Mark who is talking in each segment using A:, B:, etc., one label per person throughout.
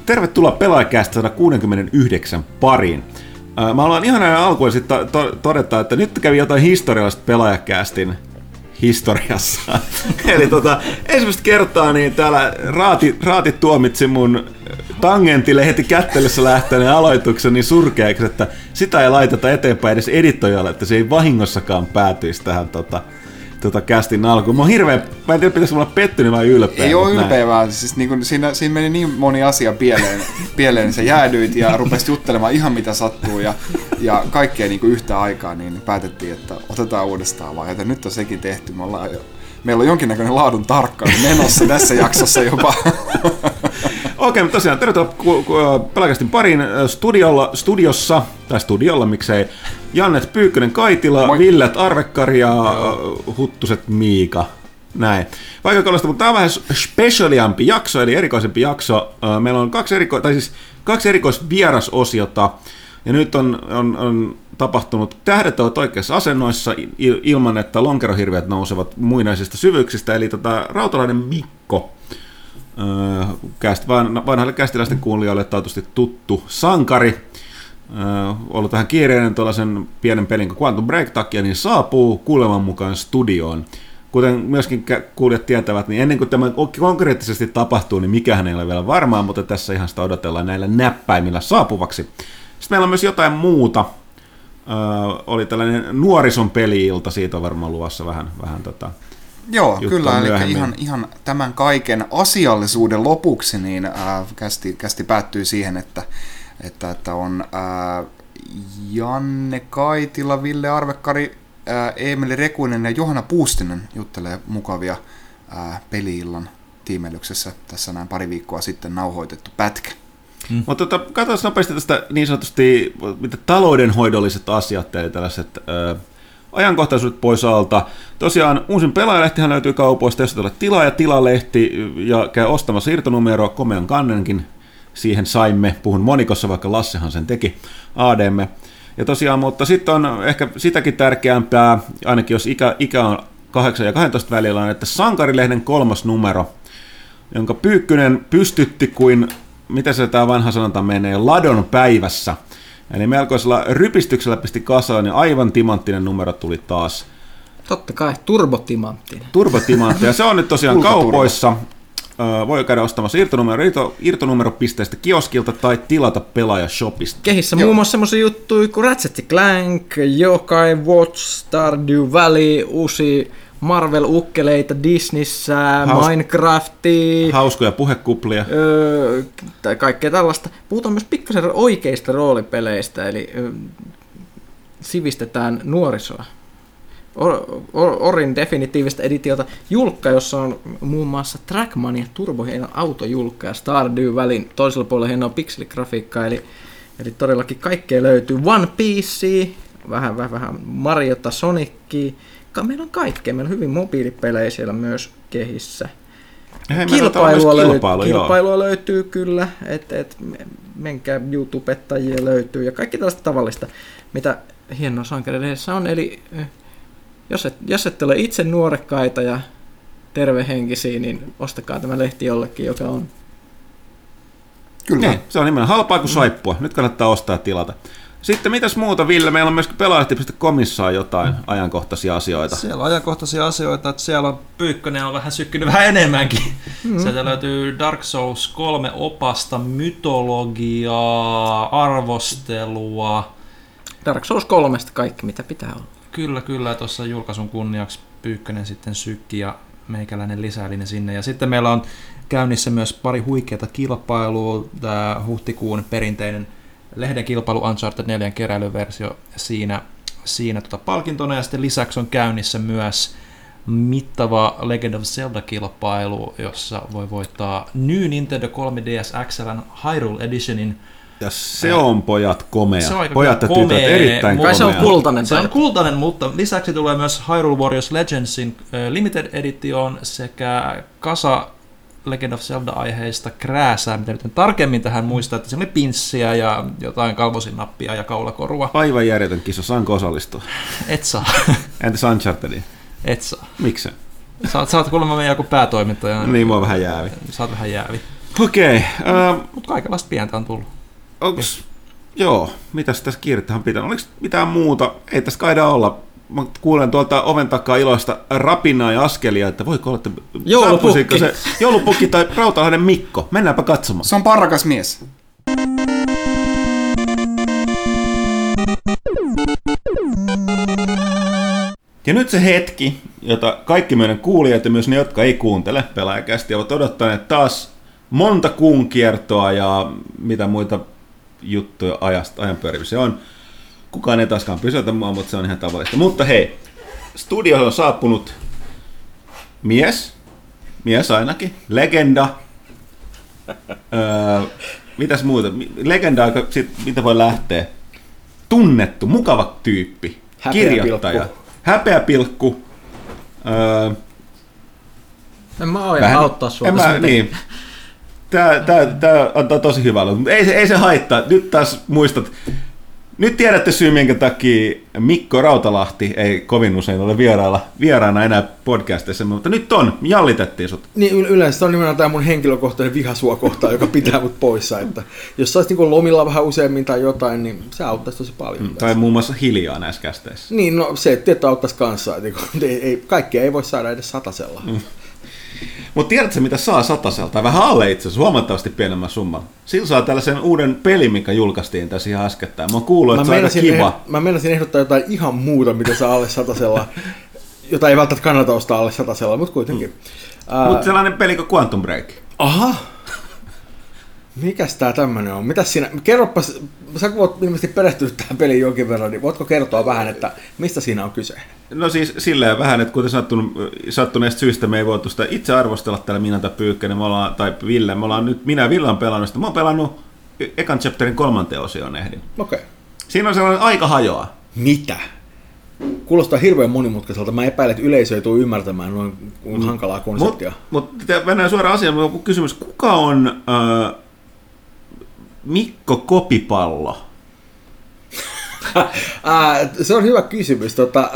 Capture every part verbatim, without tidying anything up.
A: Tervetuloa Pelaajakästä sata kuusikymmentäyhdeksän pariin. Mä haluan ihan ajan alkuun sitten to- todeta, että nyt kävi jotain historiallista Pelaajakästin historiassa. Eli tota, ensimmäistä kertaa niin täällä raati, raati tuomitsi mun tangentille heti kättelyssä lähteneen aloituksen niin surkeaksi, että sitä ei laiteta eteenpäin edes editoijalle, että se ei vahingossakaan päätyisi tähän tota, tota kästin alkuun. Mä oon hirveän, mä en tiedä pitäisikö olla pettynyt vai ylpeä.
B: Ei oo ylpeä vaan, siis niin kun siinä, siinä meni niin moni asia pieleen, pieleen niin sä jäädyit ja rupesit juttelemaan ihan mitä sattuu ja, ja kaikkea niin yhtä aikaa, niin päätettiin, että otetaan uudestaan vaan, joten nyt on sekin tehty. Me ollaan jo, meillä on jonkinnäköinen laadun tarkkailu menossa tässä jaksossa jopa.
A: Okei, mutta tosiaan tervetuloa Pelaajakästin pariin studiolla, studiossa, tai studiolla miksei, Jannet Pyykkönen Kaitila, Moi. Villet Arvekkari ja uh, Huttuset Miika. Näin. Vaikka kallista, mutta tämä on vähän specialiampi jakso, eli erikoisempi jakso. Uh, meillä on kaksi, eriko- tai siis kaksi erikoisvierasosiota, ja nyt on, on, on tapahtunut tähdet ovat oikeassa asennoissa il- ilman, että lonkerohirviöt nousevat muinaisista syvyyksistä, eli tota, Rautalainen Mikko. Vanhalle kästiläisten kuulijoille taatusti tuttu sankari, ollut vähän kiireinen tuollaisen pienen pelin kuin Quantum Break takia, niin saapuu kuuleman mukaan studioon. Kuten myöskin kuulijat tietävät, niin ennen kuin tämä konkreettisesti tapahtuu, niin mikähän ei ole vielä varmaa, mutta tässä ihan sitä odotellaan näillä näppäimillä saapuvaksi. Sitten meillä on myös jotain muuta. Oli tällainen nuorison peli-ilta, siitä on varmaan luvassa vähän, vähän tota
B: Joo, kyllä, eli ihan, ihan tämän kaiken asiallisuuden lopuksi niin äh, kästi, kästi päättyy siihen, että, että, että on äh, Janne Kaitila, Ville Arvekkari, äh, Eemeli Rekunen ja Johanna Puustinen juttelee mukavia äh, peli-illan tiimelyksessä. Tässä näin pari viikkoa sitten nauhoitettu pätkä.
A: Mm. Mutta tota, katsotaan nopeasti tästä niin sanotusti mitä taloudenhoidolliset asiat, eli tällaiset Äh, ajankohtaisuudet pois alta. Tosiaan uusin Pelaajalehtihän löytyy kaupoista, jos olet tilaa ja tilalehti ja käy ostamassa irtonumero, komean kannenkin siihen saimme. Puhun monikossa, vaikka Lassehan sen teki, A D:mme. Ja tosiaan, mutta sitten on ehkä sitäkin tärkeämpää, ainakin jos ikä, ikä on kahdeksan ja kaksitoista välillä, on, että Sankarilehden kolmas numero, jonka Pyykkönen pystytti kuin, mitä se tämä vanha sanonta menee, ladon päivässä. Eli melkoisella rypistyksellä pisti kasaan ja aivan timanttinen numero tuli taas.
C: Totta kai, turbotimanttinen.
A: Turbotimanttinen, ja se on nyt tosiaan kaupoissa. Voi käydä ostamassa irtonumero, irto, irtonumeropisteestä kioskilta tai tilata Pelaajashopista.
C: Kehissä Joo. muun muassa semmoisia juttuja kuin Ratchet Clank, Yokai Watch, Stardew Valley, uusi Marvel-ukkeleita Disneyssä, Haus- Minecraftia.
A: Hauskoja puhekuplia.
C: Öö, tai kaikkea tällaista. Puhutaan myös pikkasen oikeista roolipeleistä, eli öö, sivistetään nuorisoa. Or, or, Orin definitiivistä editiota julkka, jossa on muun muassa Trackmania Turbo, hieno autojulkka, ja Stardew Valleyn toisella puolella hienoa pikseligrafiikkaa, eli, eli todellakin kaikkea löytyy. One Piece, vähän, vähän, vähän Mariota, Sonicia. Meillä on kaikkea. Meillä on hyvin mobiilipelejä siellä myös kehissä.
A: Hei,
C: kilpailua,
A: löytyy,
C: kilpailu, kilpailua löytyy kyllä. Et, et, menkää YouTubettajia löytyy ja kaikki tällaista tavallista, mitä hienoa Sankarilehdissä on. Eli jos, et, jos ette ole itse nuorekkaita ja tervehenkisiä, niin ostakaa tämä lehti jollekin, joka on.
A: Kyllä. Niin, se on nimenomaan halpaa kuin saippua. Nyt kannattaa ostaa ja tilata. Sitten mitäs muuta, Ville? Meillä on myös pelaajalehti piste comissa jotain mm. ajankohtaisia asioita.
D: Siellä on ajankohtaisia asioita, että siellä on Pyykkönen on vähän sykkynyt vähän enemmänkin. Mm. Sieltä löytyy Dark Souls kolme opasta, mytologiaa, arvostelua.
C: Dark Souls kolmesta kaikki, mitä pitää olla.
D: Kyllä, kyllä. Tuossa julkaisun kunniaksi Pyykkönen sitten sykki ja meikäläinen lisällinen sinne. Ja sitten meillä on käynnissä myös pari huikeata kilpailua. Tämä huhtikuun perinteinen lehden kilpailu Uncharted neljä keräilyversio siinä, siinä tota palkintona, ja sitten lisäksi on käynnissä myös mittava Legend of Zelda-kilpailu, jossa voi voittaa New Nintendo kolme D S X L:n Hyrule Editionin.
A: Ja se on pojat komea.
D: Se on
A: pojat ja
D: komea,
A: tytöt erittäin komea.
C: Se on kultainen.
D: Se on kultainen, mutta lisäksi tulee myös Hyrule Warriors Legendsin Limited Edition sekä kasa Legend of Zelda-aiheista krääsää, mitä nyt tarkemmin tähän muistaa, että se oli pinssiä ja jotain kalvosinappia ja kaulakorua.
A: Aivan järjetön kisa, saanko osallistua?
D: Et saa.
A: Entäs Unchartedin?
D: Et saa.
A: Miksi?
D: Saat, saat kuulemma meidän joku päätoimittaja.
A: Niin, mua vähän jäävi.
D: Saat vähän jäävi.
A: Okei. Okay, uh,
D: Mutta kaikenlaista pientä on tullut.
A: Onks, joo, mitäs tässä kiirettähän pitää? Oliko mitään muuta? Ei tässä kaida olla. Mä kuulen tuolta oven takaa iloista rapinaa ja askelia, että voiko olla, että
C: joulupukki.
A: Se joulupukki tai Rautalainen Mikko. Mennäänpä katsomaan.
B: Se on parrakas mies.
A: Ja nyt se hetki, jota kaikki meidän kuulijat ja myös ne, jotka ei kuuntele Pelaajakästiä, ovat odottaneet taas monta kuun kiertoa ja mitä muita juttuja ajasta, ajan pyörivissä on. Kukaan ei taaskaan pysäytä mua, mutta se on ihan tavallista. Mutta hei, studioon on saapunut mies, mies ainakin, legenda, öö, mitäs muuta, legenda, sit, mitä voi lähteä, tunnettu, mukava tyyppi, kirjoittaja, häpeäpilkku, öö,
C: en mä aina auttaa sua.
A: En mä, niin. Tää, tää, tää antaa tosi hyvää, mutta ei, ei se haittaa, nyt taas muistat. Nyt tiedätte syy, minkä takia Mikko Rautalahti ei kovin usein ole vierailla, vieraana enää podcastissa, mutta nyt on, jallitettiin sut.
E: Niin yleensä se on nimenomaan tämä mun henkilökohtainen viha sua kohtaan, joka pitää mut poissa. Että jos sä olisit niin lomilla vähän useammin tai jotain, niin se auttaisi tosi paljon.
A: Mm, tai muun muassa hiljaa näissä kästeissä.
E: Niin, no se tietää auttaisi kanssa. Että ei, ei, kaikkea ei voi saada edes satasella. Mm.
A: Mutta tiedätkö, mitä saa sataselta? Tai vähän alle itse asiassa, huomattavasti pienemmän summan. Sillä saa tällaisen uuden pelin, mikä julkaistiin tässä ihan äskettäin. Mä oon kuullut, että se on aika kiva.
E: Ehd- mä meinasin ehdottaa jotain ihan muuta, mitä saa alle satasella, jota ei välttämättä kannata ostaa alle satasella, mutta kuitenkin.
A: Mm. Uh, mutta sellainen peli kuin Quantum Break.
E: Aha! Mikäs tää tämmönen on? Mitäs siinä? Kerropas, sä kun oot ilmeisesti perehtynyt tähän peliin jonkin verran, niin voitko kertoa vähän, että mistä siinä on kyse?
A: No siis silleen vähän, että kuten sattuneesta syystä me ei voitu sitä itse arvostella täällä minä tai Pyykkönen, me ollaan, tai Ville, me ollaan nyt, minä ja Ville on pelannut sitä, mä oon pelannut ekan chapterin kolmanteen osioon ehdin.
E: Okei. Okay.
A: Siinä on sellainen aika hajoaa.
E: Mitä? Kuulostaa hirveän monimutkaiselta. Mä epäilen, että yleisö ei tule ymmärtämään noin mm. hankalaa konseptia.
A: Mutta mut, mennään suoraan asiaan, mutta kysymys, kuka on äh, Mikko Kopipallo?
E: Se on hyvä kysymys. Tota,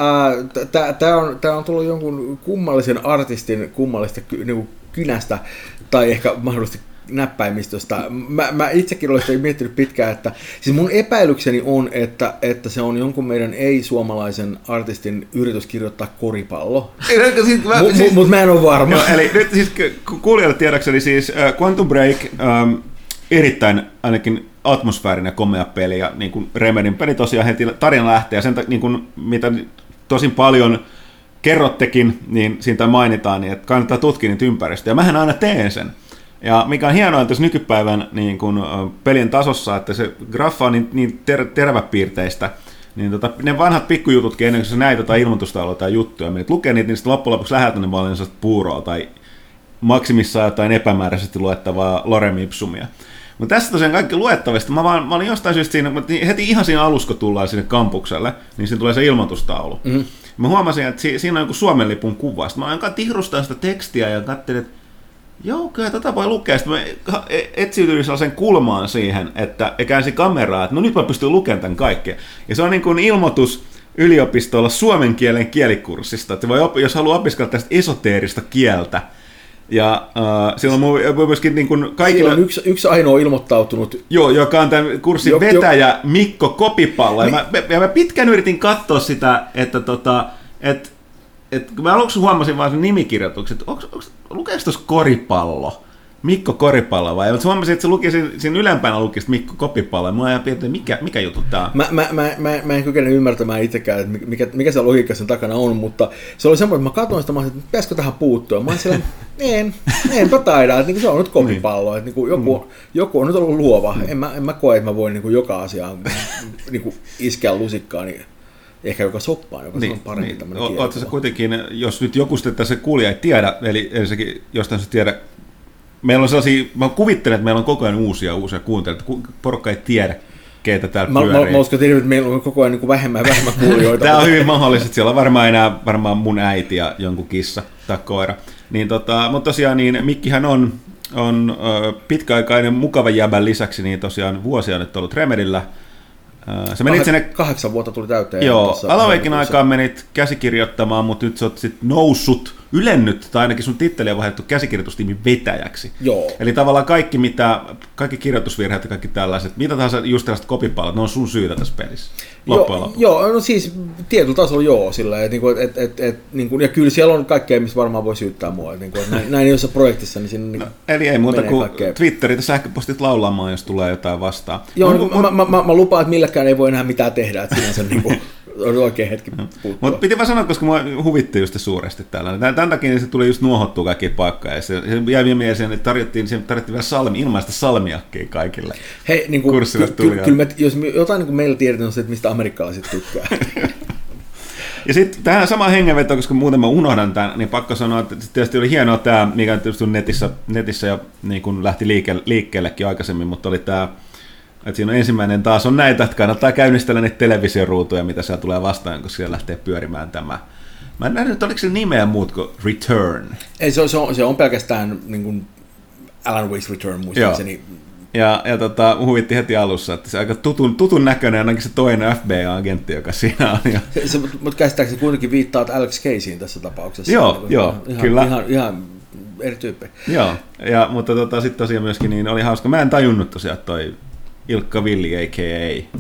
E: Tämä on, on tullut jonkun kummallisen artistin kummallista niin kynästä tai ehkä mahdollisesti näppäimistöstä. Mä, mä itsekin olen sitä miettinyt pitkään, että siis mun epäilykseni on, että, että se on jonkun meidän ei-suomalaisen artistin yritys kirjoittaa koripallo. Mutta siis, mut mä en ole varma.
A: Joo, eli nyt siis kuulijalle tiedokseni siis uh, Quantum Break, um, erittäin ainakin atmosfäärinen komea peli, ja niin kuin Remedin peli tosiaan heti tarina lähtee, ja sen niin kuin, mitä tosin paljon kerrottekin, niin siitä mainitaan, niin että kannattaa tutkia niitä ympäristöjä. Ja mähän aina teen sen. Ja mikä on hienoa, että jos nykypäivän niin kun, pelin tasossa, että se graffa on niin, niin ter- terväpiirteistä, niin tota, ne vanhat pikkujututkin, ennen kuin sä näit jotain ilmoitustaulua tai juttuja, menit lukee niitä, niin sitten loppujen lopuksi lähdetään ne vaan puuroa tai maksimissaan jotain epämääräisesti luettavaa lorem ipsumia. Mutta tässä tosiaan kaikki luettavista. Mä, vaan, mä olin jostain syystä siinä, heti ihan siinä alussa, kun tullaan sinne kampukselle, niin siinä tulee se ilmoitustaulu. Mm-hmm. Mä huomasin, että si- siinä on joku Suomen lipun kuva. Sitten mä aloin tihrustaa sitä tekstiä ja katselin, että joo, kyllä tätä voi lukea. Sitten mä etsiytyin sellaisen kulmaan siihen, että käänsin kameraa, että no nyt mä pystyn lukemaan tämän kaikkea. Ja se on niin kuin ilmoitus yliopistolla suomen kielen kielikurssista, että voi, jos haluaa opiskella tästä esoteerista kieltä. Ja uh, silloin mun myöskin niin kuin kaikilla...
E: on yksi, yksi ainoa ilmoittautunut...
A: Joo, joka on tämän kurssin jo, vetäjä jo... Mikko Kopipallo. Ja, mä, ja mä pitkään yritin katsoa sitä, että tota... Et, et, kun mä aluksi huomasin vaan sen nimikirjoitukset, lukeeko tuossa koripallo? Mikko Koripallo vai? Mutta huomasin, että se luki siinä, siinä ylempänä luki Mikko Kopipallo. Ja mä ajan että mikä, mikä juttu tää on?
E: Mä, mä, mä, mä, mä en kykene ymmärtämään itsekään, että mikä, mikä se logiikka sen takana on, mutta se oli semmoinen, että mä katsoin sitä, mä olin, että pitäisikö tähän puuttua. Mä olin siellä, en, enpä taida, että se on nyt kopipallo, että joku, joku on nyt ollut luova. En mä, en mä koe, että mä voin niin joka asiaan niin iskeä lusikkaan. Niin ehkä joka soppaan, joka niin, on paremmin niin. tämmöinen kielikuva.
A: Oletko se kuitenkin, jos nyt joku sitten tässä kuulija ei tiedä, eli ensinnäkin jostain se tiedä, meillä on sellaisia, mä kuvittelen, että meillä on koko ajan uusia uusia kuuntelijoita, porukka ei tiedä, keitä täällä
E: mä,
A: pyörii.
E: Mä, mä uskon, että meillä on koko ajan niin kuin vähemmän ja vähemmän kuulijoita.
A: Tämä on hyvin mahdollista, siellä on varmaan enää varmaan mun äiti ja jonkun kissa tai koira. Niin tota, mutta tosiaan niin Mikkihän on, on ö, pitkäaikainen mukava jäbän lisäksi, niin tosiaan vuosia nyt ollut Remedillä.
E: Se menit sinne... Kahdeksan vuotta tuli täyteen.
A: Joo, Alaveikin aikaan menit käsikirjoittamaan, mutta nyt sä oot sit noussut ylennyt, tai ainakin sun titteli on vaihdettu käsikirjoitustiimin vetäjäksi.
E: Joo.
A: Eli tavallaan kaikki, mitä, kaikki kirjoitusvirheet ja kaikki tällaiset, mitä tahansa just tällaiset kopipallat, ne on sun syytä tässä pelissä.
E: Joo, joo, no siis tietyllä tasolla joo, sillä että, et, et, et, niin ja kyllä siellä on kaikkea, mistä varmaan voi syyttää mua, että, että näin, näin jossain projektissa, niin siinä niin
A: no, eli ei muuta kuin
E: kaikkea.
A: Twitterit ja sähköpostit laulamaan, jos tulee jotain vastaan.
E: Joo, on, on, mä, mä, mä, mä lupaan, että milläkään ei voi enää mitään tehdä, että sinänsä niin kuin, on oikein hetki puuttua.
A: Mutta piti vaan sanoa, koska mua huvitti just suuresti tällainen. Tämän, tämän takia se tuli just nuohottua kaikkiin paikkaan, ja se, se jäi mieleen, että tarjottiin, se tarjottiin vielä salmi, ilmaista salmiakkia kaikille.
E: Hei, niin kuin, ky- ky- kyllä me, jos me, jotain niin kuin meillä tiedetään, on se, että mistä amerikkalaiset tykkää.
A: Ja sitten tähän samaan hengenvetoon, koska muuten mä unohdan tämän, niin pakko sanoa, että tietysti oli hienoa tämä, mikä tietysti netissä, netissä jo niin kuin lähti liike, liikkeellekin aikaisemmin, mutta oli tämä, että siinä on ensimmäinen taas on näitä, että kannattaa käynnistellä niitä televisioruutuja, mitä siellä tulee vastaan, koska siellä lähtee pyörimään tämä. Mä en nähnyt, että oliko se nimeä muut kuin Return.
E: Ei, se on, se on, se on pelkästään niin kuin Alan Wake's Return, muistaakseni.
A: Ja, ja tota, huvitti heti alussa, että se aika tutun, tutun näköinen, ainakin se toinen F B I-agentti, joka siinä on. Ja...
E: Se, se, mutta käsittääkseni kuitenkin viittaat Alex Caseyin tässä tapauksessa.
A: Joo,
E: niin,
A: joo,
E: ihan,
A: kyllä.
E: Ihan, ihan eri tyyppi.
A: Joo, ja, mutta tota, sitten tosiaan myöskin niin oli hauska. Mä en tajunnut tosiaan, että toi Ilkka Villi, a k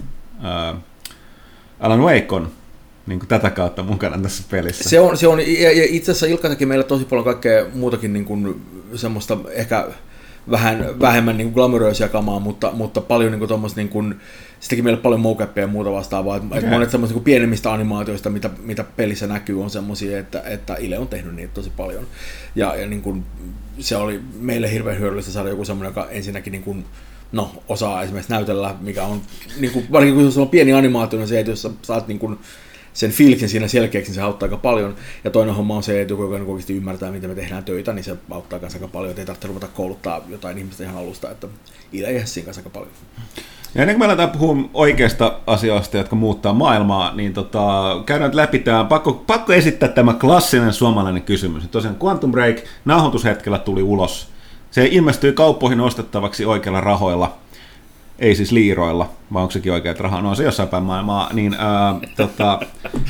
A: a. Uh, Alan Wake on niin kuin tätä kautta mukana tässä pelissä.
E: Se on, se on ja, ja itse asiassa Ilkka teki meille tosi paljon kaikkea muutakin niin kuin semmoista ehkä vähän vähemmän niin glamoureisia kamaa, mutta, mutta paljon niin kuin tommoista, niin kuin, se teki meille paljon mocapia ja muuta vastaavaa. Okay. Että monet semmoista niin pienemmistä animaatioista, mitä, mitä pelissä näkyy, on semmoisia, että, että Ile on tehnyt niitä tosi paljon. Ja, ja niin kuin, se oli meille hirveän hyödyllistä saada joku semmoinen, joka ensinnäkin niin kuin, no, osaa esimerkiksi näytellä, mikä on, niin kuin, varsinkin kun se on pieni animaatio, niin se, että jos sä saat niin kuin, sen fiiliksen siinä selkeäksi, niin se auttaa aika paljon. Ja toinen homma on se, että joku, joka oikeasti ymmärtää, miten me tehdään töitä, niin se auttaa kanssa aika paljon. Et ei tarvitse ruveta kouluttaa jotain ihmistä ihan alusta, että Ile jää siinä kanssa aika paljon.
A: Ja ennen kuin me aletaan puhua oikeista asioista, jotka muuttaa maailmaa, niin tota, käydään läpi tämä. Pakko, pakko esittää tämä klassinen suomalainen kysymys. Tosiaan Quantum Break nauhoitushetkellä tuli ulos. Se ilmestyi kauppoihin ostettavaksi oikeilla rahoilla. Ei siis liiroilla, vaan onko sekin oikeat rahaa, no se jossain päin maailmaa, niin ää, tota,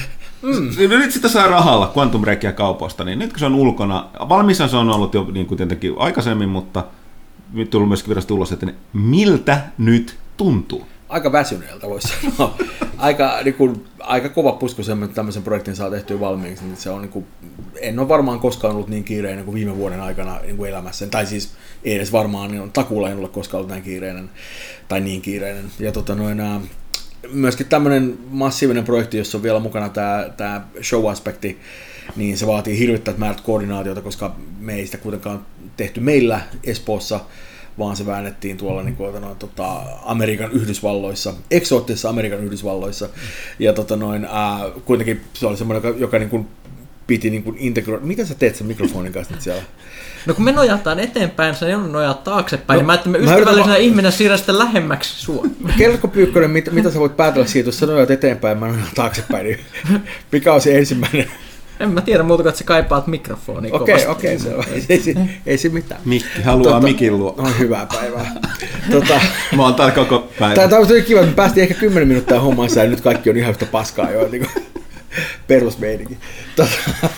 A: mm. nyt sitä saa rahalla Quantum Breakia kaupoista, niin nyt kun se on ulkona, valmiissa se on ollut jo niin kuin tietenkin aikaisemmin, mutta nyt tullut myöskin virasta ulos, että miltä nyt tuntuu?
E: Aika väsyneeltä voisi sanoa. Aika, niin kuin, aika kova pusku semmoinen, että tämmöisen projektin saa tehtyä valmiiksi. Niin se on, niin kuin, en ole varmaan koskaan ollut niin kiireinen kuin viime vuoden aikana niin kuin elämässä. Tai siis ei edes varmaan, niin on takuulla en ole koskaan ollut näin kiireinen tai niin kiireinen. Ja tota, noin, ää, myöskin tämmöinen massiivinen projekti, jossa on vielä mukana tämä, tämä show-aspekti, niin se vaatii hirvittävät määrät koordinaatiota, koska me ei sitä kuitenkaan tehty meillä Espoossa, vaan se väännettiin tuolla niin kuin, noin, tota, Amerikan Yhdysvalloissa, eksoottisessa Amerikan Yhdysvalloissa. Ja tota, noin, ää, kuitenkin se oli semmoinen, joka, joka niin kuin, piti niin integroida. Mitä sä teet sen mikrofonin kanssa nyt siellä?
C: No kun me nojataan eteenpäin, se on nojaa taaksepäin, no, niin mä ajattelin, että
E: mä
C: ystävällisenä
E: yritän...
C: ihminen siirrä sitten lähemmäksi sua.
E: Kerrotko Pyykkönen, mitä, mitä sä voit päätellä siitä, jos sä nojat eteenpäin, mä nojaan taaksepäin, niin mikä on se ensimmäinen?
C: En mä tiedä muuta kuin, että sä kaipaat mikrofonia
E: kovasti. Okei, okei, se on. Ei, ei, ei se mitään.
A: Mikki haluaa tota, Mikin luo.
E: No hyvää päivää. tota,
A: mä oon täällä koko päivä.
E: Tämä on kiva, että me päästiin ehkä kymmenen minuuttia hommassa ja nyt kaikki on ihan yhtä paskaa jo. Niin perusmeininki. Tota,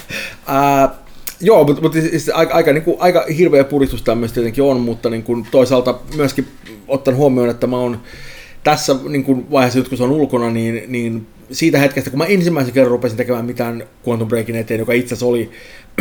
E: ää, joo, mutta, mutta siis aika, aika, niin kuin, aika hirveä puristus tämmöistä tietenkin on, mutta niin kuin, toisaalta myöskin ottan huomioon, että mä oon tässä niin kuin vaiheessa, nyt kun se on ulkona, niin, niin siitä hetkestä, kun mä ensimmäisen kerran rupesin tekemään mitään Quantum Breakin eteen, joka itse asiassa oli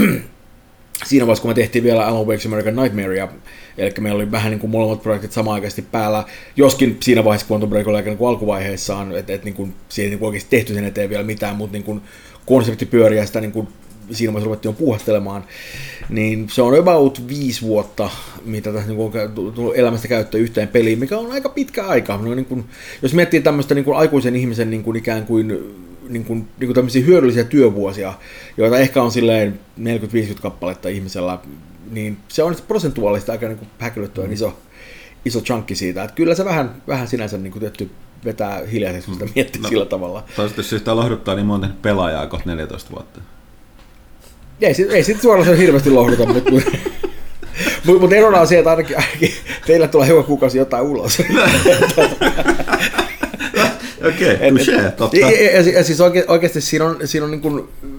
E: siinä vaiheessa, kun me tehtiin vielä Alan Wake's American Nightmarea, eli meillä oli vähän niin kuin molemmat projektit samaaikaisesti päällä, joskin siinä vaiheessa Quantum Break oli aika niin kuin alkuvaiheessaan, että et, niin kuin, siihen ei niin kuin oikeasti tehty sen eteen vielä mitään, mutta niin kuin konsepti pyöri ja sitä niin kuin siinä vaiheessa ruvettiin puuhastelemaan, niin se on about viisi vuotta, mitä tässä niin on tullut elämästä käyttöön yhteen peliin, mikä on aika pitkä aika. No, niin kuin, jos miettii tämmöistä niin kuin aikuisen ihmisen niin kuin ikään kuin, niin kuin, niin kuin tämmöisiä hyödyllisiä työvuosia, joita ehkä on silleen neljäkymmentä viisikymmentä kappaletta ihmisellä, niin se on prosentuaalisesti aika niin kuin häkellyttävän iso, iso chunki siitä. Että kyllä se vähän, vähän sinänsä niin kuin tietty vetää hiljaiseksi, kun sitä miettii no, sillä tavalla.
A: Toivottavasti jos sitä lohduttaa, niin mä oon tehnyt pelaajaa kohta neljätoista vuotta.
E: Ei, ei sitten suoraan hirveästi lohduta, mutta mut, mut erona on se, että ainakin, ainakin teillä tulee joka kuukausi jotain ulos.
A: Okei, touché, totta.
E: Ja, ja, ja siis oike, oikeasti siinä on, siinä on niin kuin,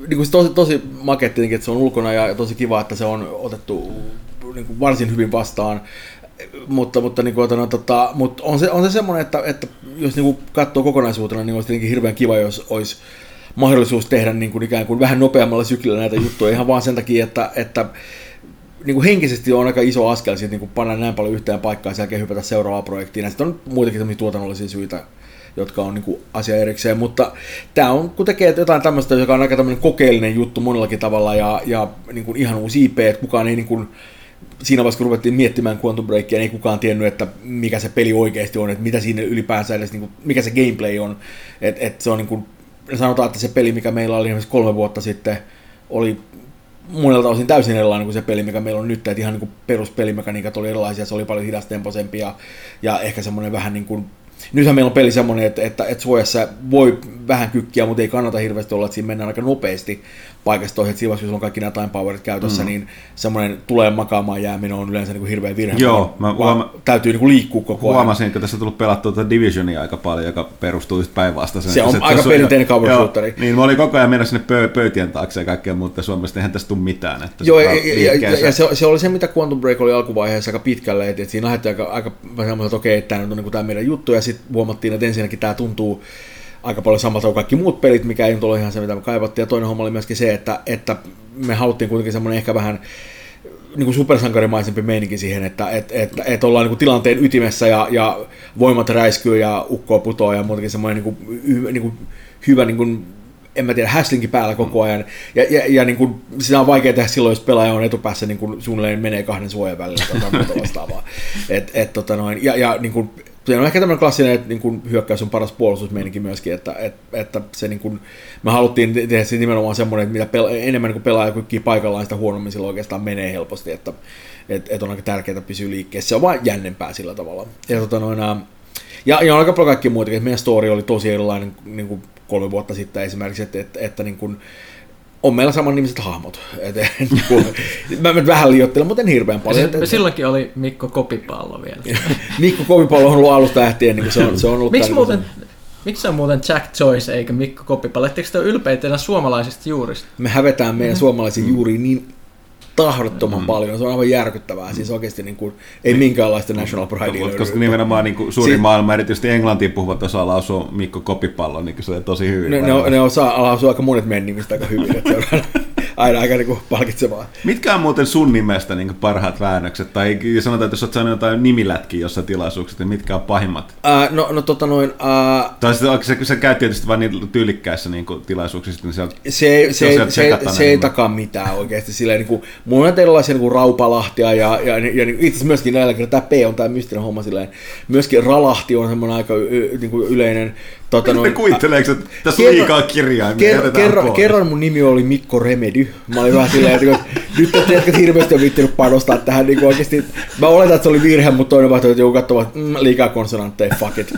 E: niin kuin tosi, tosi makea tietenkin, että se on ulkona ja tosi kiva, että se on otettu niin kuin varsin hyvin vastaan. Mutta, mutta, niin kuin, tota, mutta on, se, on se semmoinen, että, että jos niin kuin katsoo kokonaisuutena, niin olisi tietenkin hirveän kiva, jos olisi mahdollisuus tehdä niin kuin ikään kuin vähän nopeammalla syklillä näitä juttuja, ihan vaan sen takia, että, että niin kuin henkisesti on aika iso askel siitä niin kuin panna näin paljon yhteen paikkaan ja sen jälkeen hypätä seuraavaan projektiin. Ja sitten on muitakin tuotannollisia syitä, jotka on niin kuin asia erikseen, mutta tämä on, kun tekee jotain tämmöistä, joka on aika tämmöinen kokeellinen juttu monellakin tavalla ja, ja niin kuin ihan uusi I P, että kukaan ei niin kuin, siinä vaiheessa, kun ruvettiin miettimään Quantum Breakia, niin ei kukaan tiennyt, että mikä se peli oikeasti on, että mitä siinä ylipäänsä edes, niin kuin, mikä se gameplay on, että et se on niin kuin, sanotaan, että se peli, mikä meillä oli esimerkiksi kolme vuotta sitten, oli monelta osin täysin erilainen kuin se peli, mikä meillä on nyt, että ihan niin kuin peruspelimekaniikat oli erilaisia, se oli paljon hidastempoisempi ja, ja ehkä semmoinen vähän niin kuin, nythän meillä on peli semmoinen, että, että, että suojassa voi vähän kykkiä, mutta ei kannata hirveästi olla, että siinä mennään aika nopeasti paikasta toiseen, että siinä vaiheessa, jos on kaikki nämä time powerit käytössä, mm. niin semmoinen tulee makaamaan jääminen on yleensä niin kuin hirveän virhe.
A: Joo, mä huoma-
E: täytyy niin kuin liikkua koko ajan.
A: Huomasin, että tässä on tullut pelattua tuota Divisionia aika paljon, joka perustuu päinvastaisen.
E: Se on se, aika perinteinen cover shooteri.
A: Niin, mä olin koko ajan mennä sinne pö- pöytien taakse ja kaikkea, mutta Suomesta eihän tästä tule mitään. Että
E: joo, ja, ja, ja, ja se, se oli se, mitä Quantum Break oli alkuvaiheessa aika pitkälle, että, että siinä lähdettiin aika, aika semmoiselta, että okei, tämä on niin tämä meidän juttu, ja sitten huomattiin, että ensinnäkin tämä tuntuu aika paljon samalta kuin kaikki muut pelit, mikä ei nyt ole ihan se, mitä me kaivattiin. Ja toinen homma oli myöskin se, että, että me haluttiin kuitenkin semmoinen ehkä vähän niin kuin supersankarimaisempi meininki siihen, että et, et, et ollaan niin kuin tilanteen ytimessä ja, ja voimat räiskyy ja ukkoa putoaa ja muutenkin semmoinen niin kuin, hy, niin kuin, hyvä, niin kuin, en mä tiedä, häslinki päällä koko ajan. Ja, ja, ja niin kuin, sitä on vaikea tehdä silloin, jos pelaaja on etupäässä niin kuin suunnilleen menee kahden suojan välillä tai muuta vastaavaa. Et, et, tota noin, ja, ja niin kuin, se on ehkä tämmöinen klassinen, että niin kuin hyökkäys on paras puolustusmeininki myöskin, että, että, että se niin kuin, me haluttiin tehdä se nimenomaan semmoinen, että mitä pela, enemmän niin kuin pelaaja kykkii paikallaan, sitä huonommin sillä oikeastaan menee helposti, että, että, että on aika tärkeää pysyä liikkeessä. Se on vaan jännempää sillä tavalla. Ja, tota noin, ja, ja on aika paljon kaikkia muitakin, että meidän story oli tosi erilainen niin kuin kolme vuotta sitten esimerkiksi, että, että, että niin kuin, on meillä samannimiset hahmot. Et, et, niin mä nyt vähän liioittelen, mutta en hirveän paljon.
C: Et, et, silloinkin oli Mikko Kopipallo vielä.
E: Mikko Kopipallo on ollut alusta lähtien, niin se on, se on ollut...
C: Miksi muuten, miksi se on muuten Jack Joyce eikä Mikko Kopipallo? Etteikö te ole ylpeitä suomalaisista juurista?
E: Me hävetään meidän mm-hmm. suomalaisia juuria niin tahdottoman mm. paljon. Se on aivan järkyttävää. Siis oikeasti niin kuin, ei minkäänlaista national pridea löydy.
A: Koska nimenomaan niin kuin suuri si- maailma, erityisesti englantiin puhuvat osaa lausua Mikko Kopipallo, niin se on tosi hyvin.
E: Ne, ne, ne osaa lausua aika monet meidän nimistä aika hyvin. Että se on aina aika niin kuin palkitsevaa.
A: Mitkä on muuten sun nimestä niin kuin parhaat väännökset? Tai sanotaan, että jos olet sanonut jotain nimilätkiä jossain tilaisuuksessa, niin mitkä on pahimmat?
E: Uh, no, no tota noin... Uh,
A: tai sitten se käy tietysti vain niin tyylikkäissä niin kuin tilaisuuksissa, niin sieltä,
E: se, se, se, se, se ei takaa mitään oikeasti. Silleen, niin kuin, mulla on erilaisia niin kuin Raupalahtia ja, ja, ja, ja itse asiassa myöskin näillä kertaa tämä P on tämä mystinen homma silleen. Myöskin Ralahti on semmoinen aika y, niin kuin yleinen. Tota,
A: noin, kuvitteleeko, että tässä on liikaa kirjaimia?
E: Ker, kerran, kerran mun nimi oli Mikko Remedy. Mä olin vähän silleen, että nyt te jätkät hirveästi on viittinyt panostaa tähän. Niin oikeasti, mä oletan, että se oli virhe, mutta toinen vaihtoehto, että joku katsoo, että mm, liikaa konsonantteja, fuck it.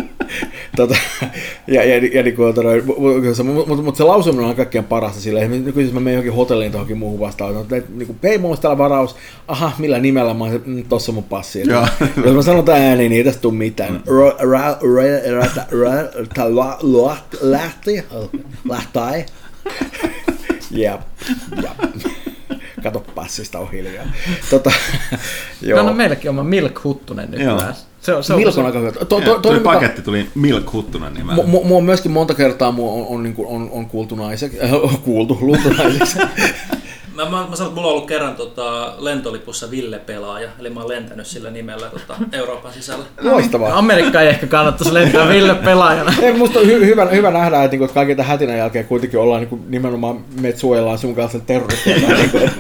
E: tota, ja ja, ja niin kuin, mutta mut, mut se lausuminen on kaikkein parasta silleen. Nykyisin jos mä menen johonkin hotelliin tai johonkin muuhun vastaan, että niin kuin, hei, mulla olisi täällä varaus. Aha, millä nimellä? Mä olisin, mm, tossa on mun passi. Jos mä sanon tää ääniin, niin ei tästä tule mitään. Lähti, lähtäi. Ja, ja. Kato passista on hiljaa. Tota,
C: joo. No, no meilläkin on Milk Huttunen nykyään. Se on, se on,
E: Milk on aika hyvä. To, to,
A: to, to, paketti tuli Milk Huttunen nimellä.
E: Mua mu, myöskin monta kertaa mua on, on, on, on, on kuultu naiseksi, äh, kuultu, luultu naiseksi.
F: Mä, mä, mä sanon, että mulla on ollut kerran tota, lentolipussa Ville-pelaaja, eli mä oon lentänyt sillä nimellä tota, Euroopan sisällä.
E: Loistavaa.
C: Amerikka ei ehkä kannattaisi lentää Ville-pelaajana.
E: Ei, musta on hy- hyvä, hyvä nähdä, että, että kaiken tämän hätinän jälkeen kuitenkin ollaan niin kuin, nimenomaan meitä suojellaan sun kanssa terroristeilta.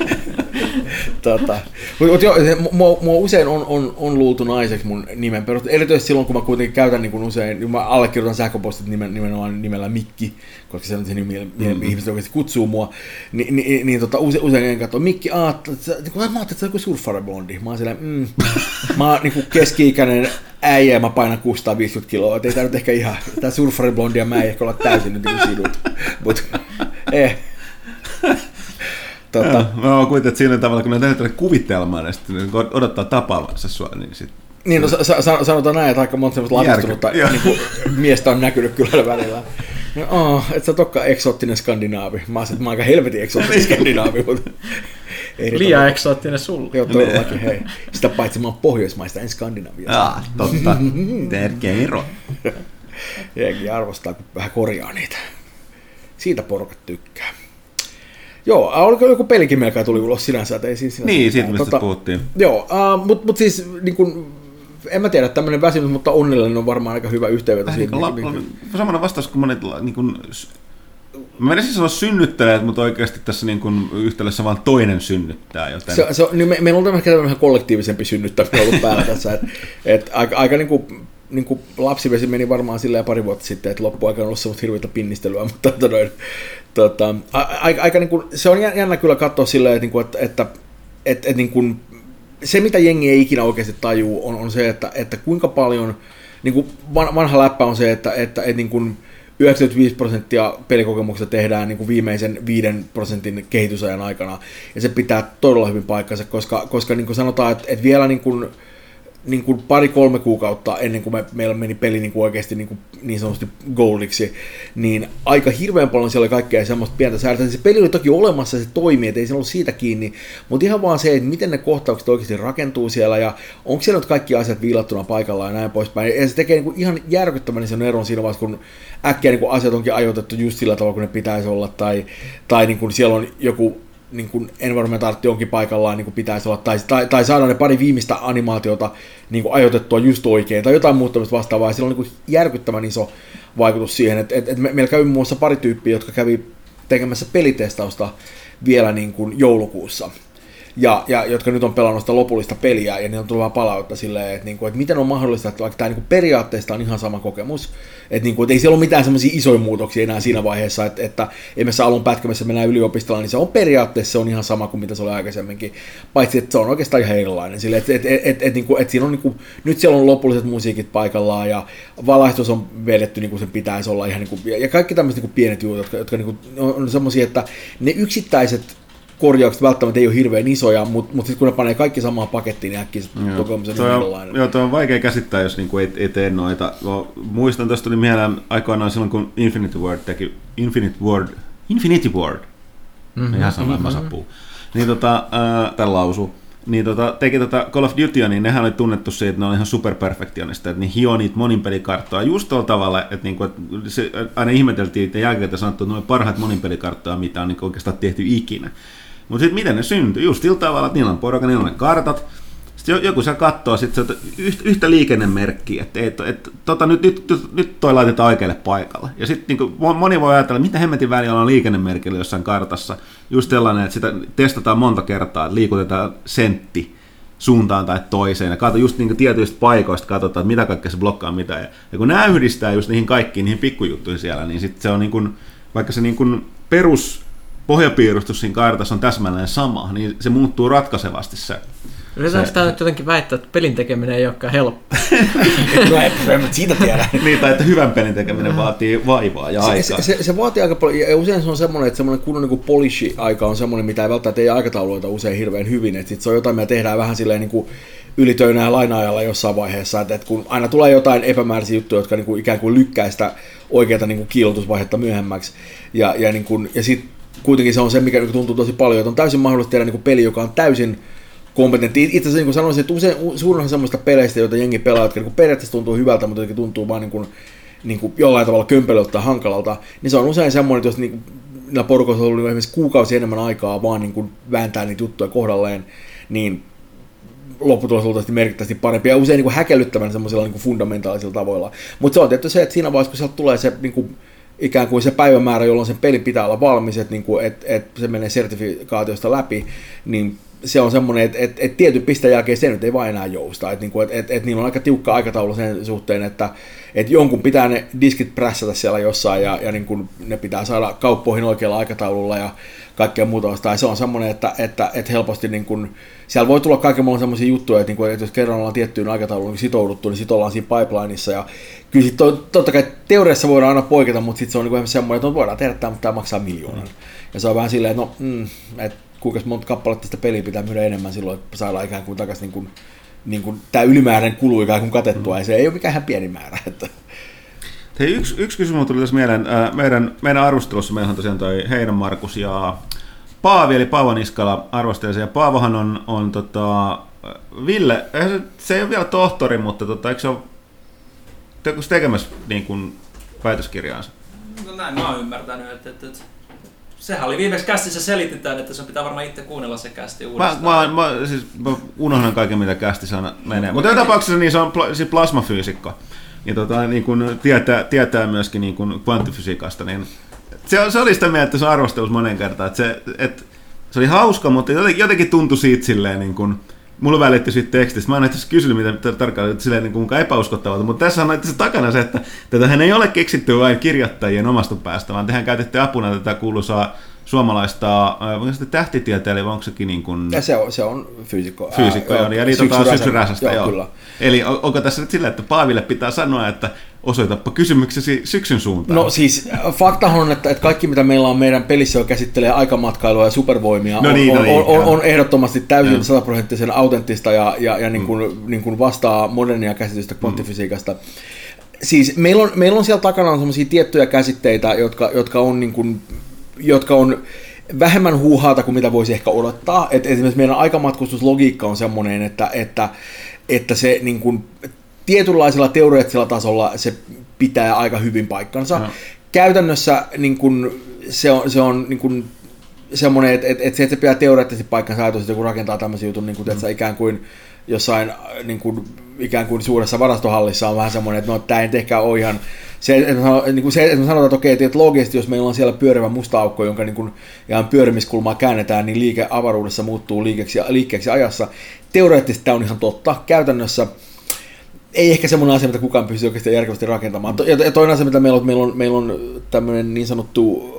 E: Tota. Mutta joo, mua, mua usein on, on, on luultu naiseksi mun nimen perusteella. Erityisesti silloin, kun mä kuitenkin käytän niin usein, niin mä allekirjoitan sähköpostit nimen, nimenomaan nimellä Mikki, koska se on se nimi, mm-hmm. ihmiset oikeasti kutsuu mua. Ni, ni, niin tota, use, usein en katso, Mikki, aah, niin mä ajattelin, että se on joku surffariblondi. Mä oon silleen, mm, mä oon niin keski-ikäinen äijä ja mä painan kuusisataaviisikymmentä kiloa. Et ei tää nyt ehkä ihan, tää surffariblondi ja mä ei ehkä olla täysin nyt niin sinut. Mut, eh.
A: Tota. Mä oon kuitenkin, että siinä tavalla, kun ne tehdään kuvitelmaa, ja sitten odottaa tapaavansa sua, niin sitten...
E: Niin, no sa- sa- sanotaan näin, että aika monta semmoista latistunutta niin miestä on näkynyt kyllä välillä. No, oh, et sä tokkaan eksoottinen skandinaavi. Mä oon, mä aika helvetin eksoottinen skandinaavi, mutta...
C: Liian eksoottinen sulla.
E: Joo, todellakin, hei. Sitä paitsi mä oon Pohjoismaista, en Skandinavia.
A: Ah, totta. Tärkeä ero.
E: Jengi arvostaa, kun vähän korjaa niitä. Siitä porukat tykkää. Joo, oliko joku pelikin melkein tuli ulos sinänsä, että ei siinä sinänsä.
A: Niin, siitä mistä tota, puhuttiin.
E: Joo, uh, mutta mut siis niin kun, en mä tiedä, tämmöinen väsymys, mutta onnellinen on varmaan aika hyvä yhteenveto siitä.
A: La, niin, niin, samana vastaus kuin monet, niin kun, mä menisin sanoa synnyttäjät, mutta oikeasti tässä niin kun yhtälössä vaan toinen synnyttää. Joten... Se,
E: se, niin me, meillä on ehkä vähän kollektiivisempi synnyttäminen ollut päällä tässä, että et, aika, aika niin kuin, niin kuin lapsivesi meni varmaan silleen pari vuotta sitten, että loppuaikana on ollut semmoista hirveätä pinnistelyä, mutta todoin, tota, aika, aika niin kuin, se on jännä kyllä katsoa silleen, että, että, että, että, että niin kuin, se mitä jengi ei ikinä oikeasti tajuu on, on se, että, että kuinka paljon, niin kuin vanha läppä on se, että, että, että niin kuin yhdeksänkymmentäviisi prosenttia pelikokemuksista tehdään niin kuin viimeisen viiden prosentin kehitysajan aikana, ja se pitää todella hyvin paikkansa, koska, koska niin kuin sanotaan, että, että vielä niin kuin, niin kuin pari-kolme kuukautta ennen kuin me, meillä meni peli niin kuin oikeasti niin, kuin niin sanotusti goldiksi, niin aika hirveän paljon siellä oli kaikkea semmoista pientä säädöstä. Se peli oli toki olemassa, se toimii, ettei se ollut siitä kiinni, mutta ihan vaan se, että miten ne kohtaukset oikeasti rakentuu siellä, ja onko siellä nyt kaikki asiat viilattuna paikallaan ja näin poispäin. Ja se tekee niin kuin ihan järkyttävän sen eron siinä vaiheessa, kun äkkiä niin kuin asiat onkin ajoitettu just sillä tavalla, kun ne pitäisi olla, tai, tai niin kuin siellä on joku niin kuin environmentality onkin paikallaan niin kuin pitäisi olla, tai, tai, tai saadaan ne pari viimeistä animaatiota niin kuin ajoitettua just oikein, tai jotain muuttamista vastaavaa, ja sillä on niin kuin järkyttävän iso vaikutus siihen, että et, et me, meillä kävi muun muassa pari tyyppiä, jotka kävi tekemässä pelitestausta vielä niin kuin joulukuussa, ja, ja jotka nyt on pelannut sitä lopullista peliä, ja ne on tullut vähän palautta silleen, että, niin kuin, että miten on mahdollista, että vaikka tämä niin kuin periaatteessa on ihan sama kokemus, että, niin kuin, että ei siellä ole mitään semmoisia isoja muutoksia enää siinä vaiheessa, että, että emme saa alun pätkämässä mennään yliopistolla, niin se on periaatteessa se on ihan sama kuin mitä se oli aikaisemminkin, paitsi että se on oikeastaan ihan erilainen, silleen, että, että, että, että, että, niin kuin, että siinä on, niin kuin, nyt siellä on lopulliset musiikit paikallaan, ja valaistus on vedetty niin kuin sen pitäisi olla, ihan, niin kuin, ja kaikki tämmöiset niin kuin pienet jutut, jotka, jotka niin kuin, on semmoisia, että ne yksittäiset korjaukset välttämättä ei ole hirveän isoja, mutta mut sitten kun ne panee kaikki samaan pakettiin, niin äkkiä se kokemus on erilainen.
A: Joo, tuo on vaikea käsittää, jos niinku ei, ei tee noita. No, muistan, tuosta tuli mieleen aikoinaan silloin, kun Infinity Ward teki Infinity Ward, Infinity Ward, mm-hmm. ihan sama, mm-hmm. masapuu, niin tota, äh, tämän lausuu, niin tota, teki tota Call of Dutya, niin nehän oli tunnettu siitä, että ne on ihan superperfektionista, että ne hioo niitä monin pelikarttoja just tuolla tavalla, että, niinku, että se, aina ihmeteltiin, että jälkeen sanottu, että ne on parhaat moninpelikarttoja, mitä on niinku oikeastaan tehty ikinä. Mutta sitten miten ne syntyy? Just sillä tavalla, että niillä on porukka, niillä on ne kartat. Sitten joku siellä katsoo sit yhtä liikennemerkkiä, että et, et, tota, nyt, nyt, nyt toi laitetaan oikealle paikalle. Ja sitten niin moni voi ajatella, mitä hemmetin väliä on liikennemerkillä jossain kartassa. Just sellainen, että sitä testataan monta kertaa, että liikutetaan sentti suuntaan tai toiseen. Ja katso just niin tietyistä paikoista, katsotaan, että mitä kaikkea se blokkaa mitä. Ja, ja kun nämä yhdistää just niihin kaikkiin, niihin pikkujuttuihin siellä, niin sitten se on niin kuin, vaikka se niin kuin perus pohjapiirustus siinä kartassa on täsmälleen sama, niin se muuttuu ratkaisevasti se.
C: Yritetäänkö tämä nyt jotenkin väittää, että pelin tekeminen ei olekaan helppo?
E: No en siitä tiedä.
A: Niin, tai että hyvän pelin tekeminen vaatii vaivaa ja aikaa.
E: Se, se, se vaatii aika paljon, ja usein se on semmoinen, että semmoinen kunnon niin polishi-aika on semmoinen, mitä ei välttämättä ei aikatauluita usein hirveän hyvin, että sit se on jotain, mitä tehdään vähän silleen niin kuin ylitöinää laina-ajalla jossain vaiheessa, että, että kun aina tulee jotain epämääräisiä juttuja, jotka niin kuin ikään kuin lykkää sitä oikeata niin kuin kiilotusvaihetta myöhemmäksi, ja, ja, niin kuin, ja sitten kuitenkin se on se, mikä tuntuu tosi paljon, että on täysin mahdollista tehdä niin kuin peli, joka on täysin kompetentti. Itse asiassa niin sanoisin, että usein suurin osa semmoista peleistä, joita jengi pelaa, jotka niin periaatteessa tuntuu hyvältä, mutta tuntuu vaan niin kuin, niin kuin jollain tavalla kömpelöltä tai hankalalta, niin se on usein semmoinen, että jos niin, niillä porukoissa on ollut esimerkiksi kuukausi enemmän aikaa vaan niin kuin vääntää niitä juttuja kohdalleen, niin lopputulos on luultavasti merkittävästi parempi ja usein niin kuin häkellyttävän semmoisilla niin kuin fundamentaalisilla tavoilla. Mutta se on tietysti se, että siinä vaiheessa, kun sieltä tulee se niin kuin ikään kuin se päivämäärä, jolloin sen pelin pitää olla valmis, että, niin kuin, että, että se menee sertifikaatiosta läpi, niin se on semmoinen, että, että, että tietyn pisteen jälkeen se nyt ei vaan enää jousta. Että, että, että, että niillä on aika tiukka aikataulu sen suhteen, että, että jonkun pitää ne diskit prässätä siellä jossain ja, ja niin kuin ne pitää saada kauppoihin oikealla aikataululla ja kaikkea muuta vastaan. Se on semmoinen, että, että, että helposti niin kuin, siellä voi tulla kaiken muuta semmoisia juttuja, että, niin kuin, että jos kerran ollaan tiettyyn aikatauluun sitouduttu, niin sitten ollaan siinä pipelineissa. Ja kyllä sitten totta kai teoriassa voidaan aina poiketa, mutta sitten se on niin kuin semmoinen, että voidaan tehdä tämä, mutta tämä maksaa miljoonan. Ja se on vähän silleen, että no, mm, että kuinka monta kappaletta tästä peliä pitää myydä enemmän silloin, että saadaan ikään kuin takaisin niin kuin, niin kuin tämä ylimääräinen kulu ikään kuin katettua, ja se ei ole mikään ihan pieni määrä. Että.
A: Hei, yksi, yksi kysymys tuli tässä mieleen. Meidän, meidän arvostelussa meillä on tosiaan toi Heinon Markus ja Paavi, eli Paavo Niskala arvostelija. Ja Paavohan on, on tota, Ville, se, se ei ole vielä tohtori, mutta tota, eikö se ole tekemässä niin kuin väitöskirjaansa?
F: No näin mä oon ymmärtänyt, että, että, että sehän oli viimeksi kästissä selitetään, että se pitää varmaan itse kuunnella se kästi uudestaan.
A: Mä, mä, mä, siis, mä unohdan kaiken, mitä kästissä menee. Mutta joka tapauksessa niin se on pl- siis plasmafyysikko. Ja tota, niin kun tietää, tietää myöskin niin kun kvanttifysiikasta. Niin se, se oli sitä mieltä, että se arvostelussa monen kertaan. Että se, että se oli hauska, mutta jotenkin, jotenkin tuntui siitä silleen, niin kun, mulla välittyi siitä tekstistä. Mä en itse kysynyt, mitä tarkalleen silleen niin kuin epäuskottavalta, mutta tässä on itse takana se, että tätähän ei ole keksitty vain kirjoittajien omasta päästä, vaan tehän käytetty apuna tätä kuuluisaa suomalaista tähtitieteilijä, vai onko sekin niin kuin...
E: Ja se on, se on fyysikko.
A: Fyysikko,
E: ää,
A: joo, ja niitä on syksyräsästä, joo, joo.
E: Kyllä.
A: Eli on, onko tässä nyt sillä, että Paaville pitää sanoa, että osoitapa kysymyksesi syksyn suuntaan?
E: No siis faktahan on, että, että kaikki mitä meillä on meidän pelissä, joka käsittelee aikamatkailua ja supervoimia,
A: no
E: on,
A: niin,
E: on,
A: no niin,
E: on, on, on ehdottomasti täysin sataprosenttisen autenttista ja, ja, ja niin kuin, mm. niin kuin vastaa modernia käsitystä kvanttifysiikasta. Mm. Siis meillä on, meillä on siellä takana on sellaisia tiettyjä käsitteitä, jotka, jotka on niin kuin, jotka on vähemmän huuhaata kuin mitä voisi ehkä odottaa. Et esimerkiksi meidän aikamatkustuslogiikka on semmoinen, että, että, että se niin kuin, tietynlaisella teoreettisella tasolla se pitää aika hyvin paikkansa. No. Käytännössä niin kuin, se on, se on niin kuin, semmoinen, että, että, että se, että se pitää teoreettisesti paikkansa ajatus, että joku rakentaa tämmöisen jutun, niin kuin, että mm. ikään kuin jossain niin kuin, ikään kuin suuressa varastohallissa on vähän semmoinen, että no, tämä ei ehkä ole ihan se, että me, niin kuin se, että me sanotaan, että okei, että loogisesti, jos meillä on siellä pyörivä musta aukko, jonka niin kuin, ihan pyörimiskulmaa käännetään, niin liike avaruudessa muuttuu liikeksi, liikkeeksi ajassa. Teoreettisesti tämä on ihan totta. Käytännössä ei ehkä semmoinen asia, mitä kukaan pystyy oikeasti järkevästi rakentamaan. Ja toinen asia, mitä meillä on, meillä on, meillä on tämmöinen niin sanottu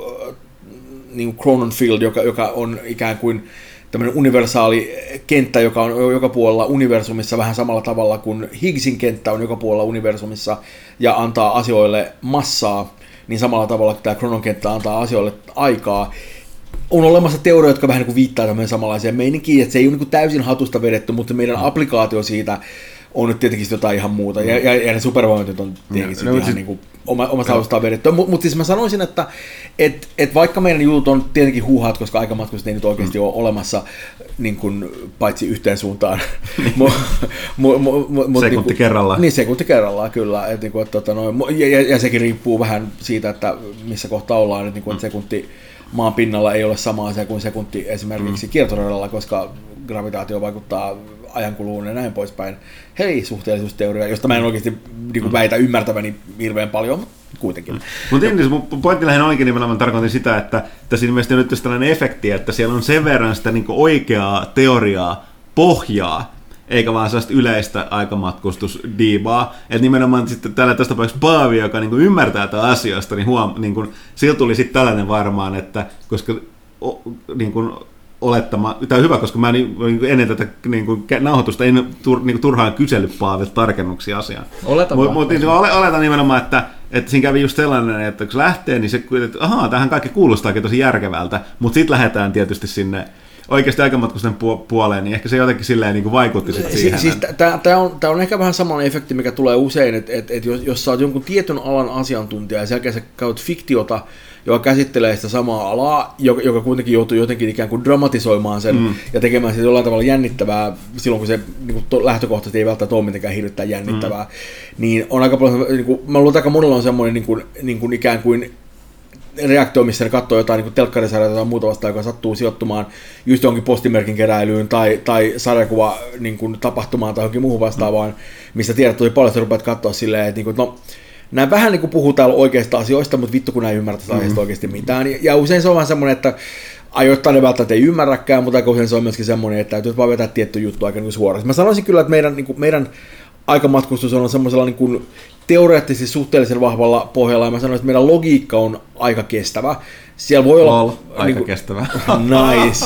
E: niin kuin Cronenfield, joka, joka on ikään kuin tämmöinen universaali kenttä, joka on joka puolella universumissa vähän samalla tavalla kuin Higgsin kenttä on joka puolella universumissa ja antaa asioille massaa, niin samalla tavalla kuin tämä Chronon kenttä antaa asioille aikaa. On olemassa teorioita, jotka vähän niin kuin viittaa tämmöinen samanlaiseen meininkiin, että se ei ole niin kuin täysin hatusta vedetty, mutta meidän applikaatio siitä on nyt tietenkin jotain ihan muuta, ja, ja, ja ne supervoimat on tietenkin ja, ihan siis, niin kuin oma, omasta halustaan vedetty. Mutta mut siis mä sanoisin, että et, et vaikka meidän jutut on tietenkin huuhaat, koska aikamatkustus ei nyt oikeasti mm. ole olemassa niin kuin, paitsi yhteen suuntaan. mu, mu, mu, mu,
A: sekunti niin kerrallaan.
E: Niin, sekunti kerrallaan, kyllä. Et, niin kuin, että, tota, noin, ja, ja, ja sekin riippuu vähän siitä, että missä kohtaa ollaan, että, niin kuin, että sekunti maan pinnalla ei ole sama asia kuin sekunti esimerkiksi mm. kiertoradalla, koska gravitaatio vaikuttaa ajankuluun ja näin poispäin. Hei, suhteellisuusteoria, josta mä en oikeasti niin kuin väitä ymmärtäväni hirveän paljon, mutta kuitenkin. Mm.
A: Mutta niin, mun pointti lähinnä olikin nimenomaan tarkoitin sitä, että tässä ilmeisesti on nyt tällainen efekti, että siellä on sen verran sitä niin kuin oikeaa teoriaa, pohjaa, eikä vaan sellaista yleistä aikamatkustusdiivaa. Että nimenomaan sitten tällä tästä tapauksessa Paavi, joka niin kuin ymmärtää tätä asioista, niin, huom, niin kuin, sillä tuli sitten tällainen varmaan, että koska o, niin kuin, olettama, tämä on hyvä, koska mä niin, ennen tätä niin kuin, nauhoitusta en tur, niin kuin, turhaan kysellyt Paavilta tarkennuksia asiaan.
E: Oletan
A: vaan. Mutta niin, oletan nimenomaan, että, että siinä kävi just sellainen, että kun se lähtee, niin se, että ahaa, tämähän kaikki kuulostaakin tosi järkevältä, mutta sitten lähdetään tietysti sinne oikeasti aikamatkusten puoleen, niin ehkä se jotenkin silleen niin kuin vaikutti sitten siihen.
E: Siis tämä on, on ehkä vähän samanlainen efekti, mikä tulee usein, että et, et jos, jos sä oot jonkun tietyn alan asiantuntija ja sen jälkeen sä käyt fiktiota, joka käsittelee sitä samaa alaa, joka, joka kuitenkin joutuu jotenkin ikään kuin dramatisoimaan sen mm. ja tekemään sitä jollain tavalla jännittävää, silloin kun se niin kuin to, lähtökohtaisesti ei välttämättä ole mitenkään hirveän jännittävää, mm. niin on aika paljon, niin kuin, mä luulen, että aika monella on semmoinen niin kuin, niin kuin ikään kuin reaktio, missä ne katsoo jotain niin telkkarisarjaa tai muuta vastaan, joka sattuu sijoittumaan just johonkin postimerkin keräilyyn tai, tai sarjakuva niin kuin, tapahtumaan tai johonkin muuhun vastaavaan, missä tiedät tosi paljon, että rupeat katsoa silleen, että niin kuin, no, nämä vähän niin kuin puhuu täällä oikeista asioista, mutta vittu kun näin ymmärtää mm-hmm. aiheesta oikeasti mitään. Ja usein se on vähän semmoinen, että ajoittain ne välttämättä ei ymmärräkään, mutta aika usein se on myöskin semmoinen, että täytyy vaan vetää tietty juttu aika niin suoraan. Mä sanoisin kyllä, että meidän, niin kuin, meidän aikamatkustus on semmoisella niin kuin teoreettisesti suhteellisen vahvalla pohjalla, ja mä sanoisin, että meidän logiikka on aika kestävä. Siellä voi olla...
A: Lol, aika niin kuin, kestävä.
E: Nice,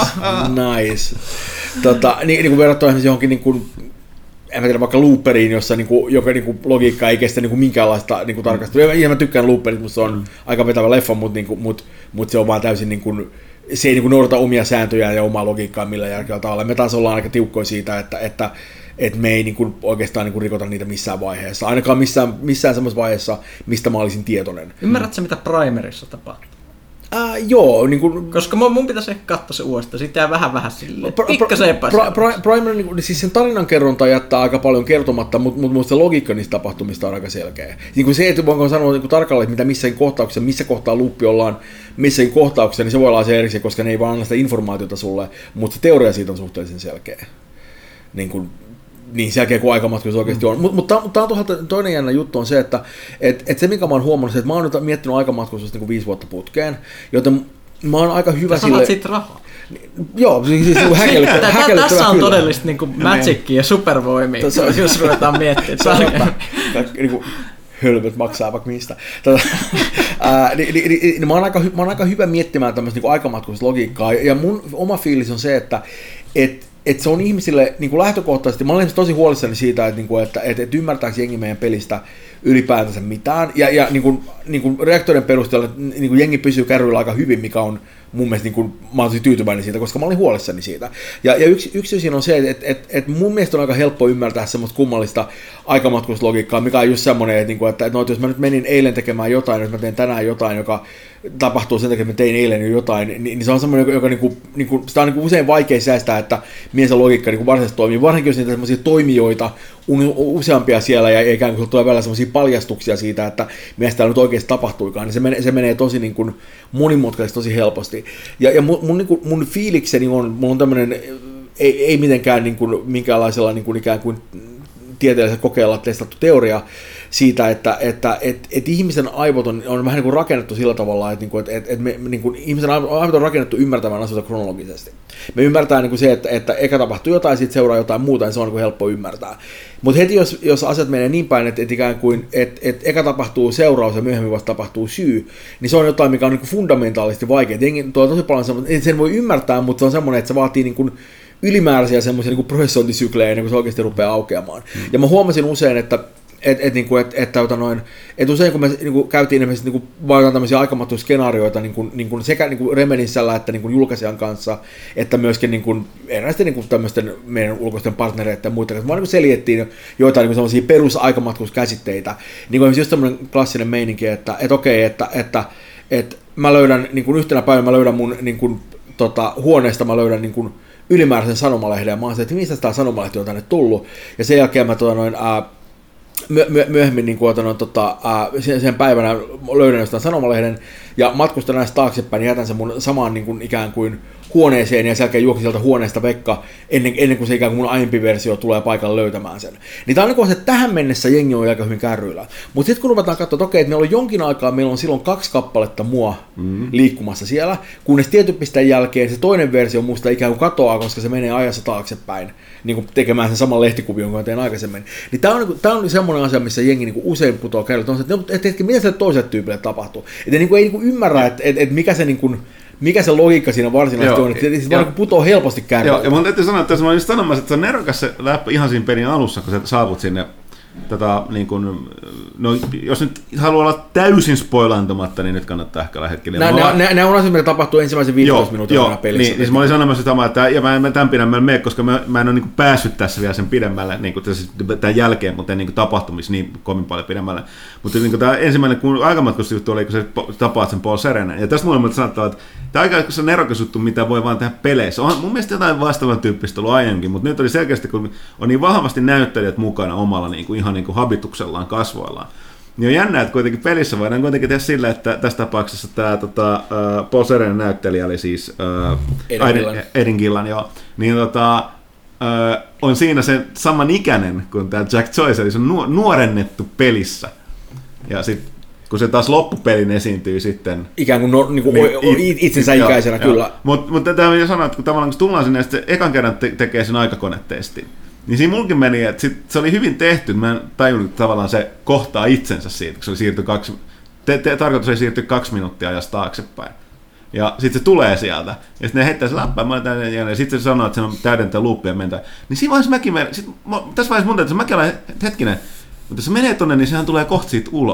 E: nice. Tota, niin, niin kuin verrattuna esimerkiksi johonkin niin kuin, en mä tiedä, vaikka looperiin, jossa niinku, joka niinku, logiikka ei kestä niinku, minkäänlaista niinku, tarkastelua. Ihan mä tykkään looperista, mutta se on mm. aika vetävä leffa, mutta niinku, mut, mut se on vaan täysin, niinku, se ei niinku, noudata omia sääntöjään ja omaa logiikkaa millä järkevällä tavalla. Me taas ollaan aika tiukkoja siitä, että, että, että me ei niin kuin, oikeastaan niin kuin, rikota niitä missään vaiheessa, ainakaan missään, missään semmoisessa vaiheessa, mistä mä olisin tietoinen.
C: Ymmärrätkö, mitä Primerissa tapahtuu?
E: Äh, joo, niin kuin...
C: Koska mun, mun pitäisi ehkä katsoa se uudestaan, siitä jää vähän vähän silleen, pikkasen epäselväksi.
E: Primer, niin, siis sen tarinankerronta jättää aika paljon kertomatta, mutta mut, mut se logiikka niistä tapahtumista on aika selkeä. Niin kuin se, että voinko sanoa niin tarkalleen, että mitä missäin kohtauksessa, missä kohtaa luuppi ollaan, missäin kohtauksessa, niin se voi olla se erikseen, koska ne ei vaan anna sitä informaatiota sulle, mutta se teoria siitä on suhteellisen selkeä. Niin kuin, niin selkeä kuin aikamatkutus oikeasti on. Mutta mut, tämä on toinen jännä juttu on se, että et, et se mikä mä oon huomannut, että mä oon nyt miettinyt aikamatkustusta niin viisi vuotta putkeen, joten mä oon aika hyvä sille...
C: Sä saat siitä rahaa.
E: Joo, siis, siis häkellyttävä, häkellyttävä
C: tässä on
E: kyllä.
C: todellista niin kuin magicia ja supervoimia, jos ruvetaan miettimään.
E: Niin hölmöt maksaa vaikka mistä. Tota, ää, niin, niin, niin, mä, oon aika, mä oon aika hyvä miettimään tämmöistä niin aikamatkustuslogiikkaa, ja mun oma fiilis on se, että et, et se on ihmisille niin kuin lähtökohtaisesti, mä olen tosi huolissani siitä, että, niin kuin, että et, et ymmärtääkö jengi meidän pelistä ylipäätänsä mitään, ja, ja niin kuin, niin kuin reaktorin perusteella niin kuin jengi pysyy kärryillä aika hyvin, mikä on mun mielestä niin kuin, mä olen tyytyväinen siitä, koska mä olin huolissani siitä. Ja, ja yksi, yksi siinä on se, että et, et mun mielestä on aika helppo ymmärtää semmoista kummallista aikamatkustuslogiikkaa, mikä on just semmoinen, että, niinku, että, että no, jos mä nyt menin eilen tekemään jotain, jos mä teen tänään jotain, joka tapahtuu sen takia, että mä tein eilen jo jotain, niin, niin se on semmoinen, joka, joka niinku, niinku, sitä on niinku usein vaikea säästää, että mihin se logiikka niinku varsinaisesti toimii, varsinkin jos niitä semmoisia toimijoita on useampia siellä ja ikään kuin tulee vielä semmoisia paljastuksia siitä, että mitä täällä nyt oikeasti tapahtuikaan, niin se menee, se menee tosi niin kuin monimutkaisesti, tosi helposti. Ja, ja mun, mun, niin kuin, mun fiilikseni on, mulla on tämmöinen, ei, ei mitenkään niin kuin, minkäänlaisella niin kuin ikään kuin tieteellisellä kokeella testattu teoria siitä, että, että et, et ihmisen aivot on, on vähän niin kuin rakennettu sillä tavalla, että, että, että, että me, niin kuin ihmisen aivot on rakennettu ymmärtämään asioita kronologisesti. Me ymmärtää niin kuin se, että, että eka tapahtuu jotain, sitten seuraa jotain muuta, niin se on niin kuin helppo ymmärtää. Mutta heti jos, jos asiat menee niin päin, että, että ikään kuin että, että eka tapahtuu seuraus ja myöhemmin vasta tapahtuu syy, niin se on jotain, mikä on niin kuin fundamentaalisesti vaikea. Tuo on tosi paljon semmoinen, sen voi ymmärtää, mutta se on semmoinen, että se vaatii niin kuin ylimääräisiä semmoisia niin prosessointisyklejä ennen kuin se oikeasti rupeaa aukeamaan. Mm. Ja mä huomasin usein, että et, et, niinku, et, et, et, noin, et usein kun me niinku, käytiin ilmeisesti niinku, vaan tämmöisiä aikamatkuskenaarioita niinku, niinku, sekä niinku Remedin sisällä että niinku, julkaisijan kanssa, että myöskin niinku, eräisten niinku, tämmöisten meidän ulkoisten partnereiden ja muita, vaan niinku, seljettiin joitain niinku, semmoisia perusaikamatkuskäsitteitä. Niinku, just tämmöinen klassinen meininki, että et, okei, että, että et, mä löydän niinku, yhtenä päivänä mä löydän mun niinku, tota, huoneesta mä löydän niinku, ylimääräisen sanomalehden, ja mä oon se, että mistä tämä sanomalehti on tänne tullut, ja sen jälkeen mä tota, noin, ää, myö, myöhemmin niin kuin, no, tota, ää, sen, sen päivänä löydän jostain sanomalehden, ja matkustan näistä taaksepäin, ja jätän sen mun samaan niin kuin, ikään kuin huoneeseen, ja sen jälkeen juoksin sieltä huoneesta Vekka, ennen, ennen kuin se ikään kuin mun aiempi versio tulee paikalle löytämään sen. Niin tää on niin kuin, että tähän mennessä jengi on aika hyvin kärryillä. Mutta sitten kun ruvetaan katsoa, että okei, että meillä on jonkin aikaa, meillä on silloin kaksi kappaletta mua mm-hmm. liikkumassa siellä, kunnes tietyn pisteen jälkeen se toinen versio musta ikään kuin katoaa, koska se menee ajassa taaksepäin, niin kuin tekemään sen saman lehtikuvion, jonka tein aikaisemmin. Niin tää on, niin kuin, tää on semmoinen asia, missä jengi niin kuin usein putoaa kärryillä, että, että, että, että mitä sille toiselle tyypille tapahtuu. Että niin kuin, ei niin kuin ymmärrä, että, että, että mikä se niin kuin, mikä se logiikka siinä varsinaisesti on, että se vaan putoo helposti kärryillä.
A: Joo, ja mun täytyy sanoa, että mä olin sanomassa, että se on nerokas se läppä ihan siinä pelin alussa, kun sä saavut sinne, tätä, niin kun, no, jos nyt haluaa olla täysin spoilantumatta, niin nyt kannattaa ehkä olla hetkellä.
E: Nämä on asioita, mitä tapahtuu ensimmäisen viisitoista minuutin aikana pelissä.
A: Niin, niin mä olin sanomassa samaa, että ja mä en tämän pidemmälle mene, koska mä, mä en ole niin kuin päässyt tässä vielä sen pidemmälle, niin kuin tämän jälkeen, mutta en niin tapahtumissa niin kovin paljon pidemmälle. Mutta niin tämä ensimmäinen aikamatkustusjuttu oli, kun sä tapaat sen Paul Serenen. Ja tästä mulle sanotaan, että tämä aika se nerokas juttu, mitä voi vaan tehdä peleissä. On mun mielestä jotain vastaavan tyyppistä ollut aiemmin, mutta nyt oli selkeästi, kun on niin vahvasti näyttelijät mukana omalla niin kuin, ihan niin kuin habituksellaan, kasvoillaan. Niin on jännä, että kuitenkin pelissä voidaan kuitenkin tehdä sillä, että tässä tapauksessa tämä tota, uh, Paul Serenen näyttelijä oli siis uh, Aidan Gillen, joo, niin tota, uh, on siinä se saman ikäinen kuin tämä Jack Joyce, eli se on nuorennettu pelissä. Ja sitten kun se taas loppupelin esiintyy sitten
E: ikään kuin, no, niin kuin niin, itsensä joo, ikäisenä, joo, kyllä.
A: Mutta mut tämä on sanoa, että kun tavallaan kun tullaan sinne ja sitten ekan kerran te- tekee sen aikakonetestin, niin siinä mulkin meni, että sit, se oli hyvin tehty, mä en tajunnut, että tavallaan se kohtaa itsensä siitä, kun se oli siirty kaksi, te, te, tarkoitus oli siirtyä kaksi minuuttia ajasta taaksepäin. Ja sitten se tulee sieltä, ja sitten ne heittää se läppää, ja sitten se sanoo, että se on täydentää loopia mentä. Niin siinä vaiheessa mäkin, sit, mä, tässä vaiheessa mun täytyy, mäkin olen, hetkinen, mutta jos se menee tonne, niin sehän tulee kohta siitä ulos.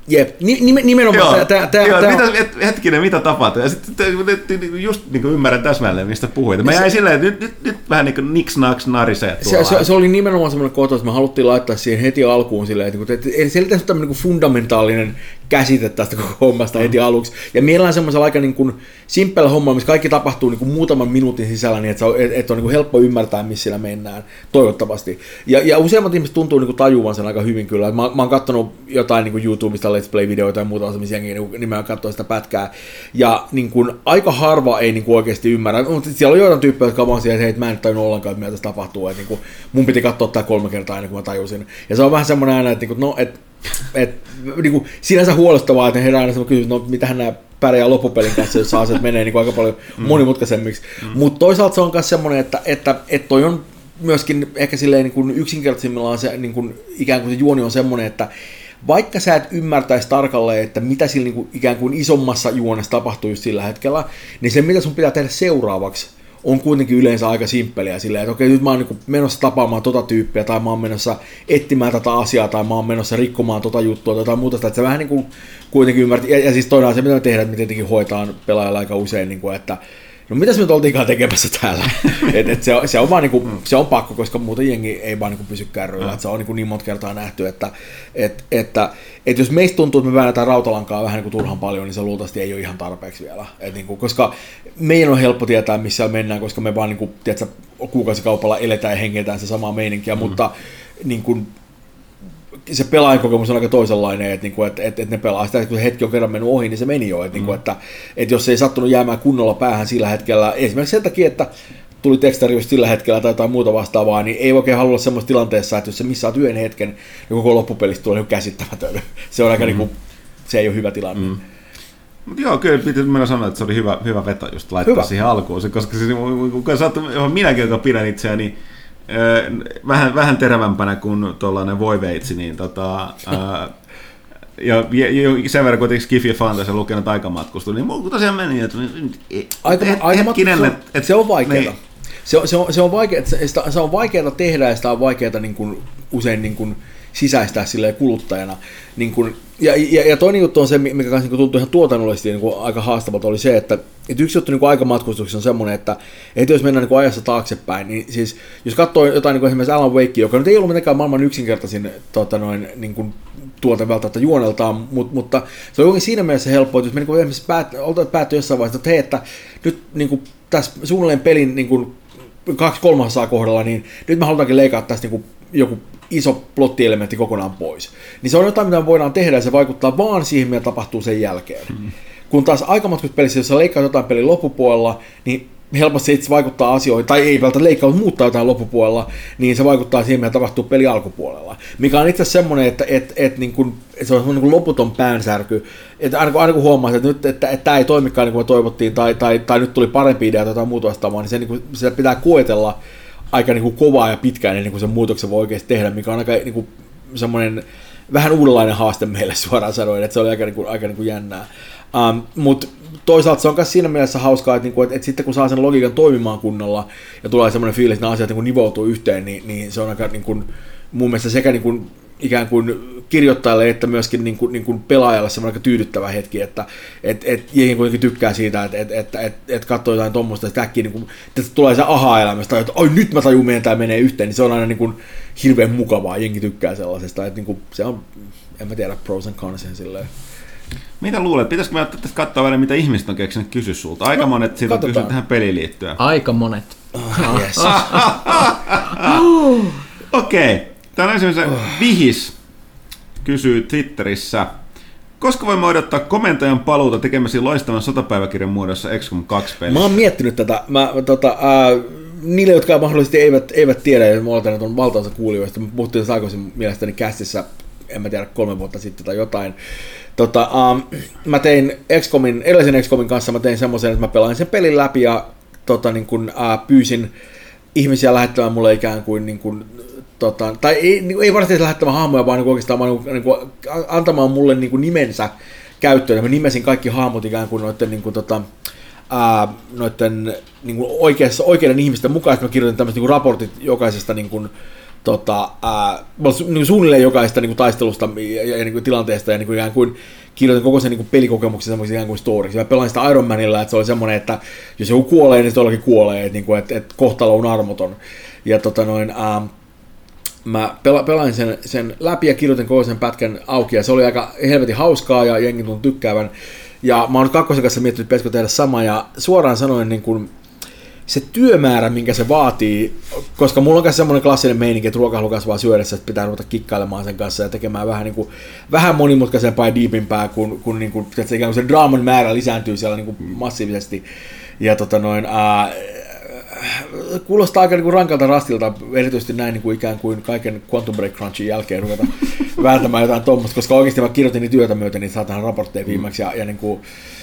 E: Jep, nimenomaan.
A: Joo,
E: tää, tää,
A: joo,
E: tää,
A: mitä, et, hetkinen, mitä tapahtui? Ja sitten just niin kuin ymmärrän täsmälleen, mistä puhuit. Mä jäin silleen, että nyt, nyt, nyt vähän niin kuin niks naks narisee tuolla.
E: Se, se, se oli nimenomaan semmoinen kohta, että me haluttiin laittaa siihen heti alkuun silleen, että, että, että se oli tässä tämmöinen niin fundamentaalinen käsite tästä koko hommasta mm. heti aluksi. Ja mielellään semmoisella aika niin kuin simppelä homma, missä kaikki tapahtuu niin kuin muutaman minuutin sisällä, niin että, se on, että on niin kuin helppo ymmärtää, missä siellä mennään, toivottavasti. Ja, ja useimmat ihmiset tuntuu niin kuin tajuvan sen aika hyvin kyllä. Mä, mä oon katsonut jotain niin kuin YouTubesta Let's Play-videoita ja muuta, missä jengi niin nimenomaan katsoo sitä pätkää. Ja niin kuin, aika harva ei niin kuin oikeasti ymmärrä. Mutta siellä on joitain tyyppejä, jotka on siihen, että hei, mä en tajunnut ollenkaan, että mitä tässä tapahtuu. Että, niin kuin, mun piti katsoa tämä kolme kertaa ennen kuin mä tajusin. Ja se on vähän semmoinen aina, että niin kuin, no, et, et, niin kuin, sinänsä huolestavaa, että herää aina semmoinen kysymys, no mitähän nämä pärjää loppupelin kanssa, jos asiat menee niin kuin aika paljon monimutkaisemmiksi. Mm. Mutta toisaalta se on myös semmoinen, että, että, että toi on myöskin ehkä silleen niin kuin yksinkertaisimmillaan se niin kuin, ikään kuin se juoni on semmoinen, että vaikka sä et ymmärtäisi tarkalleen, että mitä sillä niin kuin, ikään kuin isommassa juonessa tapahtuu just sillä hetkellä, niin se mitä sun pitää tehdä seuraavaksi on kuitenkin yleensä aika simppeliä silleen, että okei, nyt mä oon niin kuin menossa tapaamaan tota tyyppiä, tai mä oon menossa etsimään tätä asiaa, tai mä oon menossa rikkomaan tota juttua, tai jotain muuta, että sä vähän niin kuin kuitenkin ymmärrät, ja, ja siis toinen asia, mitä me tehdään, että me tietenkin hoitaan pelaajalla aika usein, niin kuin, että no mitäs me nyt oltiinkaan tekemässä täällä? et, et se, se, on vaan niinku, se on pakko, koska muuten jengi ei vaan niinku pysy kärryillä. Mm. Se on niinku niin monta kertaa nähty, että et, että et jos meistä tuntuu, että me väännetään rautalankaa vähän niinku turhan paljon, niin se luultavasti ei ole ihan tarpeeksi vielä. Et niinku, koska meidän on helppo tietää, missä mennään, koska me vaan niinku, tiedätkö, kuukausikaupalla eletään ja hengitään se samaa meininkiä, mm. mutta niinku, se pelaajan kokemus on aika toisenlainen, että, niinku, että, että, että ne pelaa sitä, kun se hetki on kerran mennyt ohi, niin se meni jo. Että, mm. niinku, että, että jos ei sattunut jäämään kunnolla päähän sillä hetkellä, esimerkiksi sen takia, että tuli tekstari just sillä hetkellä tai jotain muuta vastaavaa, niin ei oikein halua olla semmoisessa tilanteessa, että jos sä missaat yhden hetken, niin koko loppupelistä tulee käsittämätön. Se on aika mm. niinku, se ei ole hyvä tilanne. Mm.
A: Mutta joo, kyllä pitäisi mennä sanoa, että se oli hyvä, hyvä veto just laittaa hyvä. Siihen alkuun, koska se, kun sä oot, minäkin, joka pidän itseäni, niin Vähän, vähän terävämpänä kuin tuollainen voiveitsi, niin tota, ää, ja, ja sen verran kuitenkin Skifi ja Fantasia lukenut aikamatkustu, niin mulla tosiaan meni, että
E: Aika, et, aikamatkustu, et, et, se on vaikeaa. Niin. Se, se, on, se, on vaikea, sitä, se on vaikeaa tehdä ja sitä on vaikeaa niin kuin, usein niin kuin, sisäistää silleen kuluttajana. Niin kuin, ja, ja, ja toinen juttu on se, mikä kanssa niin tuntui ihan tuotannollisesti niin kuin aika haastavalta, oli se, että, että yksi juttu niin kuin aikamatkustuksessa on semmoinen, että, että jos mennään niin kuin ajassa taaksepäin, niin siis jos katsoo jotain niin kuin esimerkiksi Alan Wake, joka nyt ei ollut mitenkään maailman yksinkertaisin tota, noin, niin kuin, tuote välttämättä juoneltaan, mutta, mutta se on siinä mielessä helppoa, että jos me niin kuin esimerkiksi päät, päätty jossain vaiheessa, että hei, että nyt niin kuin, tässä suunnilleen pelin niin kuin, kaksi kolmasosaa kohdalla, niin nyt me halutaankin leikata tästä niin kuin, joku iso plottielementti kokonaan pois. Niin se on jotain, mitä me voidaan tehdä, ja se vaikuttaa vaan siihen, mitä tapahtuu sen jälkeen. Hmm. Kun taas aikamatkustuspelissä, jos sä leikkaat jotain pelin loppupuolella, niin helposti itse vaikuttaa asioihin, tai ei välttämättä leikkaa, mutta muuttaa jotain loppupuolella, niin se vaikuttaa siihen, mitä tapahtuu peli alkupuolella. Mikä on itse asiassa semmoinen, että et, et, niin kun, et se on semmoinen niin loputon päänsärky, että aina, aina kun huomaa, että nyt että, että tämä ei toimikaan niin kuin me toivottiin, tai, tai, tai nyt tuli parempi idea tai jotain muuta vastaavaa, niin se, niin kuin, sitä pitää koetella aika niin kuin kovaa ja pitkään ennen kuin sen muutoksen voi oikeasti tehdä, mikä on aika niin kuin, semmoinen vähän uudenlainen haaste meille suoraan sanoen, että se oli aika, niin kuin, aika niin kuin jännää. Um, Mutta toisaalta se on myös siinä mielessä hauskaa, että, niinku, että, että sitten kun saa sen logiikan toimimaan kunnolla ja tulee semmoinen fiilis, että nämä asiat niin nivoutuu yhteen, niin, niin se on aika niin kuin, mun mielestä sekä niin kuin, ikään kuin kirjoittajalle että myöskin niin kuin, niin kuin pelaajalle semmoinen aika tyydyttävä hetki, että et, et, jengi kuitenkin tykkää siitä, että et, et, et, et katsoo jotain tuommoista, että äkkiä niin kuin, että tulee se aha-elämästä, että oi nyt mä tajun, miten tämä menee yhteen, niin se on aina niin kuin hirveän mukavaa, jengi tykkää sellaisesta, että niin kuin, se on, en mä tiedä, pros and cons silleen.
A: Mitä luulet? Pitäisikö me ottaa tästä katsoa vielä, mitä ihmiset on keksinyt kysyä sulta? Aika no, monet siitä on kysynyt tähän peliin liittyen.
C: Aika monet.
E: Oh, yes.
A: Okei. Okay. Täällä ensimmäisen oh. Vihis kysyy Twitterissä. Koska voimme odottaa komentajan paluuta tekemäsi loistavan sotapäiväkirjan muodossa X COM kaksi pelissä?
E: Mä oon miettinyt tätä. Mä, tota, äh, niille, jotka mahdollisesti eivät, eivät tiedä, ja mä oletan, että on valtaosa kuulijoista. Mä puhuttiin tässä aikaisemmin mielestäni kästissä, en mä tiedä, kolme vuotta sitten tai jotain. Tota, um, mä tein X COMin, edellisen X COMin kanssa mä tein semmoisen, että mä pelain sen pelin läpi ja tota, niin kun, uh, pyysin ihmisiä lähettämään mulle ikään kuin, niin kun tota, tai ei, niin, ei varsinaisesti lähettämään hahmoja, vaan niin oikeastaan vaan, niin kuin, antamaan mulle niin kuin nimensä käyttöön. Ja mä nimesin kaikki hahmot ikään kuin noiden, niin kuin, tota, ää, noiden niin kuin oikeassa, oikeiden ihmisten mukaan, että mä kirjoitin tämmöiset niin kuin raportit jokaisesta niin kuin, tota, ää, niin suunnilleen jokaista niin kuin taistelusta ja, ja niin kuin tilanteesta ja niin kuin, kuin kirjoitin koko sen niin kuin pelikokemuksen semmoisen ikään kuin storiksi. Mä pelasin sitä Iron Manilla, että se oli semmoinen, että jos joku kuolee, niin se todellakin kuolee, että, niin kuin, että, että kohtalo on armoton. Ja tota noin, ää, mä pela, pelain sen, sen läpi ja kirjoitin koko sen pätkän auki ja se oli aika helvetin hauskaa ja jengi tuntui tykkäävän. Ja mä oon nyt kakkosen kanssa miettinyt, että pitäisikö tehdä sama ja suoraan sanoen niin kuin se työmäärä, minkä se vaatii, koska mulla on myös semmoinen klassinen meininki, että ruokahalu kasvaa syödessä, että pitää ruveta kikkailemaan sen kanssa ja tekemään vähän, niin kuin, vähän monimutkaisempaa ja diipimpää, kun, kun, niin kuin, että se, ikään kuin se draaman määrä lisääntyy siellä niin kuin massiivisesti. Ja tota noin, ää, kuulostaa aika niin kuin rankalta rastilta, erityisesti näin niin kuin ikään kuin kaiken Quantum Break Crunchin jälkeen ruveta vääntämään jotain tuommoista, koska oikeasti mä kirjoitin niitä työtä myöten, niin saatan raportteja viimeksi. Ja, ja niin kuin,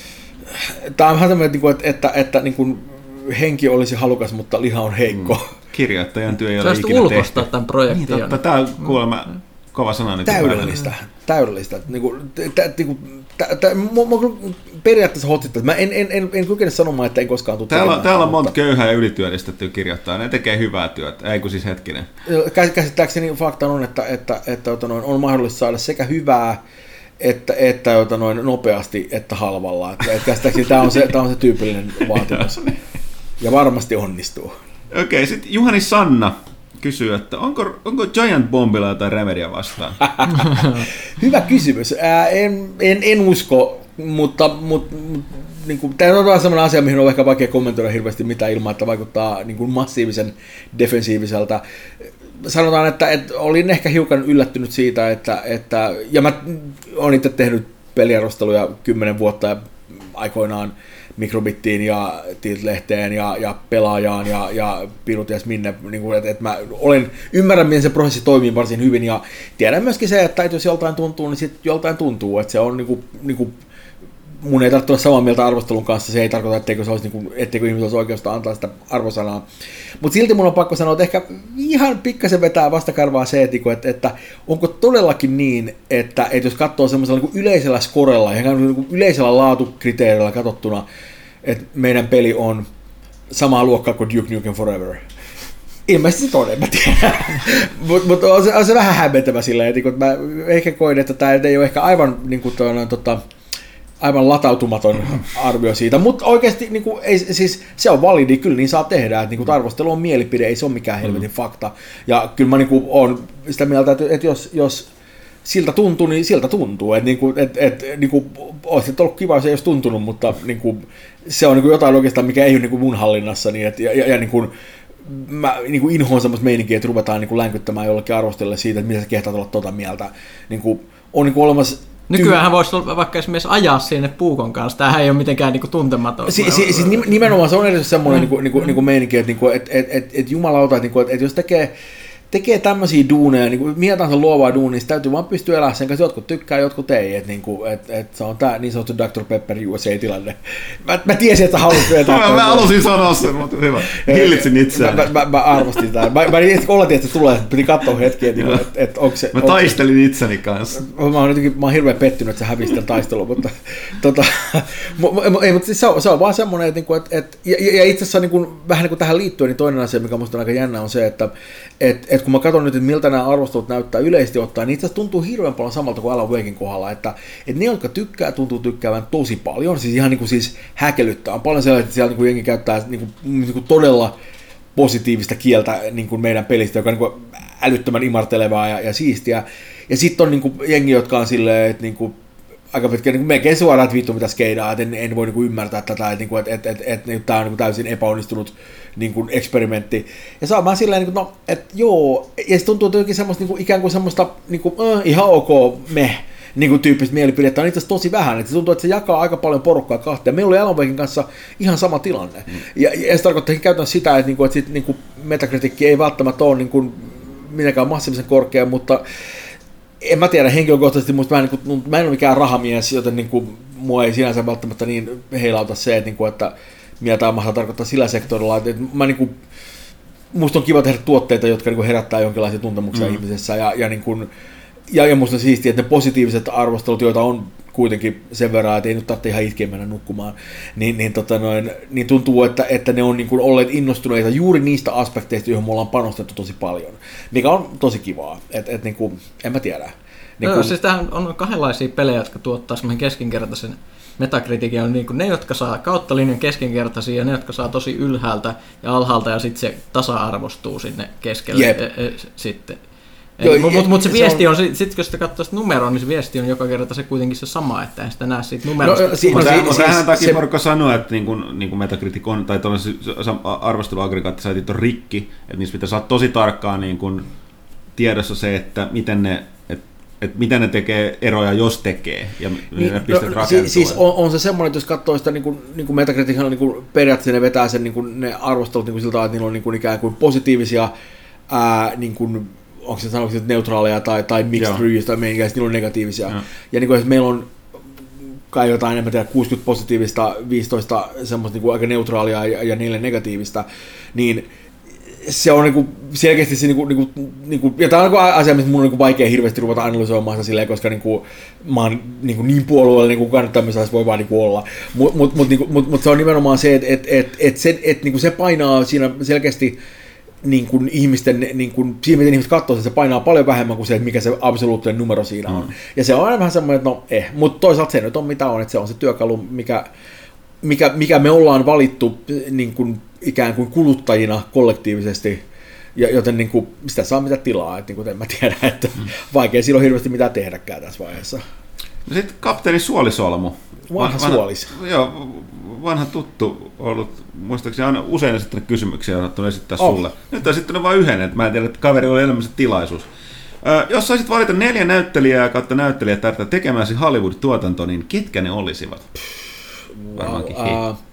E: tää on vähän semmoinen, että, että, että, että niin kuin, henki olisi halukas, mutta liha on heikko. Mm.
A: Kirjoittajan työ ei ole ikinä tehty.
C: ulkoistaa tämän projektin.
A: Niin, totta. Tämä on kuulemma kova sana.
E: Täydellistä. Täydellistä. Niinku, tä, niinku, tä, tä, mua, mua periaatteessa hotittaa. Mä en, en, en, en kykene sanomaan, että en koskaan tule
A: täällä, täällä on monta köyhää ja ylityöllistettyä kirjoittaa. Ne tekee hyvää työtä. Ei kun siis hetkinen.
E: Käsittääkseni fakta on, että, että, että, että noin, on mahdollista saada sekä hyvää että, että jota noin nopeasti että halvalla. Että, että käsittääkseni tämä on, se, tämä on se tyypillinen vaatimus. Ja varmasti onnistuu.
A: Okei, okay, sitten Juhani Sanna kysyy, että onko, onko Giant Bombilla jotain Remedia vastaan?
E: Hyvä kysymys. Ää, en, en, en usko, mutta, mutta niin kuin, tämä on sellainen asia, mihin on ehkä vaikea kommentoida hirveästi mitään ilman, että vaikuttaa niin kuin massiivisen defensiiviseltä. Sanotaan, että, että olin ehkä hiukan yllättynyt siitä, että, että ja mä olen itse tehnyt peliarvosteluja kymmenen vuotta aikoinaan Mikrobittiin ja Tilt-lehteen ja, ja pelaajaan ja, ja pirut ties minne, niin kuin, että, että mä olen, ymmärrän, miten se prosessi toimii varsin hyvin ja tiedän myöskin se, että jos joltain tuntuu, niin sitten joltain tuntuu, että se on niin kuin, niin kuin, mun ei tarvitse olla samaa mieltä arvostelun kanssa, se ei tarkoita, etteikö, se olisi, niin kuin, etteikö ihmisellä olisi oikeusta antaa sitä arvosanaa. Mutta silti mun on pakko sanoa, että ehkä ihan pikkasen vetää vastakarvaa se, että, että onko todellakin niin, että, että jos katsoo semmoisella niin kuin yleisellä skorella ja niin kuin yleisellä laatukriteerillä katsottuna, että meidän peli on samaa luokkaa kuin Duke Nukem Forever. Ilmeisesti se on, en mä tiedä. Mutta mut on, on se vähän hämmentävä silleen, että mä ehkä koin, että tämä ei ole ehkä aivan niin kuin toinen, tota, aivan latautumaton arvio siitä, mutta oikeasti niin kuin, ei, siis, se on validi, kyllä niin saa tehdä, että niin kuin, arvostelu on mielipide, ei se ole mikään helvetin mm. fakta. Ja kyllä mä niin kuin, olen sitä mieltä, että, että jos, jos siltä tuntuu, niin siltä tuntuu. Että, niin kuin, että, että, niin kuin, olisi ollut kiva, jos ei olisi tuntunut, mutta niin kuin, se on niin kuin, jotain oikeastaan, mikä ei ole niin kuin, mun hallinnassa. Niin, että, ja, ja, ja niin kuin, mä niin kuin, inhoan semmoista meininkiä, että ruvetaan niin kuin, länkyttämään jollekin arvostelijalle siitä, että mitä sä kehtaat olla tuota mieltä. Niin kuin, on niin kuin, olemassa
C: nykyäänhän voisi vaikka esimerkiksi ajaa sinne puukon kanssa. Tämähän ei ole mitenkään niinku tuntematon.
E: Si- si- siis nimenomaan se on edes semmoinen mm. niinku, niinku, niinku meininki, että niinku, et, et, et, et jumalauta, että, niinku, et, et jos tekee, tekee tämmöisiä duuneja, niinku, mitä tahansa luovaa duunia, niin täytyy vaan pystyä elämään sen kanssa. Jotkut tykkää, jotkut ei. Että niinku, et, et se on tämä niin sanottu doctor Pepper U S A-tilanne. Mä, mä tiesin, että haluaisit vetää.
A: mä, mä halusin sanoa sen, mutta hyvä. Hillitsin itseään.
E: Mä, mä, mä arvostin sitä. Mä, mä oletin, että se tulee, että piti katsoa hetki, että et, et, onko se...
A: Mä onko taistelin se, itseni kanssa.
E: Mä oon, jotenkin, mä oon hirveän pettynyt, että sä hävisit tämän taistelun, mutta, tota, ei, mutta siis se, on, se on vaan semmoinen, että, että, että ja, ja itse asiassa niin kuin, vähän niin kuin tähän liittyen, niin toinen asia, mikä musta on aika jännä, on se, että et, et kun mä katson nyt, että miltä nämä arvostelut näyttää yleisesti ottaen, niin itse asiassa tuntuu hirveän paljon samalta kuin Alan Waken kohdalla, että, että ne, jotka tykkää, tuntuu tykkäävän tosi paljon, siis ihan niin kuin siis häkellyttää. On paljon sellaista, että siellä niin kuin jengi käyttää niin kuin, niin kuin todella positiivista kieltä niin kuin meidän pelistä, joka on niin kuin älyttömän imartelevaa ja, ja siistiä. Ja sitten on niin kuin jengi, jotka on silleen, että niin kuin, aika pitkään niin melkein suoraan, että vittu mitä skeidaa, että en, en voi niin kuin ymmärtää tätä, että, että, että, että, että, että tämä on niin kuin täysin epäonnistunut niin kuin eksperimentti. Ja saa vaan silleen, niin kuin, no, että joo, ja se tuntuu jotenkin semmoista, niin kuin, ikään kuin semmoista niin kuin, äh, ihan ok, meh, niin kuin tyyppistä mielipidettä on itse asiassa tosi vähän. Että se tuntuu, että se jakaa aika paljon porukkaa kahteen. Meillä oli Alan Waken kanssa ihan sama tilanne. Mm. Ja, ja se tarkoittaa käytännössä sitä, että, niin kuin, että sit, niin kuin Metacritic ei välttämättä ole niin kuin, mitenkään massiivisen korkea, mutta en mä tiedä, henkilökohtaisesti musta mä en, niin kuin, mä en ole mikään rahamies, joten niin kuin, mua ei sinänsä välttämättä niin heilauta se, että, niin kuin, että mitä tämä mahtaa tarkoittaa sillä sektorilla. Että, että mä, niin kuin, musta on kiva tehdä tuotteita, jotka niin kuin, herättää jonkinlaisia tuntemuksia mm. ihmisessä. Ja, ja, niin kuin, ja, ja musta on siistiä, että ne positiiviset arvostelut, joita on kuitenkin sen verran, että ei nyt tarvitse ihan itkeä mennä nukkumaan, niin, niin, tota noin, niin tuntuu, että, että ne on niin kuin olleet innostuneita juuri niistä aspekteista, joihin me ollaan panostettu tosi paljon, mikä on tosi kivaa, että et, niin kuin, en mä tiedä. Niin
C: no,
E: kun...
C: siis tämähän on kahdenlaisia pelejä, jotka tuottaa semmoinen keskinkertaisen metakritiikin, on niin kuin ne, jotka saa kautta linjan keskinkertaisia ja ne, jotka saa tosi ylhäältä ja alhaalta ja sitten se tasa-arvostuu sinne keskelle
E: Jep.
C: e, e, sitten. Mutta mut, mut se, se viesti on, on sitten kun sitä katsoo sitä numeroa, niin se viesti on joka kerta se kuitenkin se sama, että ei sitä näe siitä numerosta.
E: No, si-
A: mutta
E: si-
A: si-
E: siis
A: tähän takia
E: se...
A: porukka sanoo, että niin kuin, niin kuin Metacritic on, tai arvosteluaggregaattisaitit on rikki, että niissä pitäisi olla tosi tarkkaan niin kuin tiedossa se, että miten ne, että, että miten ne tekee eroja, jos tekee, ja niin, ne pistet no, rakentuu.
E: Siis on, on se semmoinen, että jos katsoo sitä, niin kuin, niin kuin Metacritic on niin kuin, periaatteessa ne vetää sen, niin kuin, ne arvostelut niin kuin siltä, että niillä on niin kuin, ikään kuin positiivisia, ää, niin kuin, onko se sanoksi neutraaleja tai, tai mixed reviews tai meininkä, niillä on negatiivisia. Ja, ja niin kuin, että meillä on kai jotain, en mä tiedä, kuusikymmentä positiivista, viisitoista semmoista niin kuin aika neutraalia ja, ja neljä negatiivista, niin se on niinku selkeästi se niinku, niinku, niinku, ja tämä on niinku asia, missä mun on niinku vaikea hirveästi ruveta analysoimaan sitä silleen, koska niinku, mä oon niinku niin puolueellinen kuin kannattamista voi vaan niinku olla. Mutta mut, mut, niinku, mut, mut se on nimenomaan se, että et, et, et se, et, niinku se painaa siinä selkeästi niin kuin ihmisten, niin kuin, siinä miten ihmiset katsoo, että se painaa paljon vähemmän kuin se, että mikä se absoluuttinen numero siinä on. Mm. Ja se on aina vähän semmoinen, että no eh, mutta toisaalta se nyt on mitä on, että se on se työkalu, mikä, mikä, mikä me ollaan valittu niin kuin, ikään kuin kuluttajina kollektiivisesti, ja, joten niin kuin, sitä saa mitä tilaa, että niin kuin, en mä tiedä, että mm. vaikea silloin hirveästi mitään tehdäkään tässä vaiheessa.
A: No sitten kapteeni Suolisolmu.
E: Vanha, vanha Suolis.
A: Joo, vanha tuttu ollut, muistaakseni aina usein esittänyt kysymyksiä, on ottanut esittää oh. sulle. Nyt on esittänyt vain yhden, että mä en tiedä, että kaveri oli elämänsä tilaisuus. Ö, jos saisit valita neljä näyttelijää kautta näyttelijää tarvita tekemäsi Hollywood-tuotanto, niin ketkä ne olisivat? Varmaankin
E: wow, uh,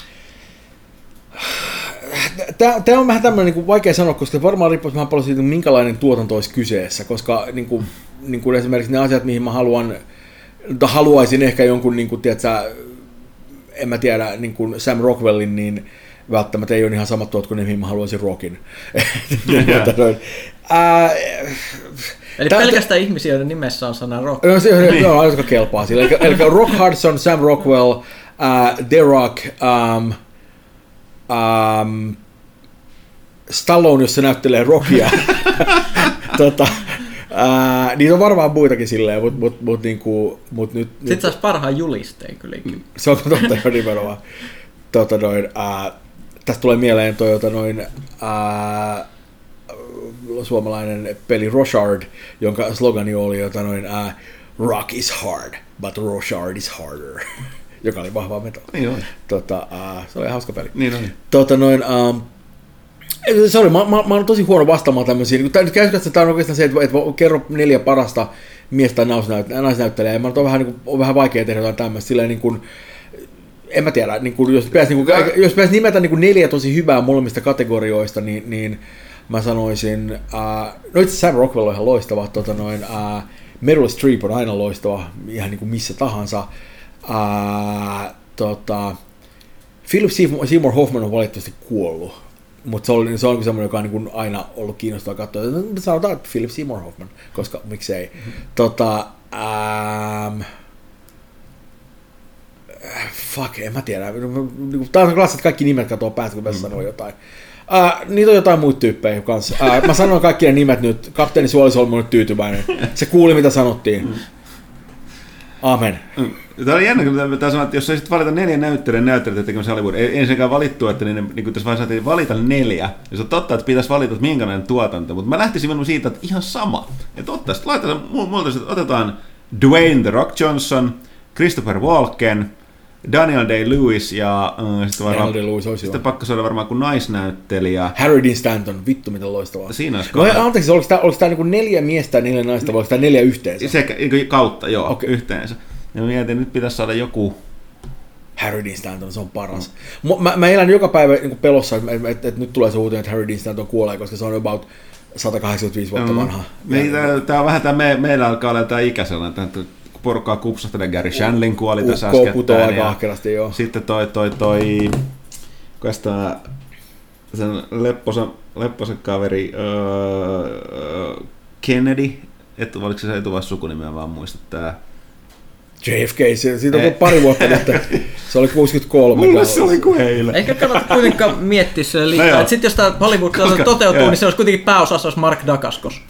E: Tämä on vähän tämmöinen niin vaikea sanoa, koska varmaan riippuu vähän paljon siitä, minkälainen tuotanto olisi kyseessä, koska niin kuin, niin kuin esimerkiksi ne asiat, mihin mä haluan, haluaisin ehkä jonkun, niin kuin, tiedätkö, en mä tiedä, niin kuin Sam Rockwellin, niin välttämättä ei ole ihan samat tuot kuin ne, mihin mä haluaisin Rockin.
C: Eli Tää, pelkästään ihmisiä, joiden nimessä on sana Rock.
E: No, se on niin. Aina, jotka kelpaa sille. Eli, eli Rock Hudson, Sam Rockwell, uh, The Rock, um, um, Stallone, jos se näyttelee Rockia. tota, uh, niitä on varmaan muitakin silleen, mutta mut, mut, niinku, mut nyt...
C: Sitten nyt, saisi parhaan julisteen kylläkin.
E: Se on totta jo nimenomaan. Tota, noin, uh, tästä tulee mieleen toi, jota noin... Uh, suomalainen peli Rochard, jonka slogani oli jota noin uh, Rock is hard, but Rochard is harder, joka oli vahvaa metal.
A: Niin
E: tota, uh, se oli hauska peli.
A: Niin oli.
E: Tota, noin, um, sorry, mä, mä, mä oon tosi huono vastaamaan tämmöisiin. Tämä on oikeastaan se, että, että kerro neljä parasta miestä tai naisnäyttelijää. Mä on vähän, niin kuin, on vähän vaikea tehdä jotain tämmöistä. Silleen, niin kuin, en mä tiedä, niin kuin, jos pitäisi niin pitäis nimetä niin kuin neljä tosi hyvää molemmista kategorioista, niin, niin mä sanoisin, uh, no itse Sam Rockwell on ihan loistava, tota noin, uh, Meryl Streep on aina loistava, ihan niin kuin missä tahansa. Uh, tota, Philip Seymour Hoffman on valitettavasti kuollut, mutta se on, se on semmoinen, joka on niin kuin aina ollut kiinnostavaa katsoa. Sanotaan, että Philip Seymour Hoffman, koska miksei. Mm-hmm. Tota, um, fuck, en mä tiedä. Tämä on klassit, kaikki nimet katoo päästä, kun mä mm-hmm. sanoo jotain. Uh, niitä on jotain muita tyyppejä kanssa. Uh, mä sanon kaikki ne nimet nyt. Kapteeni Suolisolmu on nyt tyytyväinen. Se kuuli, mitä sanottiin. Mm. Amen.
A: Mm. Tämä oli jännä, kun tämä sanoo, että jos saisit valita neljä näyttelijän näyttelijät tekemässä Hollywood, ei ensinnäkään valittu, että niin, niin kuin tässä vaan saatiin valita neljä, ja se on totta, että pitäisi valita, että minkälainen tuotanto, mutta mä lähtisin minun siitä, että ihan sama. Ja totta, sitten laitetaan, muilta otetaan Dwayne The Rock Johnson, Christopher Walken, Daniel Day-Lewis ja äh, sitten, varmaan, sitten pakko saada varmaan kuin naisnäyttelijä.
E: Harry Dean Stanton, vittu miten loistavaa.
A: Siinä olisi
E: no, anteeksi, oliko tämä, oliko tämä niin neljä miestä ja neljä naista, vai oliko tämä neljä yhteensä?
A: Sekä kautta, joo, okay. Yhteensä. Ja mietin, nyt pitäisi saada joku...
E: Harry Dean Stanton, se on paras. Mm. Mä, mä elän joka päivä niin pelossa, että et, et, et nyt tulee se uutinen, että Harry Dean Stanton kuolee, koska se on about sata kahdeksankymmentäviisi vuotta mm. vanha.
A: Niin, tämä on vähän tämä, me, meillä alkaa olla tämä ikä sellainen, että porukkaa kupsahtaa, Gary Shandling kuoli tässä äskettäin.
E: Aika ahkerasti, joo.
A: Sitten toi, toi, toi, kukas tämä, sen lepposen, lepposen kaveri, öö, Kennedy, et, oliko se se etu vai sukunimeä, vaan muista tämä.
E: J F K, siitä on pari vuotta nyt, se oli kuusikymmentäkolme.
A: Mulle se oli kuin eilen.
C: Eikä kannata kuitenkaan miettiä sille liikaa, no sitten jos tämä Hollywood Koska, toteutuu, joo. niin se olisi kuitenkin pääosassa olisi Mark Dacascos.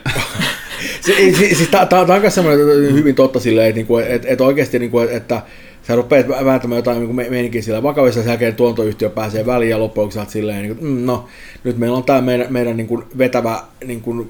E: Siis tämä on myös semmoinen hyvin totta silleen, että, että, että oikeasti, että sä rupeat vääntämään jotain niin meininkin sillä vakavissa, sen jälkeen tuotantoyhtiö pääsee väliin ja loppujen lopuksi silleen, niin kuin, no nyt meillä on tämä meidän, meidän niin kuin vetävä niin kuin,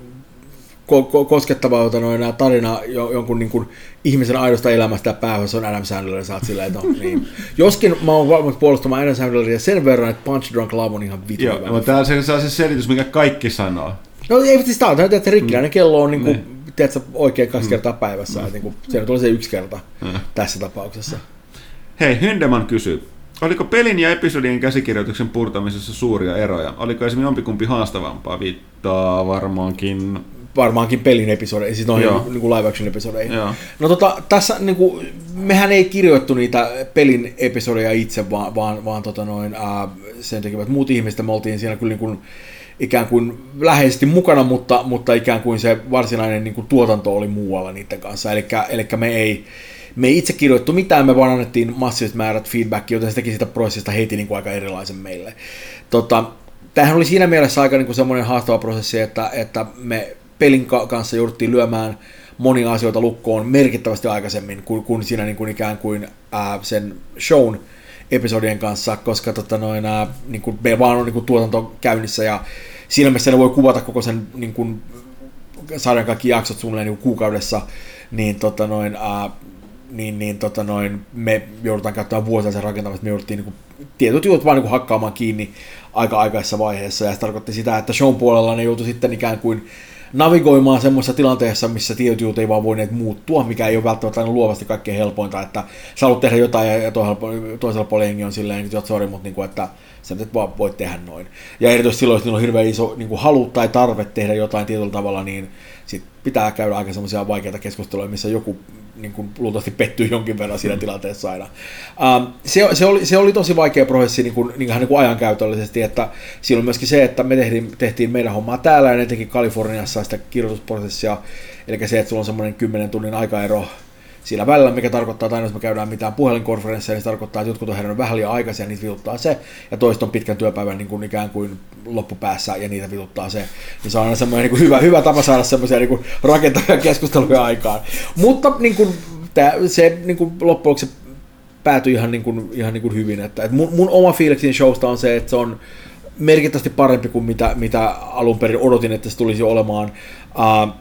E: ko- ko- koskettava noin, tarina jonkun niin kuin, ihmisen aidosta elämästä ja päähössä on Adam Sandler, ja sä oot silleen, no niin. Joskin mä oon valmis puolustamaan Adam Sandleria sen verran, että Punch Drunk Love on ihan vitu.
A: Joo, mutta tää on se, se, se selitys, mikä kaikki sanoo.
E: No ei siis tää on, että rikkinäinen mm. kello on niin kuin, tiedätkö, oikein kaksi kertaa päivässä, mm. niin kuin, se nyt oli se yksi kerta mm. tässä tapauksessa.
A: Hei, Hyndeman kysyy, oliko pelin ja episodien käsikirjoituksen purtamisessa suuria eroja? Oliko esimerkiksi jompikumpi haastavampaa? Viittaa varmaankin...
E: Varmaankin pelin episodeihin, siis noihin niin kuin live action episodeihin. Joo. No tota, tässä niin kuin, mehän ei kirjoittu niitä pelin episodeja itse, vaan, vaan, vaan tota noin, ää, sen tekivät muut ihmiset, me oltiin siinä kyllä niin kuin, ikään kuin läheisesti mukana, mutta, mutta ikään kuin se varsinainen niin kuin tuotanto oli muualla niiden kanssa, eli, eli me ei Me ei itse kirjoittu mitään, me vaan annettiin massiiviset määrät feedbackia, joten se teki sitä prosessista heti niin kuin aika erilaisen meille. Tota, tämähän oli siinä mielessä aika niin kuin semmoinen haastava prosessi, että, että me pelin kanssa jouduttiin lyömään monia asioita lukkoon merkittävästi aikaisemmin kuin, kuin siinä niin kuin ikään kuin ää, sen shown episodien kanssa, koska tota, noin, ää, niin kuin, meillä vaan on niin kuin tuotanto käynnissä ja siinä mielessä ne voi kuvata koko sen niin kuin, sarjan kaikki jaksot suunnilleen niin kuin kuukaudessa, niin tota noin... Ää, niin, niin tota noin, me joudutaan käyttämään vuosia sen rakentamista, me jouduttiin niin kuin, tietyt jutut vaan niin kuin, hakkaamaan kiinni aika aikaisessa vaiheessa, ja se tarkoitti sitä, että shown puolella ne joutui sitten ikään kuin navigoimaan semmoisessa tilanteessa, missä tietyt jutut ei vaan voineet muuttua, mikä ei ole välttämättä aina luovasti kaikkein helpointa, että sä haluat tehdä jotain ja toisella puolella jengi on silleen, että sori, mutta niin kuin, että sä nyt vaan voit tehdä noin. Ja erityisesti silloin, jos niillä on hirveän iso niin kuin halu tai tarve tehdä jotain tietyllä tavalla, niin sit pitää käydä aika semmoisia vaikeita keskusteluja, missä joku niin kuin luultavasti pettyy jonkin verran siinä tilanteessa aina. Um, se, se, oli, se oli tosi vaikea prosessi niin kuin, niin kuin, niin kuin ajankäytöllisesti, että siinä on myöskin se, että me tehtiin, tehtiin meidän hommaa täällä ja ne teki Kaliforniassa sitä kirjoitusprosessia, eli se, että sulla on semmoinen kymmenen tunnin aikaero siinä välillä, mikä tarkoittaa, että aina jos me käydään mitään puhelinkonferensseja, niin se tarkoittaa, että jotkut on herännyt vähän liian aikaisin ja niitä vituttaa se, ja toista on pitkän työpäivän niin kuin ikään kuin loppupäässä ja niitä vituttaa se. Niin se on aina semmoinen niin kuin hyvä, hyvä tapa saada semmoisia niin kuin rakentavia keskusteluja aikaan. Mutta niin kuin, tää, se niin kuin loppujen lopuksi päätyi ihan, niin kuin, ihan niin kuin hyvin. Että, että mun, mun oma fiilikseni showsta on se, että se on merkittävästi parempi kuin mitä, mitä alun perin odotin, että se tulisi olemaan. Uh,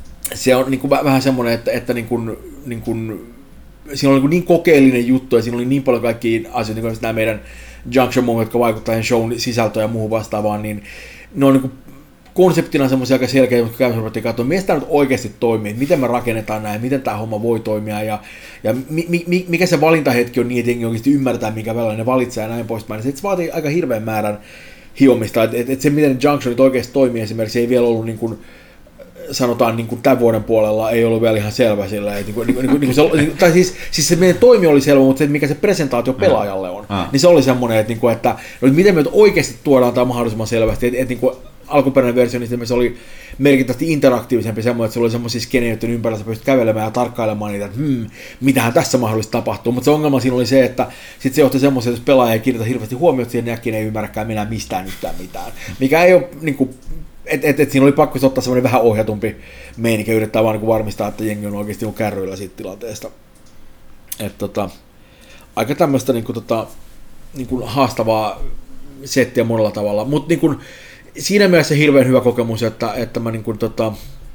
E: se on niin kuin vähän semmoinen, että, että niin kuin, niin kuin, siinä oli niin, niin kokeellinen juttu ja siinä oli niin paljon kaikkia asioita, niin kuin nämä meidän junction moment, jotka vaikuttavat shown sisältöön ja muuhun vastaavaan, niin ne on niin kuin konseptina semmoisia aika selkeitä, jotka käydään ruvettiin katsoa, miten tämä nyt oikeasti toimii, miten me rakennetaan näin, miten tämä homma voi toimia ja, ja mi, mi, mikä se valintahetki on niin, että jengi oikeasti ymmärtää, minkä välillä ne valitsee ja näin poispäin. Se vaatii aika hirveän määrän hiomista, että et, et se miten junctionit oikeasti toimii esimerkiksi ei vielä ollut niin kuin sanotaan niin kuin tämän vuoden puolella ei ollut vielä ihan selvä sillä, että niin kuin, niin kuin, niin kuin se, tai siis, siis se meidän toimi oli selvä, mutta se, mikä se presentaatio pelaajalle on, ah. niin se oli semmoinen, että, niin kuin, että no, miten me oikeasti tuodaan tämä mahdollisimman selvästi, että, että niin kuin alkuperäinen versio, niin se oli merkittävästi interaktiivisempi semmoinen, että se oli semmoisia skenejä, joiden ympärillä sä pystyt kävelemään ja tarkkailemaan niitä, että hmm, mitähän tässä mahdollisesti tapahtuu, mutta se ongelma siinä oli se, että sit se johti semmoisen, että jos pelaaja ei kiinnitä hirveästi huomiota siihen, niin äkkiä ei ymmärräkään minä mistään yhtään mitään, mikä ei ole niin kuin, Et, et, et siinä oli pakko ottaa semmoinen vähän ohjatumpi meininki ja yrittää vaan niin kuin varmistaa, että jengi on oikeasti niin kärryillä siitä tilanteesta. Et, tota, aika tämmöistä niin kuin, tota, niin kuin haastavaa settiä monella tavalla, mutta niin siinä mielessä hirveän hyvä kokemus, että, että mä, niin kuin, tota,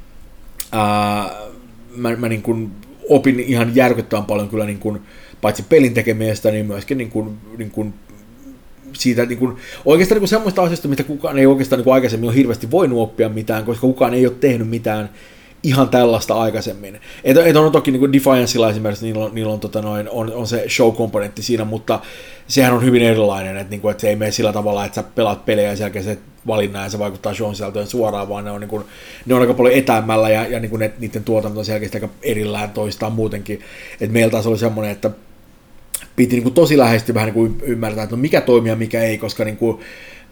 E: ää, mä, mä niin kuin opin ihan järkyttävän paljon kyllä niin kuin, paitsi pelin tekemistä, niin myöskin niin kuin, niin kuin, siitä niin kuin, oikeastaan niin semmoista asioista, mitä kukaan ei oikeastaan niin aikaisemmin ole hirveästi voinut oppia mitään, koska kukaan ei ole tehnyt mitään ihan tällaista aikaisemmin. Et, et on toki niin Defiancella esimerkiksi, niillä on, niillä on, tota noin, on, on se show-komponentti siinä, mutta sehän on hyvin erilainen, että, niin kuin, että se ei mene sillä tavalla, että sä pelaat pelejä ja sen jälkeen se valinnan ja se vaikuttaa shown sisältöön suoraan, vaan ne on, niin kuin, ne on aika paljon etäämmällä ja, ja niin kuin ne, niiden tuotanto on selkeästi aika erillään toistaan muutenkin. Et meillä taas oli semmoinen, että piti niin kuin tosi läheisesti vähän niin kuin ymmärtää, että no mikä toimii ja mikä ei, koska niin kuin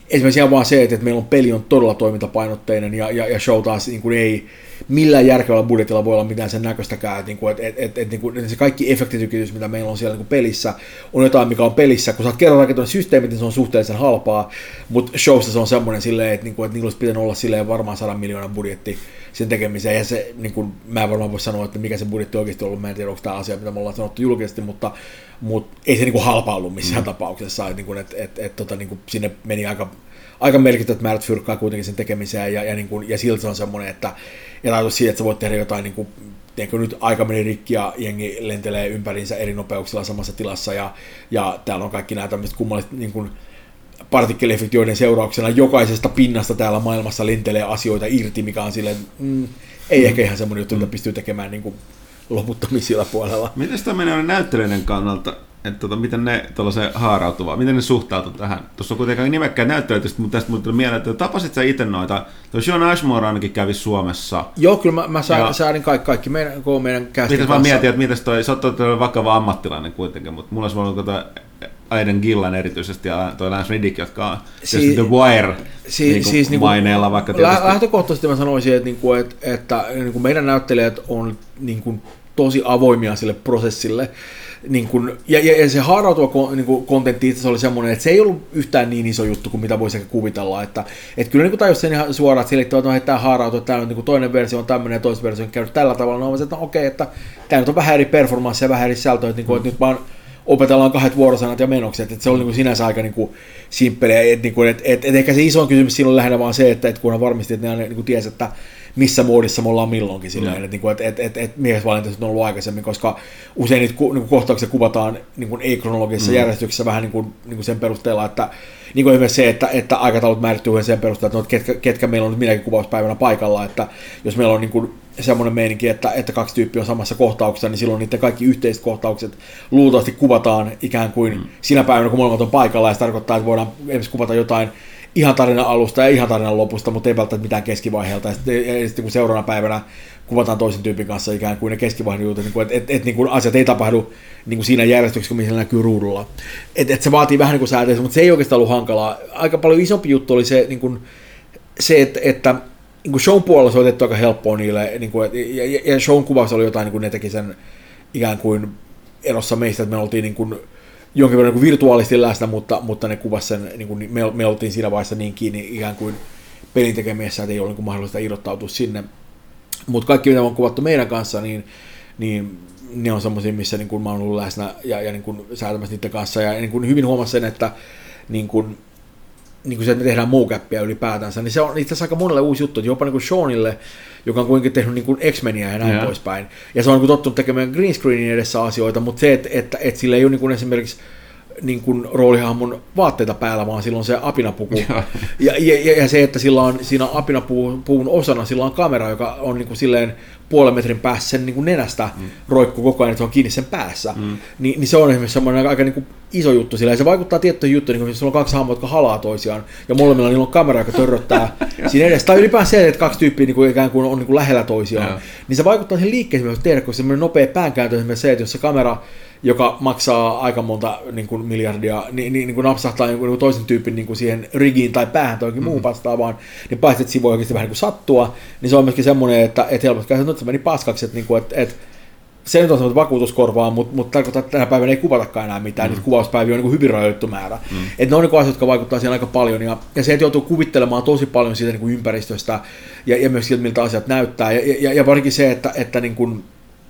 E: esimerkiksi ihan vaan se, että meillä on peli on todella toimintapainotteinen ja, ja, ja show taas niin kuin ei millään järkevällä budjetilla voi olla mitään sen näköistäkään, että, että, että, että, että, että se kaikki efektitykitys, mitä meillä on siellä niin kuin pelissä, on jotain, mikä on pelissä. Kun sä oot kerran rakentanut systeemit, niin se on suhteellisen halpaa, mutta showssa se on semmoinen silleen, että, että niillä olisi pitänyt olla silleen varmaan sadan miljoonan budjetti sen tekemiseen, ja se, niin kuin, mä en varmaan voi sanoa, että mikä se budjetti oikeasti on ollut, mä en tiedä, onko tämä asia, mitä me ollaan sanottu julkisesti, mutta, mutta ei se niin kuin halpa ollut missään mm. tapauksessa, että, että, että, että, että, että niin kuin sinne meni aika aika merkittävät määrät fyrkkaa kuitenkin sen tekemiseen, ja, ja, niin kuin, ja silti se on semmoinen, että ja ajatus siitä, että sä voit tehdä jotain, niin kuin, tiedätkö, nyt aika meni rikki ja jengi lentelee ympäriinsä eri nopeuksilla samassa tilassa, ja, ja täällä on kaikki nämä tämmöiset kummalliset niin kuin partikkeliefektit, joiden seurauksena jokaisesta pinnasta täällä maailmassa lentelee asioita irti, mikä on silleen, mm, ei mm. ehkä ihan semmoinen juttu, mitä pystyy tekemään niin kuin loputtomiin sillä puolella.
A: Miten sitä menee näyttelijöiden kannalta? Että tota, miten ne tuollaiseen haarautuvaan, miten ne suhtautuu tähän? Tuossa on kuitenkin nimekkäin näyttelijöitä, mutta tästä tuli mieleen, että tapasit sä itse noita, tuo Sean Ashmore ainakin kävi Suomessa.
E: Joo, kyllä mä, mä sain, sain kaikki, kaikki meidän, koko meidän kästin kanssa.
A: Mitäs mä mietin, että mitäs toi, sä oot toi vakava ammattilainen kuitenkin, mutta mulla olisi ollut toi Aiden Gillan erityisesti ja toi Lance Riddick, jotka on si- The Wire si- niin siis maineella vaikka tietysti.
E: Lähtökohtaisesti mä sanoisin, että, niinku, että, että niinku meidän näyttelijät on niinku tosi avoimia sille prosessille. Niin kun, ja, ja se haarautuva niin kontentti itse oli semmoinen, että se ei ollut yhtään niin iso juttu kuin mitä voisi ehkä kuvitella. Että, että kyllä niin tajus sen ihan suoraan, että selittävät, että no, tämä haarautuu, että niin toinen versio on tämmöinen ja toinen versio on käynyt tällä tavalla. No, että no okei, että tämä nyt on vähän eri performanssia ja vähän eri sisältöä, että, niin kuin, että nyt vaan opetellaan kahdet vuorosanat ja menokset. Että se oli niin kuin sinänsä aika niin kuin simppeliä. Että, että, että, että, että ehkä se iso kysymys siinä on lähinnä vaan se, että, että kunhan varmisti, että ne niin tiesi, että missä moodissa me ollaan milloinkin silleen, että, että, että, että, että miesvalinta on ollut aikaisemmin, koska usein niitä niin kohtauksia kuvataan niin ei-kronologisessa mm. järjestyksessä vähän niin kuin, niin kuin sen perusteella, että niin kuin esimerkiksi se, että, että aikataulut määrittyy sen perusteella, että ketkä, ketkä meillä on nyt minäkin kuvauspäivänä paikalla, että jos meillä on niin kuin semmoinen meininki, että, että kaksi tyyppiä on samassa kohtauksessa, niin silloin niiden kaikki yhteiset kohtaukset luultavasti kuvataan ikään kuin mm. sinä päivänä, kun molemmat on paikalla, ja se tarkoittaa, että voidaan esimerkiksi kuvata jotain ihan tarinan alusta ja ihan tarinan lopusta, mutta ei välttämättä mitään keskivaiheelta. Ja sitten, ja sitten kun seuraavana päivänä kuvataan toisen tyypin kanssa ikään kuin ne keskivaiheen jutut, niin että et, et, niin asiat ei tapahdu niin kuin siinä järjestyksessä, kun missä näkyy ruudulla. Et, et se vaatii vähän niin kuin sääteistä, mutta se ei oikeastaan ollut hankalaa. Aika paljon isompi juttu oli se, niin kuin, se että, että niin kuin shown puolella se on otettu aika helppoa niille, niin kuin, ja, ja, ja shown kuvassa oli jotain, niin kuin ne teki sen ikään kuin erossa meistä, että me oltiin niin kuin jonkin verran niin virtuaalisesti läsnä, mutta, mutta ne kuvasi sen, niin kuin me, me oltiin siinä vaiheessa niin kiinni ikään kuin pelin tekemisessä, että ei ole niin kuin mahdollista irrottautua sinne. Mutta kaikki, mitä on kuvattu meidän kanssa, niin, niin ne on semmoisia, missä niin kuin mä oon ollut läsnä ja, ja niin kuin säätämässä niiden kanssa. Ja niin kuin hyvin huomasin sen, että niin kuin, niin kuin se, että me tehdään mocappia ylipäätänsä, niin se on itse asiassa aika monelle uusi juttu, että jopa niin kuin Seanille, joka on kuitenkin tehnyt niin kuin X-Meniä ja näin yeah. poispäin. Ja se on niin kuin tottunut tekemään green screenin edessä asioita, mutta se, että, että, että sillä ei ole niin kuin esimerkiksi niin kuin roolihahmon vaatteita päällä, vaan silloin se apinapuku. ja, ja, ja se, että sillä on siinä apinapuun osana sillä on kamera, joka on niin kuin silleen puolen metrin päässä sen niin kuin nenästä mm. roikkuu koko ajan, että se on kiinni sen päässä. Mm. Ni, niin se on esimerkiksi semmoinen aika, aika niin kuin iso juttu sillä. Ja se vaikuttaa tiettyihin juttuihin, niin kun sulla on kaksi hahmoa, jotka halaa toisiaan, ja molemmilla niillä on kamera, joka törröttää siinä edessä. Tai ylipäänsä se, että kaksi tyyppiä niin kuin ikään kuin on niin kuin lähellä toisiaan. Yeah. Niin se vaikuttaa siihen liikkeeseen, mitä tehdä, koska semmoinen nopea päänkääntö esimerkiksi se, että jos se kamera, joka maksaa aika monta niin kuin miljardia, niin, niin, niin kuin napsahtaa niin kuin toisen tyypin niin kuin siihen rigiin tai päähän tai jokin mm-hmm. muuhun vastaavaan, niin paitsi, että siinä voi oikeasti vähän niin kuin sattua, niin se on myöskin semmoinen, että, että helposti käy, että nyt se meni paskaksi, että, niin kuin, että, että se nyt on semmoinen vakuutuskorvaa, mutta, mutta tarkoittaa, että tänä päivänä ei kuvatakaan enää mitään, mm. niitä kuvauspäiviä on niin kuin hyvin rajoitettu määrä. Mm. Että ne on niin kuin asiat, jotka vaikuttaa siihen aika paljon, ja, ja se, että joutuu kuvittelemaan tosi paljon siitä niin kuin ympäristöstä, ja, ja myös siitä, miltä asiat näyttää, ja, ja, ja varsinkin se, että, että niin kuin,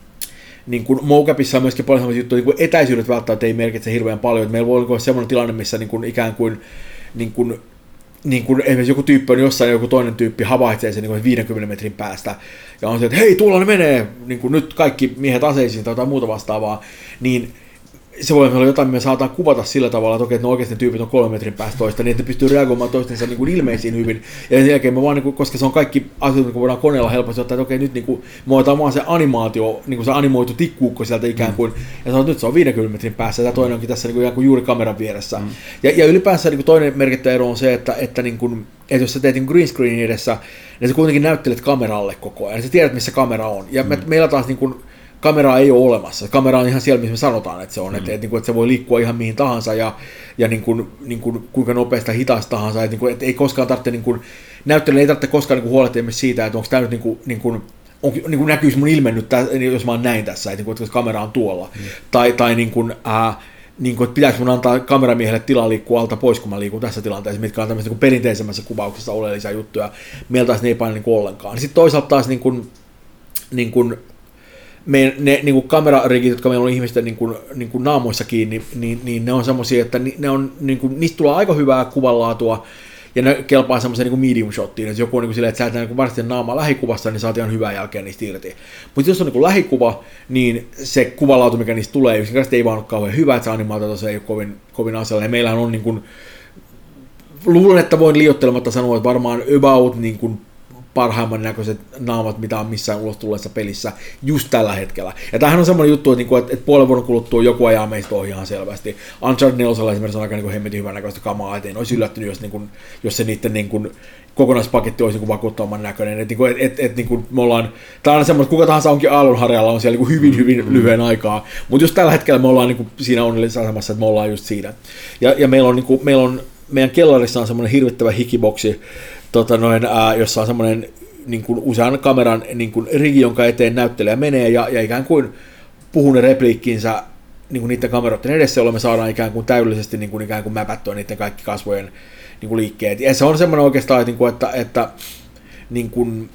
E: niin kuin mocapissa on myöskin paljon sellaisia juttuja, niin kuin etäisyydet välttämättä ei merkitse hirveän paljon, että meillä voi olla sellainen tilanne, missä niin kuin ikään kuin, niin kuin niin kuin esimerkiksi joku tyyppi on jossain, joku toinen tyyppi havaitsee sen niin kuin viidenkymmenen metrin päästä, ja on se, että hei, tuolla ne menee, niin kuin nyt kaikki miehet aseisiin tai jotain muuta vastaavaa, niin se voi olla jotain, me saataan kuvata sillä tavalla, että, okei, että ne oikeasti ne tyypit on kolmen metrin päästä toista, niin että ne pystyy reagoimaan toistensa niin kuin ilmeisiin hyvin, ja sen jälkeen me vaan, niin kuin, koska se on kaikki asioita, kun voidaan koneella helposti ottaa, että okei, nyt niin kuin, me otetaan vaan se animaatio, niin kuin se animoitu tikkuukko sieltä ikään kuin, ja sanotaan, että nyt se on viidenkymmenen metrin päässä, ja toinen onkin tässä niin kuin, ikään kuin juuri kameran vieressä. Mm. Ja, ja ylipäänsä niin kuin toinen merkittävä ero on se, että, että, niin kuin, että jos sä teet niin green screenin edessä, niin sä kuitenkin näyttelet kameralle koko ajan, ja sä tiedät, missä kamera on. Ja mm. me, meillä taas niin kuin, kameraa ei ole olemassa. Kamera on ihan siellä, missä me sanotaan, että se on. Mm. Että, että, että se voi liikkua ihan mihin tahansa ja, ja niin kuin, niin kuin, kuinka nopeasti hitaasti tahansa. Että, että ei koskaan tarvitse, niin kuin, näyttelijä ei tarvitse koskaan niin huolehtia siitä, että onko tämä nyt niin kuin, niin kuin, on, niin kuin näkyisi mun ilme nyt, jos mä oon näin tässä, että, että kamera on tuolla. Mm. Tai, tai niin kuin, äh, niin kuin, että pitääkö mun antaa kameramiehelle tilaa liikkua alta pois, kun mä liikun tässä tilanteessa, mitkä on tämmöisessä niin perinteisemmässä kuvauksessa oleellisia juttuja. Meillä taas ne ei paina niin kuin ollenkaan. Sitten toisaalta taas niin kuin, niin kuin, me, ne niin kuin kamerarigit, jotka meillä on ihmisten niin kuin, niin kuin naamoissa kiinni, niin, niin ne on semmoisia, että ne on, niin kuin, niistä tulee aika hyvää kuvanlaatua, ja ne kelpaa semmoiseen niin medium shottiin, että joku on niin kuin silleen, että sä et näe niin varsinaisen naamaa lähikuvassa, niin saat ihan hyvää jälkeen niistä irti. Mutta jos on niin kuin lähikuva, niin se kuvanlaatu, mikä niistä tulee, yksinkertaisesti ei vaan ole kauhean hyvä, että se animaatio tosiaan ei ole kovin, kovin asiallinen. Meillähän on, niin kuin, luulen, että voin liioittelematta sanoa, että varmaan about niin kuin parhaimman näköiset naamat, mitä on missään ulos tulleessa pelissä just tällä hetkellä. Ja tämähän on semmoinen juttu, että, että puolen vuoden kuluttua joku ajaa meistä ohi ihan selvästi. Uncharted neljä esimerkiksi on aika niin hemmetin hyvän näköistä kamaa, että en olisi yllättynyt, jos, niin kuin, jos se niiden niin kuin, kokonaispaketti olisi niin vakuuttavan näköinen. Et, et, et, et, niin kuin me ollaan, tämä on semmoinen, että kuka tahansa onkin aallonharjalla, on siellä niin hyvin, hyvin lyhyen aikaa. Mutta just tällä hetkellä me ollaan niin kuin siinä onnellisessa asemassa, että me ollaan just siinä. Ja, ja meillä on, niin kuin, meillä on, meidän kellarissa on semmoinen hirvittävä hikiboksi, Tota noin, ää, jossa on semmoinen niin kuin usean kameran niin kuin rigi, jonka eteen näyttelijä menee ja, ja ikään kuin puhuu ne repliikkinsä niin kuin niiden kameroiden edessä, jolloin me saadaan ikään kuin täydellisesti niin kuin, ikään kuin mäpättyä niiden kaikki kasvojen niin kuin liikkeet. Ja se on semmoinen oikeastaan, että, että, että niin kuin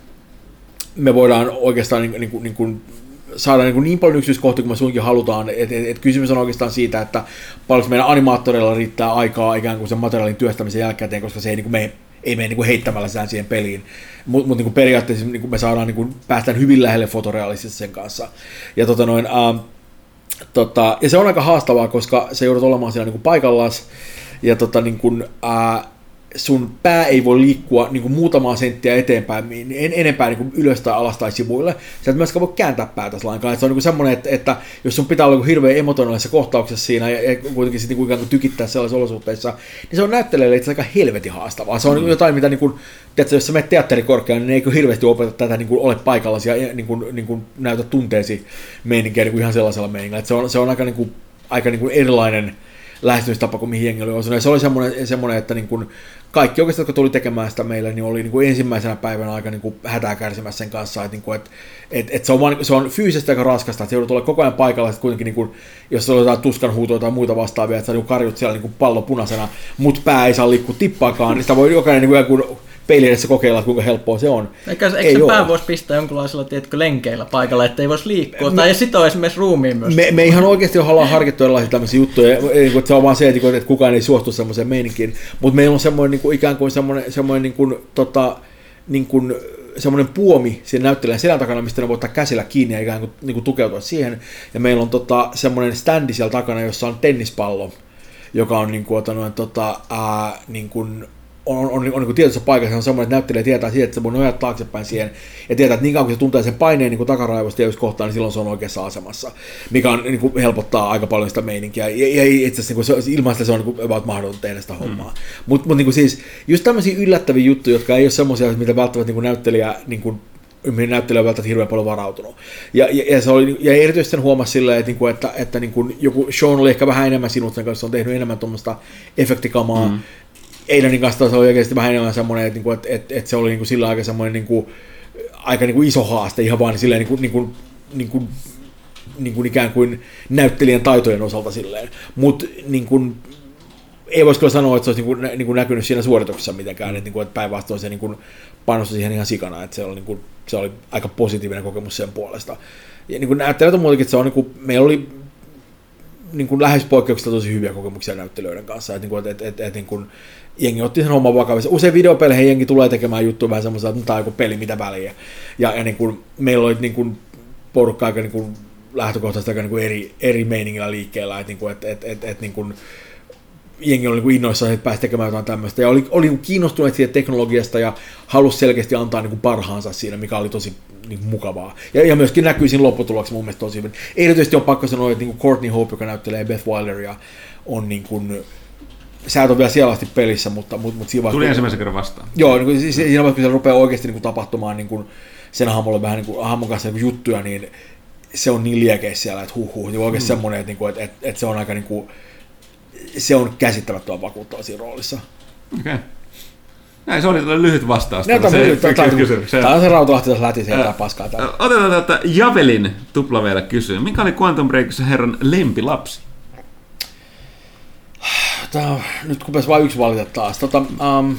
E: me voidaan oikeastaan niin, niin, niin kuin saada niin, niin paljon yksityiskohtia, kun me suinkin halutaan. Et, et, et kysymys on oikeastaan siitä, että paljonko meidän animaattoreilla riittää aikaa ikään kuin sen materiaalin työstämisen jälkeen, koska se ei niin kuin mene ei mene niin heittämällä sään siihen peliin, mutta mut, niin periaatteessa niin me saadaan, niin päästään hyvin lähelle fotorealistisesti sen kanssa. Ja, tota noin, äh, tota, ja se on aika haastavaa, koska se joudut olemaan siellä niin paikallaan, ja tota, niin kuin, äh, sun pää ei voi liikkua niin kuin muutamaa senttiä eteenpäin, en, enempää niin kuin ylös tai alas tai sivuille. Sä et myöskään voi kääntää päätäsi lainkaan. Et se on niin semmoinen, että, että jos sun pitää olla niin hirveän emotionaalisessa kohtauksessa siinä ja, ja kuitenkin sit, niin kuin tykittää sellaisissa olosuhteissa, niin se on näyttelijälle itse aika helvetin haastavaa. Se on mm. jotain, mitä niin kuin, tiedätkö, jos sä menet teatterikorkeaan, niin eikö hirveästi opeta tätä niin kuin ole paikallasi ja niin kuin, niin kuin näytä tunteesi meininkiä niin kuin ihan sellaisella meiningillä. Et se on, se on aika, niin kuin, aika niin kuin erilainen lähestymistapa kuin mihin jengi oli osunut. Ja se oli semmoinen, semmoinen että niin kuin kaikki oikeastaan, jotka tuli tekemään sitä meille, niin oli niin kuin ensimmäisenä päivänä aika niin kuin hätää kärsimässä sen kanssa, että, niin kuin, että, että, että se, on vaan, se on fyysisesti aika raskasta, että se joudut olla koko ajan paikalla, että kuitenkin niin kuin, jos on jotain tuskanhuutoja tai muita vastaavia, että sä niin karjut siellä niin kuin pallo punaisena, mutta pää ei saa liikkua tippaakaan, niin sitä voi jokainen niin kuin peilin edessä kokeilla, että kuinka helppoa se on.
C: Eikä, eikö ei se pää voisi pistää jonkinlaisella, tiedätkö, lenkeillä paikalla, ettei voisi liikkua, me, tai sitoa esimerkiksi ruumiin myös.
E: Me, me ihan oikeasti ollaan harkittu erilaisia tämmöisiä juttuja, että se on vaan se, että kukaan ei suostu semmoiseen meininkiin, mutta meillä on semmoinen niin kuin, ikään kuin semmoinen, semmoinen, niin kuin, tota, niin kuin, semmoinen puomi siinä näyttelijän selän takana, mistä ne voi ottaa käsillä kiinni ja ikään kuin, niin kuin tukeutua siihen, ja meillä on tota, semmoinen standi siellä takana, jossa on tennispallo, joka on niin kuin, ota, tota, ää, niin kuin, on, on, on, on niin tietyssä paikassa on semmoinen, että näyttelijä tietää siitä, että se voi nojata taaksepäin siihen ja tietää, että niin kauan kun se tuntee sen paineen niin takaraivosta tietyssä kohtaa, niin silloin se on oikeassa asemassa, mikä on, niin kuin, helpottaa aika paljon sitä meininkiä. Ja, ja itse asiassa niin ilman sitä se on niin kuin, about mahdotonta tehdä sitä hommaa. Mm. Mutta mut, niin siis just tämmöisiä yllättäviä juttuja, jotka ei ole semmoisia, mitä välttämättä niin näyttelijä niin kuin, mihin näyttelijä on välttämättä hirveän paljon varautunut. Ja, ja, ja, se oli, ja erityisesti sen huomasi silleen, että, että, että, että niin kuin joku Sean oli ehkä vähän enemmän sinut sen kanssa, on tehnyt enemmän tuommoista efektikamaa. Mm. Eilenin kanssa se oli oikeasti vähän enemmän semmoinen, että, että, että, että se oli niin kuin sillä aika semmoinen niin kuin, aika niin kuin iso haaste ihan vaan silleen, niin kuin, niin kuin, niin kuin, niin kuin ikään kuin näyttelijän taitojen osalta silleen. Mutta niin kuin, ei voisi kyllä sanoa, että se olisi niin kuin, niin kuin näkynyt siinä suorituksessa mitenkään, että, että päinvastoin se niin kuin panosti siihen ihan sikana, että se oli, niin kuin, se oli aika positiivinen kokemus sen puolesta. Ja niin kuin näyttelijät on muutenkin, että se on niin kuin, meillä oli niin kuin lähes poikkeuksista tosi hyviä kokemuksia näyttelijöiden kanssa, että, että, että, että, että niin kuin, jengi otti sen homman vakavissa. Usein videopeleihin jengi tulee tekemään juttuja vähän semmoisia, että tämä on joku peli, mitä väliä. Ja, ja niin kuin, meillä oli niin kuin, porukka aika niin kuin, lähtökohtaisesti aika niin kuin eri, eri meiningillä liikkeellä, että, niin kuin, että, että, että, että niin kuin, jengi oli niin kuin innoissaan, että pääsi tekemään jotain tämmöistä. Ja oli, oli niin kuin kiinnostuneet siitä teknologiasta ja halusi selkeästi antaa niin kuin parhaansa siinä, mikä oli tosi niin kuin mukavaa. Ja, ja myöskin näkyy siinä lopputuloksessa mun mielestä tosi hyvin. Erityisesti on pakko sanoa, että niin kuin Courtney Hope, joka näyttelee Beth Wilderia, on niin kuin, sä et ole vielä siellä asti pelissä, mutta... mutta, mutta siinä
A: tuli ensimmäisen kerran vastaan.
E: Joo, niin kuin, siinä vaiheessa, kun se rupeaa oikeasti niin kuin tapahtumaan niin kuin sen hahmolle vähän niin kuin, hahmon kanssa niin kuin juttuja, niin se on niin liekeis siellä, että huh huh, niin oikein mm. semmoinen, että, niinku, että, että, että se on aika niinku, se on käsittämättömän vakuuttava siinä roolissa.
A: Okei. Okay. Näin, se oli tällainen lyhyt vastaus.
E: Tämä on se Rautalahti tässä lätisi ja paskaa täällä.
A: Otetaan täältä Javelin tupla vielä kysyä. Mikä oli Quantum Breakissa herran lempilapsi?
E: Tämä on, nyt kun pääsi vain yksi valita taas. Tota, um,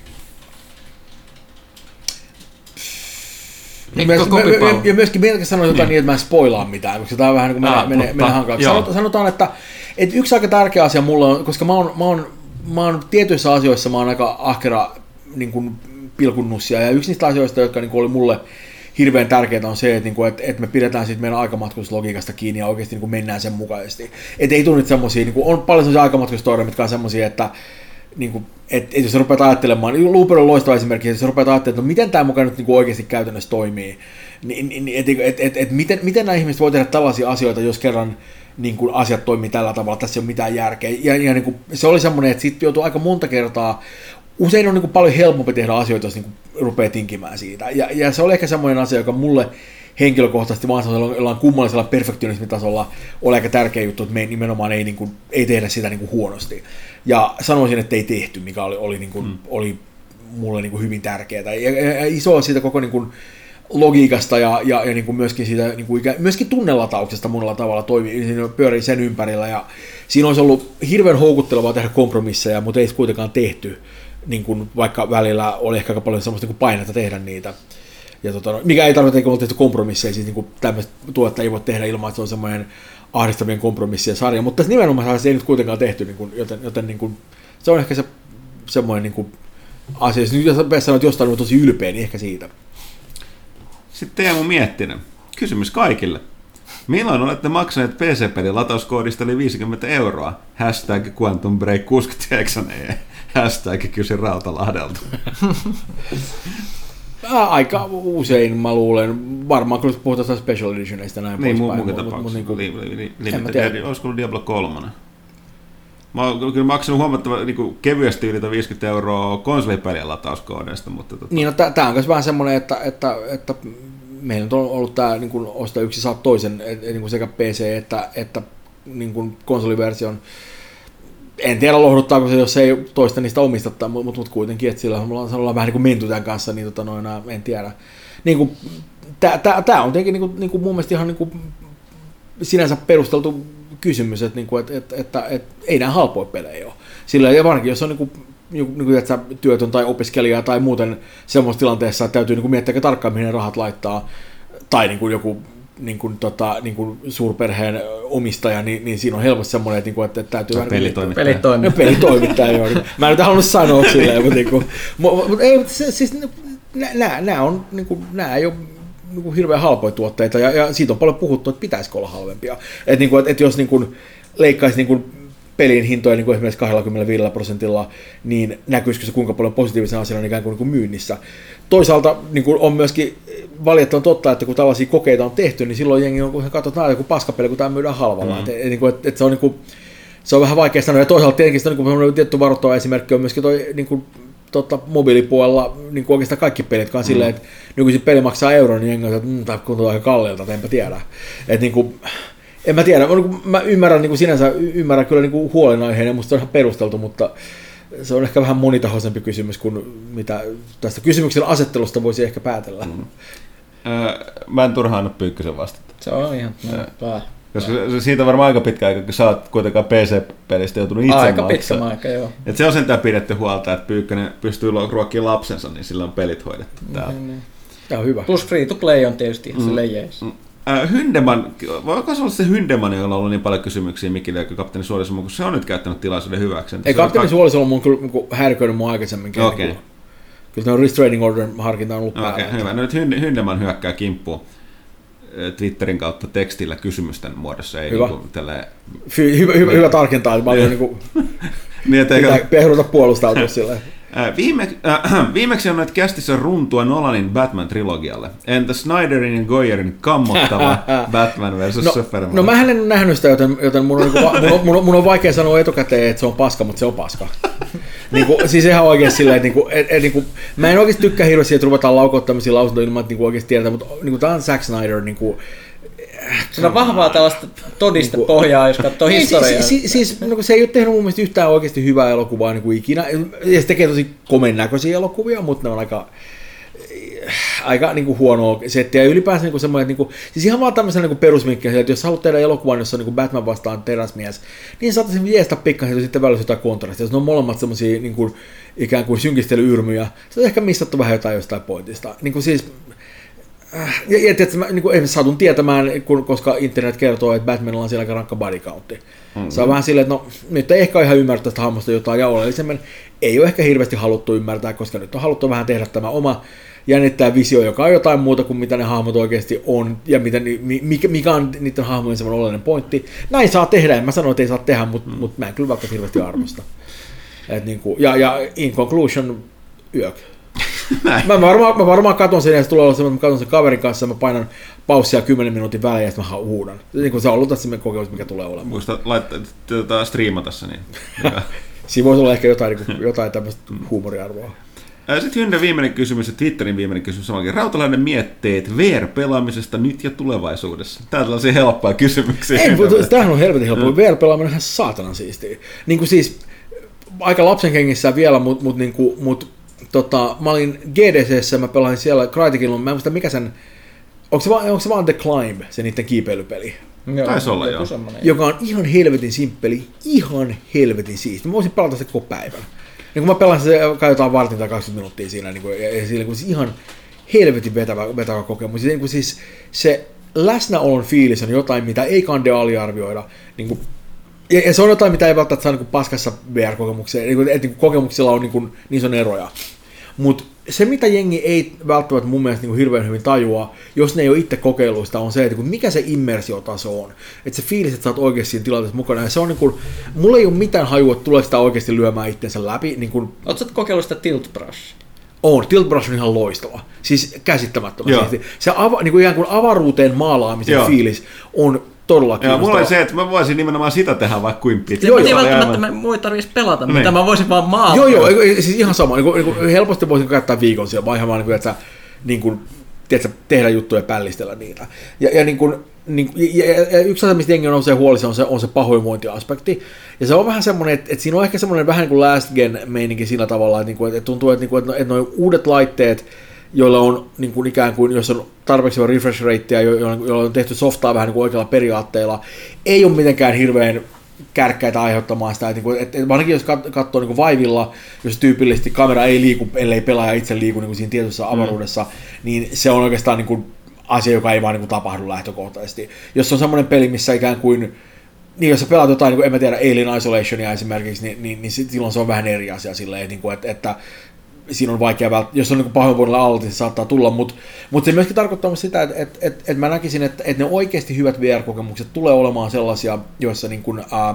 E: Myös, ja myöskin mieltä sanoin jotain niin, että mä en spoilaa mitään, koska tämä on vähän niin kuin menee, menee, menee hankalaksi. Sanotaan, sanotaan että, että yksi aika tärkeä asia mulle on, koska mä oon, mä oon, mä oon tietyissä asioissa mä oon aika ahkera niin kuin pilkunnussia, ja yksi niistä asioista, jotka niin kuin oli mulle hirveän tärkeää on se, että, niin kuin, että, että me pidetään siitä meidän aikamatkustuslogiikasta kiinni ja oikeasti niin kuin mennään sen mukaisesti. Että ei tule nyt semmosia, niin kuin, on paljon semmoisia aikamatkustustoireja, mitkä on semmosia, että niin kuin, et, et jos sä rupeat ajattelemaan, Looper on loistava esimerkki, jos sä rupeat ajattelemaan, että no, miten tämä mukaan nyt niin kuin oikeasti käytännössä toimii, niin et, et, et, et, miten, miten nämä ihmiset voi tehdä tällaisia asioita, jos kerran niin kuin, asiat toimii tällä tavalla, tässä ei ole mitään järkeä. Ja, ja niin kuin, se oli semmoinen, että siitä joutuu aika monta kertaa, usein on niin kuin, paljon helpompi tehdä asioita, jos niin kuin, rupeaa tinkimään siitä. Ja, ja se oli ehkä semmoinen asia, joka mulle henkilökohtaisesti vaan jollain kummallisella perfektionismitasolla oli aika tärkeä juttu, että me nimenomaan ei, niin kuin, ei tehdä sitä niin kuin huonosti. Ja sanoisin, että ei tehty, mikä oli, oli, niin kuin, mm. oli mulle niin kuin hyvin tärkeää. Ja, ja, ja iso siitä koko niin kuin, logiikasta ja, ja, ja niin kuin myöskin, siitä, niin kuin, myöskin tunnelatauksesta monella tavalla toimii, siinä pyörii sen ympärillä. Ja siinä olisi ollut hirveän houkuttelevaa tehdä kompromisseja, mutta ei kuitenkaan tehty, niin kuin, vaikka välillä oli ehkä aika paljon sellaista niin kuin painetta tehdä niitä. Ja tota, mikä ei tarvitse, että on tehty kompromisseja, siis niin tämmöistä tuotetta ei voi tehdä ilman, että se on semmoinen ahdistavien kompromissien sarja, mutta tässä nimenomaan se ei nyt kuitenkaan tehty, niin kuin, joten, joten niin kuin, se on ehkä se semmoinen niin kuin, asia. Nyt jos sanoit, että jostain on tosi ylpeä, niin ehkä siitä.
A: Sitten Teemu Miettinen. Kysymys kaikille. Milloin olette maksaneet P C-pelin latauskoodista eli viisikymmentä euroa? Hashtag Quantum Break kuusikymmentäyhdeksän E. Hashtag kysy Rautalahdelta.
E: Aika usein mä luulen, varmaan kun puhutaan Special Editionista näin
A: niin,
E: poispäin.
A: Niin, muukin tapauksessa. Limited, olisiko Diablo kolme? Mä oon kyllä maksanut huomattavan niin kevyesti yli viisikymmentä euroa konsolipelien latauskoodeista. Mutta tota...
E: Niin, no, tää on myös vähän semmoinen, että, että, että meillä on ollut tämä niin ostaa yksi saa toisen, niin kuin sekä P C että, että niin kuin konsoliversion. En tiedä lohduttaako se, jos ei toista niistä omista, mutta, mutta kuitenkin, että sillä ollaan vähän niin kuin menty tämän kanssa, niin tota noin, en tiedä. Niin kuin, tämä on tietenkin niin kuin, niin kuin mun mielestä ihan niin kuin sinänsä perusteltu kysymys, että, niin kuin, että, että, että, että ei nämä halpoja pelejä ole. Sillä, ja varsinkin, jos on niin kuin, niin kuin, että työtön tai opiskelija tai muuten semmoisessa tilanteessa, että täytyy niin kuin miettiä tarkkaan, mihin rahat laittaa, tai niin kuin joku niin kuin, tota, niin kuin suurperheen omistaja, niin, niin siinä on helposti semmoinen, että, niin että, että täytyy...
A: Tai pelitoimittaja.
C: Pelitoimittaja.
E: No, pelitoimittaja, joo. Mä en nyt halunnut sanoa silleen, mutta, niin kuin, mutta ei, siis nämä, nämä, on, niin kuin, nämä ei ole niin kuin hirveän halpoja tuotteita, ja, ja siitä on paljon puhuttu, että pitäisikö olla halvempia. Että, niin kuin, että, että jos niin kuin, leikkaisi niin kuin, pelin hintoja niin kuin esimerkiksi kaksikymmentäviisi prosentilla, niin näkyisikö se kuinka paljon positiivisena asiana ikään kuin, niin kuin myynnissä. Toisaalta niin kuin on myöskin valitettavan totta, että kun tällaisia kokeita on tehty, niin silloin jengi on, kun he katsotaan, että joku paskapeli, kun tämä myydään halvalla. Mm. Et, et, et, et se, on, niin kuin, se on vähän vaikea sanoa. Ja toisaalta tietenkin se on niin tietty varoittava esimerkki on myöskin toi, niin kuin, totta, mobiilipuolella niin kuin oikeastaan kaikki pelit, jotka on mm. silleen, että nykyisin peli maksaa euron, niin jengi on, että mmm, tämä tuntuu aika kalleelta, että enpä tiedä. Et, niin kuin, en mä tiedä, mä ymmärrän niin kuin sinänsä, ymmärrän kyllä niin kuin huolenaiheen, ja musta se on ihan perusteltu, mutta se on ehkä vähän monitahoisempi kysymys kuin mitä tästä kysymyksen asettelusta voisi ehkä päätellä. Mm.
A: Öö, mä en turhaan anna Pyykkösen vastata.
C: Se on ihan no,
A: koska siitä on varmaan aika pitkä aika, kun sä oot kuitenkaan P C-pelistä joutunut itse
C: aika pitkä aika, joo.
A: Et se on sentään pidetty huolta, että Pyykkönen pystyy ruokkimaan lapsensa, niin sillä on pelit hoidettu täällä.
C: Mm-hmm. Tämä on hyvä. Plus free to play on tietysti ihan mm. silleen jees. Mm.
A: Hyndeman, voiko se olla se Hyndeman, jolla on ollut niin paljon kysymyksiä Mikille ja Kapteeni Suolisella, kun se on nyt käyttänyt tilaisuuden hyväkseen.
E: Ei, Kapteeni kak... Suolisella on mun kyllä häiriköinyt mua aikaisemminkin. Okei. Okay. Kyllä se on restraining order harkinta on ollut päällä. Okei, okay, hyvä. No nyt Hyndeman hyökkää kimppuun Twitterin kautta tekstillä kysymysten muodossa. Ei hyvä.
A: Niin kuin tälle...
E: Fy, hyvä, hyvä, hyvä tarkentaa, että paljon niin kuin...
A: niin, että
E: pitää pehruta puolustautua silleen.
A: Viime, äh, viimeksi on näitä kästissä runtua Nolanin Batman-trilogialle. Entä Snyderin ja Goyerin kammottava Batman versus
E: no,
A: Superman?
E: No mä en nähnyt sitä, joten, joten mun, on, mun, on, mun, on, mun on vaikea sanoa etukäteen, että se on paska, mutta se on paska. niin kuin, siis ihan oikeasti silleen, että niin kuin, et, et, niin kuin, mä en oikeasti tykkää hirveästi, että ruvetaan laukoa tämmöisiä lausuntoja ilman, että niin oikeasti tiedetään, mutta niin kuin, tämä on Zack Snyder, niin kuin,
C: Se on vahvaa tällaista todistepohjaa, jos katsoo
E: ei,
C: historiaa.
E: Siis, siis, siis no, se ei ole tehnyt mun mielestä yhtään oikeasti hyvää elokuvaa niin kuin ikinä. Ja se tekee tosi komen näköisiä elokuvia, mutta ne on aika, aika niin kuin huonoa settiä. Ja ylipäänsä niin kuin semmoinen, että niin kuin, siis ihan vaan tämmöisen niin perusminkkiä, että jos haluat tehdä elokuvan, jossa on niin kuin Batman vastaan teräsmies, niin saattaisin viestä pikkasen sitten välillä jotain kontrastia. Jos ne on molemmat semmoisia niin kuin, ikään kuin synkistelyyrmyjä, se on ehkä missattu vähän jotain jostain pointista. Niin kuin siis, ja, ja tietysti, mä niin kuin, satun tietämään, kun, koska internet kertoo, että Batmanilla on siellä aika rankka body countti. Mm-hmm. Se on vähän silleen, että no, nyt ei ehkä ole ihan ymmärrä tästä hahmosta jotain, ja oleellisemmin ei ole ehkä hirveästi haluttu ymmärtää, koska nyt on haluttu vähän tehdä tämä oma jännittää visio, joka on jotain muuta kuin mitä ne hahmot oikeasti on, ja mitä, mikä, mikä on niiden hahmojen semmoinen oleellinen pointti. Näin saa tehdä, en mä sano, että ei saa tehdä, mutta mm. mut mä en kyllä vaikka hirveästi arvosta. Et niin kuin, ja, ja in conclusion, yök. Mä, mä, varmaan, mä varmaan katon sen, ja se tulee olla semmoinen, että mä katon sen kaverin kanssa, ja mä painan paussia kymmenen minuutin välein, ja sitten mä huudan. Niin kuin se on ollut tässä kokemus, mikä tulee olemaan.
A: Muista laittaa tuota, striimata se, niin.
E: Siinä voisi olla ehkä jotain, niin jotain tämmöistä huumoriarvoa.
A: Sitten Hynden viimeinen kysymys ja Twitterin viimeinen kysymys samankin. Rautalainen mietteet V R-pelaamisesta nyt ja tulevaisuudessa. Tää on tällaisia helppoja kysymyksiä.
E: Ei, mutta tämähän on helvetin helppoa. V R-pelaaminen on ihan saatanan siistiä. Niin kuin siis, aika lapsen kengissä vielä, mutta mut, niin mut, tota, mä olin G D C:ssä, mä pelasin siellä Crytekilla, mä en muista mikä sen, onko se, vaan, onko se vaan The Climb, se niiden kiipeilypeli?
A: Taisi olla, joo.
E: Joka on ihan helvetin simppeli, ihan helvetin siisti. Mä voisin pelata sitä koko päivän. Niin kun mä pelasin se jotain vartin tai kaksikymmentä minuuttia siinä, niin kuin, ja siinä, siis ihan helvetin vetävä, vetävä kokemus. Niin siis se läsnäolon fiilis on jotain, mitä ei kande aliarvioida. Niin kuin, ja, ja se on jotain, mitä ei välttämättä saa niin kuin paskassa V R-kokemuksia. Niin kuin, että niin kuin kokemuksilla on niin, kuin, niin on eroja. Mutta se, mitä jengi ei välttämättä mun mielestä niin kuin hirveän hyvin tajua, jos ne ei ole itse kokeiluista, on se, että mikä se immersiotaso on. Että se fiilis, että sä oot oikeasti siinä tilanteessa mukana. Ja se on niin kuin, mulla ei ole mitään hajua, että tuleeko sitä oikeasti lyömään itsensä läpi. Niin kuin,
C: ootko sä kokeillut sitä Tilt Brush?
E: On, Tilt Brush on ihan loistava. Siis käsittämättömän. Se ava, niin kuin ihan kuin avaruuteen maalaamisen Joo. fiilis on todella kiinnostava.
A: Mulla oli se, että mä voisin nimenomaan sitä tehdä vaikka kuin pitkä.
C: Joo, ei välttämättä mä muu tarvitsisi pelata, niin. Mitä mä voisin vaan maalata.
E: Joo, joo, siis ihan sama. Niin kuin, niin kuin helposti voisin käyttää viikon siellä, vaan ihan vaan, niin kuin, että sä niin kuin, tiedätkö, tehdä juttuja ja pällistellä niitä. Ja, ja, niin kuin, niin, ja, ja yksi asia, mistä jengi on se huolissa, on se, on se pahoinvointiaspekti. Ja se on vähän semmoinen, että, että siinä on ehkä semmoinen vähän niin kuin last gen meininki sillä tavalla, että, että tuntuu, että, että, että nuo uudet laitteet, joilla on niin kuin ikään kuin, jos on tarpeeksi refresh ratea, joilla on tehty softaa vähän niin kuin oikealla periaatteella, ei ole mitenkään hirveän kärkkäitä aiheuttamaan sitä, että, että, että varsinkin jos katsoo niin vaivilla, jos tyypillisesti kamera ei liiku, ellei pelaaja itse liiku niin kuin siinä tietyssä avaruudessa, mm. niin se on oikeastaan niin kuin asia, joka ei vaan niin kuin tapahdu lähtökohtaisesti. Jos on semmoinen peli, missä ikään kuin, niin jos sä pelaat jotain, niin kuin, en mä tiedä, Alien Isolationia esimerkiksi, niin, niin, niin silloin se on vähän eri asia silleen, että, että siinä on vaikea välttämättä, jos on niin pahoinvoinnilla alla, niin se saattaa tulla, mutta mut se myöskin tarkoittaa sitä, että et, et, et mä näkisin, että et ne oikeasti hyvät V R-kokemukset tulee olemaan sellaisia, joissa, niin kuin, äh,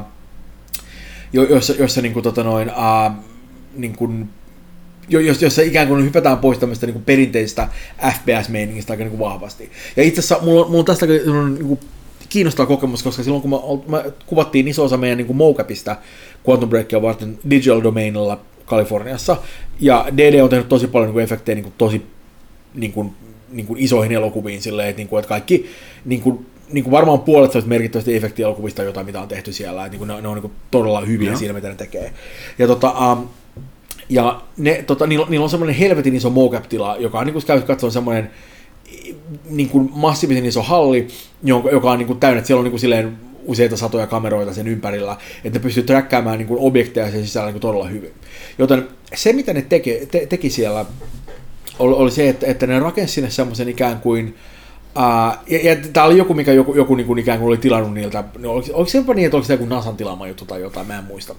E: jo, joissa, joissa niin kuin, tota noin, äh, niin kuin, jos, jossa ikään kuin hypätään pois tämmöistä niin perinteistä F P S-meiningistä aika niin vahvasti. Ja itse asiassa mulla, mulla on tästä niin kuin kiinnostava kokemus, koska silloin kun mä, mä kuvattiin iso osa meidän niin mocapista Quantum Breakia varten Digital Domainilla Kaliforniassa, ja D D on tehnyt tosi paljon niin kuin efektejä niin kuin tosi niin kuin, niin kuin isoihin elokuviin silleen, että, niin kuin, että kaikki niin kuin, niin kuin varmaan puolet sellaista merkittävästi efektielokuvista jotain, mitä on tehty siellä, että niin kuin ne, ne on niin kuin todella hyviä no. siinä, mitä ne tekee. Ja, tota, um, ja ne, tota, niillä, niillä on semmoinen helvetin iso mocap-tila, joka on niin kuin käynyt katsomaan semmoinen niin kuin massiivisen iso halli, joka on niin kuin täynnä, että siellä on niin kuin silleen useita satoja kameroita sen ympärillä, että ne pystyy trackkaamaan niin kuin objekteja sen sisällä niin kuin todella hyvin. Joten se, mitä ne teki, te, teki siellä, oli, oli se, että, että ne rakensi sinne semmoisen ikään kuin, ää, ja, ja tämä oli joku, mikä joku, joku niin kuin ikään kuin oli tilannut niiltä, oliko, oliko se jopa niin, että oliko se joku NASAn tilaama juttu tai jotain, mä en muista.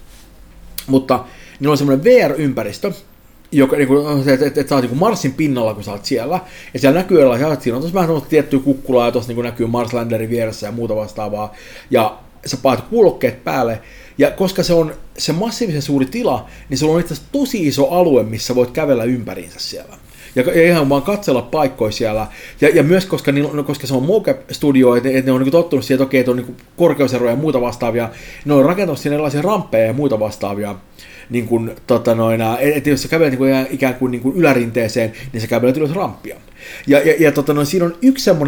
E: Mutta niillä oli semmoinen V R-ympäristö, joka, niin kuin, että, että, että sä oot niin kuin Marsin pinnalla, kun sä oot siellä, ja siellä näkyy erilaisia asioita, siinä on tuossa vähän semmoista tiettyä kukkulaa, ja tuossa niin näkyy Mars-landerin vieressä ja muuta vastaavaa, ja sä paat kuulokkeet päälle, ja koska se on se massiivisen suuri tila, niin sulla on itse asiassa tosi iso alue, missä voit kävellä ympäriinsä siellä. Ja, ja ihan vaan katsella paikkoja siellä, ja, ja myös koska, niillä, koska se on mocap-studio, että, että ne on niin kuin tottunut siihen, että okei, että on niin kuin korkeuseroja ja muuta vastaavia, ne on rakentanut siinä erilaisia ramppeja ja muuta vastaavia, niin kuin, tota noina, että jos sä kävelet niin kuin ikään kuin, niin kuin ylärinteeseen, niin sä kävelet ylös ramppia. Ja, ja, ja tota noin, siinä on yksi semmoinen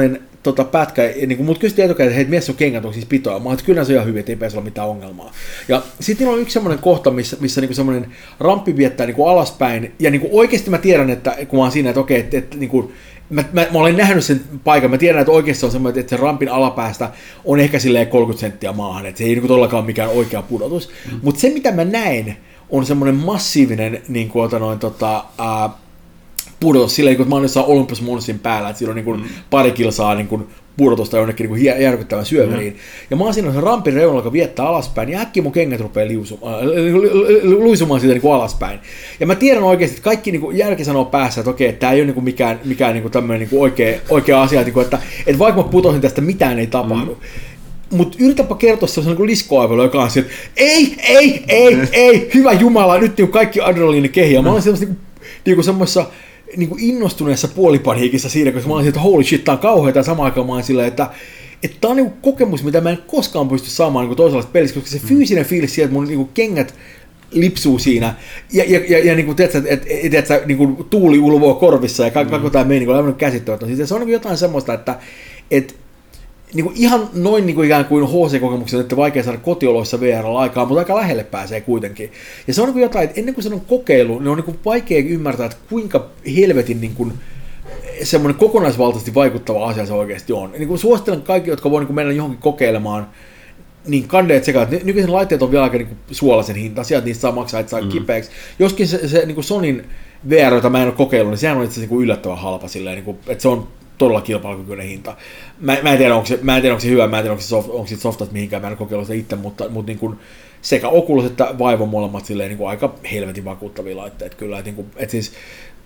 E: tota, pätkä, niin mutta kysyttiin etukäteen, että hei, mies on kengät, onko siis pitoa? Mä oon, että kyllä se on ihan hyvin, ettei pääse olla mitään ongelmaa. Ja sitten on yksi semmoinen kohta, missä, missä niin semmoinen ramppi viettää niin alaspäin, ja niin oikeasti mä tiedän, että kun mä oon siinä, että okei, että, että niin kuin, Mä, mä, mä olen nähnyt sen paikan, mä tiedän, että oikeasti on semmoinen, että se rampin alapäästä on ehkä silleen kolmekymmentä senttiä maahan, että se ei niin todellakaan mikään oikea pudotus. Mm. Mutta se, mitä mä näin, on semmoinen massiivinen niin kuin, ota, noin, tota, ää, pudotus, silleen, kun mä oon jossain Olympus Monsin päällä, että siinä on niin kuin, mm. pari kilsaa niin kuin, pudotusta jonnekin niin kuin, järkyttävän syöveriin. Mm. Ja mä oon siinä sen rampin reunalla, joka viettää alaspäin, ja äkkiä mun kengät rupeaa liusumaan, luisumaan siitä niin kuin alaspäin. Ja mä tiedän oikeasti, että kaikki niin kuin, järki sanoo päässä, että okei, että tää ei ole niin kuin, mikään, mikään niin kuin, tämmöinen niin kuin, oikea, oikea asia, niin kuin, että, että vaikka mä putosin tästä, mitään ei tapahdu. Mm. Mutta yritäpä kertoa sellaisen niin liskoaivelu, joka on siellä, ei, ei, ei, ei, hyvä Jumala, nyt niin kaikki adrenaliini kehiä. Mä olen semmoisessa niin niin semmoisessa niin innostuneessa puolipaniikissa siinä, koska mä olen että holy shit, tää on kauheata, ja samaan aikaan mä olen silleen, että että tää on niin kokemus, mitä mä en koskaan pysty saamaan niin toisenlaista pelissä, koska se fyysinen fiilis siitä, että mun niin kengät lipsuu siinä, ja, ja, ja, ja niin kuin, tiedätkö, että et, et, et, niin kuin tuuli ulvoo korvissa, ja kaikko mm. tämä meni, on aivan käsittämätöntä. Se on niin jotain semmoista, että et, niin kuin ihan noin niin kuin ikään kuin H C-kokemukset, että vaikea saada kotioloissa V R:llä aikaa, mutta aika lähelle pääsee kuitenkin. Ja se on niin kuin jotain, että ennen kuin se on kokeilu, niin on niin kuin vaikea ymmärtää, että kuinka helvetin niin kuin semmoinen kokonaisvaltaisesti vaikuttava asia se oikeasti on. Niin kuin suosittelen kaikki, jotka voi niin kuin mennä johonkin kokeilemaan, niin kandeet sekä, että nykyisen laitteet on vielä aika niin kuin suolaisen hinta, sieltä niistä saa maksaa, että saa mm. kipeäksi. Joskin se, se niin kuin Sonyn V R, jota mä en ole kokeillut, niin sehän on itse asiassa niin kuin yllättävän halpa silleen, niin kuin, että se on todella kilpailukykyinen hinta. Mä, mä, en tiedä, onko se, mä en tiedä, onko se hyvä, mä en tiedä, onko se soft, onko softat mihinkään, mä en ole kokeillut sitä itse, mutta, mutta niin kuin sekä Oculus että Vive molemmat silleen, niin kuin aika helvetin vakuuttavia laitteet kyllä. Että, niin kuin, että siis,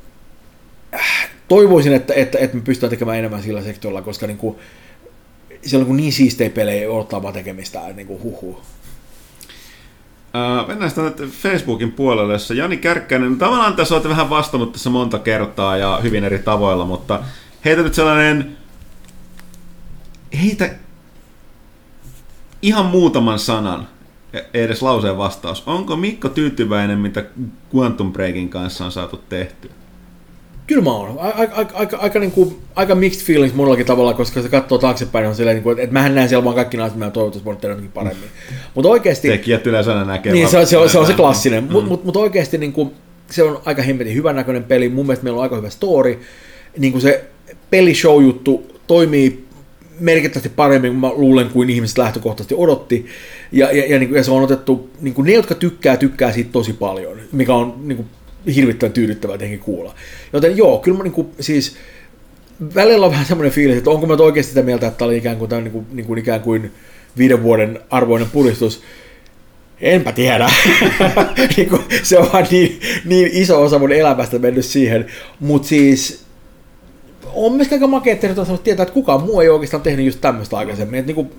E: äh, toivoisin, että, että, että me pystytään tekemään enemmän sillä sektorilla, koska niin kuin, siellä on niin siistejä pelejä odottaa vaan tekemistä, että niin kuin huhuu.
A: Uh, mennään sitten Facebookin puolelle, jossa Jani Kärkkäinen, tavallaan tässä olette vähän vastannut tässä monta kertaa ja hyvin eri tavoilla, mutta heitä nyt sellainen, heitä ihan muutaman sanan, ei edes lauseen vastaus. Onko Mikko tyytyväinen, mitä Quantum Breakin kanssa on saatu tehtyä?
E: Kyllä mä oon. Aika, aika, aika, aika, niin kuin, aika mixed feelings monellakin tavalla, koska se katsoo taaksepäin, on silleen, että, että mähän näen siellä vaan kaikki naiset, mä toivottavasti voinut tehdä jotenkin paremmin. Mutta oikeasti...
A: Tekijät yleensä aina näkee.
E: Niin, se, se, on, se on se klassinen. Mm. Mutta mut, mut oikeasti niin kuin, se on aika hemmetin hyvän näköinen peli. Mun mielestä meillä on aika hyvä story. Niin kuin se pelishow-juttu toimii merkittävästi paremmin, kuin mä luulen, kuin ihmiset lähtökohtaisesti odotti. Ja, ja, ja, niin kuin, ja se on otettu, niin kuin ne, jotka tykkää, tykkää siitä tosi paljon, mikä on... Niin kuin, hirvittävän tyydyttävää tietenkin kuulla. Joten joo, kyllä mä niinku, siis välillä on vähän semmoinen fiilis, että onko mä oikeasti sitä mieltä, että tämä oli ikään kuin, tämän, niinku, niinku, ikään kuin viiden vuoden arvoinen puristus. Enpä tiedä. niinku, se on vaan niin, niin iso osa mun elämästä mennyt siihen. Mutta siis on myös aika makea tehdä tietää, että kukaan muu ei oikeastaan tehnyt just tämmöistä aikaisemmin. Et, niinku,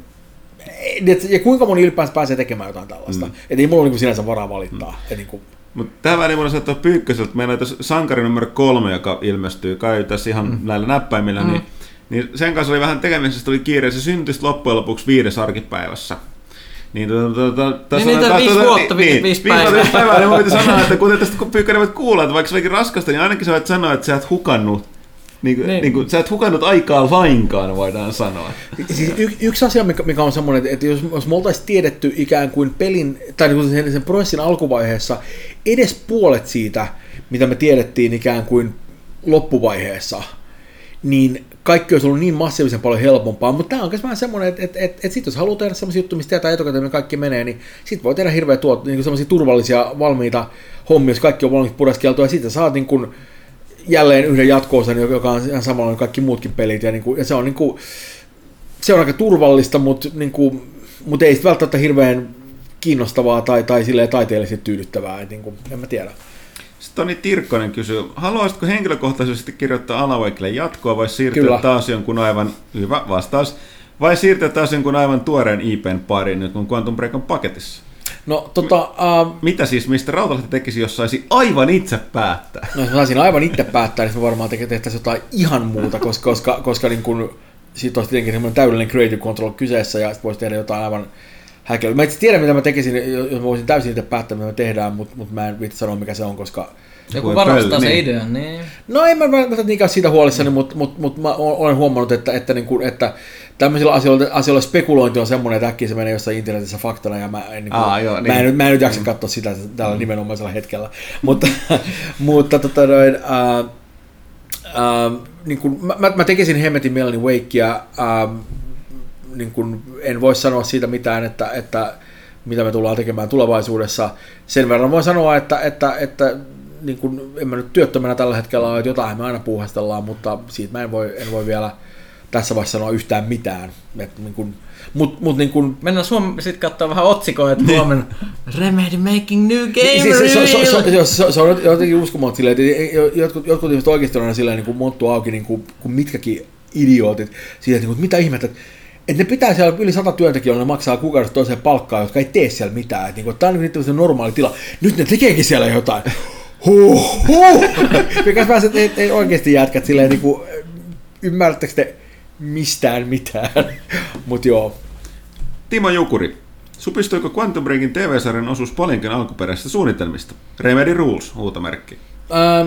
E: et, ja kuinka moni ylipäänsä pääsee tekemään jotain tällaista. Mm. Että ei mulla ole niinku sinänsä varaa valittaa. Mm. Et, niinku,
A: mutta tähän väliin voidaan sanoa Pyykköseltä, meillä on tässä sankari numero kolme, joka ilmestyy kai tässä ihan mm. näillä näppäimillä, mm. niin, niin sen kanssa oli vähän tekemisestä, tuli kiire, se syntyi loppujen lopuksi viides arkipäivässä. Niin,
C: niin niitä viisi vuotta, viisi päivää.
A: Viisi päivää, niin mä voitin sanoa, että kuten tästä Pyykkönen voit kuulla, että vaikka se olikin raskasta, niin ainakin sä voit sanoa, että sä et hukannut Niin kuin, niin. Niin kuin, sä et hukannut aikaa lainkaan, voidaan sanoa.
E: Siis y- yksi asia, mikä on semmoinen, että jos, jos me oltaisiin tiedetty ikään kuin pelin, tai niin sen, sen prosessin alkuvaiheessa edes puolet siitä, mitä me tiedettiin ikään kuin loppuvaiheessa, niin kaikki olisi ollut niin massiivisen paljon helpompaa, mutta tämä on myös vähän semmoinen, että, että, että, että sitten jos haluaa tehdä semmoisia juttuja, mistä tietää etukäteen, me kaikki menee, niin sitten voi tehdä hirveä tuot, niin semmoisia turvallisia, valmiita hommia, jos kaikki on valmiiksi pureskeltua, ja sitten saat niin kuin jälleen yhden jatko-osan, joka on ihan samalla kuin kaikki muutkin pelit, ja, niin kuin, ja se, on, niin kuin, se on aika turvallista, mutta, niin kuin, mutta ei sitten välttämättä hirveän kiinnostavaa tai, tai taiteellisesti tyydyttävää, että, niin kuin, en mä tiedä.
A: Sitten Toni Tirkkonen kysyy, haluaisitko henkilökohtaisesti kirjoittaa Alan Wakelle jatkoa vai siirtyä Kyllä. taas jonkun aivan, hyvä vastaus, vai siirtyä taas jonkun aivan tuoreen I P:n pariin nyt kun Quantum Break on paketissa?
E: No, tota, uh,
A: Mitä siis, mistä Rautalehti tekisi, jos saisi aivan itse päättää?
E: No, jos saisin aivan itse päättää, niin me varmaan tehtäisiin jotain ihan muuta, koska, koska, koska niin kun, siitä olisi tietenkin semmoinen täydellinen creative control kyseessä, ja sitten voisi tehdä jotain aivan häkellyt. Mä itse tiedän, mitä mä tekisin, jos mä voisin täysin itse päättää, mitä me tehdään, mutta mut mä en vitsi sanoa, mikä se on, koska...
C: Joku varastaa se idea, niin...
E: No en mä välttämättä niinkään siitä huolissani, mm. mutta mut, mut mä olen huomannut, että, että, niinku, että tämmöisillä asioilla, asioilla spekulointi on semmoinen, että äkkiä se menee jossain internetissä faktana, ja mä en, niinku, Aa, joo, niin. mä en, nyt, mä en nyt jaksa katsoa sitä tällä mm. nimenomaisella hetkellä. mutta mutta tota noin... Äh, äh, niinku, mä, mä tekisin hemmetin mielelläni Wakea, äh, niinku, en voi sanoa siitä mitään, että, että mitä me tullaan tekemään tulevaisuudessa. Sen verran voin sanoa, että, että, että niin kuin, en mä nyt työttömänä tällä hetkellä ole, että jotain me aina puuhastellaan, mutta siitä mä en voi, en voi vielä tässä vaiheessa sanoa yhtään mitään. Niin kuin, mut, mut, niin kuin...
C: Mennään Suomeen sitten katsoa vähän otsikoja, että huomenna Remedy making new game
E: se,
C: reveal!
E: Se, se, se, se, se on jotenkin uskomaton silleen, että jotkut, jotkut ihmiset oikeasti on silleen niin kuin monttu auki, niin kuin, kuin mitkäkin idiootit, siitä, että, niin kuin, mitä ihmettä, että ne pitää siellä yli sata työntekijää, ne maksaa kuukaudesta toiseen palkkaa, jotka ei tee siellä mitään. Että, niin kuin, tämä on niin normaali tila. Nyt ne tekeekin siellä jotain. Huh, huh. Mikäs mä se, ei, ei oikeasti jätkät silleen, niin kuin, ymmärrättekö te mistään mitään? Mut joo.
A: Timo Jukuri. Supistuiko Quantum Breakin T V-sarjan osuus paljonkin alkuperäisistä suunnitelmista? Remedy Rules, huutomerkki.
E: Ähm,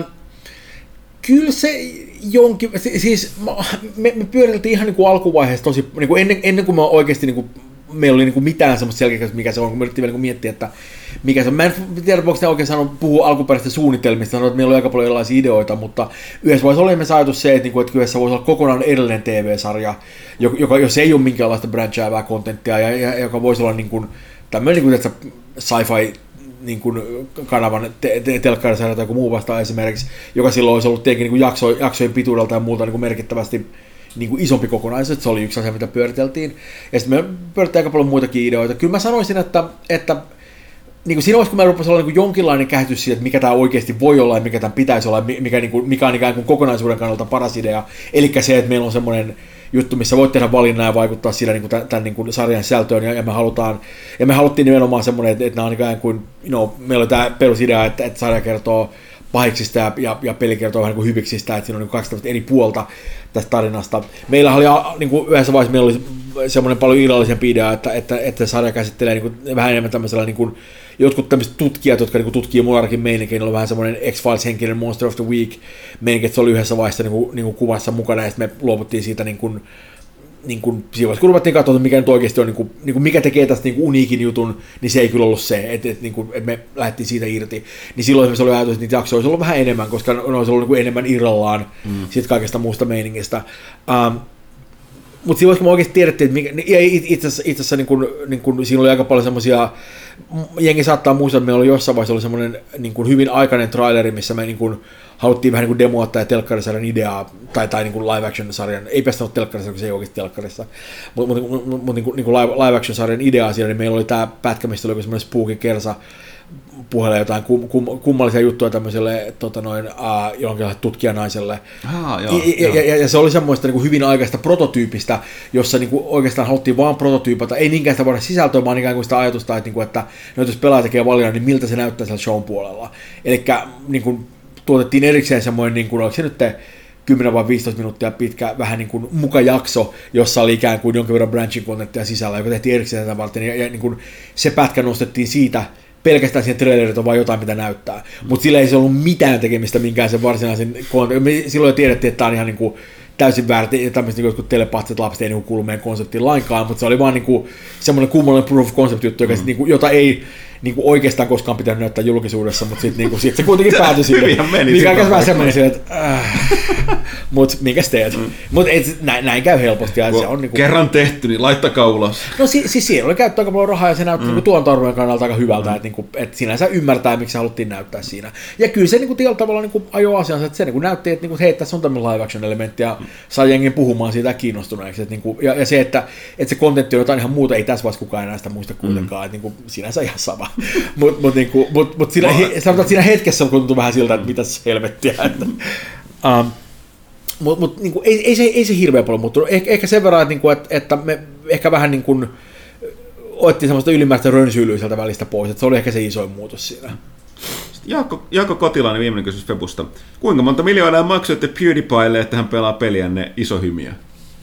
E: kyllä se jonkin, siis me, me pyöriteltiin ihan niin kuin alkuvaiheessa tosi, niin kuin ennen, ennen kuin me oikeasti niin kuin, meillä oli niin kuin mitään semmoista selkeää, mikä se on, kun me yritettiin vielä niin miettiä, että mikä se on. Mä en tiedä, voiko ne oikein sanoa, puhua alkuperäisistä suunnitelmista, sanoa, että meillä oli aika paljon erilaisia ideoita, mutta yhdessä vaiheessa oli me ajatus se, että, niin kuin, että yhdessä voisi olla kokonaan erillinen T V-sarja, joka, jos ei ole minkäänlaista branchaavää kontenttia, ja, ja joka voisi olla niin kuin, tämmöinen niin kuin, sci-fi niin kuin kanavan te- te- telkkarisarja tai joku muu vastaan esimerkiksi, joka silloin olisi ollut tietenkin niin jakso, jaksojen pituudelta ja muuta niin kuin merkittävästi niin kuin isompi kokonaisuus, se oli yksi asia, mitä pyöriteltiin. Ja sitten me pyörittiin aika paljon muitakin ideoita. Kyllä mä sanoisin, että, että niin kuin siinä vaiheessa, kun me rupesi olla niin kuin jonkinlainen käsitys siitä, että mikä tämä oikeasti voi olla ja mikä tämä pitäisi olla, mikä, niin kuin, mikä on ikään kuin kokonaisuuden kannalta paras idea. Eli se, että meillä on semmoinen juttu, missä voit tehdä valinnan ja vaikuttaa siinä niin kuin tämän, tämän niin kuin sarjan sisältöön, ja, ja, me halutaan, ja me haluttiin nimenomaan semmoinen, että, että nämä on ikään kuin, you know, meillä on tämä perusidea, että, että sarja kertoo pahiksista ja, ja, ja peli kertoo vähän niin kuin hyviksistä, että siinä on niin kuin kaksi eri puolta tästä tarinasta. Meillä oli niin kuin yhdessä vaiheessa meillä oli semmoinen paljon irrallisempi idea, että, että, että sarja käsittelee niin kuin vähän enemmän tämmöisellä niin kuin jotkut tämmöiset tutkijat, jotka niin kuin tutkii Monarkin meininkin, niin oli vähän semmoinen X-Files-henkinen Monster of the Week meininki, että se oli yhdessä vaiheessa niin kuin, niin kuin kuvassa mukana, ja sitten me luovuttiin siitä niin kuin, niin kuin, siinä vaiheessa, kun ruvettiin katsoa, mikä nyt oikeasti on, niin kuin, niin kuin mikä tekee tästä niin kuin uniikin jutun, niin se ei kyllä ollut se, että, että, niin kuin, että me lähdettiin siitä irti. Niin silloin se oli ajatus, että niitä jaksoja olisi ollut vähän enemmän, koska ne olisi ollut niin kuin enemmän irrallaan mm. siitä kaikesta muusta meiningistä. Um, Mutta siinä vaiheessa, kun me oikeasti tiedettiin, että mikä, ja itse asiassa, itse asiassa niin kuin, niin kuin, siinä oli aika paljon semmoisia, jengi saattaa muistaa, että meillä oli jossain vaiheessa oli semmoinen niin kuin hyvin aikainen traileri, missä me niin kuin, haluttiin vähän niin kuin demoata ja telkkarisarjan ideaa, tai, tai niin kuin live action sarjan, ei päästä olla telkkarissa, kun se ei oikeasti telkkarissa, mutta mut, mut, mut, niin kuin, niin kuin live, live action sarjan ideaa siinä, niin meillä oli tämä pätkä, mistä oli semmoinen spooky kersa, puhelee jotain kum, kum, kummallisia juttuja tämmöiselle tota noin, uh, jonkinlaiselle tutkijanaiselle.
A: Ah, joo,
E: ja,
A: joo.
E: Ja, ja, ja se oli semmoista niin kuin hyvin aikaista prototyypistä, jossa niin kuin oikeastaan haluttiin vaan prototyypata, ei niinkään sitä voida sisältöä, vaan ikään kuin sitä ajatusta, että, niin kuin, että no, jos pelaaja tekee valinnan, niin miltä se näyttää siellä shown puolella. Eli niin kuin, tuotettiin erikseen semmoinen, niin kuin, oliko se nyt kymmenen vai viisitoista minuuttia pitkä vähän niin kuin mukajakso, jossa oli ikään kuin jonkin verran branching contenttia sisällä, joka tehtiin erikseen tätä varten, ja, ja niin kuin se pätkä nostettiin siitä, pelkästään siihen trailerit on vain jotain, mitä näyttää. Mm. Mutta sillä ei se ollut mitään tekemistä minkään sen varsinaisen kontentin. Silloin jo tiedettiin, että tämä on ihan niin kuin täysin väärä, tämmöiset niin jotkut telepaattiset lapset ei niin kuulu meidän konseptiin lainkaan, mutta se oli vaan niin kuin semmoinen kummallinen proof of concept juttu, mm. niin kuin, jota ei niin kuin oikeastaan koskaan pitänyt näyttää julkisuudessa, mutta sitten niin sit se kuitenkin päätyi siihen. Mikä vähän semmoinen sille, että äh, mutta minkäs teet? Mm. Mutta näin, näin käy helposti. Ja se on, niin kuin,
A: kerran tehty, niin laittakaa ulos.
E: No si- siis siihen oli käytetty aika paljon rahaa ja se näytti mm. niin tuotantoarvojen kannalta aika hyvältä, mm. että, niin kuin, että sinänsä ymmärtää, miksi haluttiin näyttää siinä. Ja kyllä se niin kuin, tietyllä tavalla niin kuin, ajoi asiansa, että se niin kuin, näytti, että, niin kuin, hei, tässä on tämmöinen live action elementti ja sai jengin puhumaan siitä kiinnostuneeksi. Että, niin kuin, ja, ja se, että, että se kontentti on jotain ihan muuta, ei tässä vaiheessa kukaan enää sitä muista kuitenkaan, mm. että niin kuin, sinänsä ihan sama. Mutta mut, niin mut, mut siinä, he, sanotaan, siinä hetkessä tuntui vähän siltä, että mitäs helvettiä. Että, um, Mutta mut, niinku, ei, ei, se, ei se hirveän paljon muuttunut. Eh, ehkä sen verran, että, niinku, että, että me ehkä vähän niin kuin otettiin semmoista ylimääräistä rönsyilyä sieltä välistä pois. Että se oli ehkä se isoin muutos siinä.
A: Jaakko, Jaakko Kotilainen viimeinen kysymys Febusta. Kuinka monta miljoonaa maksoitte PewDiePielle, että hän pelaa peliänne Iso hymiö?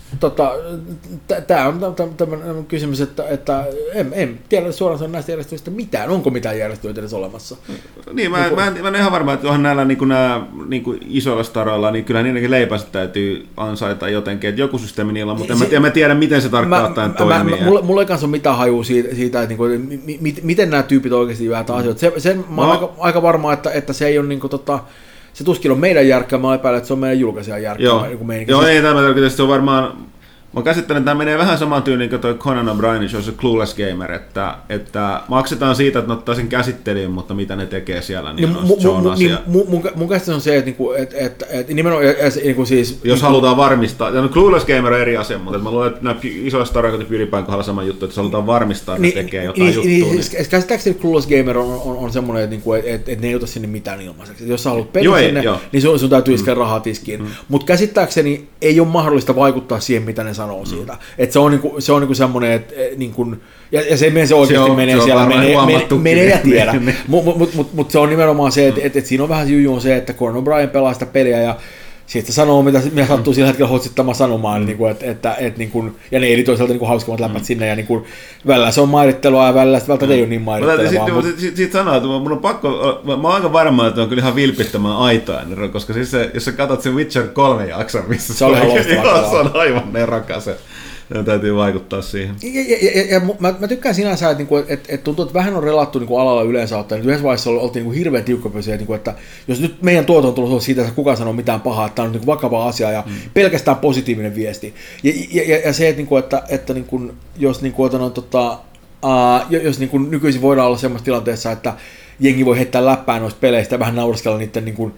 E: Tota, tämä on tämmöinen kysymys, että, että en, en tiedä suoraan sanoen näistä järjestöistä mitään. Onko mitään järjestöitä edes olemassa?
A: Niin, mä, mä, en, mä en ihan varma, että onhan näillä niin nämä niin isoilla staroilla, niin kyllä niidenkin leipänsä täytyy ansaita jotenkin, että joku systeemi niillä on, mutta se, en, mä, en mä tiedä, miten se tarkkaan ottaen toimii. Mä,
E: mulla, mulla ei kanssa ole mitään hajua siitä, siitä että niin kuin, mi, miten nämä tyypit oikeasti vääntää mm. asioita. Se, sen mä oon no. aika, aika varma, että, että se ei ole niin kuin, tota, se tuskin on meidän järkkää, mä epäilen, että se on meidän julkaisijan järkkää.
A: Joo,
E: niin
A: Joo ei tämä tarkoita, että se on varmaan. Mä käsittelen, että tämä menee vähän samaan tyyliin kuin toi Conan O'Brien, se on se Clueless Gamer, että, että maksetaan siitä, että ne ottaa sen käsittelyyn, mutta mitä ne tekee siellä, niin, niin on, mu, se on mu, asia. Niin, mun, mun käsitys on se, että, että, että, että nimenomaan niin siis... Jos
E: niin,
A: halutaan varmistaa, ja no Clueless Gamer on eri asia, mutta mä luulen, että nämä isoja staroja ylipäätään kohdalla sama juttu, että jos halutaan varmistaa, että niin, ne tekee jotain niin, juttua. Niin, niin. Siis,
E: käsittääkseni Clueless Gamer on, on, on semmoinen, että, että, että, että ne ei ota sinne mitään ilmaiseksi. Jos sä haluat pelin sinne, jo. niin sun, sun täytyy iskeä mm. rahaa tiskiin. Mm. Mutta käsittääkseni ei ole mahdollista vaikuttaa siihen, mitä ne sanoo mm. siitä. Että se on niinku se on niinku semmoinen, että niinku ja, ja se, se oikeasti se on, menee se siellä menee menee, menee ja tiedä. Mutta mut, mut, mut se on nimenomaan se, että et, et siinä on vähän juju on se, että Conan O'Brien pelaa sitä peliä ja sitten se sanoo, mitä, mitä sattuu sillä hetkellä hotsittamaan sanomaan, mm. niin kuin, että, että, että, niin kuin, ja ne editoi sieltä niin hauskimmat läppät mm. sinne, ja niin kuin, välillä se on mairittelua, ja välillä välttämättä mm. ei ole niin mairittelevaa.
A: Sitten mutta... sit, sit sanoo, että mun on pakko, mä oon aika varma, että on kyllä ihan vilpittömän aitoa, koska siis se, jos sä katsot sen Witcher kolme jakson, missä se, on se on aivan nerokas. Ja täytyy vaikuttaa siihen.
E: Ja, ja, ja, ja mä, mä tykkään sinänsä, että, niinku, että, että tuntuu, että vähän on relattu niinku alalla yleensä ottaen. Yhdessä vaiheessa oltiin niinku hirveän tiukkapöisiä, niinku, että jos nyt meidän tuotanto on siitä, että kukaan sanoo mitään pahaa, että tämä on niinku vakava asia ja mm. pelkästään positiivinen viesti. Ja, ja, ja, ja se, että, niinku, että, että niinku, jos, niinku, on, tota, uh, jos niinku, nykyisin voidaan olla semmoisessa tilanteessa, että jengi voi heittää läppää noista peleistä ja vähän nauraskella niiden niinku,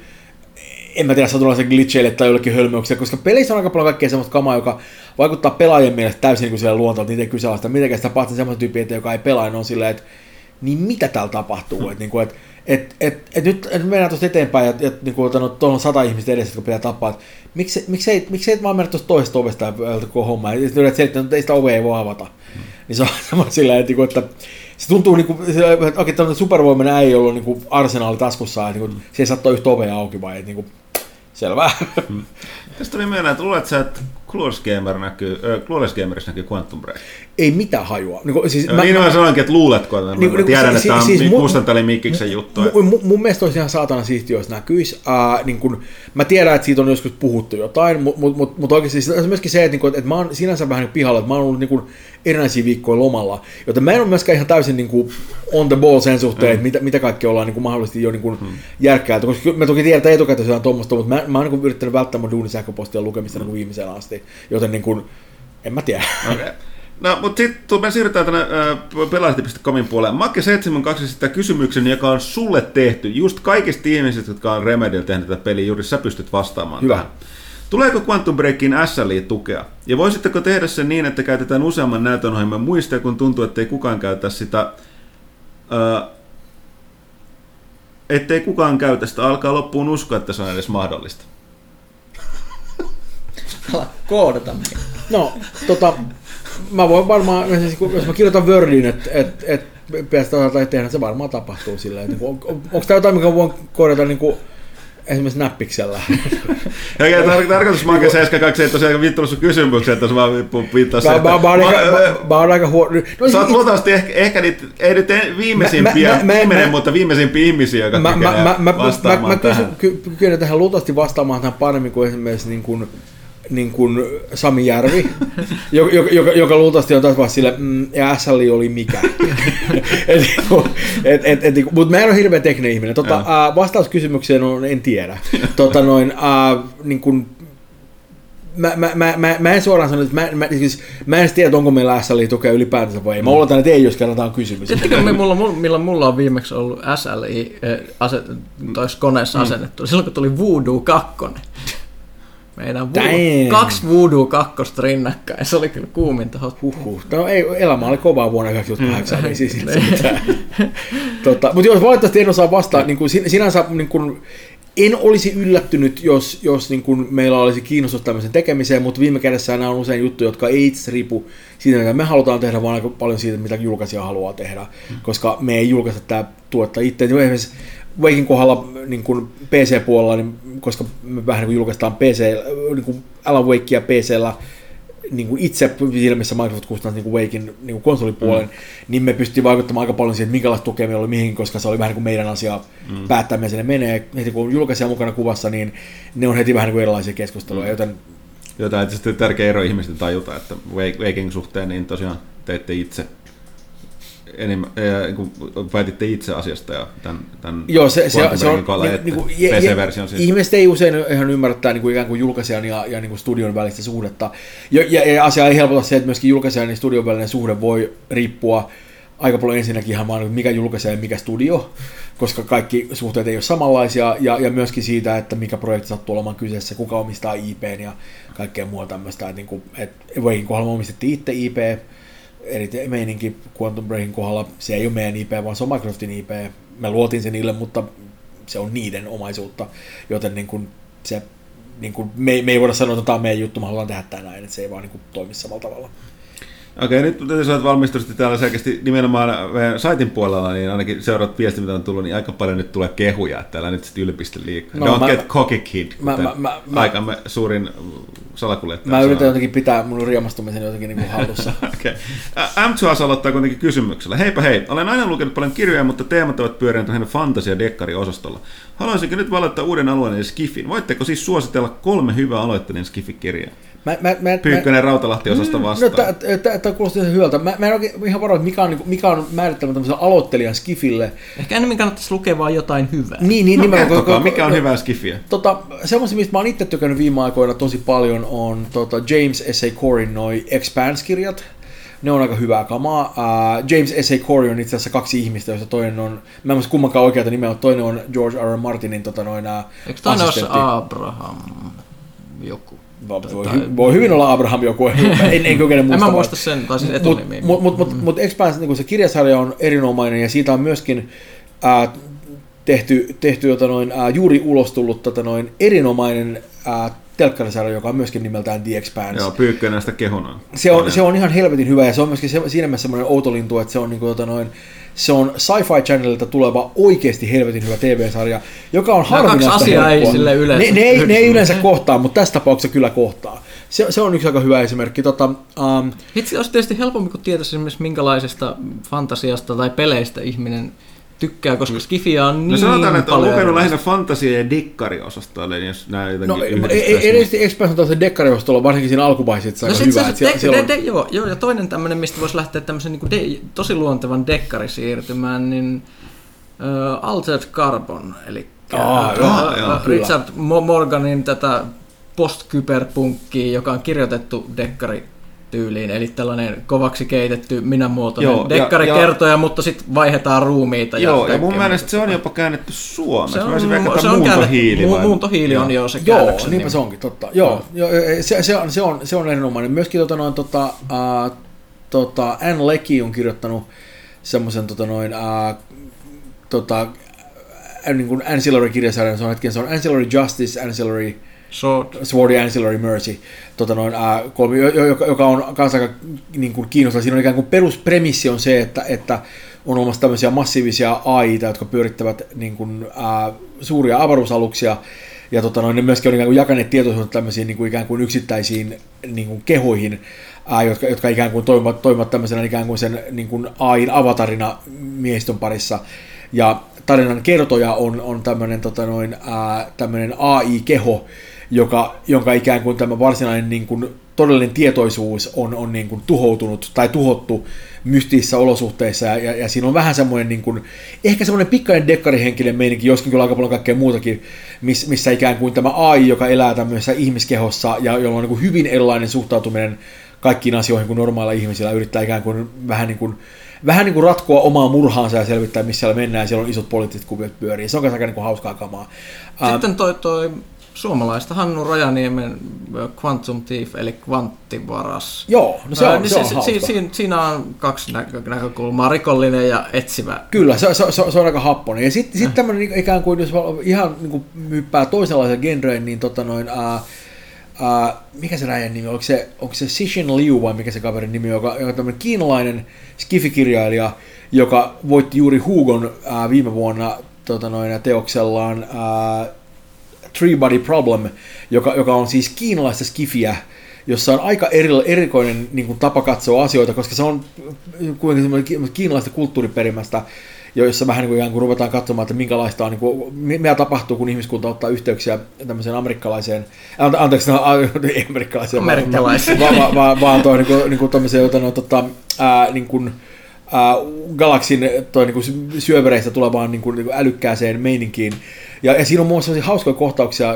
E: en mä tiedä, satulaisen glitcheille tai jollekin hölmöyksille, koska peleissä on aika paljon kaikkea semmoista kamaa, joka vaikuttaa pelaajien mielestä täysin niin siellä luontoon, että niitä ei kyseenalaista mitenkään sitä paitsi semmoisen tyyppiä, joka ei pelaa, niin on silleen, että niin mitä täällä tapahtuu, hmm. että et, et, et, et nyt et mennään tuosta eteenpäin, ja et, niin tuolla on sata ihmistä edessä, jotka pitää tappaa, että miksi, miksi, ei, miksi et vaan mennä tuosta toisesta ovesta ja koko homma, ja sitten yrität selittää, että ei sitä ovea ei voi avata, hmm. niin se on semmoinen silleen, että, että se tuntuu niin kuin, että oikein tämmöinen supervoimainen ei ollut niin kuin arsenaali taskussaan, että niin se ei saattoi yhtä ovea auki, vai että niin kuin, selvä.
A: Hmm. Tästä tuli mieleen, että luulet sä, että Clueless Gamer näkyy, äh, Clueless Gamerissa näkyy Quantum Break?
E: Ei mitään hajua. Niin, siis
A: ja mä, niin mä sanoinkin, että luuletko, että niin, mä tiedän, siis, että tämä siis, kustanteli Mikkiksen juttu.
E: Mun, mun, mun mielestä olisi ihan saatana siistiä, jos näkyisi. Äh, niin kun, mä tiedän, että siitä on joskus puhuttu jotain, mutta mut, mut, mut oikeasti se on myöskin se, että, että mä oon sinänsä vähän pihalla, että mä oon ollut niin kun, erinäisiä viikkoja lomalla, joten mä en ole myöskään ihan täysin niin kuin on the ball sen suhteen, mm. että mitä, mitä kaikki ollaan niin kuin mahdollisesti jo niin kuin mm. järkkäältä, koska me toki tiedetään etukäteen jotain tuommoista, mutta mä, mä oon niin yrittänyt välttää mun duunin sähköpostia lukemista niin kuin viimeiseen asti, joten niin kuin, en mä tiedä.
A: Okay. No, mutta sitten me siirrytään tänne äh, pelaajat piste comin puolelle. Makke seitsemänkymmentäkaksi sitä kysymyksen, joka on sulle tehty, just kaikista ihmisistä, jotka on Remedialla tehnyt tätä peliä, juuri sä pystyt vastaamaan
E: Hyvä.
A: Tähän. Tuleeko Quantum Breakiin S L I-tukea? Ja voisitteko tehdä sen niin, että käytetään useamman näytönohjelman muistia, kun tuntuu, ettei kukaan käytä sitä, ää, ettei kukaan käytä sitä, alkaa loppuun uskoa, että se on edes mahdollista.
C: Koodata meitä.
E: No, tota, mä voin varmaan, jos mä kirjoitan Wordiin, että et, et, päästään tehdä, se varmaan tapahtuu silleen. Niin on, on, onko tämä jotain, mikä voin koodata niin kuin esimerkiksi näppiksellä.
A: Ja tar- tarkoitus Make seitsemänkymmentäkaksi, että tosiaan viittunut sun kysymyksiä, että mä viittaa se, että...
E: Mä oon aika huono...
A: Sä oot luultavasti ehkä, ehkä niitä, ei nyt viimeisimpiä, viimeinen, mutta viimeisimpiä ihmisiä, joka kykenee vastaamaan tähän. Mä
E: kykenen tähän luultavasti vastaamaan tähän paremmin kuin esimerkiksi niin kuin, niin kuin Sami Järvi, joka, joka, joka luultavasti on taas vaan sille, mm, ja S L I oli mikä. et, et, et, et, Mutta mä en ole hirveän tekninen ihminen. Tota, äh, vastaus kysymykseen on, en tiedä. tota, noin, äh, niin kuin, mä, mä, mä, mä, mä en suoraan sano, että mä, mä, siis, mä en tiedä, onko meillä S L I-tukea ylipäätänsä vai ei. Mä oletan, että ei, jos kerran tämä on kysymys.
C: Tiedättekö, mulla, milloin mulla on viimeksi ollut S L I ase, koneessa mm. asennettu? Silloin, kun tuli Voodoo kaksi. Meidän Damn. kaksi Voodoo kakkosta rinnakkain, se oli kyllä kuuminta hottia.
E: Huhhuh. No ei, elämä oli kovaa vuonna yhdeksänkymmentäkahdeksan, niin siis tota, mutta jos valitettavasti en osaa vastaa, niin kuin, sinänsä niin kuin, en olisi yllättynyt, jos, jos niin kuin, meillä olisi kiinnostus tämmöisen tekemiseen, mutta viime kädessä nämä on usein juttuja, jotka ei itse riipu siitä, että me halutaan tehdä, vaan aika paljon siitä, mitä julkaisija haluaa tehdä, mm. koska me ei julkaista tämä tuottaa itse. Esimerkiksi Waken kohdalla niin kuin P C-puolella, niin, koska me vähän niin kuin julkaistaan P C, niin kuin Alan Wakea P C:llä, niin kuin itse missä Microsoft kustantaa niin kuin Wakein niin kuin konsolipuolen, mm. niin me pystyttiin vaikuttamaan aika paljon siihen, että minkälaista tukea meillä oli mihin, koska se oli vähän niin kuin meidän asia mm. päättää, mihin se menee. Heti kun on julkaisija mukana kuvassa, niin ne on heti vähän niin kuin erilaisia keskusteluja, mm. joten...
A: Jotain tietysti tärkeä ero ihmisten tajuta, että Wakein suhteen niin tosiaan teitte itse enemmän, kun päätitte itse asiasta ja tämän, tämän
E: Joo, se, se, se on,
A: niin, niin, P C-version. Siis.
E: Ihmiset ei usein ihan ymmärtää niin kuin ikään kuin julkaisijan ja, ja niin kuin studion välistä suhdetta. Ja, ja, ja asia ei helpota se, että myöskin julkaisijan ja studion välinen suhde voi riippua aika paljon ensinnäkin ihan vaan, mikä julkaisija ja mikä studio, koska kaikki suhteet ei ole samanlaisia, ja, ja myöskin siitä, että mikä projekti sattuu olemaan kyseessä, kuka omistaa I P:n ja kaikkea muuta tämmöistä. Että, niin kuin, että Wakein kohdalla me omistettiin itse I P, eri meininki Quantum Breakin kohdalla, se ei ole meidän I P, vaan se on Microsoftin I P. Me luotiin sen niille, mutta se on niiden omaisuutta, joten niin kuin se, niin kuin me, me ei voida sanoa, että tämä on meidän juttu, me halutaan tehdä tämä näin, että se ei vaan niin kuin toimi samalla tavalla.
A: Okei, nyt täytyy sanoa, että valmistusti täällä selkeästi nimenomaan meidän saitin puolella, niin ainakin seuraavat viesti, mitä on tullut, niin aika paljon nyt tulee kehuja, että täällä nyt sitten ylpistä liikaa. No, Don't mä, get cocky kid, mä, kuten mä, mä, aikamme suurin salakuljettaja.
E: Mä yritän jotenkin pitää mun riemastumisen jotenkin niin kuin hallussa.
A: Okei. M two A aloittaa kuitenkin kysymyksellä. Heipä hei, olen aina lukenut paljon kirjoja, mutta teemat ovat pyörineet lähinnä fantasia- ja dekkariosastolla. Haluaisinkin nyt valottaa uuden alueen eli Skifin. Voitteko siis suositella kolme hyvää aloittaneen Skifi-kirjaa? Mä, mä, mä, Pyykkönen Rautalahti-osasta vastaan.
E: No, tämä kuulostaa ihan hyvältä. Mä, mä en oikein ihan varma, mikä on, mikä on määritelmä tämmöisen aloittelijan skifille.
C: Ehkä enemmän kannattaisi lukea vaan jotain hyvää.
E: Niin, niin,
A: no, kertokaa, mikä on hyvää skifiä?
E: Tota, semmoisia, mistä mä oon itse tykännyt viime aikoina tosi paljon, on tota James S A. Corrin noi Expanse-kirjat. Ne on aika hyvää kamaa. Uh, James S A. Corey on itse asiassa kaksi ihmistä, joista toinen on, mä en muista kummankaan oikeata nimeä, mutta toinen on George R. R. Martinin tota, noin,
C: eikö toinen ole Abraham joku?
E: Voi, hy- voi hyvin olla Abraham joku, en, en kykene muistamaan.
C: En mä muista sen, tai siis etunimiä.
E: Mutta mut, mut, mut Expanse, niin se kirjasarja on erinomainen, ja siitä on myöskin äh, tehty, tehty jota noin, äh, juuri ulos tullut tota noin, erinomainen äh, telkkarisarja, joka on myöskin nimeltään The Expanse.
A: Joo, Pyykkönen sitä kehonaa.
E: Se on, se on ihan helvetin hyvä, ja se on myöskin se, siinä mielessä semmoinen outolintu, että se on, niin kuin, tota noin, se on Sci-Fi Channelilta tuleva oikeasti helvetin hyvä T V-sarja, joka on harvinaista
C: kaksi asiaa ei sille yleensä.
E: Ne, ne, ei, ne ei yleensä kohtaa, mutta tässä tapauksessa kyllä kohtaa. Se, se on yksi aika hyvä esimerkki. Tota, um,
C: Itse olisi tietysti helpompi, kun tietäisi esimerkiksi minkälaisesta fantasiasta tai peleistä ihminen tykkää, koska Skifia on niin
A: no sanotaan, että
C: paljon.
A: on lukenut lähinnä fantasia- ja dekkariosastolle, jos nämä jotenkin
E: no, erityisesti Expanse on tällaisen dekkariosastolla, varsinkin siinä alkuvaiheessa, se on
C: no,
E: aika hyvä.
C: Se, se, de, de, de, joo, joo, ja toinen tämmöinen, mistä voisi lähteä tämmöisen niin de, tosi luontevan dekkarisiirtymään, niin uh, Altered Carbon, eli
E: ah,
C: uh,
E: joo, joo,
C: Richard Morganin tätä post-kyberpunkkia, joka on kirjoitettu dekkari tyyliin, eli tällainen kovaksi keitetty minämuotoinen dekkarikertoja, mutta sitten vaihdetaan ruumiita.
A: Joo, ja,
C: ja
A: mun mielestä se on jopa käännetty suomeksi.
C: Se on,
A: se on muuntohiili.
C: Mu- muuntohiili on jo se
E: joo,
C: käännöksen
E: niinpä se onkin, totta. Joo, joo se, se, on, se, on, se on erinomainen. Myöskin tota, noin, tota, uh, tota, Anne Leckie on kirjoittanut semmoisen tota, noin, uh, tota, niin kuin Ancillary-kirjasarjan, se on hetken, se on Ancillary Justice, Ancillary
C: Sword,
E: Sword ja Ancillary Mercy, tota noin, ää, kolmi, joka, joka on kanssa aika niin kuin kiinnostava. Siinä on ikään kuin peruspremissi on se, että, että on olemassa tämmöisiä massiivisia A I:ta, jotka pyörittävät niin kuin, ää, suuria avaruusaluksia, ja tota noin, ne myöskin on ikään kuin jakaneet tietoisuutta tämmöisiin niin kuin ikään kuin yksittäisiin niin kuin kehoihin, ää, jotka, jotka ikään kuin toimivat, toimivat tämmöisenä ikään kuin sen niin kuin A I:n avatarina miehistön parissa. Ja tarinan kertoja on, on tämmöinen, tota noin, ää, tämmöinen A I-keho, joka, jonka ikään kuin tämä varsinainen niin kuin todellinen tietoisuus on, on niin kuin tuhoutunut tai tuhottu mystiissä olosuhteissa, ja, ja, ja siinä on vähän semmoinen, niin kuin, ehkä semmoinen pikkainen dekkarihenkinen meininki, joskin kyllä aika paljon kaikkea muutakin, miss, missä ikään kuin tämä A I, joka elää tämmöisessä ihmiskehossa, ja jolla on niin kuin hyvin erilainen suhtautuminen kaikkiin asioihin kuin normailla ihmisillä, yrittää ikään kuin vähän niin kuin vähän niin kuin ratkoa omaa murhaansa ja selvittää, missä siellä mennään, ja siellä on isot poliittiset kuviot pyörii. Se on aika niin kuin hauskaa kamaa.
C: Sitten toi, toi suomalaista Hannu Rajaniemen Quantum Thief, eli kvanttivaras.
E: Joo, no se on,
C: niin
E: se on
C: si,
E: hauska.
C: Si, si, siinä on kaksi näkö, näkökulmaa, rikollinen ja etsivä.
E: Kyllä, se, se, se, se on aika happonen. Ja sitten sit tämmöinen ikään kuin, jos ihan niin kuin hyppää toisenlaisen genreen, niin tota noin, ää, ää, mikä se räjän nimi, onko se, onko se Cixin Liu vai mikä se kaverin nimi, joka, joka on tämmöinen kiinalainen skifikirjailija, joka voitti juuri Hugon ää, viime vuonna tota noin, teoksellaan ää, Three Body Problem, joka, joka on siis kiinalaista skifiä, jossa on aika eri, erikoinen niin kuin, tapa katsoa asioita, koska se on kuitenkin kiinalaista kulttuuriperimästä, joissa vähän niin kuin, ruvetaan katsomaan, että minkälaista on, niin kuin, mitä tapahtuu, kun ihmiskunta ottaa yhteyksiä tämmöiseen amerikkalaiseen, anteeksi, no, ei amerikkalaiseen,
C: amerikkalaiseen,
E: vaan, vaan, vaan, vaan toi, niin kuin, niin kuin tommoseen, jota no, tota, ää, niin kuin, ää, galaksin toi, niin kuin syövereistä tulevaan niin kuin, niin kuin älykkääseen meininkiin. Ja, ja siinä on muun muassa hauskoja kohtauksia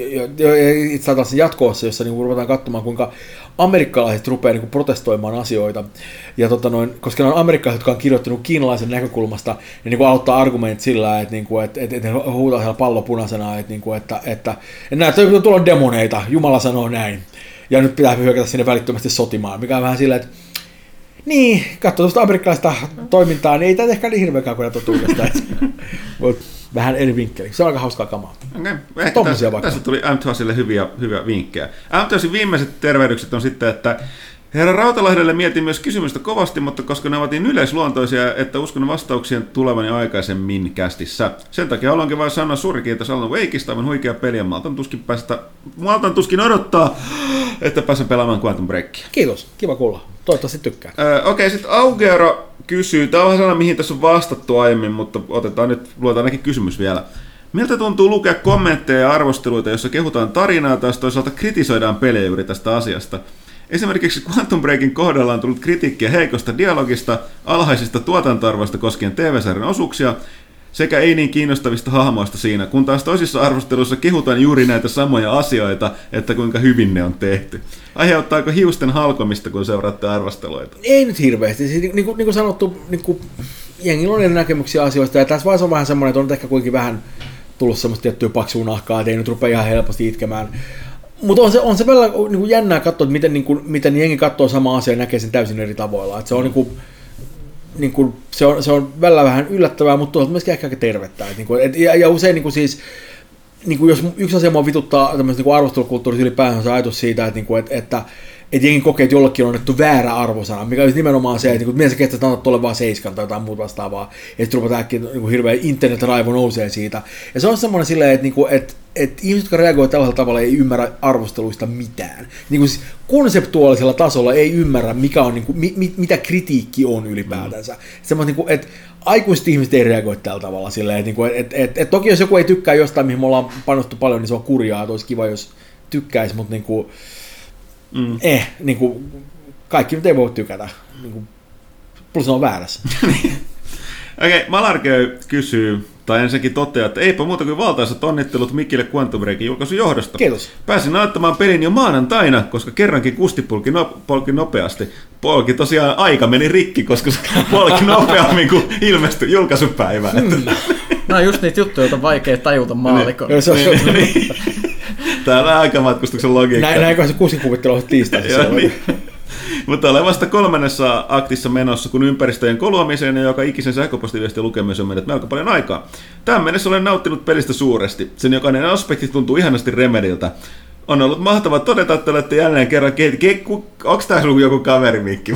E: itse asiassa jatkoossa, jossa niin ruvetaan katsomaan, kuinka amerikkalaiset rupeaa niin kuin protestoimaan asioita. Ja, tota noin, koska ne on amerikkalaiset, jotka on kirjoittanut kiinalaisen näkökulmasta, niin, niin aloittaa argumentit sillä, että, niin kuin, että, että, että ne huutaa siellä pallo punaisena, että, että, että, että, että näitä on tuolla demoneita, Jumala sanoo näin. Ja nyt pitää hyökätä sinne välittömästi sotimaan, mikä on vähän silleen, että niin, katso tuosta amerikkalaista toimintaa, niin ei tämä ehkä niin hirveän kaukana totuudesta. Mutta vähän eri vinkkeli. Se on aika hauskaa kamaa.
A: Okay. Ehkä tässä, tässä tuli Amthasille hyviä, hyviä vinkkejä. Amthasin viimeiset tervehdykset on sitten, että herra Rautalahdelle mietin myös kysymystä kovasti, mutta koska ne ovat niin yleisluontoisia, että uskon vastauksien tulevan jo aikaisemmin kästissä. Sen takia haluankin vain sanoa suuri kiitos Alan Wakeista, aivan huikea peli, ja maltan tuskin, päästä, maltan tuskin odottaa, että pääsen pelaamaan Quantum Breakia.
E: Kiitos, kiva kuulla. Toivottavasti tykkää.
A: Öö, Okei, okay, sitten Augearo kysyy, tämä on sellainen, mihin tässä on vastattu aiemmin, mutta otetaan nyt, luetaan ainakin kysymys vielä. Miltä tuntuu lukea kommentteja ja arvosteluita, joissa kehutaan tarinaa tai toisaalta kritisoidaan pelejä juuri tästä asiasta? Esimerkiksi Quantum Breakin kohdalla on tullut kritiikkiä heikosta dialogista, alhaisista tuotantoarvoista koskien T V-sarjan osuuksia sekä ei niin kiinnostavista hahmoista siinä, kun taas toisissa arvosteluissa kehutaan juuri näitä samoja asioita, että kuinka hyvin ne on tehty. Aiheuttaako hiusten halkomista, kun seuraatte arvosteluita?
E: Ei nyt hirveästi. Siis, niin, kuin, niin kuin sanottu, niin kuin, jengillä on eri näkemyksiä asioista, ja tässä vaiheessa on vähän semmoinen, että on ehkä kuitenkin vähän tullut semmoista tiettyä paksua nahkaa, että ei nyt rupea ihan helposti itkemään. Mutta on se, on se vielä niin kuin jännää katsoa, että miten, niin kuin, miten jengi katsoo sama asia ja näkee sen täysin eri tavoilla. Että se on niin kuin, niin kuin, se on, se on välillä vähän yllättävää, mutta toisaalta myöskin ehkä aika tervettä. Et, niin kuin, et, ja, ja usein niin kuin siis, niin kuin jos yksi asia mua vituttaa tämmöisessä niin arvostelukulttuurissa ylipäänsä se ajatus siitä, että, niin kuin, että, että, että jengi kokee, että jollekin on annettu väärä arvosana, mikä olisi nimenomaan se, että niin miten sä kestät antaa tuolle vaan seiskan tai jotain muuta vastaavaa, ja sitten ruvetaan äkkiä niin hirveä internet-raivo nousee siitä. Ja se on semmoinen silleen, että, niin kuin, että, että ihmiset, jotka reagoivat tällaisella tavalla, ei ymmärrä arvosteluista mitään. Niin kuin siis konseptuaalisella tasolla ei ymmärrä, mikä on, niin kuin, mi, mitä kritiikki on ylipäätänsä. Mm. Semmoinen, niin kuin, että aikuiset ihmiset ei reagoi tällä tavalla silleen, että, että, että, että, että toki jos joku ei tykkää jostain, mihin me ollaan panostettu paljon, niin se on kurjaa, että olisi kiva, jos tykkäisi, mutta niin kuin, mm. eh, niin kuin, kaikki nyt ei voi tykätä. Niin kuin, plus on väärässä.
A: Okei, okay, Malarkö kysyy, tai ensinnäkin toteaa, että eipä muuta kuin valtaisat onnittelut Mikille Quantum Breakin julkaisun johdosta.
E: Kiitos.
A: Pääsin näyttämään pelin jo maanantaina, koska kerrankin Kusti polki, no, polki nopeasti. Polki tosiaan aika meni rikki, koska se polki nopeammin kuin ilmestyi julkaisupäivä. Mm.
C: Nämä on just niitä juttuja, joita on vaikea tajuta maallikon.
A: Niin. Tämä on aikamatkustuksen logiikka.
E: Näin, näinkö se kuskikuvittelu tiistaissa.
A: Niin. Mutta olen vasta kolmannessa aktissa menossa, kun ympäristöjen koluamiseen ja joka ikisen sähköpostiviestin lukemiseen on mennyt melko paljon aikaa. Tämän mennessä olen nauttinut pelistä suuresti. Sen jokainen aspekti tuntuu ihanasti Remediltä. On ollut mahtavaa todeta, että olette jälleen kerran... Ke- ke- Onko tämä sun joku kaverimikki?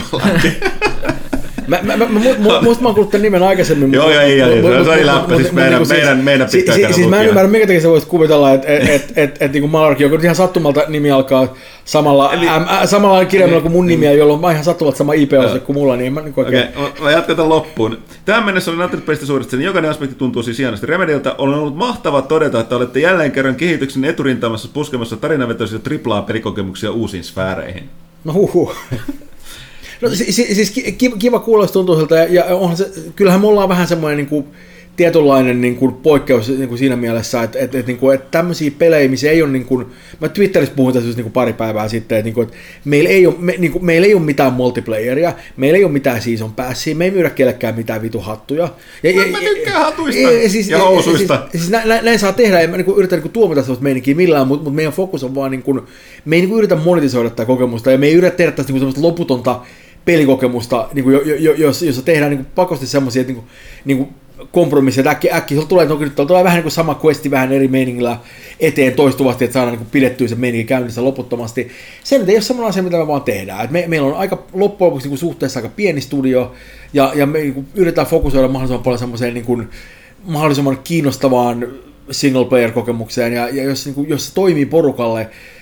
E: Mä, mä, mä, musta mä oon kuullut tämän nimen aikaisemmin.
A: Joo, ei, ei, se oli läppä, siis meidän, meidän, meidän pitää käydä
E: Siis mä en ymmärrä, minkä takia sä voisit kuvitella, että et, et, et, niin Malarkki, joka ihan sattumalta nimi alkaa samalla, Eli, äm, ä, samalla kirjaimella kuin mun nimiä, jolloin mä ihan sattumalta sama I P-ose kuin mulla, niin mä niin oikein...
A: Okei, okay, mä jatketaan loppuun. Tähän mennessä olen näyttänyt pelistä suuresti, niin jokainen aspekti tuntuu siis hienosti Remediltä. On ollut mahtavaa todeta, että olette jälleen kerran kehityksen eturintamassa puskemassa tarinavetoisia triplaa-pelikokemuksia uusiin sfääreihin.
E: No huhuh. No siis, siis kiva kuulla, jos tuntuu siltä, ja onhan se, kyllähän me ollaan vähän semmoinen niin kuin, tietynlainen niin kuin, poikkeus niin kuin siinä mielessä, että, että, että, että, että tämmöisiä pelejä, missä ei ole, niin kuin, mä Twitterissä puhuin tässä niin kuin pari päivää sitten, että, että meillä, ei ole, me, niin kuin, meillä ei ole mitään multiplayeria, meillä ei ole mitään season passia, me ei myydä kellekään mitään vitu hattuja.
A: Ja, mä, ja, mä tykkään hatuista ja, siis, ja housuista.
E: Siis, siis näin, näin saa tehdä, ja mä niin kuin, yritän niin kuin, tuomita sellaista meininkiä millään, mutta, mutta meidän fokus on vaan, niin kuin, me ei niin kuin, yritä monetisoida tätä kokemusta, ja me ei yritä tehdä tästä niin kuin, loputonta pelikokemusta, niin kuin, jos, jos tehdään niin kuin, pakosti semmoisia niin kuin, niin kuin kompromisseja, äkki, äkki sulla tulee, no, tulee vähän niin kuin sama questi vähän eri meiningillä eteen toistuvasti, että saadaan niin kuin, pidettyä se meininki käynnissä loputtomasti. Se nyt ei ole semmoinen asia, mitä me vaan tehdään. Et me, meillä on aika loppujen lopuksi niin kuin, suhteessa aika pieni studio, ja, ja me niin kuin, yritetään fokusoida mahdollisimman paljon semmoiseen niin kuin, mahdollisimman kiinnostavaan single player kokemukseen, ja, ja jos, niin kuin, jos se toimii porukalle,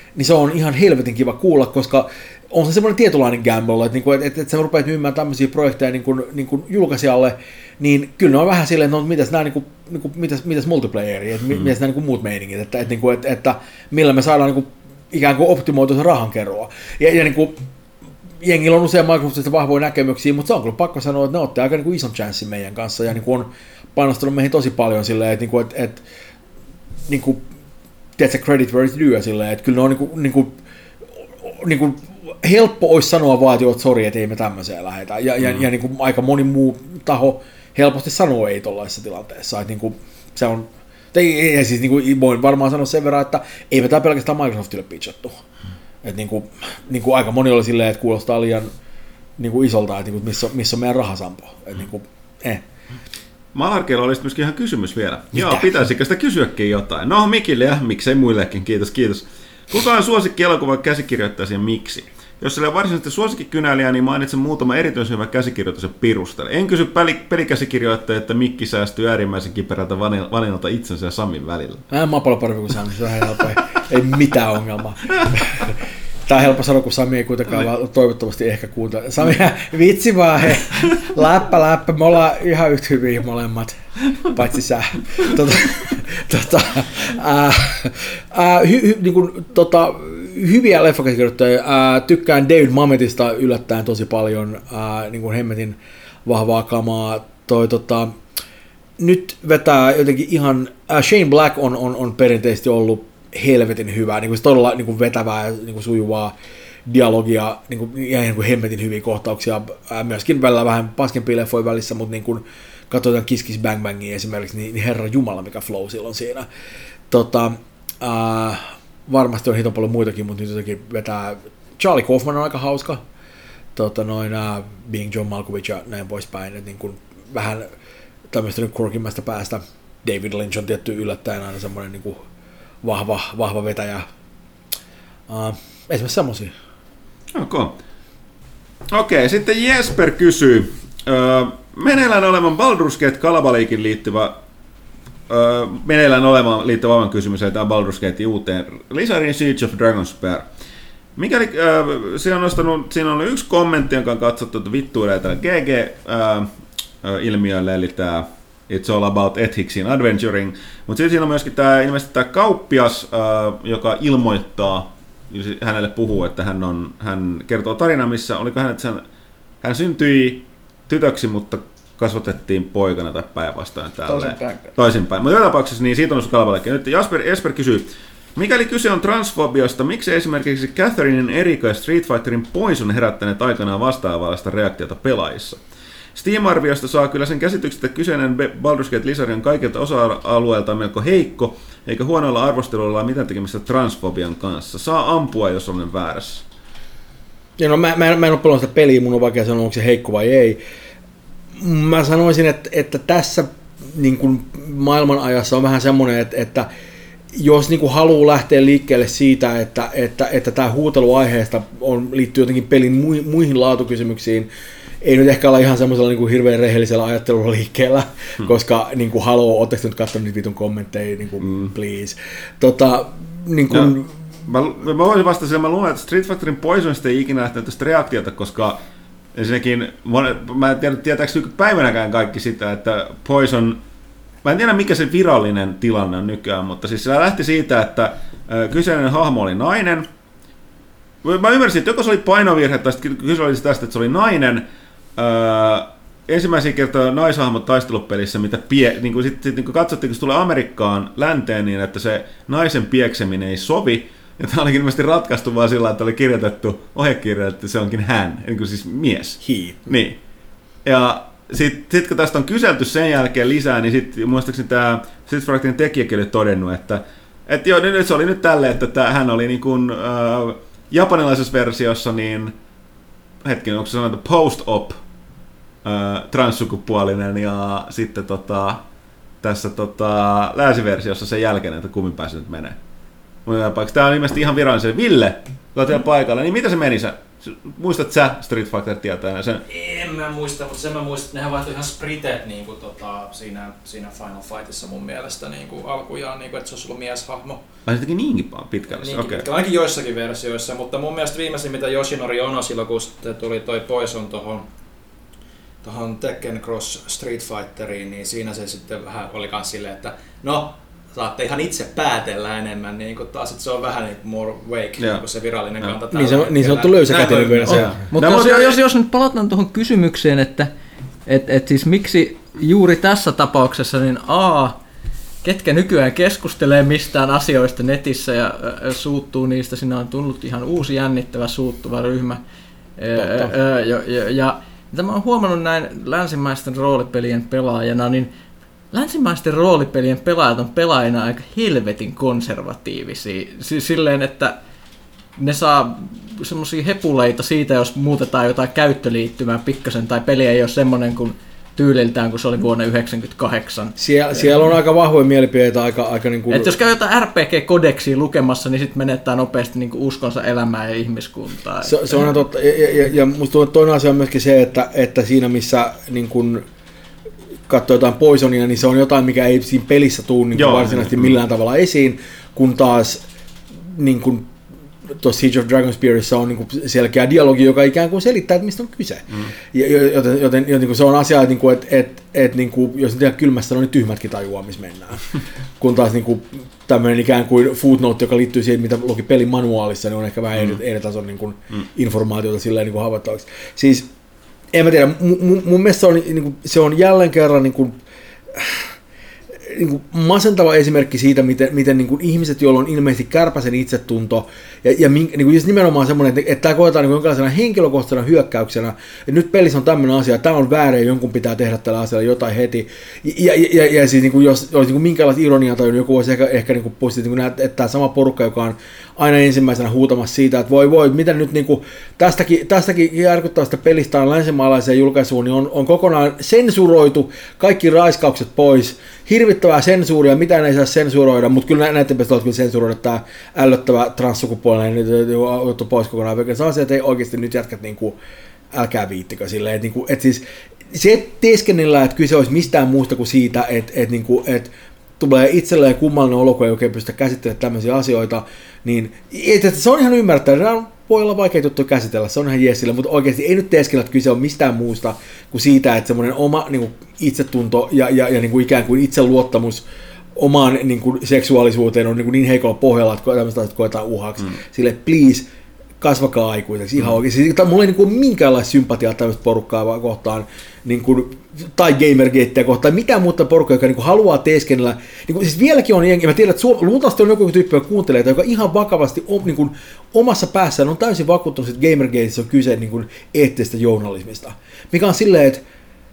E: niin se on ihan helvetin kiva kuulla, koska on se semmoinen tietynlainen gamble, että, niinku, että, että, että sä rupeat myymään tämmöisiä projekteja niin kuin, niin kuin julkaisijalle, niin kyllä ne on vähän silleen, että no, mitäs nämä, niin kuin, niin kuin, mitäs, mitäs multiplayeria, että mm. mitäs nämä niin kuin muut meiningit, että, että, että, että millä me saadaan niin kuin, ikään kuin optimoitua se rahankerroa. Ja, ja niin kuin, jengillä on usein Microsoftista vahvoja näkemyksiä, mutta se on kyllä pakko sanoa, että ne otti aika niin kuin ison chanssin meidän kanssa ja niin kuin on panostanut meihin tosi paljon silleen, että, että, että, että niin kuin, tiedätkö, credit where it's due silleen, että kyllä ne on niin kuin, niin kuin, niin kuin, helppo olisi sanoa vaan, että sori, että ei me tämmöiseen lähdetä. Ja, mm. ja, ja niin kuin aika moni muu taho helposti sanoo ei tuollaisessa tilanteessa. Että niin kuin se on, ei, ei, siis niin kuin voin varmaan sanoa sen verran, että ei me tämä pelkästään Microsoftille pitchattu. Mm. Että niin kuin, niin kuin aika moni oli silleen, että kuulostaa liian niin kuin isolta, että niin kuin missä, missä on meidän rahasampo. Että niin kuin, eh.
A: Malarkeilla olisi myöskin ihan kysymys vielä. Mitä? Joo, pitäisikö sitä kysyäkin jotain? No, Mikille ja miksei muillekin. Kiitos, kiitos. Kuka on suosikki elokuvan käsikirjoittaja ja miksi? Jos sillä on varsinaisesti suosikkikynäliä, niin mainitsen muutama erityisen hyvä käsikirjoitus ja perustele. En kysy pelikäsikirjoittaja, että Mikki säästyy äärimmäisen kiperältä valinnalta itsensä ja Samin välillä.
E: Mä en mä paljon paremmin kuin Sami, se on helppo. Ei mitään ongelmaa. Tää on helppo sanoa, kun Sami ei kuitenkaan vaan toivottavasti ehkä kuuntele. Sami, vitsi vaan, he. Läppä, läppä, me ollaan ihan yhtä hyviä molemmat, paitsi sä. Tota, tota, ää, ää, hy, hy, niin kuin, tota, hyviä leffakäsikirjoittajia. Ää, tykkään David Mametista yllättäen tosi paljon, ää, niin kuin hemmetin vahvaa kamaa. Toi, tota, nyt vetää jotenkin ihan, ää, Shane Black on, on, on perinteisesti ollut helvetin hyvää, niin kuin todella niin kuin vetävää ja niin kuin sujuvaa dialogia niin kuin, ja niin kuin hemmetin hyviä kohtauksia. Ää, myöskin välillä vähän paskempia leffoja välissä, mutta niin kuin katsotaan Kiss Kiss Bang Bangia esimerkiksi, niin, niin herra jumala mikä flow silloin siinä. Tota, ää, varmasti on hiton paljon muitakin, mutta nyt jotenkin vetää. Charlie Kaufman on aika hauska. Tota, noin, ää, Being John Malkovich ja näin poispäin. Et niin kuin vähän tämmöistä nyt quirkimmästä päästä. David Lynch on tietty yllättäen aina semmoinen niin kuin vahva, vahva vetäjä. Uh, esimerkiksi semmosia.
A: Okay. Okei, okay, sitten Jesper kysyy. Öö, meneillään olevan Baldur's Gate kalabaliikin liittyvä öö, meneillään olevan liittyvä aivan kysymys, eli tämä Baldur's Gatein uuteen lisäriin Siege of Dragonspear. Mikäli öö, siinä on nostanut, siinä on yksi kommentti, jonka on katsottu, että vittuilee tällä G G-ilmiölle, eli tämä It's all about ethics in adventuring. Mutta sitten siinä on myöskin tämä, ilmeisesti tämä kauppias, äh, joka ilmoittaa, hänelle puhuu, että hän, on, hän kertoo tarinan, missä oliko hän, että hän, hän syntyi tytöksi, mutta kasvatettiin poikana tai päinvastoin tälleen. Toisinpäin. Mutta joka tapauksessa niin siitä on noussut kalabaliikki. Nyt Jasper, Jesper kysyy, mikäli kyse on transfobiasta, miksi esimerkiksi Catherinen Erika ja Street Fighterin Poison herättäneet aikanaan vastaavallista reaktiota pelaajissa? Steam-arviosta saa kyllä sen käsitykset, että kyseinen Baldur's Gate-lisäri on kaikilta osa-alueilta melko heikko, eikä huonoilla arvosteluilla ole mitään tekemistä transfobian kanssa. Saa ampua, jos olen väärässä.
E: Ja no, mä, mä, mä en ole pelannut sitä peliä, mun on vaikea sanoa, onko se heikko vai ei. Mä sanoisin, että, että tässä niin kuin maailman ajassa on vähän semmoinen, että, että jos niin kuin haluaa lähteä liikkeelle siitä, että, että, että tämä huutelu aiheesta on, liittyy jotenkin pelin muihin laatukysymyksiin, ei nyt ehkä olla ihan semmoisella niin kuin hirveän rehellisellä ajattelulla liikkeellä, hmm. koska niin kuin, haloo, ootteko nyt katsonut niitä vitun kommentteja, niin kuin, hmm. please. Tota, niin kuin,
A: no, mä, mä voisin vastata sille, mä luulen, että Street Fighterin Poisonista ei ikinä lähtenyt tästä reaktiota, koska ensinnäkin, mä en tiedä, tietääkö päivänäkään kaikki sitä, että Poison, mä en tiedä mikä se virallinen tilanne on nykyään, mutta siis se lähti siitä, että kyseinen hahmo oli nainen. Mä ymmärsin, että joko se oli painovirhe, tai sitten kyse oli tästä, että se oli nainen. Öö, ensimmäisiä kertoja naishahmot taistelupelissä, mitä pie, niin kun sit, sit, niin kun katsottiin, kun se tulee Amerikkaan länteen, niin että se naisen piekseminen ei sovi. Ja tämä olikin ilmeisesti ratkaistu vaan sillä, että oli kirjoitettu ohjekirja, että se onkin hän, niin kuin siis mies.
E: He.
A: Niin. Ja sitten sit, kun tästä on kyselty sen jälkeen lisää, niin sitten muistaakseni tämä Street Fighterin tekijäkin oli todennut, että, että joo, nyt se oli nyt tälleen, että tämä, hän oli niin kuin, äh, japanilaisessa versiossa, niin hetken, onko se sanottu post-op äh, transsukupuolinen, ja sitten tota, tässä tota, länsiversiossa sen jälkeen, että kummin pääsi nyt menee. Tämä on ilmeisesti ihan virallisen. Ville, kun olet vielä paikalla, niin mitä se meni se Muistat sä Street Fighter tietää sen?
F: En mä muista, mutta sen mä muistan, että nehän vaihtui ihan spritet niin kuin, tota, siinä, siinä Final Fightissa mun mielestä niin kuin, alkujaan, niin kuin, että se olisi ollut mieshahmo.
A: Ai se teki niinkin pitkälle?
F: Niinkin
A: okay.
F: pitkälle, ainakin joissakin versioissa, mutta mun mielestä viimeisin mitä Yoshinori Ono silloin, kun tuli toi Poison tohon, tohon Tekken Cross Street Fighteriin, niin siinä se sitten vähän oli kans silleen, että no, saatte ihan itse päätellä enemmän, niin kuin taas että se on vähän niin more wake, niin kuin se virallinen kanta tällä
E: Niin se, niin se on tullut löysäkätinen vielä se.
C: Mutta jos, jos, jos nyt palataan tuohon kysymykseen, että et, et siis miksi juuri tässä tapauksessa, niin A, ketkä nykyään keskustelee mistään asioista netissä ja ä, suuttuu niistä, siinä on tullut ihan uusi jännittävä suuttuva ryhmä. Ä, ä, ja, ja, ja tämä olen huomannut näin länsimaisten roolipelien pelaajana, niin länsimaisten roolipelien pelaajat on pelaajina aika helvetin konservatiivisia. Siis silleen, että ne saa semmosia hepuleita siitä, jos muutetaan jotain käyttöliittymää pikkasen, tai peli ei ole semmoinen kuin tyyliltään, kun se oli vuonna yhdeksänkymmentäkahdeksan.
E: Sie- siellä on aika vahvoja mielipiteitä. Aika, aika niin kuin...
C: Et jos käy jotain R P G-kodeksia lukemassa, niin sitten menettää nopeasti niin kuin uskonsa elämään ja ihmiskuntaa.
E: Se, se on totta. Ja, ja, ja musta toinen asia on myöskin se, että, että siinä missä niin kuin katsoo jotain Poisonia, niin se on jotain, mikä ei siinä pelissä tule niin kuin varsinaisesti millään tavalla esiin, kun taas niin kuin tuossa Siege of Dragonspearissa on niin kuin selkeä dialogi, joka ikään kuin selittää, että mistä on kyse. Mm. Joten, joten, joten se on asia, että, että, että, että niin kuin, jos nyt ihan kylmässä on, niin tyhmätkin tajuaa, missä mennään. Kun taas niin kuin, tämmöinen ikään kuin footnote, joka liittyy siihen, mitä luki pelin manuaalissa, niin on ehkä vähän mm. eri tason niin kuin mm. informaatiota silleen niin kuin havaittavaksi. Siis, en mä tiedä, mun, mun mielestä se on, niin kuin, se on jälleen kerran niin kuin, niin kuin masentava esimerkki siitä, miten, miten niin kuin ihmiset, joilla on ilmeisesti kärpäsen itsetunto, ja, ja niin kuin just nimenomaan semmoinen, että, että tämä koetaan niin jonkinlaisena henkilökohtaisena hyökkäyksenä, että nyt pelissä on tämmöinen asia, että tämä on väärin, jonkun pitää tehdä tällä asialla jotain heti, ja, ja, ja, ja siis niin kuin jos olisi niin kuin minkälaista ironiaa tai joku voisi ehkä, ehkä niin kuin positiivisesti, niin kuin näet, että tämä sama porukka, joka on aina ensimmäisenä huutamassa siitä, että voi voi, miten nyt niin kuin tästäkin, tästäkin järkyttävästä pelistä on länsimaalaiseen julkaisuun, niin on, on kokonaan sensuroitu kaikki raiskaukset pois, hirvittävää sensuuria, mitään ei saa sensuroida, mutta kyllä näiden pitäisi kyllä sensuroida tämä ällöttävä transsukupuolinen juttu pois kokonaan. Se on se, että ei oikeasti nyt jätkät niin kuin, älkää viittikö silleen, että, niin kuin, että siis se et teeskennellä, että kyse olisi mistään muusta kuin siitä, että, että, niin kuin, että tulee itselleen kummallinen olo, kun ei oikein pystytä käsittelemään tämmöisiä asioita, niin että se on ihan ymmärrettävää. Voi olla vaikea juttu käsitellä, se on ihan jeesillä, mutta oikeasti ei nyt teeskennellä, että kyse on mistään muusta kuin siitä, että semmoinen oma niin kuin itsetunto ja, ja, ja niin kuin ikään kuin itseluottamus omaan niin kuin seksuaalisuuteen on niin, kuin niin heikolla pohjalla, että tämmöistä asiat koetaan uhaksi. Mm. Silleen, please, kasvakaa aikuiseksi. Ihan mm. oikeasti. Siis, mulla ei niin kuin minkäänlaista sympatiaa tämmöistä porukkaa kohtaan, niin kuin, tai Gamergatea kohtaan, mitään muuta porukkaa, joka niin kuin haluaa teeskennellä. Niin kuin, siis vieläkin on jengi, mä tiedän, että Suom- luultavasti on joku tyyppi, joka kuuntelee, joka ihan vakavasti on, niin kuin, omassa päässään on täysin vakuuttunut, että Gamergateissa on kyse niin kuin eettisestä journalismista. Mikä on silleen, että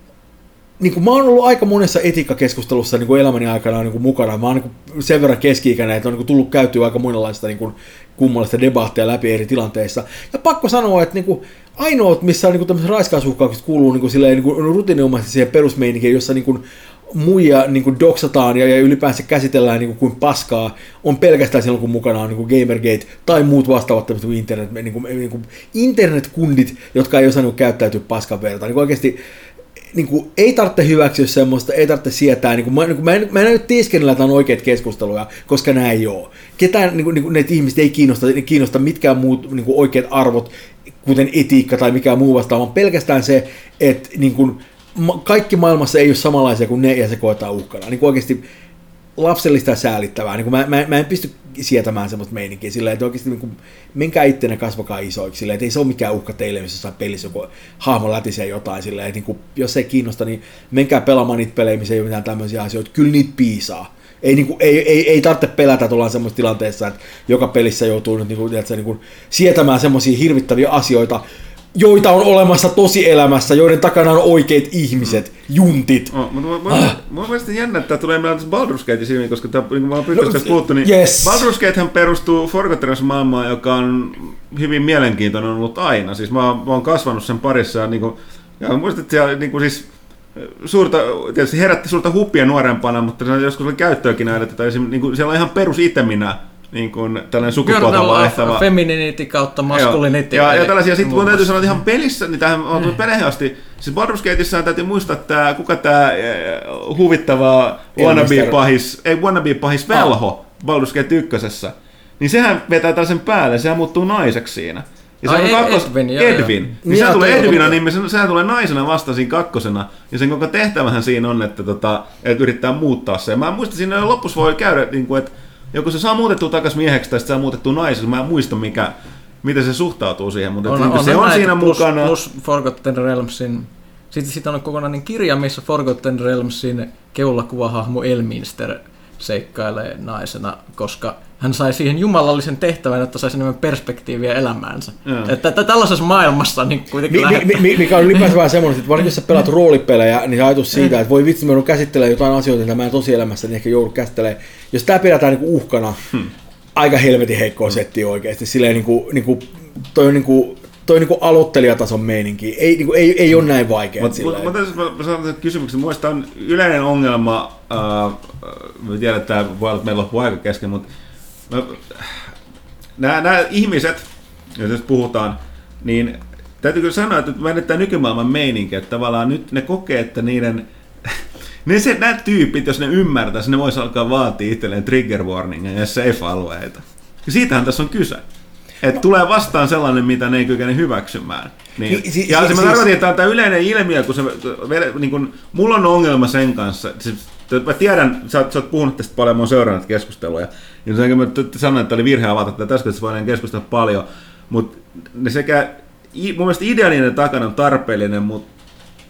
E: niin kuin mä oon ollut aika monessa etiikkakeskustelussa niin kuin elämäni aikana niin kuin mukana. Mä oon niin kuin sen verran keski-ikäinen, että on niin kuin tullut käytyä aika monenlaista niin kuin kummallista debatteja läpi eri tilanteissa. Ja pakko sanoa, että niin kuin ainoat, missä on niin kuin tämmöiset raiskausuhkaukset kuuluu niin kuin silleen, niin kuin rutiininomaisesti siihen perusmeininkiin, jossa niin kuin muija niin kuin doksataan ja, ja ylipäänsä käsitellään niin kuin, kuin paskaa, on pelkästään silloin, kun mukana on niin kuin Gamergate tai muut vastaavat tämmöiset internet, niin kuin, niin kuin internetkundit, jotka ei osaa niin kuin käyttäytyä paskan vertaan. Niin oikeasti niin kuin, ei tarvitse hyväksyä semmoista, ei tarvitse sietää. Niin kuin, mä, niin kuin, mä, en, mä en nyt tieskennellä, että on oikeat keskusteluja, koska nämä ei ole. Ketään niin kuin, niin kuin, näitä ihmiset ei kiinnosta, kiinnosta mitkään muut niin kuin oikeat arvot, kuten etiikka tai mikään muu vastaava, vaan pelkästään se, että niin kuin, kaikki maailmassa ei ole samanlaisia kuin ne, ja se koetaan uhkana. Niin kuin oikeasti lapsellista ja säälittävää. Niin kuin mä, mä, mä en pysty sietämään semmoista meininkiä sillä, että oikeasti niin kuin, menkää ittenä kasvakaa isoiksi, sillä, että ei se ole mikään uhka teille, jos jossain pelissä joku hahmo lätisee jotain, sillä, että niin kuin, jos ei kiinnosta, niin menkää pelaamaan niitä pelejä, missä ei ole mitään tämmöisiä asioita, kyllä niitä piisaa. Ei, niin kuin, ei, ei, ei tarvitse pelätä, että ollaan semmoisessa tilanteessa, että joka pelissä joutuu nyt niin kuin, tiedätkö, niin kuin, sietämään semmoisia hirvittäviä asioita, joita on olemassa tosielämässä, joiden takana on oikeat ihmiset, juntit.
A: Oh, mutta ah. Mun mielestä jännä, että tulee meillä Baldur's Gate silmiin, koska tämä, niin kuin mä oon pystynyt no, puhuttu, niin
E: yes.
A: Baldur's Gatehän perustuu Forgottenassa maailmaan, joka on hyvin mielenkiintoinen ollut aina. Siis mä oon, mä oon kasvanut sen parissa ja, niin kuin, ja muistat, että siellä niin kuin siis suurta, tietysti herätti suurta huppia nuorempana, mutta joskus oli käyttöäkin näitä, että niin kuin, siellä on ihan perus iteminä niin kuin tällainen sukupuolta vaihtava.
C: Femininity kautta masculinity.
A: Ja, ja tällaisia, sitten mun täytyy sanoa, että ihan pelissä, niin tähän on tullut peleihin asti, siis Baldur's Gateissa täytyy muistaa, että kuka tämä huvittava wannabe-pahis, ei wannabe-pahis velho Baldur's Gate ykkösessä, niin sehän vetää tällaisen päälle, sehän muuttuu naiseksi siinä. Ja se
C: Ai,
A: on kakkos,
C: Edwin, joo,
A: Edwin.
C: joo.
A: Niin sehän
C: Joo,
A: tulee
C: toi-
A: Edwina nimi, sehän tulee naisena vasta siinä kakkosena, ja sen koko tehtävähän siinä on, että, tota, että yrittää muuttaa se. Ja mä en muista, siinä jo lopussa voi käydä, niin kuin, että joko se saa muutettua takaisin mieheksi tai sitten saa muutettua naiseksi, mä en muista mikä, miten se suhtautuu siihen, mutta on, on, se on siinä
C: plus,
A: mukana.
C: Plus Forgotten Realmsin. Sitten siitä on kokonainen kirja, missä Forgotten Realmsin keulakuvahahmo Elminster seikkailee naisena, koska hän sai siihen jumalallisen tehtävän, että saisi enemmän perspektiiviä elämäänsä. Että, että tällaisessa maailmassa niin kuitenkin
E: mi, mi, mi, mikä on ylipäänsä vähän semmoinen, että varsinkin jos sä pelaat roolipelejä, niin ajatus siitä, että voi vitsi, mä joudun käsittelemään jotain asioita, mitä mä en tosielämässä niin ehkä joudu käsittelemään. Jos tää pidetään niinku uhkana, hmm. aika helvetin heikkoa settiä oikeasti. Silleen niinku, niinku, toi on niinku, toi niinku aloittelijatason meininki. Ei, niinku, ei, ei ole näin vaikea.
A: Mutta mut, mä sanon kysymyksen. Mielestäni on yleinen ongelma, äh, mä tiedän, että voi olla, että meillä loppuu aika kesken, mutta nämä ihmiset, jos puhutaan, niin täytyy kyllä sanoa, että menetään nykymaailman meininki, että tavallaan nyt ne kokee, että niiden ne se, nämä tyypit, jos ne ymmärtäisi, ne voisi alkaa vaatia itselleen trigger warningia ja safe-alueita. Ja siitähän tässä on kyse. Että tulee vastaan sellainen, mitä ne ei kykene hyväksymään. Niin. Si- si- ja si- se mä siis tarkoitin, että tämä on tämä yleinen ilmiö, kun se, niin kun, mulla on ongelma sen kanssa. Siis, mä tiedän, sä oot, sä oot puhunut tästä paljon, mä oon seurannut keskusteluja. Ja sen, mä sanoin, että oli virhe avata tätä, tässä tässä voidaan keskustella paljon. Mutta ne sekä, mun mielestä idea niiden takana on tarpeellinen, mutta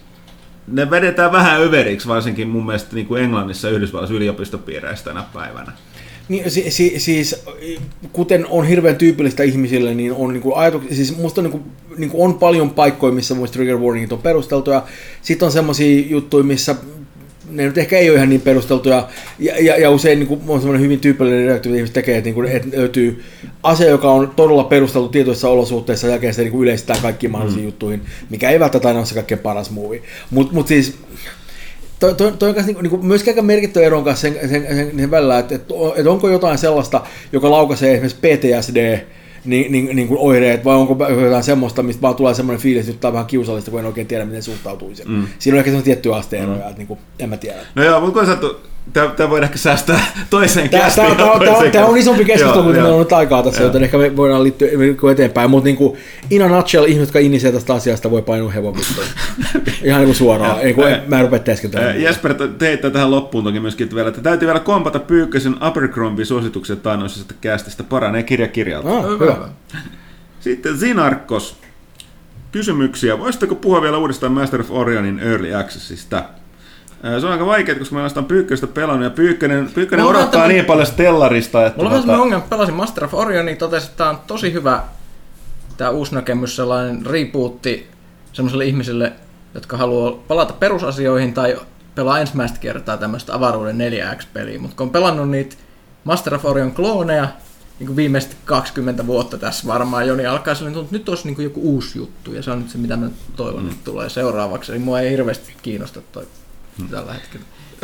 A: ne vedetään vähän överiksi, varsinkin mun mielestä niin kuin Englannissa ja Yhdysvalloissa yliopistopiireissä tänä päivänä.
E: Niin, si, si, siis, kuten on hirveän tyypillistä ihmisille, niin on niin kuin ajatuk- siis musta on, niin kuin, niin kuin on paljon paikkoja, missä mun trigger warningit on perusteltu, ja sitten on semmoisia juttuja, missä ne nyt ehkä ei ole ihan niin perusteltuja, ja, ja, ja usein niin kuin, on semmoinen hyvin tyypillinen reaktio, mitä ihmiset tekee, että, niin kuin, että löytyy ase, joka on todella perusteltu tietyissä olosuhteissa, ja jälkeen se niin kuin yleistää kaikkiin mahdollisiin mm. juttuihin, mikä ei välttämättä aina ole se kaikkein paras movie. Mutta mut siis Toi, toi, toi on niinku, niinku, myöskin aika merkittävä eron kanssa sen, sen, sen, sen välillä, että et, et onko jotain sellaista, joka laukaisee esimerkiksi P T S D niin, niin, niin kuin oireet, vai onko jotain semmoista, mistä vaan tulee semmoinen fiilis, että tämä on vähän kiusallista, kun en oikein tiedä, miten suhtautuisi. Mm. Siinä on ehkä semmoinen tiettyä asteen eroja, mm. että niin kuin, en mä tiedä.
A: No joo, mutta kun sanottu, tämä voi ehkä säästää toiseen kästiin.
E: Tämä on isompi keskustelu, kun meillä on nyt aikaa tässä, joten ehkä me voidaan liittyä eteenpäin. Mutta niin kuin, in a nutshell, ihmiset, jotka inisee tästä asiasta, voi painua hevon vittuun. Ihan niin kuin suoraan. Niin kuin, mä en rupea teeskentelemään.
A: Jesper heittää tähän loppuun toki myöskin vielä, että täytyy vielä kompata Pyykkösen Abercrombie-suositukset taannoisesta kästistä. Paranee kirja kirjalta.
E: Ah, hyvä.
A: Sitten Zinarkos. Kysymyksiä. Voisitteko puhua vielä uudestaan Master of Orionin Early Accessista? Se on aika vaikeaa, koska mä olen Pyykköstä pelannut, ja Pyykkönen, Pyykkönen odottaa tämän niin paljon Stellarista, että
C: mulla on sellainen ongelma, että pelasin Master of Orion, niin totesin, että tämä on tosi hyvä tämä uusi näkemys, sellainen rebootti sellaisille ihmisille, jotka haluaa palata perusasioihin tai pelaa ensimmäistä kertaa tämmöistä avaruuden neljä X-peliä, mutta kun on pelannut niitä Master of Orion klooneja, niin kuin viimeiset kaksikymmentä vuotta tässä varmaan, Joni alkaa sellainen, että nyt olisi niin kuin joku uusi juttu, ja se on nyt se, mitä mä toivon, mm. että tulee seuraavaksi, eli mua ei hirveästi kiinnosta toi mm. tällä hetkellä.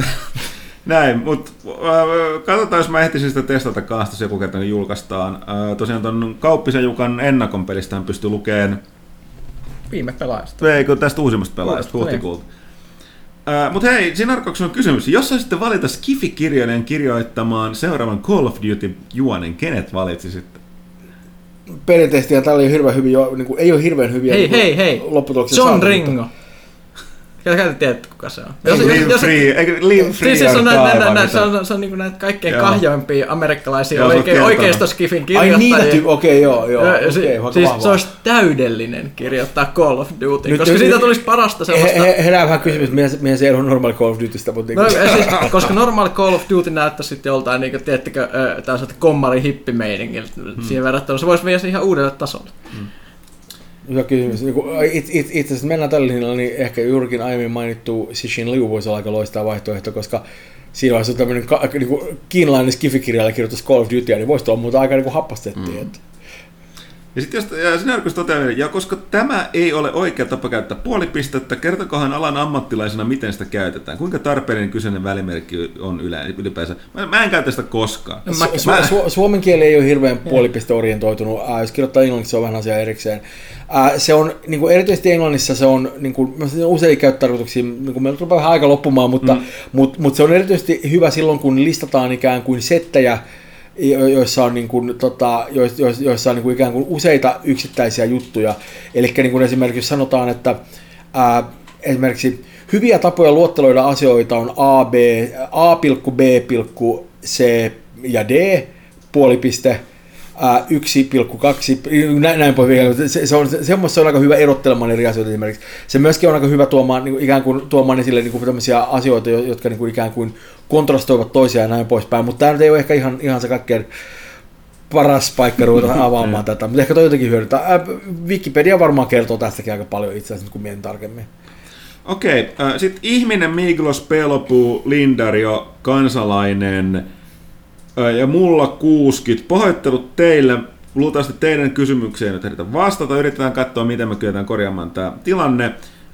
A: Näin, mutta äh, katsotaan, jos mä ehtisin sitä testata kanssa, joku kerta julkaistaan. Äh, tosiaan tuon Kauppisen Jukan ennakon pelistähän pystyy lukemaan
C: viime pelaajasta.
A: Eikö tästä uusimmasta pelaajasta, huhtikuulta. Äh, mutta hei, Zinarkoksella on kysymys. Jos saisitte valita Skifi-kirjailijan kirjoittamaan seuraavan Call of Duty-juonen, kenet valitsisitte?
E: Perinteisesti täällä ei ole hirveän hyviä, niin kuin, ei ole hirveän hyviä
C: hei, hei, hei.
E: lopputuloksia.
C: John Ringo. Käytä tiedät, kuka se on.
A: Live free, eikö live free
C: siis on näitä, se on, se on niinku näitä kaikkein kahjoimpia amerikkalaisia
A: joo,
C: oikein, oikeistoskifin kirjoittajia.
E: Ai niitä, okei, okay, joo, joo.
C: Ja,
E: okay,
C: okay, siis se olisi täydellinen kirjoittaa Call of Duty, nyt, koska nyt, siitä tulisi parasta sellaista.
E: He, he, herää vähän kysymys, mihin se ero on normaali Call of Dutystä. Mutta
C: no, siis, koska normaali Call of Duty näyttäisi sitten joltain, niin kuin, tiedättekö, tällaiselta kommari hippimeiningiltä hmm. siihen verrattuna. Se voisi viedä se ihan uudelle tasolle. Hmm.
E: Hyvä kysymys. Itse it, it, asiassa mennään tällä linjalla, niin ehkä juurikin aiemmin mainittu Cixin Liu voisi olla aika loistava vaihtoehto, koska siinä vaiheessa tämmöinen ka, niin kuin kiinalainen skifikirjailija kirjoittaisi Call of Dutyä, niin voisi tulla muuta aika niin happastettiin. Mm.
A: Ja sitten jos Sinarkus toteaa, ja koska tämä ei ole oikea tapa käyttää puolipistettä, kertokohan alan ammattilaisena, miten sitä käytetään. Kuinka tarpeellinen kyseinen välimerkki on ylipäänsä? Mä, mä en käytä sitä koskaan.
E: Mä, su, mä... Su, suomen kieli ei ole hirveän puolipisteorientoitunut. Äh, jos kirjoittaa englanniksi, se on vähän asia erikseen. Äh, se on, niin kuin erityisesti Englannissa, se on niin kuin, usein käyttötarkoituksia, niin kuin meillä tulee vähän aika loppumaan, mutta, mm. mutta, mutta se on erityisesti hyvä silloin, kun listataan ikään kuin settejä, joissa on, niin kuin, tota, joissa on niin kuin ikään kuin useita yksittäisiä juttuja. Eli niin kuin esimerkiksi sanotaan, että ää, esimerkiksi hyviä tapoja luotteloida asioita on A, B, A, B, C ja D, puolipiste, ää, yksi pilkku kaksi, näin, näin pois. Se, se on, semmoista on aika hyvä erottelemaan eri asioita esimerkiksi. Se myöskin on aika hyvä tuomaan, niin kuin, ikään kuin, tuomaan esille niin kuin tämmöisiä asioita, jotka niin kuin, ikään kuin kontrastoivat toisiaan ja näin poispäin, mutta tämä ei ole ehkä ihan, ihan se kaikkein paras paikka ruveta avaamaan tätä, mutta ehkä toi jotenkin hyödyntää. Wikipedia varmaan kertoo tästäkin aika paljon itse asiassa, kun mietin tarkemmin.
A: Okei, äh, sitten ihminen Miglos Pelopuu Lindario, kansalainen äh, ja mulla kuusikymmentä. Pahoittelut teille, luultavasti teidän kysymykseen nyt ehditään vastata, yritetään katsoa, miten me kyetään korjaamaan tämä tilanne.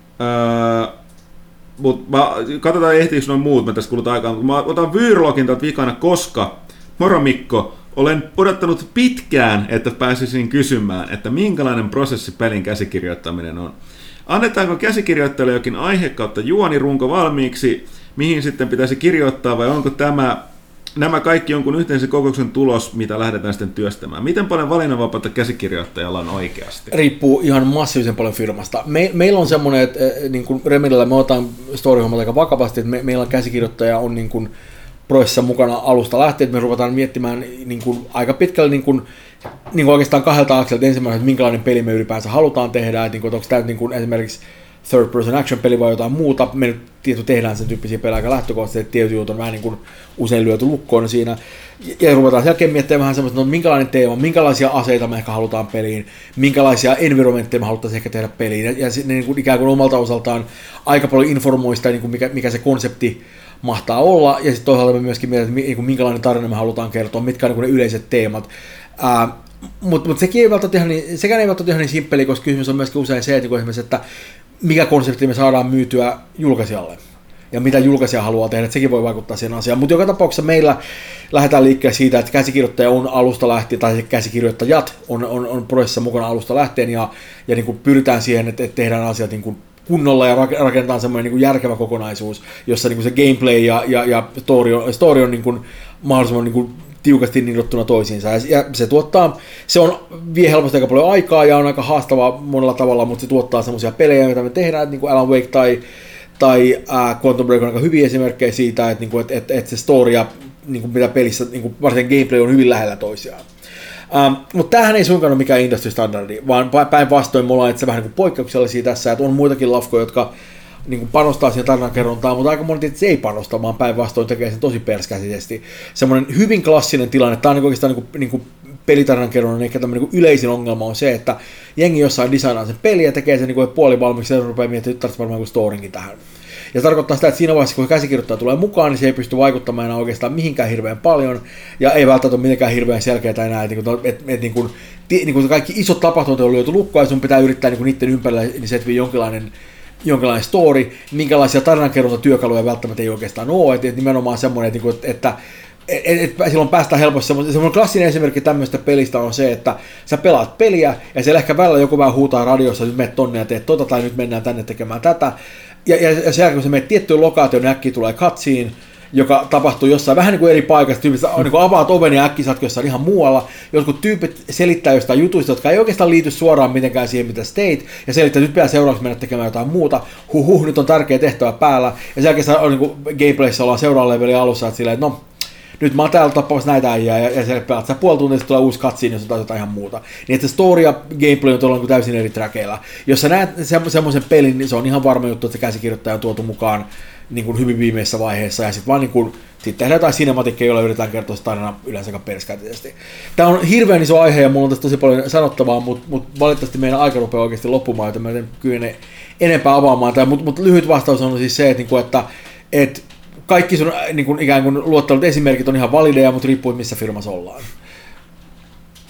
A: Äh, Mutta katsotaan ehtiikö noin muut, mä tässä kulutaan aikaan. Mä otan Vyyrlogin täältä vikana, koska, moro Mikko, olen odottanut pitkään, että pääsisin kysymään, että minkälainen prosessi pelin käsikirjoittaminen on. Annetaanko käsikirjoittajalle jokin aihe kautta juonirunko valmiiksi, mihin sitten pitäisi kirjoittaa, vai onko tämä, nämä kaikki jonkun yhteisen kokouksen tulos, mitä lähdetään sitten työstämään? Miten paljon valinnanvapautta käsikirjoittajalla on oikeasti?
E: Riippuu ihan massiivisen paljon firmasta. Me, meillä on semmoinen, että niin kuin Remedillä me otetaan story-hommat aika vakavasti, että me, meillä on käsikirjoittaja on niin kuin prosessissa mukana alusta lähtien, että me ruvetaan miettimään niin kuin aika pitkälle niin kuin, niin kuin oikeastaan kahdelta akselta ensimmäisenä, että minkälainen peli me ylipäänsä halutaan tehdä, että, niin kuin, että onko tämä niin kuin esimerkiksi third person action peli vai jotain muuta. Me nyt tietysti tehdään sen tyyppisiä pelejä aika lähtökohtaisesti, että tietyt jutut on vähän niin kuin usein lyöty lukkoon siinä. Ja ruvetaan sen jälkeen miettimään vähän semmoista, no, minkälainen teema, minkälaisia aseita me ehkä halutaan peliin, minkälaisia environmentteja me haluttaisiin ehkä tehdä peliin. Ja, ja ne niin kuin ikään kuin omalta osaltaan aika paljon informoi sitä, niin kuin mikä, mikä se konsepti mahtaa olla. Ja sitten toisaalta me myöskin mietitään, että minkälainen tarina me halutaan kertoa, mitkä on niin kuin ne yleiset teemat. Ää, Mutta mut sekin ei välttämättä ihan niin, sekään ei välttämättä ihan niin simppeli, koska kysymys on myöskin usein se, että, niin että mikä konsepti me saadaan myytyä julkaisijalle ja mitä julkaisija haluaa tehdä, että sekin voi vaikuttaa siihen asiaan. Mutta joka tapauksessa meillä lähdetään liikkeelle siitä, että käsikirjoittaja on alusta lähtien, tai käsikirjoittajat on, on, on prosessissa mukana alusta lähtien, ja, ja niin kuin pyritään siihen, että, että tehdään asiat niin kuin kunnolla ja rakennetaan semmoinen niin kuin järkevä kokonaisuus, jossa niin kuin se gameplay ja, ja, ja story on, story on niin kuin mahdollisimman niin kuin tiukasti nidottuna toisiinsa. Ja se tuottaa, se on, vie helposti aika paljon aikaa ja on aika haastavaa monella tavalla, mutta se tuottaa semmoisia pelejä, joita me tehdään, niin kuin Alan Wake tai, tai äh, Quantum Break on aika hyviä esimerkkejä siitä, että, niin kuin, että, että, että se story ja niin kuin mitä pelissä, niin kuin varsinkin gameplay on hyvin lähellä toisiaan. Ähm, mutta tämähän ei suinkaan ole mikään industry-standardi, vaan päinvastoin me ollaan itse vähän niin kuin poikkeuksellisia tässä, että on muitakin lafkoja, jotka niin kuin panostaa siihen tarinankerrontaan, mutta aika moni tietysti ei panosta, vaan päinvastoin tekee sen tosi perskäisesti. Semmoinen hyvin klassinen tilanne, tämä on niin oikeastaan niin kuin, niin kuin pelitarinankerronnan, eikä tämmöinen niin yleisin ongelma on se, että jengi jossain designaa sen peli ja tekee sen niin kuin puoli valmiiksi, ja rupeaa miettimään, että nyt tarvitsee varmaan storinkin tähän. Ja se tarkoittaa sitä, että siinä vaiheessa, kun käsikirjoittaja tulee mukaan, niin se ei pysty vaikuttamaan enää oikeastaan mihinkään hirveän paljon, ja ei välttämättä ole mitenkään hirveän selkeää enää, että, että, että, että niin kuin, niin kuin kaikki isot tapahtumat on lyöty lukkoon, ja sun pitää yrittää niin kuin niiden ympärillä, niin se etvii jonkinlainen jonkinlainen story, minkälaisia tarinankerrontatyökaluja välttämättä ei oikeastaan ole, että nimenomaan semmoinen, että, että, että, että silloin päästään helposti semmoinen, semmoinen klassinen esimerkki tämmöistä pelistä on se, että sä pelaat peliä, ja siellä ehkä välillä joku vähän huutaa radiossa, että nyt menet tonne ja teet tota, tai nyt mennään tänne tekemään tätä, ja, ja, ja sen jälkeen, kun sä menet tiettyyn lokaatioon, niin äkkiä tulee cutscene, joka tapahtuu jossain vähän niin kuin eri paikassa, tyypit niin kuin avaat oven ja äkkiä saatkin jossain ihan muualla, jotkut tyypit selittää jostain jutuista, jotka ei oikeastaan liity suoraan mitenkään siihen, mitä sä teit, ja selittää, että nyt pitää seuraavaksi mennä tekemään jotain muuta, huhuh, nyt on tärkeä tehtävä päällä, ja sen jälkeen on niin kuin gameplayssä ollaan seuraavan levelin alussa, että silleen, että no, nyt mä oon täällä tappamassa näitä äijää, ja, ja se pelaat sä puoli tuntia, sitten tulee uusi cutscene, jos on jotain ihan muuta. Niin että se story ja gameplay on tuolla niin täysin eri trackeilla. Jos sä näet semmoisen pelin, niin se on ihan varma juttu, että se käsikirjoittaja on tuotu mukaan niin kuin hyvin viimeisessä vaiheessa, ja sitten vaan niin kuin, sit tehdään jotain cinematickeja, joilla yritetään kertoa sitä tarinaa yleensä aika perskäisesti. Tämä on hirveän iso aihe, ja mulla on tässä tosi paljon sanottavaa, mutta mut valitettavasti meidän aika rupeaa oikeasti loppumaan, joten mä en kykene enempää avaamaan tätä, mutta mut lyhyt vastaus on siis se, että, niin kuin, että, että kaikki sun niin kuin, ikään kuin luottelut esimerkit on ihan valideja, mutta riippuu, missä firmassa ollaan.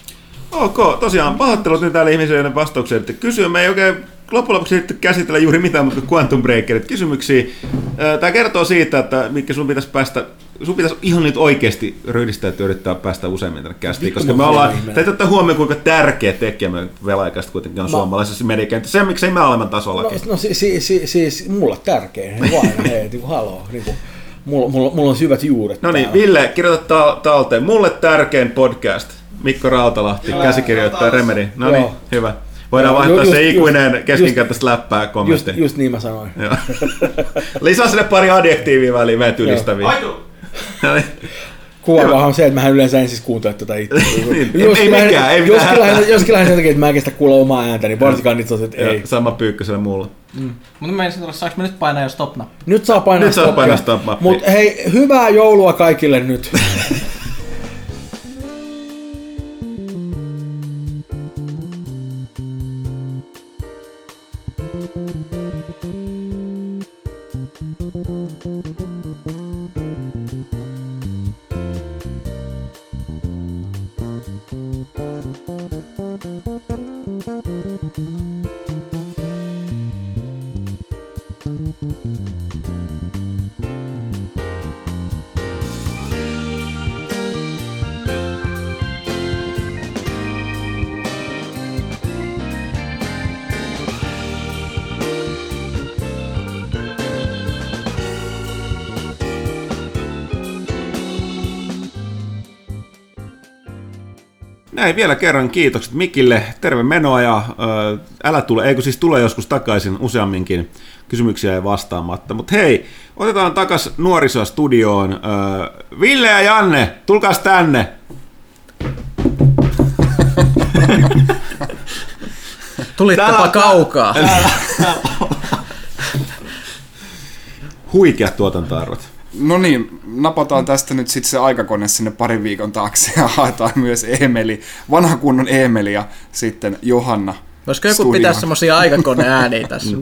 A: Ok, tosiaan pahoittelut nyt täällä ihmisille vastauksia, että kysyä. Me ei oikein loppujen lopuksi käsitellä juuri mitään, mutta Quantum Breakerit kysymyksiä. Tämä kertoo siitä, että Mikki, sun pitäisi päästä, sun pitäisi ihan nyt oikeasti ryhdistää ja yrittää päästä useammin tänne kästiin, koska me ollaan, täytyy ottaa huomioon, kuinka tärkeä tekijä me velaikasta kuitenkin on mä, suomalaisessa mediakentässä. Se, miksei me olemaan tasollakin.
E: No, no siis si, si, si, mulla tärkeä, vaina, hei, niin kuin haloo, niin kuin, mulla, mulla, mulla on syvät juuret.
A: No niin, Ville, kirjoita ta- talteen. Mulle tärkein podcast. Mikko Rautalahti, käsikirjoittaja Remedy. No niin, hyvä. Voidaan vaihtaa just, se ikuinen just, keskinkertaista läppää kommentti.
E: Just, just niin mä sanoin.
A: Lisää sinne pari adjektiivia väliin, vähän tylistäviä.
F: Aitu!
E: Kuvaavahan on se, että mä yleensä en siis kuuntele tätä itse.
A: Ei mikään, ei mitään.
E: Joskin lähden sen takia, että mä en kestä kuulla omaa ääntä, niin varsinkaan niitä on, että ei.
A: Sama Pyykkösellä mulla.
C: Mm. Mutta mä en sanoa, saanko mä nyt painaa jo stop-nappia?
E: Nyt saa painaa
A: nyt stop-nappia. Painaa stop-nappia.
E: Mutta hei, hyvää joulua kaikille nyt.
A: Näin vielä kerran kiitokset Mikille, terve menoa ja ö, älä tule, eikö siis tule joskus takaisin useamminkin, kysymyksiä ei vastaamatta. Mutta hei, otetaan takas nuorisoa studioon. Ö, Ville ja Janne, tulkaas tänne.
C: Tulittepa kaukaa.
A: Huikeat tuotantoarvot.
B: No niin, napataan tästä nyt sitten se aikakone sinne parin viikon taakse ja haetaan myös Eemeli, vanha kunnon Eemeli ja sitten Johanna.
C: Voisiko joku studioon pitää semmosia aikakoneääniä tässä?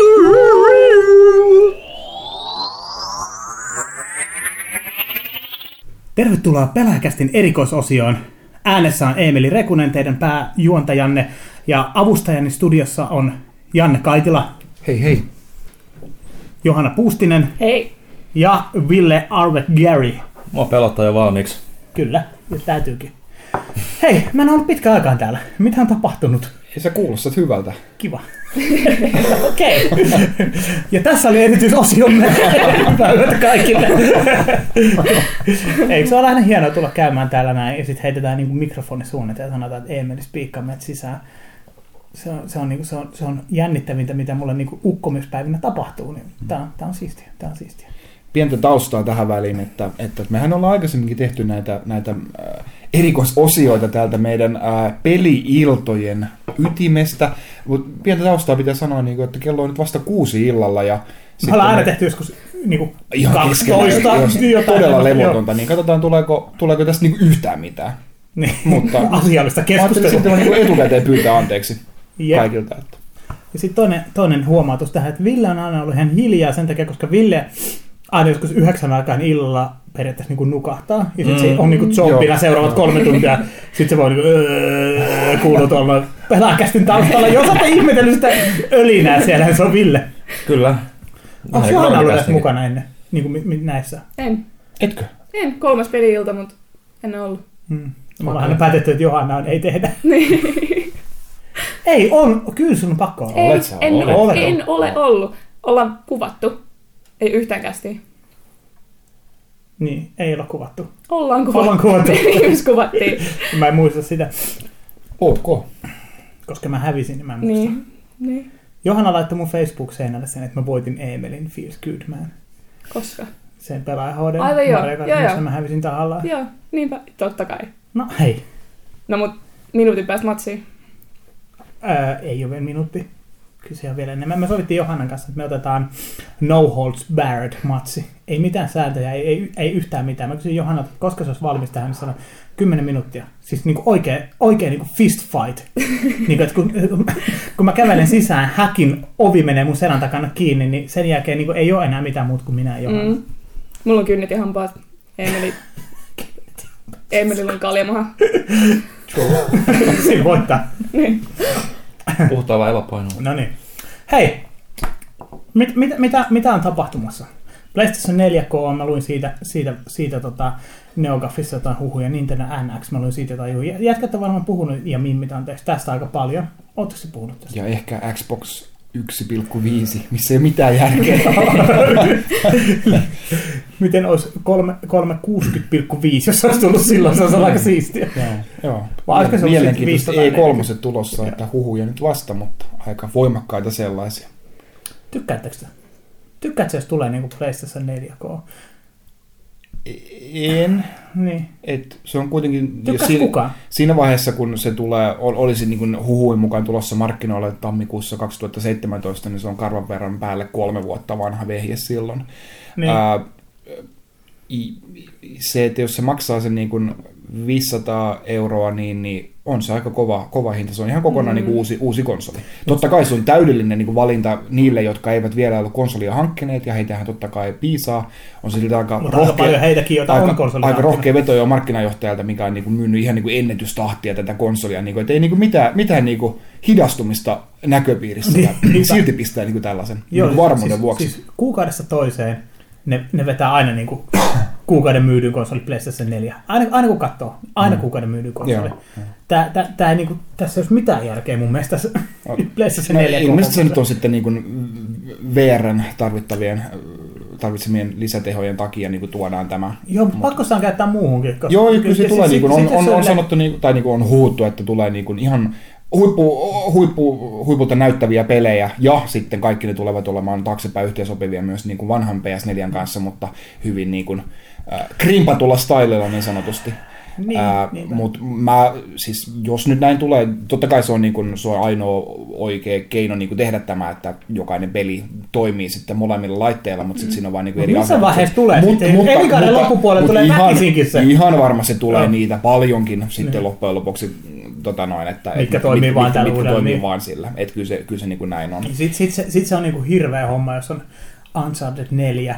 G: Tervetuloa Pelaajakästin erikoisosioon. Äänessä on Eemeli Rekunen, teidän pääjuontajanne, ja avustajani studiossa on Janne Kaitila.
E: Hei hei.
G: Johanna Puustinen.
H: Hei.
G: Ja Ville Arve Gary.
D: Mua pelottaa jo valmiiksi.
G: Kyllä, nyt täytyykin. Hei, mä en ollut pitkään aikaan täällä. Mitä on tapahtunut?
E: Ei sä kuulostat hyvältä.
G: Kiva. Okei. Okay. Ja tässä oli erityisosiomme. Hyvää yötä kaikille. Eikö se ole aina hienoa tulla käymään täällä näin ja sitten heitetään niinku mikrofoni suunnitelta ja sanotaan, että Eemeli spiikkaa meidät sisään. Se on, se, on, niinku, se, on, se on jännittävintä, mitä mulle niinku ukkomispäivinä tapahtuu. Niin tää, on, tää on siistiä. Tää on siistiä.
I: Pientä taustaa tähän väliin, että, että mehän ollaan aikaisemminkin tehty näitä, näitä äh, erikoisosioita täältä meidän äh, peli-iltojen ytimestä, mutta pientä taustaa pitää sanoa, niin kuin, että kello on nyt vasta kuusi illalla. Ja
G: me ollaan aina me... tehty joskus niin
I: kaksitoista. Todella levotonta, niin katsotaan tuleeko, tuleeko tästä niin yhtään mitään.
G: Niin. Mutta asiallista keskustelua.
I: Sitten niin etukäteen pyytää anteeksi yep. kaikilta. Että.
G: Ja sitten toinen, toinen huomautus tähän, että Ville on aina ollut ihan hiljaa sen takia, koska Ville aina joskus yhdeksän aikaan illalla periaatteessa niin nukahtaa. Ja sitten mm. se on niin zombina seuraavat kolme tuntia. Sitten se voi niin öö, kuulua tuolla Pelaajakästin taustalla. Jos olette ihmetellyt sitä ölinää siellä, niin se on Ville.
I: Kyllä.
G: Onko Johanna ollut tässä mukana ennen niin kuin näissä?
H: En.
I: Etkö?
H: En. Kolmas peli-ilta, mutta en ollut.
G: Hmm. Me ollaan aina päätetty, että Johanna on, ei tehdä. Ei, on. Kyllä sun on pakko olla.
H: Ei, en, ole, en ole ollut. Ollaan kuvattu. Ei yhtään kästiä.
G: Niin, ei olla kuvattu.
H: Ollaan kuvattu.
G: Ollaan kuvattu.
H: Just kuvattiin.
G: Mä en muista sitä.
I: Ok.
G: Koska mä hävisin, niin mä en muista.
H: Niin, niin.
G: Johanna laittoi mun Facebook-seinälle sen, että mä voitin Eemelin Feels Good Man.
H: Koska?
G: Sen pelaaja H D.
H: Aivan joo, joo, joo.
G: Mä hävisin tahallaan.
H: Joo, niinpä, totta kai.
G: No hei.
H: No mut minuutin päästä matsiin.
G: Öö, ei ole vielä minuutti. Kyllä se on vielä enemmän. Me sovittiin Johannan kanssa, että me otetaan No Holds Barred matsi. Ei mitään sääntöjä, ei, ei, ei yhtään mitään. Mä kysyin Johannalta, että koska se olisi valmis tähän, niin sanoi kymmenen minuuttia. Siis niinku oikein, oikein niinku fist fight. Niinku, että kun, kun mä kävelen sisään, häkin ovi menee mun selän takana kiinni, niin sen jälkeen niinku ei ole enää mitään muuta kuin minä ja Johanna. Mm.
H: Mulla on kynnet ja hampaat. Eemeli. Eemelillä on kaljamaha.
G: Siinä voittaa.
D: Puhutaan vaan elopainoa.
G: No niin. Hei, mit, mit, mitä, mitä on tapahtumassa? PlayStation neljä K, mä luin siitä, siitä, siitä tota, NeoGAFissa jotain huhuja, Nintendo N X, mä luin siitä jotain huhuja. Jätkät on varmaan puhunut, ja Mimmi on tästä aika paljon. Ootteko puhunut tästä?
I: Ja ehkä Xbox yksi pilkku viisi, missä ei ole mitään järkeä.
G: Miten olisi kolmesataakuusikymmentä pilkku viisi, jos olisi tullut silloin, se olisi aika siistiä.
I: Joo, mielenkiintoista E kolme tulossa, että huhuja nyt vasta, mutta aika voimakkaita sellaisia.
G: Tykkäättekö sitä? Tykkäätkö, jos tulee niin kuin PlayStation neljä K?
I: En.
G: Niin.
I: Et se on kuitenkin...
G: Siinä, kukaan?
I: Siinä vaiheessa, kun se tulee, olisi niin kuin huhuin mukaan tulossa markkinoille tammikuussa kaksituhattaseitsemäntoista, niin se on karvan verran päälle kolme vuotta vanha vehje silloin.
G: Niin.
I: Ää, se, että jos se maksaa sen niin kuin viisisataa euroa, niin, niin on se aika kova, kova hinta. Se on ihan kokonaan mm. niin kuin uusi, uusi konsoli. Totta kai se on täydellinen niin kuin valinta niille, jotka eivät vielä ole konsolia hankkineet, ja heitähän totta kai piisaa. On silti aika
G: Mutta
I: rohkea,
G: paljon heitäkin, joita
I: aika,
G: on konsolia
I: aika rohkea veto jo markkinajohtajalta, mikä on niin kuin myynyt ihan niin kuin ennätystahtia tätä konsolia. Niin kuin, että ei niin kuin mitään, mitään niin kuin hidastumista näköpiirissä.
G: Niin,
I: ja silti pistää niin kuin tällaisen
G: Joo,
I: niin kuin varmuuden
G: siis,
I: vuoksi.
G: Siis kuukaudessa toiseen ne, ne vetää aina niin kuin kuukauden myydyn konsoli PlayStation neljä. Aina, aina kun katsoo, aina mm. kuukauden myydyn konsoli. Tää, tää, tää ei, niin kuin, tässä ei ole mitään järkeä mun mielestä tässä PlayStation neljä.
I: Ilmeisesti se nyt on sitten niin kuin V R:n tarvittavien tarvitsemien lisätehojen takia niin kuin tuodaan tämä.
G: Joo, mutta pakko saan käyttää muuhunkin. Koska
I: joo, kyllä se tulee, niin kuin, on, on, on
G: se
I: sanottu, niin, tai niin kuin on huuttu, että tulee niin kuin ihan huippu, huippu, huipulta näyttäviä pelejä, ja sitten kaikki ne tulevat olemaan taaksepäin yhteensopivia myös niin kuin vanhan P S neljän kanssa, mutta hyvin niin kuin, äh, krimpatulla stylella niin sanotusti.
G: Niin,
I: äh, mutta mä, siis jos nyt näin tulee, totta kai se on, niin kun, se on ainoa oikea keino niin kun tehdä tämä, että jokainen peli toimii sitten molemmilla laitteilla, mutta sitten siinä on vain niin eri
G: missä vaiheessa tulee
I: mut,
G: sitten?
I: Mutta,
G: Elikainen
I: mutta,
G: loppupuolella
I: mutta
G: tulee
I: ihan,
G: väkisinkin se.
I: Ihan varmasti se tulee
G: no.
I: niitä paljonkin sitten niin. loppujen lopuksi. Tota noin, että,
G: mitkä
I: et,
G: toimii
I: mit,
G: vaan
I: mit,
G: tällä
I: mitkä
G: uudella.
I: toimii
G: niin.
I: vaan sillä. Että kyllä se, kyllä se niin kuin näin on.
G: Sitten sit se, sit se on niin kuin hirveä homma, jos on Uncharted neljä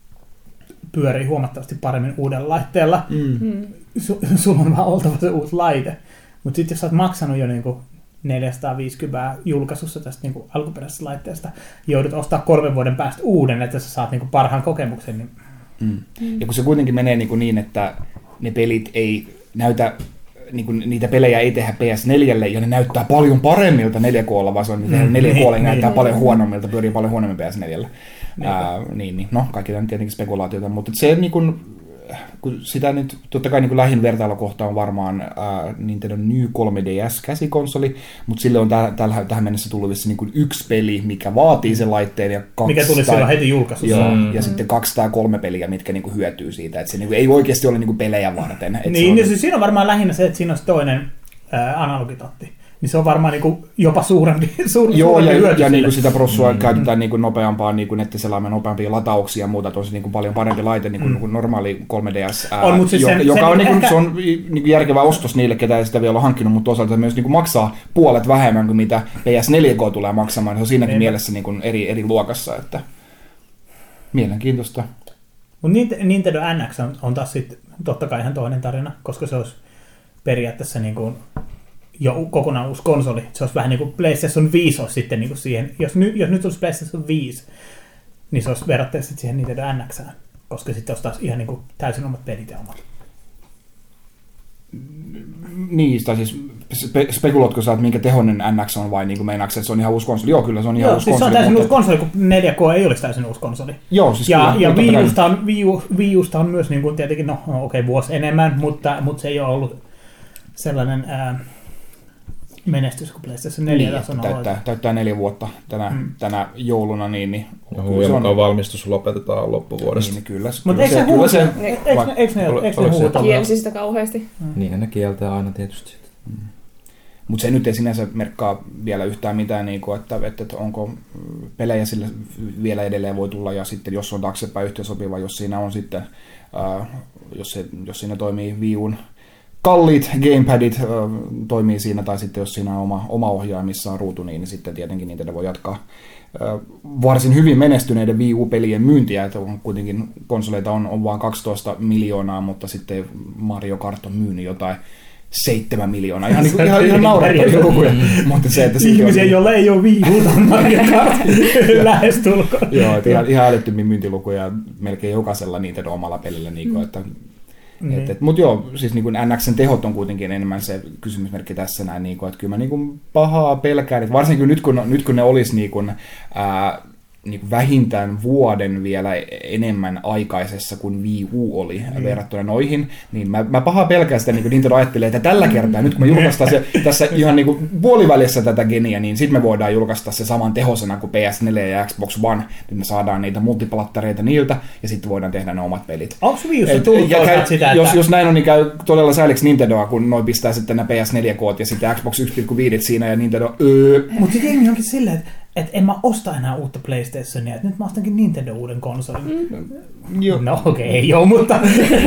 G: pyörii huomattavasti paremmin uudella laitteella. Mm. Su, sulla on vaan oltava se uusi laite. Mutta sitten jos sä oot maksanut jo niin kuin neljäsataaviisikymmentä julkaisussa tästä niin kuin alkuperäisestä laitteesta, joudut ostaa kolmen vuoden päästä uuden, että sä saat niin kuin parhaan kokemuksen. Niin...
I: Mm. Ja kun se kuitenkin menee niin, kuin niin että ne pelit ei näytä, niin kuin niitä pelejä ei tehdä P S neljälle, ja ne näyttää paljon paremmilta neljä K:lla, vaan se on mm. neljä K:lla niin, näyttää niin. paljon huonommilta, pyörii paljon huonommin P S neljälle. Ää, niin, niin. No, kaikki on tietenkin spekulaatiota, mutta se niin kuin, kun sitä nyt, totta kai niin kuin lähin vertailukohta on varmaan ää, Nintendo New kolme D S-käsikonsoli, mutta sille on täh, täh, tähän mennessä tullut niin kuin yksi peli, mikä vaatii sen laitteen, ja kaksi
G: mikä tuli
I: tai,
G: silloin heti julkaisussa.
I: Joo,
G: mm.
I: ja sitten kaksi tai kolme peliä, mitkä niin kuin hyötyy siitä, että se niin kuin ei oikeasti ole niin kuin pelejä varten.
G: Niin,
I: on...
G: niin siis siinä on varmaan lähinnä se, että siinä on toinen ää, analogitatti. Niin se on varmaan niin kuin jopa suurempi, suur,
I: Joo,
G: suurempi
I: ja,
G: hyöty
I: ja niin kuin sitä prossua
G: mm.
I: käytetään niin kuin nopeampaa niin kuin nettiselaimen nopeampia latauksia ja muuta, että on se niin kuin paljon parempi laite niin kuin, mm. kuin normaali kolme D S, ää,
G: on, siis sen,
I: joka
G: sen
I: on, niin kuin,
G: ehkä...
I: se on niin kuin järkevä ostos niille, ketä ei sitä vielä ole hankkinut, mutta toisaalta se myös niin kuin maksaa puolet vähemmän kuin mitä P S neljä K tulee maksamaan, se on siinäkin niin. mielessä niin kuin eri, eri luokassa, että mielenkiintoista.
G: Mutta Nintendo N X on, on taas sitten totta kai ihan toinen tarina, koska se olisi periaatteessa niin kuin jo kokonaan uusi konsoli. Se olisi vähän niin kuin PlayStation viisi olisi sitten niin kuin siihen. Jos, ny, jos nyt olisi PlayStation viisi, niin se olisi verrattavasti siihen Nintendo N X:ään, koska sitten olisi taas ihan niin kuin täysin omat pelit ja omat.
I: Niin, tai siis spe- spekuloitko sä, että minkä tehoinen N X on vai niin kuin meinaatko, että se on ihan uusi konsoli? Joo, kyllä se on ihan
G: Joo,
I: uusi
G: siis
I: konsoli.
G: se on täysin
I: mutta...
G: uusi konsoli, kun neljä K ei olisi täysin uusi konsoli.
I: Joo, siis
G: ja,
I: kyllä.
G: Ja Wii Usta on, Wii, U, Wii Usta on myös niin kuin tietenkin, no okei, okay, vuosi enemmän, mutta, mutta se ei ole ollut sellainen ää, menestys, kun PlayStation neljä
I: niin,
G: tason
I: täyttää, täyttää neljä vuotta tänä, mm. tänä jouluna, niin... niin
D: ja huuja mukaan valmistus lopetetaan loppuvuodesta.
I: Niin, kyllä.
G: Mutta eikö se huuta? Eikö ne huuta?
H: Kielsi sitä kauheasti.
D: Mm. Niin, ne kieltää aina tietysti.
I: Mm. Mutta se nyt ei sinänsä merkkaa vielä yhtään mitään, niin kuin, että, että, että onko pelejä sillä vielä edelleen voi tulla, ja sitten jos on taaksepäin yhteensopiva, jos siinä on sitten, äh, jos, se, jos siinä toimii Wii U:n kalliit gamepadit äh, toimii siinä, tai sitten jos siinä on oma, oma ohjaaja, missä on ruutu, niin sitten tietenkin niitä voi jatkaa äh, varsin hyvin menestyneiden Wii U-pelien myyntiä, että on kuitenkin konsoleita on, on vain kaksitoista miljoonaa, mutta sitten Mario Kart on myynyt jotain seitsemän miljoonaa. Ihan, niin, ihan, ihan naurettavia lukuja. Mutta se, että
G: ihmisiä, on... joilla ei ole Wii-Uta Mario Kart lähestulkoon.
I: Joo, että ihan, ihan älyttömiä myyntilukuja melkein jokaisella niitä omalla pelillä. Niin kuin, että, mm. et, et, mutta joo, siis niin kuin N X:n tehot on kuitenkin enemmän se kysymysmerkki tässä näin, niin kuin, että kyllä mä niin kuin pahaa pelkään, että varsinkin nyt kun, nyt kun ne olisi niin kuin, ää, niin kuin vähintään vuoden vielä enemmän aikaisessa kuin Wii U oli mm. verrattuna noihin, niin mä, mä pahaa pelkään sitä, niin kuin Nintendo ajattelee, että tällä kertaa, nyt kun me julkaistaan se tässä ihan niin kuin puolivälissä tätä geniä, niin sitten me voidaan julkaista se saman tehosena kuin P S neljä ja Xbox One, niin me saadaan niitä multiplattareita niiltä, ja sitten voidaan tehdä ne omat pelit.
G: Onko Wii Ussa tullut käy, sitä,
I: jos,
G: että...
I: jos näin on, niin käy todella sääliksi Nintendoa, kun noi pistää sitten nämä P S neljä koot ja sitten Xbox yksi pilkku viisi siinä, ja Nintendo... Öö.
G: Mutta sitten jengi onkin silleen, että että en mä osta enää uutta PlayStationia, että nyt mä ostankin Nintendo uuden konsolin. Mm. No okei, okay, ei oo, mutta...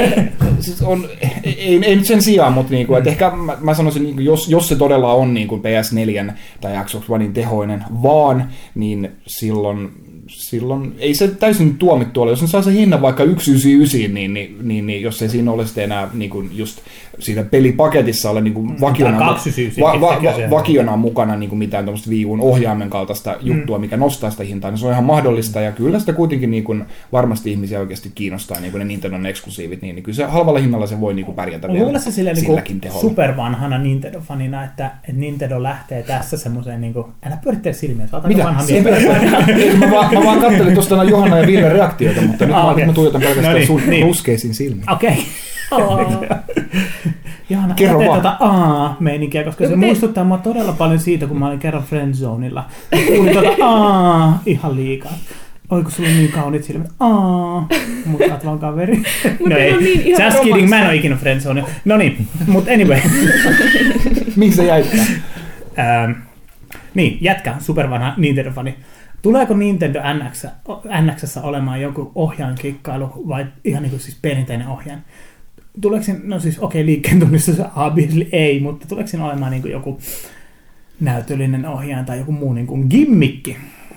I: on, ei, ei nyt sen sijaan, mutta niinku, mm. ehkä mä, mä sanoisin, niinku, jos, jos se todella on niinku P S neljä tai Xbox Onein tehoinen vaan, niin silloin, silloin ei se täysin tuomittu ole. Jos ne saa se hinnan vaikka yksi yhdeksänkymmentäyhdeksän, niin, niin, niin, niin jos ei siinä ole sitten enää niinku, just siinä pelipaketissa ole niinku vakiona, va, va, va, vakiona mukana niinku mitään tuommoista Wii U:n ohjaimen kaltaista mm. juttua, mikä nostaa sitä hintaa, niin se on ihan mahdollista, ja kyllä sitä kuitenkin niinku varmasti ihmisiä oikeasti kiinnostaa niinku ne Nintendon eksklusiivit, niin, niin kyllä se halvalla hinnalla se voi niinku pärjätä vielä
G: luulen silleen silläkin niinku teholla. Supervanhana Nintendo-fanina, että, että Nintendo lähtee tässä semmoiseen, niinku, älä pyörittele silmiä, sä otat vanha mies.
I: mä, vaan, mä vaan kattelin tuosta Johanna ja Ville reaktioita, mutta nyt ah, okay. mä tuijotan pelkästään no niin, sun niin. ruskeisiin silmiin.
G: Okei. Okay. Johanna, kerro vaan. Tuota aa-meininkiä, koska no, se te... muistuttaa mua todella paljon siitä, kun mä olin kerran Friendzonella. Kuulin tuota aa ihan liikaa. Oi, kun sulla on niin kauniit silmät. Aa, mutta oot vaan kaveri. No ei, niin just kidding, mä en ole ikinä Friendzonella. No niin, mutta anyway.
I: Miksi sä jäitkää?
G: ähm, niin, jätkä, supervanha Nintendo-fani. Tuleeko Nintendo N X, N X:ssä olemaan joku ohjainkikkailu vai ihan niin kuin siis perinteinen ohjain? Tuleeko siinä, no siis okei, okay, liikkeen tunnistussa obviously ei, mutta tuleeko siinä olemaan niin kuin joku näytöllinen ohjaaja tai joku muu niin kuin gimmikki?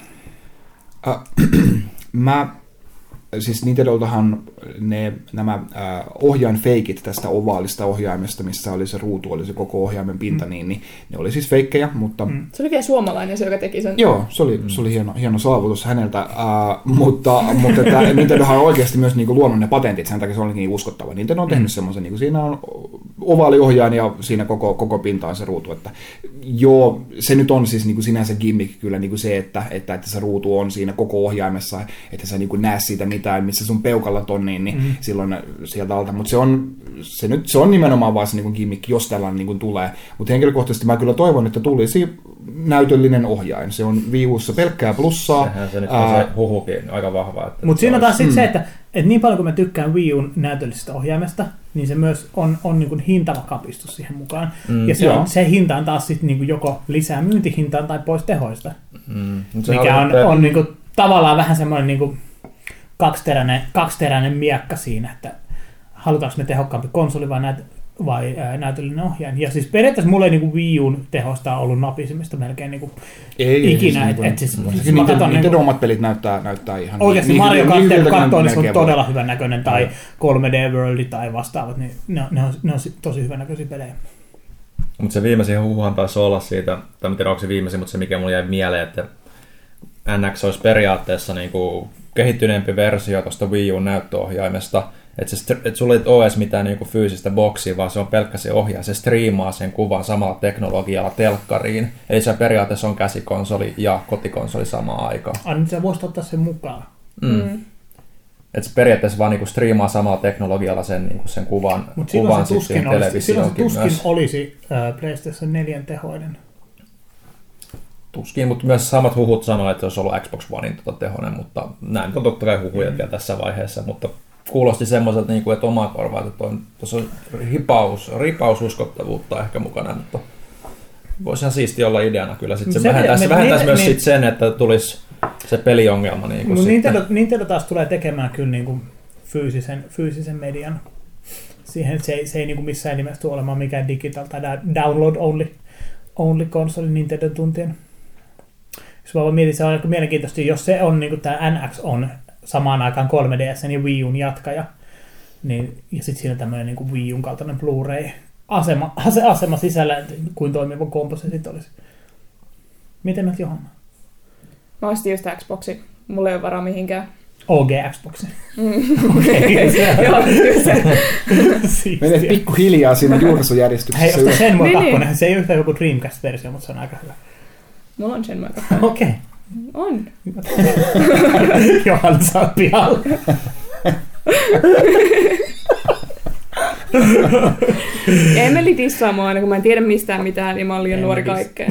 I: Uh, mä, siis Nintendoltahan ne, nämä uh, ohjainfeikit tästä ovaalista ohjaimesta, missä oli se ruutu, oli se koko ohjaimen pinta, mm. niin, niin ne oli siis feikkejä, mutta... Mm.
H: Se oli vielä suomalainen se, joka teki sen.
I: Joo, se oli, se oli hieno, hieno saavutus häneltä, uh, mutta, mutta että Nintendohan on oikeasti myös niinku luonut ne patentit, sen takia se oli niin uskottava. Nintendo on tehnyt mm. semmoisen, niin siinä on ovaali ohjain ja siinä koko, koko pinta on se ruutu, että joo, se nyt on siis niinku sinänsä gimmick kyllä niinku se, että, että, että se ruutu on siinä koko ohjaimessa, että sä niinku näe siitä mitään, missä sun peukalla on, niin, niin mm. silloin sieltä alta, mutta se on, se, nyt, se on nimenomaan vaan se niinku gimmick, jos tällainen niinku tulee, mutta henkilökohtaisesti mä kyllä toivon, että tulisi näytöllinen ohjain, se on Wii U:ssa pelkkää plussaa.
F: Sehän se nyt on ää... se huhukin aika vahva.
G: Mutta siinä on taas mm. se, että, että niin paljon kuin mä tykkään Wii U:n näytöllisestä ohjaimesta, niin se myös on, on niin kuin hintava kapistus siihen mukaan. Mm, ja se, on, se hinta on taas sitten niin kuin joko lisää myyntihintaan tai pois tehoista. Mm, mikä on, on niin kuin tavallaan vähän semmoinen niin kuin kaksiteräinen, kaksiteräinen miekka siinä, että halutaanko me tehokkaampi konsoli vai, näyt, vai ää, näytöllinen ohjain. Ja siis periaatteessa mulla ei niin kuin Wii U:n tehosta ollut napisimista melkein niin kuin ei, ikinä. Ei, et, siis,
I: siis siis niiden niin omat pelit näyttää, näyttää ihan...
G: Oikeasti niin, Mario Kart niin, katsoo, niin se on todella hyvän näköinen, tai kolme D World tai vastaavat, niin ne, ne, on, ne on tosi hyvän näköisiä pelejä.
F: Mutta se viimeisin huuhan taisi olla siitä, tai en tiedä onko se viimeisin, mutta se mikä mulle jäi mieleen, että N X olisi periaatteessa niin kuin kehittyneempi versio tuosta Wii U:n näyttöohjaimesta, että, se, että sulla ei ole edes mitään niin kuin fyysistä boksia, vaan se on pelkkä se ohjaa, se striimaa sen kuvan samalla teknologialla telkkariin, eli se periaatteessa on käsikonsoli ja kotikonsoli samaan aikaan.
G: Ai nyt sä voisit ottaa sen mukaan.
F: Mm. Mm. Että se periaatteessa vaan niin striimaa samalla teknologialla sen, niin sen kuvan, kuvan
G: sitten siihen televisioonkin myös. Silloin se tuskin olisi äh, PlayStation neljä tehoinen.
F: Tuskin, mutta myös samat huhut sanoo, että olisi ollut Xbox Onein tota tehoinen, mutta näin on totta kai huhuja mm. vielä tässä vaiheessa, mutta kuulosti semmoiselta, että omaa korvaa, että tuossa on ripaus, ripaus uskottavuutta ehkä mukana, mutta voisi ihan siisti olla ideana kyllä. Sitten se, se vähentäisi, me, vähentäisi me, myös me, sit sen, että tulisi se peliongelma. Niin kuin
G: Nintendo, Nintendo taas tulee tekemään kyllä niin kuin fyysisen, fyysisen median. Siihen se ei, se ei niin kuin missään nimessä tule olemaan mikään digital tai download only, only konsoli Nintendo tuntien. Jos vaan mietin, se on aika mielenkiintoista, jos se on niin kuin tämä N X on samaan aikaan kolme D S ja Wii U:n jatkaja, niin, ja sitten siinä tämmöinen niin kuin Wii U:n kaltainen Blu-ray asema, ase, asema sisällä, kuin toimiva kompo se sitten olisi. Miten menet Johanna?
H: Mä ostin just Xboxi. Mulla ei ole varaa mihinkään.
G: O G Xboxi.
H: Mm.
G: Okei.
H: Joo, se.
I: Menet pikkuhiljaa siinä julkaisujärjestyksessä.
G: Hei, osta Shenmue
H: Niin,
G: kaksi.
H: niin.
G: Se ei ole yhtään joku Dreamcast-versio, mutta se on aika hyvä.
H: Mulla on Shenmue kaksi.
G: Okei. Okay.
H: On.
G: Johanna saa pihalla.
H: Emeli dissaa mua aina, kun mä en tiedä mistään mitään, niin mä oon liian nuori kaikkeen.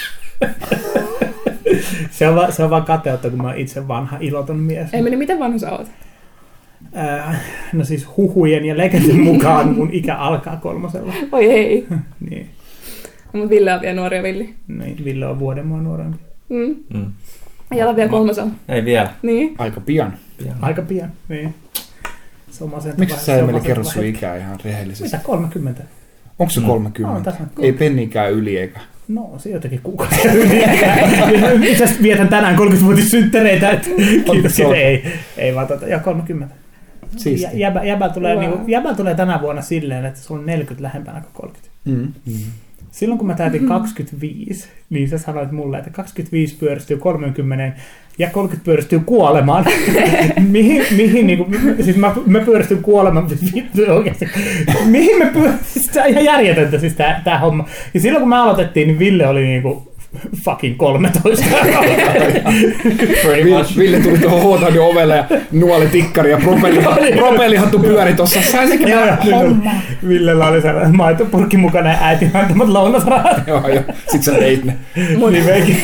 G: se, on va, se on vaan kateutta, kun mä oon itse vanha iloton mies.
H: Emeli, miten vanha sä oot?
G: Äh, no siis huhujen ja legendin mukaan mun ikä alkaa kolmosella.
H: Oi ei.
G: Niin.
H: Mut Ville on vielä nuori ja Villi.
G: Niin, Ville on vuoden mua nuorempi.
H: Mm.
D: Mm.
H: Ja on vielä kolmosella.
D: Ei vielä.
H: Niin.
I: Aika pian.
D: pian.
G: Aika pian, niin.
I: Miksi sä Emeli kerro sun ikää ihan rehellisesti?
G: Mitä, kolmekymmentä?
I: Onko se
G: Mm.
I: kolmekymmentä?
G: No,
I: ei penninkään yli eikä.
G: No, se jotenkin kuukausia yli. Itse asiassa vietän tänään kolmekymmentävuotissynttereitä. Kiitos, että ei. Ei vaan tota, ja kolmekymmentä.
I: Siisti.
G: Jäbä, jäbä, tulee,
H: wow.
G: niinku, jäbä tulee tänä vuonna silleen, että sulla on neljäkymmentä lähempänä kuin kolmekymmentä.
I: Mm. Mm.
G: Silloin kun mä täytin kaksikymmentäviisi, niin sä sanoit mulle, että kaksikymmentäviisi pyöristyy kolmekymmentä ja kolmekymmentä pyöristyy kuolemaan. mihin, mihin niinku, siis mä, mä pyöristyn kuolemaan, siis vittu oikeasti. Mihin me pyöristyn, siis tää on ihan järjetöntä siis tää, tää homma. Ja silloin kun me aloitettiin, niin Ville oli niinku fucking kolmetoista.
I: Ville, Ville tuli tuohon huotaudin ovelle ja nuoli tikkari ja propelli, propellihattu pyöri tossa. Saisikö nää hommaa?
G: Villellä oli sellainen maitopurkki mukana ja äiti antamat lounasrahat.
I: Joo, joo. Sit sä teit ne.
G: Niin veikin.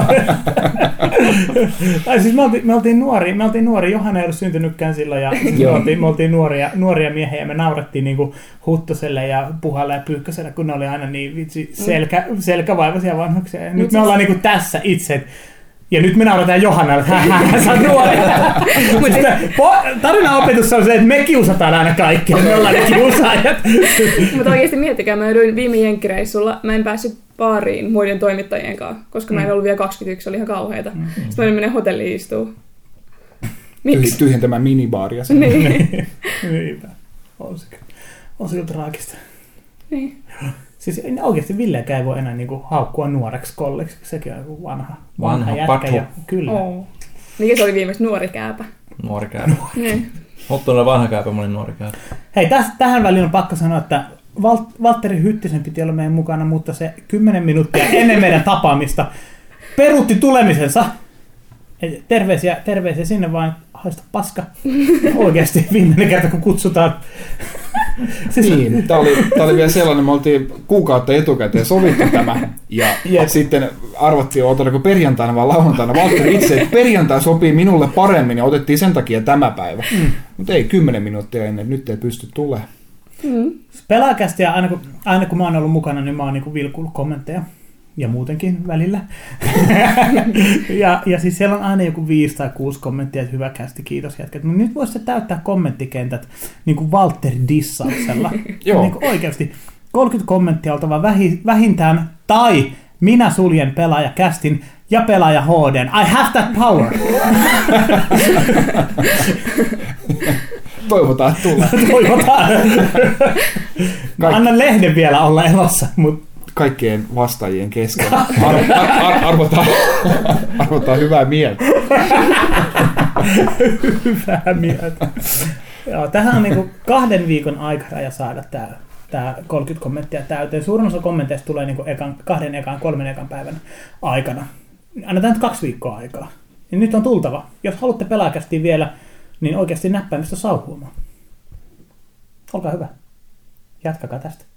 G: Tai siis me oltiin, me oltiin nuoria, me oltiin nuoria. Johanna ei ollut syntynytkään silloin ja me oltiin, me oltiin nuoria, nuoria miehiä ja me naurettiin niinku Huttoselle ja Puhalle ja Pyykköselle, kun ne oli aina niin vitsi selkä, selkävaivaisia vanhuksia. Ja nyt me ollaan niinku tässä itse. Ja nyt me naurataan Johannalle, että hä, sä oot nuori. Tarinan opetus on se, että me kiusataan aina kaikkia, me ollaan ne kiusaajat.
H: Mutta oikeasti miettikää, mä jouduin viime jenkkireissulla, mä en päässyt baariin muiden toimittajien kanssa, koska mm. mä en ollut vielä kaksikymmentäyksi, se oli ihan kauheeta. Mm. Sitten mä olin mennä hotelliin istua.
I: Miksi? Tyhjentämään minibaaria.
H: Niin.
G: Niinpä. On se, on se kyllä traagista.
H: Niin.
G: Siis oikeasti Villeäkään ei voi enää niinku haukkua nuoreksi kolliksi, sekin on joku vanha, vanha,
D: vanha
G: jätkä. Ja, kyllä.
H: Oh. Mikä se oli viimeksi? Nuori kääpä.
D: Nuori kääpä.
H: Niin.
D: Mutta on vanha kääpä, mä olin nuori kääpä.
G: Hei, täs, tähän väliin on pakko sanoa, että Val- Valtteri Hyttisen piti olla meidän mukana, mutta se kymmenen minuuttia ennen meidän tapaamista peruutti tulemisensa. Terveisiä, terveisiä sinne vaan, haista paska. Oikeasti viimeinen kerta, kun kutsutaan.
I: Siis niin, tää oli, tää oli vielä sellainen, me oltiin kuukautta etukäteen sovittu tämä, ja yep. sitten arvottiin, otetaanko perjantaina vai lauantaina. Valtteri itse, että perjantai sopii minulle paremmin, ja otettiin sen takia tämä päivä. Mm. Mutta ei, kymmenen minuuttia ennen, nyt ei pysty tulemaan.
H: Mm.
G: Pelaakästi, ja aina kun, aina kun mä oon ollut mukana, niin mä oon niinku vilkuillut kommentteja. Ja muutenkin välillä. ja, ja siis siellä on aina joku viisi tai kuusi kommenttia, että hyvä kästi, kiitos jätkät. No nyt voisi täyttää kommenttikentät niin kuin Valtteri dissauksella. niin kuin oikeasti kolmekymmentä kommenttia oltava vähi, vähintään, tai minä suljen pelaajakästin ja pelaaja H D:n. I have that power!
I: Toivotaan, että tulee.
G: Toivotaan. Mä annan lehden vielä olla elossa, mutta
I: kaikkien vastaajien kesken. Ar- ar- ar- arvotaan, arvotaan hyvää mieltä.
G: Hyvää mieltä. Joo, tähän on niinku kahden viikon aikaraja saada tää, tää kolmekymmentä kommenttia täyteen. Suurin osa kommenteista tulee niinku ekan, kahden ekan, kolmen ekan päivän aikana. Annetaan nyt kaksi viikkoa aikaa. Ja nyt on tultava. Jos haluatte pelaakästi vielä, niin oikeasti näppäimistä sauhuamaan. Olkaa hyvä. Jatkakaa tästä.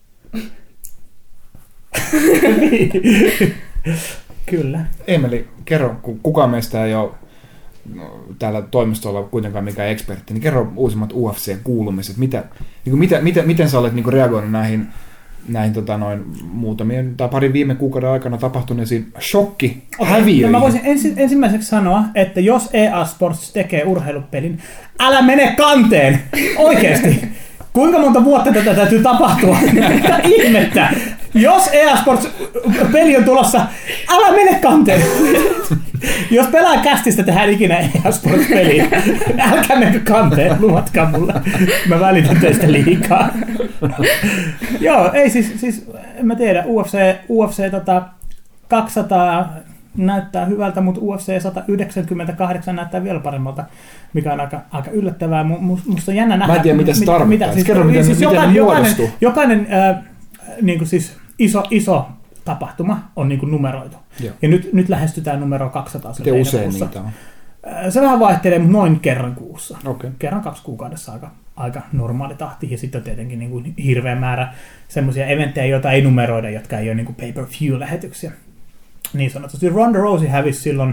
G: Kyllä.
I: Emeli, kerro, kun kukaan meistä ei ole täällä toimistolla kuitenkaan mikään ekspertti, niin kerro uusimmat U F C-kuulumiset. Mitä, niin kuin, mitä, mitä, miten sä olet niin kuin reagoinut näihin, näihin tota, noin, muutamien tai parin viime kuukauden aikana tapahtuneisiin shokkihäviöihin?
G: Okay, no mä voisin ensi, ensimmäiseksi sanoa, että jos E A Sports tekee urheilupelin, älä mene kanteen! Oikeesti! Kuinka monta vuotta tätä täytyy tapahtua? Mitä ihmettä? Jos E A Sports-peli on tulossa, älä mene kanteen. Jos pelaa kästistä tehdään ikinä E A Sports-peliä, älkää mene kanteen, luvatkaa mulle. Mä välitän teistä liikaa. Joo, ei siis, siis, en mä tiedä, U F C, U F C tota, kaksisataa näyttää hyvältä, mutta U F C sata yhdeksänkymmentäkahdeksan näyttää vielä paremmalta, mikä on aika, aika yllättävää. Musta on jännä nähdä.
I: Mä en tiedä, mitä se tarkoittaa. Mitä, siis, kerro, miten,
G: siis
I: miten
G: jokainen,
I: ne muodostuu.
G: Jokainen, jokainen äh, niin kuin siis iso, iso tapahtuma on niin kuin numeroitu. Joo. Ja nyt, nyt lähestytään numero kaksisataa.
I: Miten usein niitä on?
G: Se vähän vaihtelee, mutta noin kerran kuussa.
I: Okay.
G: Kerran kaksi kuukaudessa aika, aika normaali tahti. Ja sitten on tietenkin niin kuin hirveä määrä semmoisia eventtejä, joita ei numeroida, jotka ei ole niin kuin pay-per-view-lähetyksiä. Niin sanotusti. Ronda Rousey hävisi silloin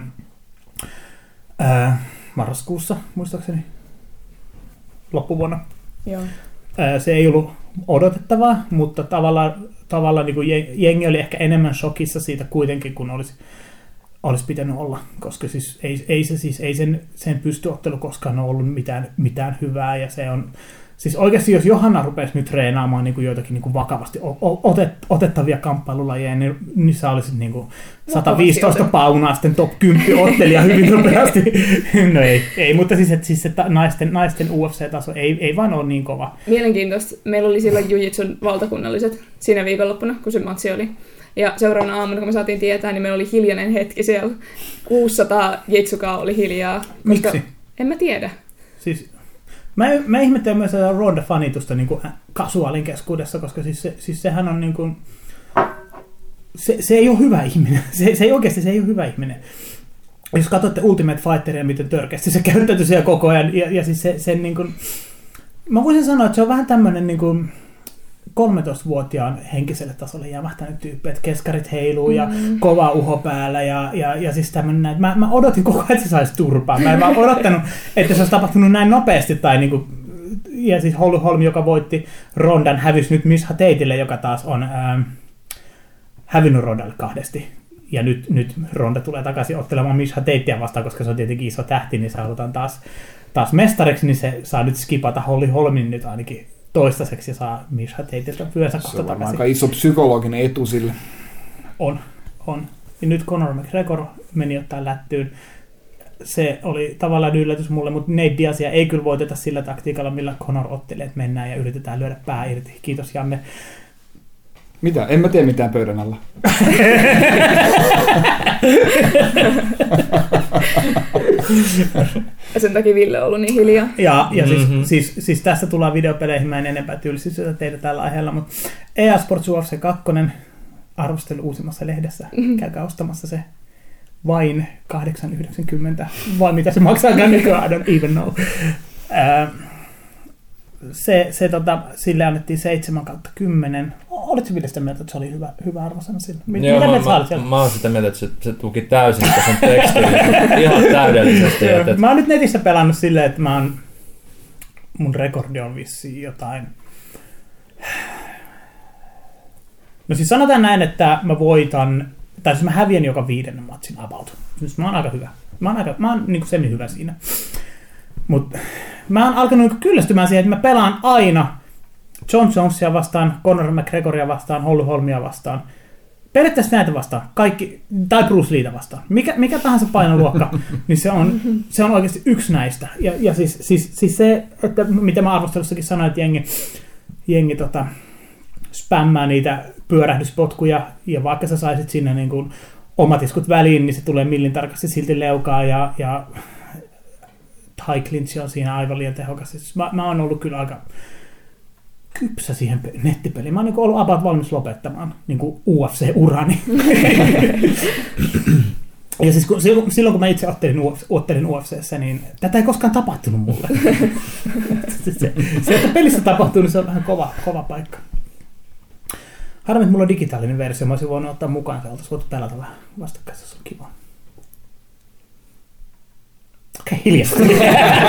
G: ää, marraskuussa, muistaakseni, loppuvuonna.
H: Joo.
G: Ää, se ei ollut odotettavaa, mutta tavallaan, tavallaan niin kuin jengi oli ehkä enemmän shokissa siitä kuitenkin, kun olisi, olisi pitänyt olla, koska siis ei, ei, se, siis, ei sen, sen pystyottelu koskaan ole ollut mitään, mitään hyvää, ja se on siis oikeasti, jos Johanna rupesi nyt treenaamaan niin kuin joitakin niin kuin vakavasti otet, otettavia kamppailulajeja, niin, niin sä olisit niin kuin sata viisitoista paunaa sitten top kymmenen ottelija hyvin nopeasti. No ei, ei, mutta siis, että, siis että naisten, naisten U F C-taso ei, ei vaan ole niin kova.
H: Mielenkiintoista. Meillä oli silloin Jiu-Jitsun valtakunnalliset siinä viikonloppuna, kun se matsi oli. Ja seuraavana aamuna, kun me saatiin tietää, niin meillä oli hiljainen hetki siellä. kuusisataa jitsukaa oli hiljaa. Koska
G: miksi?
H: En mä tiedä.
G: Siis Mä, mä ihmettelen myös Ronda-fanitusta niin kuin kasuaalin keskuudessa, koska siis, se, siis sehän on niin kuin, se, se ei ole hyvä ihminen. Se, se ei oikeasti se ei ole hyvä ihminen. Jos katsotte Ultimate Fighteria, miten törkeästi se käyttäytyy siellä koko ajan, ja, ja siis se, sen niin kuin, mä voisin sanoa, että se on vähän tämmöinen niin kuin kolmetoistavuotiaan henkiselle tasolle jämähtänyt tyyppi, että keskarit heiluu ja mm. kova uho päällä ja, ja, ja siis tämmöinen näin. Mä, mä odotin koko ajan, että se saisi turpaa. Mä en vaan odottanut, että se olisi tapahtunut näin nopeasti. Tai niinku, ja siis Holly Holm, joka voitti Rondan, hävisi nyt Misha Tateille, joka taas on ää, hävinnyt Rondalle kahdesti. Ja nyt, nyt Ronda tulee takaisin ottelemaan Misha Tatea vastaan, koska se on tietenkin iso tähti, niin se halutaan taas, taas mestariksi, niin se saa nyt skipata Holly Holmin nyt ainakin toistaiseksi ja saa Misha Tateilta vyönsä kohta takaisin.
I: Se on aika iso psykologinen etu sille.
G: On, on. Ja nyt Conor McGregor meni ottaa lättyyn. Se oli tavallaan yllätys mulle, mutta Nate Diazia ei kyllä voiteta sillä taktiikalla, millä Conor otteli, että mennään ja yritetään lyödä pää irti. Kiitos Janne.
I: Mitä? En mä tee mitään pöydän alla.
H: Ja sen takia Ville on ollut niin hiljaa.
G: Ja, ja mm-hmm. siis, siis, siis tässä tullaan videopeleihin, mä en enempää tylsisyydä teitä tällä aiheella, mutta E A Sports U F C kaksi arvostelu uusimmassa lehdessä. Mm-hmm. Käykää ostamassa se vain kahdeksan yhdeksänkymmentä, vai mitä se maksaa nykyään, I don't even know. Äh, se, se tota, sille annettiin seitsemän kautta kymmenen. Olitko Ville sitä mieltä, että se oli hyvä, hyvä arvosana sille? Mitä
F: Joo,
G: mieltä
F: mä,
G: sä olit siellä?
F: Mä oon sitä mieltä, että se, se tuki täysin tässä on tekstillä ihan täydellisesti. Että,
G: mä oon nyt netissä pelannut silleen, että mä oon, mun rekordi on vissiin jotain. No siis sanotaan näin, että mä voitan, tai siis mä häviän joka viidennen matsin about. Siis mä oon aika hyvä. Mä oon, aika, mä oon niin kuin semi-hyvä siinä. Mut mä oon alkanut kyllästymään siihen, että mä pelaan aina John Jonesia vastaan, Conor McGregoria vastaan, Holly Holmia vastaan. Periaatteessa näitä vastaan, kaikki, tai Bruce Leeta vastaan. Mikä, mikä tahansa painoluokka, niin se on, se on oikeasti yksi näistä. Ja, ja siis, siis, siis se, että mitä mä arvostelussakin sanoin, että jengi, jengi tota, spämmää niitä pyörähdyspotkuja, ja vaikka sä saisit sinne niin kuin omat iskut väliin, niin se tulee millin tarkasti silti leukaa, ja, ja high clinch on siinä aivan liian tehokas. Siis mä, mä oon ollut kyllä aika kypsä siihen nettipeliin. Mä oon niin ollut about valmis lopettamaan niin kuin U F C-urani. Ja siis kun, silloin kun mä itse ottelin, ottelin U F C:ssä, niin tätä ei koskaan tapahtunut mulle. se, se, että pelissä tapahtuu, niin se on vähän kova, kova paikka. Harmi, että mulla on digitaalinen versio. Mä olisin voinut ottaa mukaan, että oltaisiin voitu pelata vähän vastakkain, se on kiva. Okei, okay, hiljasta tuli.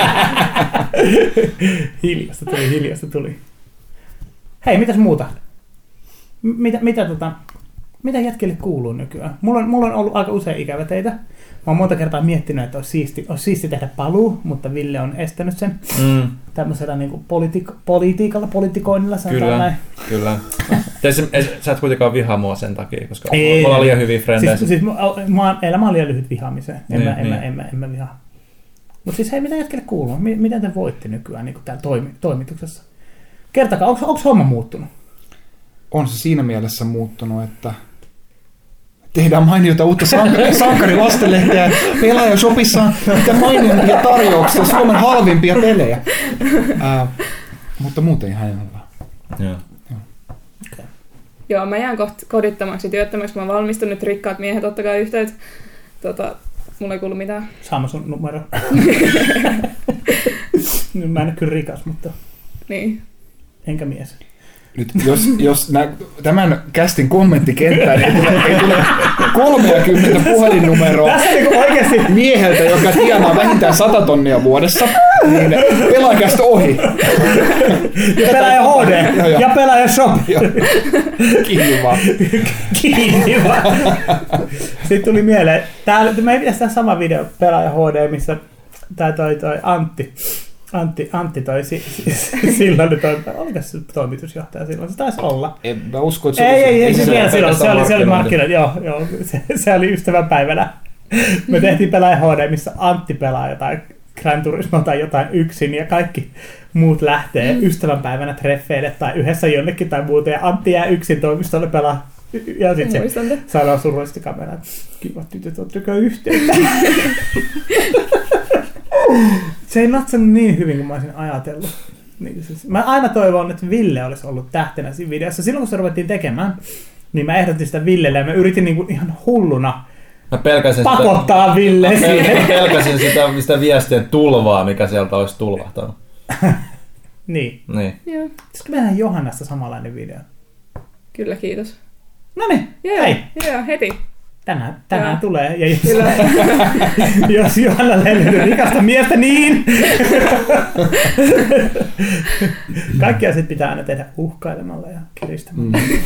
G: hiljasta tuli, hiljasta tuli. Hei, mitäs muuta? Mitä, mitä, tota, mitä jätkille kuuluu nykyään? Mulla on, mulla on ollut aika usein ikävä teitä. Mä oon monta kertaa miettinyt, että olisi siisti, olisi siisti tehdä paluu, mutta Ville on estänyt sen mm. tämmöisellä niin kuin politi- politiikalla, politikoinnilla.
F: Kyllä,
G: näin.
F: kyllä.
D: Se, sä et kuitenkaan vihaa mua sen takia, koska
G: ei,
D: mulla on liian hyviä frendejä.
G: Siis, siis mä, elämä on liian lyhyt vihaamiseen. En,
D: niin,
G: mä, en,
D: niin.
G: mä, en, mä, en mä vihaa. Mutta siis hei, mitä jätkelle kuuluu? Miten te voitte nykyään niin täällä toimi, toimituksessa? Kertakaa, onko homma muuttunut?
I: On se siinä mielessä muuttunut, että tehdään mainiota uutta sank- sankarilastenlehteä. Pelaajashopissa on mitä mainimpia tarjouksia, Suomen halvimpia pelejä. Ää, mutta muuten ihan ennallaan.
D: Joo.
H: Okay. Joo, mä jään kohta kodittamaksi työttömäksi, kun mä valmistun nyt rikkaat miehet, ottakaa yhteyttä. Tota, mulla ei kuulu mitään.
G: Saama sun numero. Mä en ole kyllä rikas, mutta
H: niin.
G: Enkä mies.
I: Nyt jos, jos nä, tämän kästin kommenttikenttään ei tule, ei tule kolmekymmentä puhelinnumeroa mieheltä, joka tienaa vähintään sata tonnia vuodessa, niin pelaajakästä ohi.
G: Ja pelaaja H D. Ja, ja. ja pelaaja shop.
I: Kiinni vaan.
G: Kiinni vaan. Sitten tuli mieleen, täällä, me ei pitäisi tehdä sama video pelaaja H D, missä tää toi, toi Antti. Antti, Antti toi si, si, si, silloin, toi, oliko se toimitusjohtaja silloin? Se taisi olla.
I: En mä usko, että se
G: ei,
I: oli
G: ei, ei,
I: se,
G: se,
I: se,
G: silloin, se, oli, se oli markkinointi, joo, joo se, se oli ystävänpäivänä. Me tehtiin pelaaja H D, missä Antti pelaa jotain Gran Turismo tai jotain yksin ja kaikki muut lähtee ystävänpäivänä treffeille tai yhdessä jonnekin tai muuta ja Antti jää yksin toimistolle pelaa. Ja sitten se sanoo surullisesti kameraan, että kivat tytöt, ottakaa yhteyttä. Se ei natsannut niin hyvin kuin mä olisin ajatellut. Mä aina toivon, että Ville olisi ollut tähtenä siinä videossa. Silloin kun se ruvettiin tekemään, niin mä ehdotin sitä Villelle ja mä yritin niin kuin ihan hulluna
D: mä pelkäsin
G: pakottaa
D: sitä,
G: Ville
D: mä
G: siihen.
D: Mä pelkäsin sitä, sitä viestien tulvaa, mikä sieltä olisi tulvahtanut.
G: Niin.
D: Niin.
H: Joo.
G: Pitäisikö mehdään Johannasta samanlainen video?
H: Kyllä, kiitos.
G: Noniin,
H: joo,
G: hei.
H: Joo, heti.
G: Tänään, tänään
H: Joo.
G: tulee. Ja jos, jos Johannalle ei löydy rikasta miestä, niin kaikki asiat pitää aina tehdä uhkailemalla ja kiristämällä. Mm.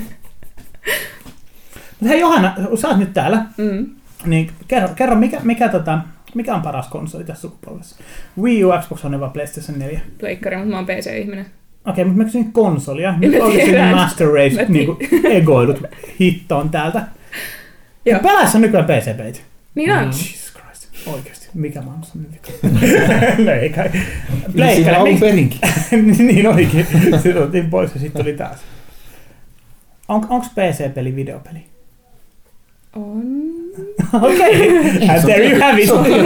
G: Mutta hei Johanna, sä oot nyt täällä.
H: Mm.
G: Niin kerro, kerro mikä, mikä, tota, mikä on paras konsoli tässä sukupolvessa? Wii U, Xbox One vai PlayStation neljä?
H: Pleikkari, mutta mä oon P C-ihminen.
G: Okei, mutta mä kysyin konsolia. Nyt oli sinne Master Race niinku, egoidut hittoon täältä. Pelaissa on nykyään P C-pelit.
H: Niin on.
G: Jesus Christ. Oikeesti. Mikä maailmassa on nyt? No ei kai.
I: Niin siinä alun perinkin.
G: Niin olikin. Sitten otettiin pois ja sitten tuli taas. On, onks P C-peli videopeli?
H: On.
G: Okei. And there you have it.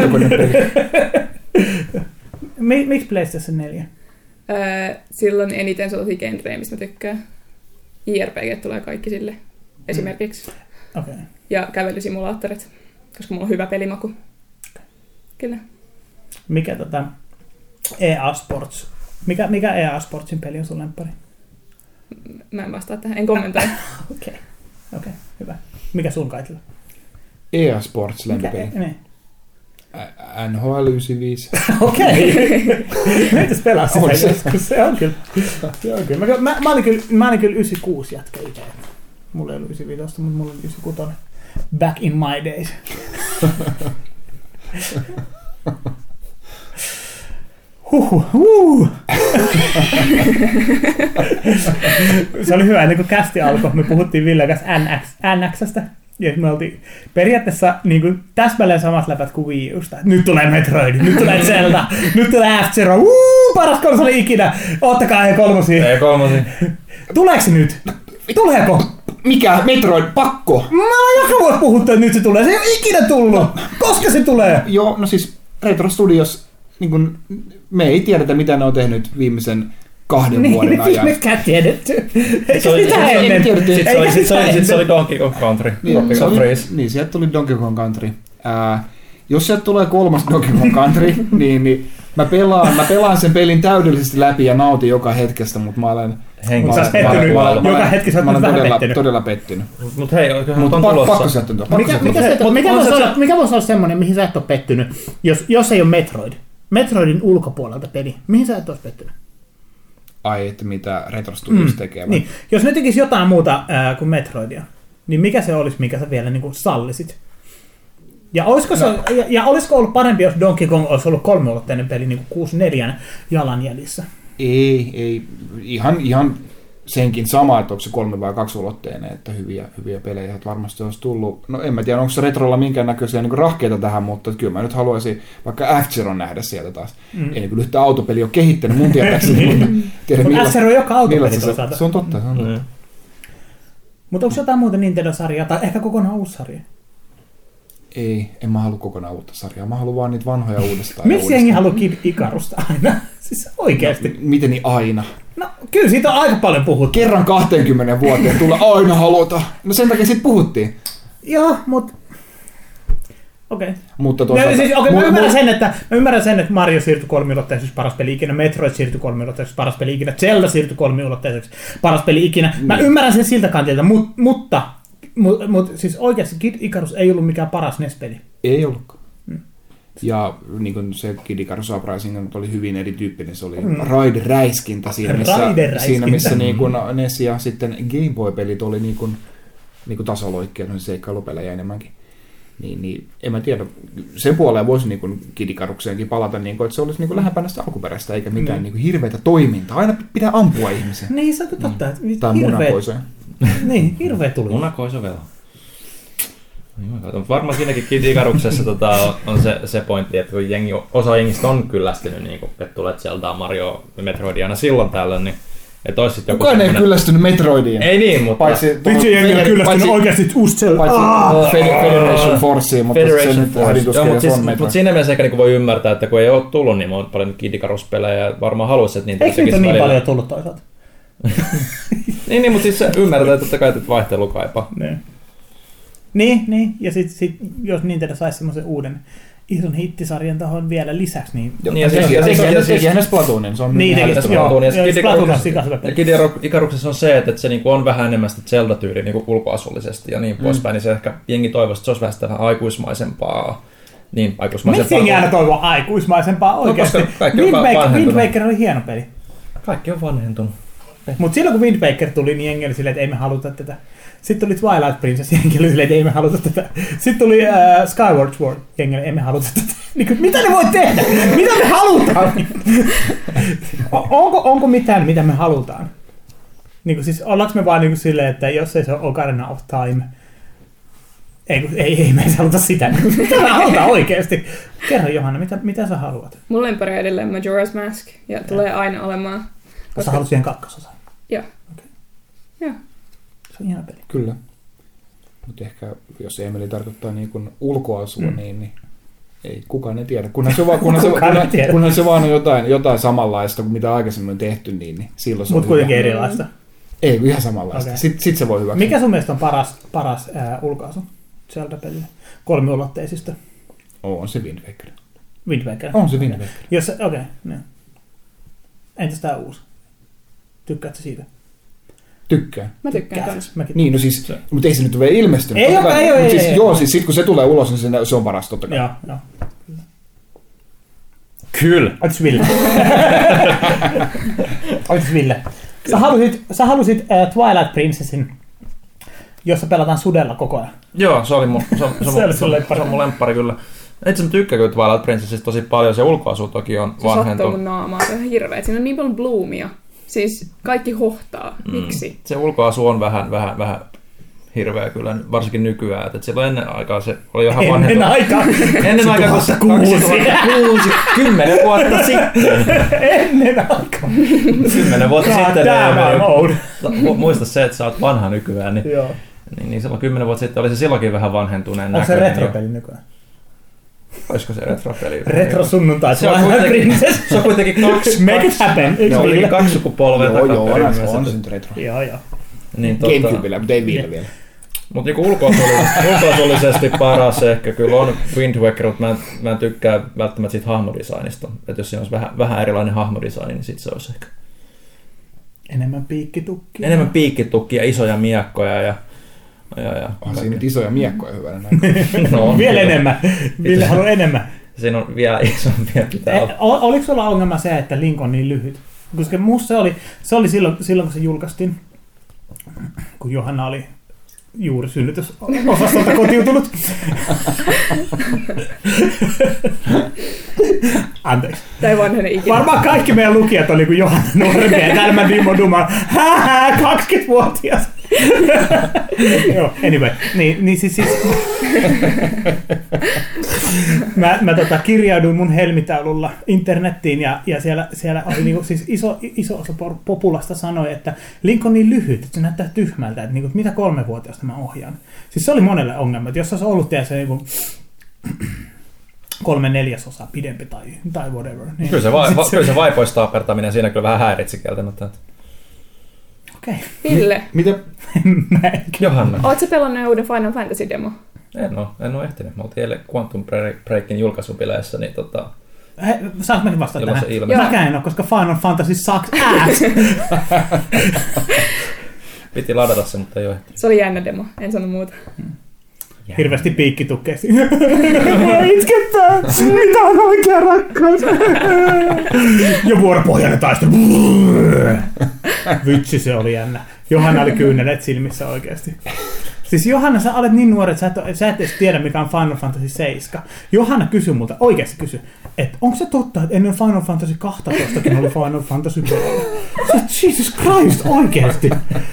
G: Miksi PlayStation neljä?
H: Öö, silloin eniten sellaisia genrejä, mistä mä tykkään. J R P G tulee kaikki sille esimerkiksi.
G: Okei. Okay.
H: Ja kävelysimulaattorit, koska mulla on hyvä pelimaku. Kyllä.
G: Mikä tota E A Sports? Mikä, mikä E A Sportsin peli on sun lemppari?
H: Mä en vastaa tähän, en kommentoi.
G: Okei, okei, okay. okay, hyvä. Mikä sun Kaitila?
I: E A Sports lemppari.
G: Niin.
I: N H L yhdeksänkymmentäviisi.
G: Okei. Meitäs pelaa sitä joskus. Se on kyllä. Se on kyllä. Mä, mä, mä, olin kyllä mä olin kyllä yhdeksänkymmentäkuusi jätkä itse. Mulla ei ollut yhdeksänkymmentäviisi, mutta mulla oli yhdeksänkymmentäkuusi. Back in my days. Huhhuh. Huh. Se oli hyvä, ennen kuin kästi alkoi. Me puhuttiin Villen kanssa N X, N X:stä. Ja me oltiin periaatteessa niin kuin täsmälleen samat läpät kuin Wii Usta. Nyt tulee Metroid, nyt tulee Zelda, nyt tulee F-Zero. Uuu, paras konsoli ikinä. Ottakaa E kolme.
D: E kolme.
G: Tuleeko se nyt? Tuleeko?
I: Mikä? Metroid? Pakko?
G: Mä oon joka vuosi puhuttu, että nyt se tulee. Se ei ole ikinä tullut. Koska se tulee?
I: Joo, no siis Retro Studios, niin kun, me ei tiedetä mitä ne on tehnyt viimeisen kahden
G: niin,
I: vuoden ajan.
G: Niin, mekään tiedetty. Eikä
D: se oli,
G: sitä
D: se,
G: ennen.
D: Sitten se oli, sit se oli, sit se oli Donkey Kong Country.
I: Niin, se oli, niin, sieltä tuli Donkey Kong Country. Ää, jos sieltä tulee kolmas Donkey Kong Country, niin, niin mä, pelaan, mä pelaan sen pelin täydellisesti läpi ja nautin joka hetkestä, mutta mä olen...
G: Mutta sä oot pettynyt, joka hetki sä oot vähän
I: todella,
G: pettynyt.
I: todella pettynyt.
D: Mut hei, oikein
I: Mut
D: on
I: pa-
D: tulossa.
I: Pakko sieltä tuntua.
G: Mikä, mikä, se, mikä, voisi olla, mikä voisi olla semmoinen, mihin sä et ole pettynyt, jos, jos ei ole Metroid? Metroidin ulkopuolelta peli. Mihin sä et olisi pettynyt?
I: Ai, että mitä Retro Studios mm. tekee.
G: Niin. Jos ne tekisi jotain muuta ää, kuin Metroidia, niin mikä se olisi, mikä sä vielä niin kuin sallisit? Ja olisiko, no. se, ja, ja olisiko ollut parempi, jos Donkey Kong olisi ollut kolmeulotteinen peli niin kuin kuusikymmentäneljä jalanjäljissä?
I: Ei, ei. Ihan, ihan senkin sama, että onko se kolme vai kaksi ulotteinen, että hyviä, hyviä pelejä että varmasti olisi tullut. No en mä tiedä, onko se Retrolla minkäännäköisiä niin rahkeita tähän, mutta kyllä mä nyt haluaisin vaikka F-Zeron nähdä sieltä taas. Mm. Ei niin yhtä autopeli ole kehittänyt mun tietääkseni, mutta tiedä
G: millä... F-Zero on joka autopeli
I: se, se on totta, se on totta. Mm.
G: Mutta onko jotain muuta Nintendo-sarjaa tai ehkä kokonaan uusi sarja?
I: Ei, en mä halua kokonaan uutta sarjaa. Mä haluan vaan niitä vanhoja uudestaan.
G: Miksi jengi haluaa Kid Icarusta aina? Siis oikeasti.
I: No, miten niin aina?
G: No kyllä siitä on aika paljon puhuttu.
I: Kerran kaksikymmentä vuoteen tulla aina haluta. No sen takia siitä puhuttiin.
G: Joo, mutta... Okei. Okay.
I: Mutta tuossa...
G: No, siis, okay, mä, ymmärrän sen, että, mä ymmärrän sen, että Mario siirtyi kolmiulotteiseksi paras peli ikinä, Metroid siirtyi kolmiulotteiseksi paras peli ikinä, Zelda siirtyi kolmiulotteiseksi paras peli ikinä. Mä mm. ymmärrän sen siltä kantilta, mut, mutta... Mutta mut, siis oikeasti Kid Icarus ei ollut mikään paras N E S-peli.
I: Ei ollutkaan. Mm. Ja niin kuin se Kid Icarus Uprising oli hyvin erityyppinen. Se oli mm. raide-räiskintä siinä, missä, siinä, missä niin kuin N E S ja sitten Game Boy-pelit oli niin kuin, niin kuin tasoloikkeja, no seikkailupelejä enemmänkin. Niin, niin, en mä tiedä. Sen puoleen voisi niin kuin Kid Icarukseenkin palata, niin kuin, että se olisi niin kuin lähempänä sitä alkuperäistä, eikä mitään mm. niin kuin hirveitä toimintaa. Aina pitää ampua ihmisiä.
G: Niin, se on totta.
I: Mm. Tai munakoisoja.
G: Niin, hirveä tuli.
F: Munakoisovelo. Varmaan siinäkin Kid Icaruksessa tota, on se, se pointti, että kun jengi, osa jengistä on kyllästynyt, niin kun, että tulee Zeldaa, Mario ja Metroidia aina silloin tällöin, niin että olisi sitten joku
I: kukaan ei kyllästynyt Metroidiin.
F: Ei niin, mutta...
G: Paitsi jengi on kyllästynyt oikeasti uusi Zelda.
I: Paitsi Federation Forceen, mutta se nyt hädituskeijäs on Metroid.
F: Mutta siinä mielessä ehkä niin voi ymmärtää, että kun ei ole tullut niin paljon Kid Icarus-pelejä ja varmaan haluaisi, että niitä
G: tekisi välillä. Eikö niitä niin paljon tullut toisaalta?
F: niin, niin, mutta siis ymmärretään, että totta kai että vaihtelu kaipaa.
G: Niin, niin, niin. Ja sitten sit, jos Nintendo saisi semmoisen uuden ison hittisarjan tahon vielä lisäksi, niin...
I: Niin, ja sekin hänen Splatoonin, se on
G: niin
I: ihan
G: Splatoon.
F: Kid Icaruksessa on se, että se on vähän enemmän sitä Zelda-tyyliä ulkoasullisesti ja niin poispäin, niin se ehkä jengi toivoisi, että se olisi vähän sitä aikuismaisempaa. Niin, aikuismaisempaa.
G: Miksi jengi aina toivoo aikuismaisempaa oikeasti? Wind Waker oli hieno peli.
F: Kaikki on vanhentunut.
G: Mutta silloin kun Wind Waker tuli, niin jengi oli silleen, että ei me haluta tätä. Sitten tuli Twilight Princess, jengi oli silleen, että ei me haluta tätä. Sitten tuli uh, Skyward Sword, jengi oli, ei me haluta tätä. Niin, mitä ne voi tehdä? Mitä me halutaan? onko, onko mitään, mitä me halutaan? Niin, siis ollaanko me vaan niin silleen, että jos ei se ole Ocarina of Time, ei, ei, ei me ei haluta sitä. Mitä me halutaan oikeasti? Kerro Johanna, mitä, mitä sä haluat?
H: Mun lempari on edelleen Majora's Mask ja, ja tulee aina olemaan.
G: Koska sä haluat siihen kakkososan?
H: Joo. Okay. Joo.
G: Se on ihana peli.
I: Kyllä. Mutta ehkä jos Emeli tarkoittaa niin kuin ulkoasua, mm. niin, niin ei kukaan ei tiedä. Kunhan se vaan, kunhan se, kunhan, kunhan se vaan on jotain, jotain samanlaista kuin mitä aikaisemmin on tehty, niin, niin silloin se
G: Mut on kuitenkin hyvä. Erilaista.
I: Ei, ihan samanlaista. Okay. Sitten sit se voi hyväksyä.
G: Mikä sun mielestä on paras, paras ää, ulkoasu Zelda-pelille? Kolmiulotteisista.
I: Oh, on se Wind Waker.
G: Wind Waker?
I: On se Wind Waker.
G: Okei, okay, no. Entäs tää uusi? Tykkäätkö siitä?
I: Tykkään.
H: Mä tykkään kans.
I: Niin, no siis, mutta ei se nyt ole vielä ilmestynyt.
G: Ei ole, ei ole, ei,
I: siis,
G: ei,
I: joo,
G: ei.
I: siis sit kun se tulee ulos, niin se, se on paras totta kai.
G: Joo, joo.
F: Kyllä.
G: Oitis Ville. Oitis Ville. Sä halusit, sä halusit uh, Twilight Princessin, jossa pelataan sudella koko ajan.
F: Joo, se oli mun, se, se, se, se, se, se on mun lemppari kyllä. Itse mä tykkään kyllä Twilight Princessista tosi paljon, se ulkoasu toki on vanhentunut.
H: Se sattuu mun naamaa, se on hirveä. Siinä on niin paljon bloomia. Siis kaikki hohtaa. Miksi? Mm.
F: Se ulkoasu on vähän, vähän, vähän hirveä kyllä, varsinkin nykyään. Että silloin ennen aikaa se oli ihan vanhentunut.
G: Ennen aikaa?
F: Ennen aikaa, kun se kaksituhattakuusi, kymmenen vuotta sitten.
G: Ennen aikaa.
F: Kymmenen vuotta
G: God
F: sitten.
G: Damn,
F: muista se, että sä oot vanha nykyään. Niin, niin, niin silloin kymmenen vuotta sitten oli se silloinkin vähän vanhentuneen
G: näköinen. Onko se retropeli nykyään?
F: Olisiko se retropeli?
G: Retro sunnuntai.
F: Se on kuitenkin, se on kuitenkin kaksi.
G: Make it happen.
F: Joo, oli kaksi sukupolvea
I: takaperin. Joo, joo, on se nyt retro.
G: Joo, joo.
I: Niin, GameCubella, mutta ei vielä vielä.
F: Mutta niinku ulkoasullisesti paras ehkä kyllä on Wind Waker, mutta mä en, mä en tykkää välttämättä siitä hahmodesignista. Että jos siinä olisi vähän, vähän erilainen hahmodesign, niin sit se olisi ehkä...
G: Enemmän piikkitukkia.
F: Enemmän piikkitukkia, isoja miekkoja ja... Ja, ja,
I: on siinä nyt isoja miekkoja hyvänä
G: näin. No, vielä enemmän. Ville haluaa enemmän.
F: Siinä on vielä isompia pitää olla.
G: Oliko sulla ongelma se, että Link on niin lyhyt? Koska musta se oli, se oli silloin, silloin, kun se julkaistiin, kun Johanna oli juuri synnytysosastolta kotiutunut. Anteeksi.
H: Tai vanhene ikinä.
G: Varmaan kaikki meidän lukijat oli kuin Johanna nuorempia. Täällä mä Dimo Duma. Hää, kaksikymmentävuotias. Joo, anyway. Niin, niin siis... siis. mä mä tota, kirjauduin mun helmitaululla internettiin ja, ja siellä, siellä oli niinku, siis iso, iso osa populasta sanoi, että link on niin lyhyt, että se näyttää tyhmältä, että niinku, mitä kolmevuotiaasta mä ohjaan. Siis se oli monelle ongelma, että jos olisi ollut tiedä, se niinku, kolme neljäsosaa pidempi tai, tai whatever. Niin.
F: Kyllä se, va- va- kyllä se vaipoistaapertaminen siinä kyllä vähän häiritsi kieltämättä.
G: Okei. Okay.
H: Ville.
I: Miten?
F: Johanna.
H: Oletko pelannut uuden Final Fantasy demo?
F: En ole, en ole ehtinyt. Me oltiin eilen Quantum Breakin julkaisupileissä, niin tota...
G: Hei, saanko mäkin vastata tähän?
F: Ilme.
G: Mäkään en ole, koska Final Fantasy sucks ass.
F: Piti ladata se, mutta ei ole ehtinyt.
H: Se oli jännä demo, en sano muuta.
G: Jännä. Hirveästi piikkitukkeesti. Mua itkettää! Mitä on oikea rakkaus? Ja vuoropohjainen taistelu. Vitsi, se oli jännä. Johanna oli kyyneleet silmissä oikeasti. Siis Johanna, sä olet niin nuori, että sä et, sä et edes tiedä, mikä on Final Fantasy seitsemän. Johanna kysyi multa, oikeasti kysyi, että onko se totta, että ennen Final Fantasy kaksitoistakin oli Final Fantasy pelejä? Jesus Christ, oikeasti.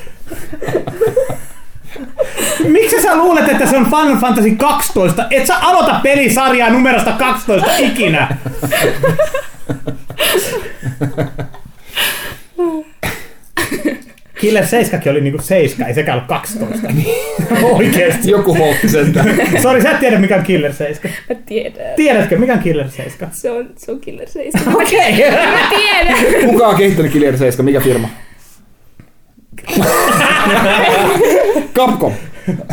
G: Miksi sä luulet, että se on Final Fantasy kaksitoista? Et sä aloita pelisarjaa numerosta kaksitoista ikinä. Killer seitsemän oli niinku seitsemän, ei sekään ollut kaksitoista. Oikeesti.
I: Joku holtti sentään.
G: Sori, sä et tiedä mikä on Killer seitsemän.
H: Mä tiedän.
G: Tiedätkö, mikä on Killer seitsemän?
H: Se on, se on Killer seitsemän.
G: Okei. Okay.
H: Mä tiedän.
I: Kuka on kehittänyt Killer seitsemän? Mikä firma? Capcom.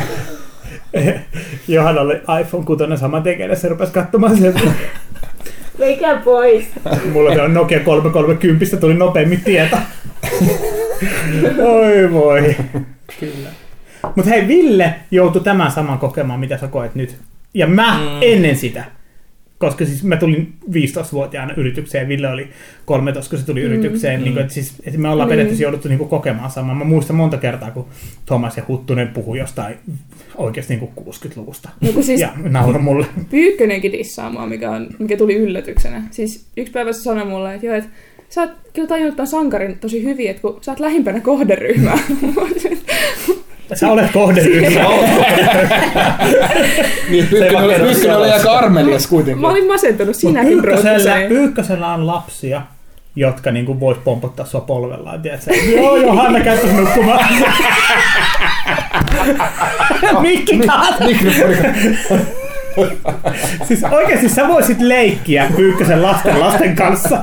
G: Johanna oli iPhone kuusi saman tekijänä, se rupesi katsomaan sieltä.
H: Mikä pois?
G: Mulla se on Nokia kolmesataakolmekymmentä, tuli nopeammin tieto. Oi voi. Kyllä. Mut hei, Ville joutui tämän saman kokemaan, mitä sä koet nyt. Ja mä mm. ennen sitä. Koska siis mä tulin viisitoistavuotiaana yritykseen, Ville oli kolmetoista, kun se tuli mm. yritykseen. Mm. Niin kuin, että siis, että me ollaan mm. periaatteessa jouduttu niin kuin kokemaan samaa. Mä muistan monta kertaa, kun Thomas ja Huttunen puhui jostain oikeasti niin kuin kuusikymmentäluvusta.
H: No, siis
G: ja nauroi mulle.
H: Pyykkönenkin dissaa mua, mikä, on, mikä tuli yllätyksenä. Siis yksi päivä se sanoi mulle, että joo, että sä oot kyllä tajunnut tämän sankarin tosi hyvin, että kun sä oot lähimpänä kohderyhmää.
G: Sä olet kohderyhmä.
I: Niin, Pyykkönen oli aika armelias kuitenkin.
H: Mä olin masentunut sinäkin,
G: Pyykkösellä, Pyykkösellä on lapsia, jotka niinku vois pompottaa sua polvellaan. Tiedätkö? Joo, Johanna käyttäisi nukkumaan. Mikki kaat. Siis oikeesti sä voisit leikkiä Pyykkösen lasten lasten kanssa.